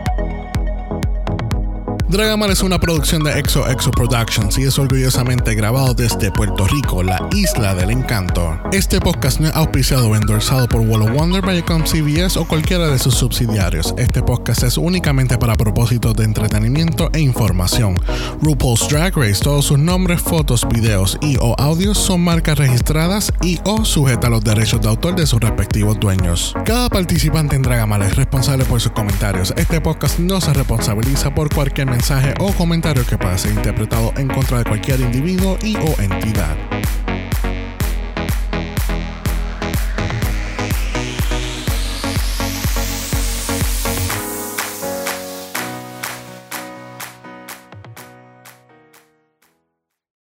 Speaker 1: Dragamal es una producción de Exo Exo Productions y es orgullosamente grabado desde Puerto Rico, la isla del encanto. Este podcast no es auspiciado o endorsado por Wall of Wonder, Viacom, C B S o cualquiera de sus subsidiarios. Este podcast es únicamente para propósitos de entretenimiento e información. RuPaul's Drag Race, todos sus nombres, fotos, videos y o audios son marcas registradas y o sujetas a los derechos de autor de sus respectivos dueños. Cada participante en Dragamal es responsable por sus comentarios. Este podcast no se responsabiliza por cualquier mensaje o comentario que pueda ser interpretado en contra de cualquier individuo y o entidad.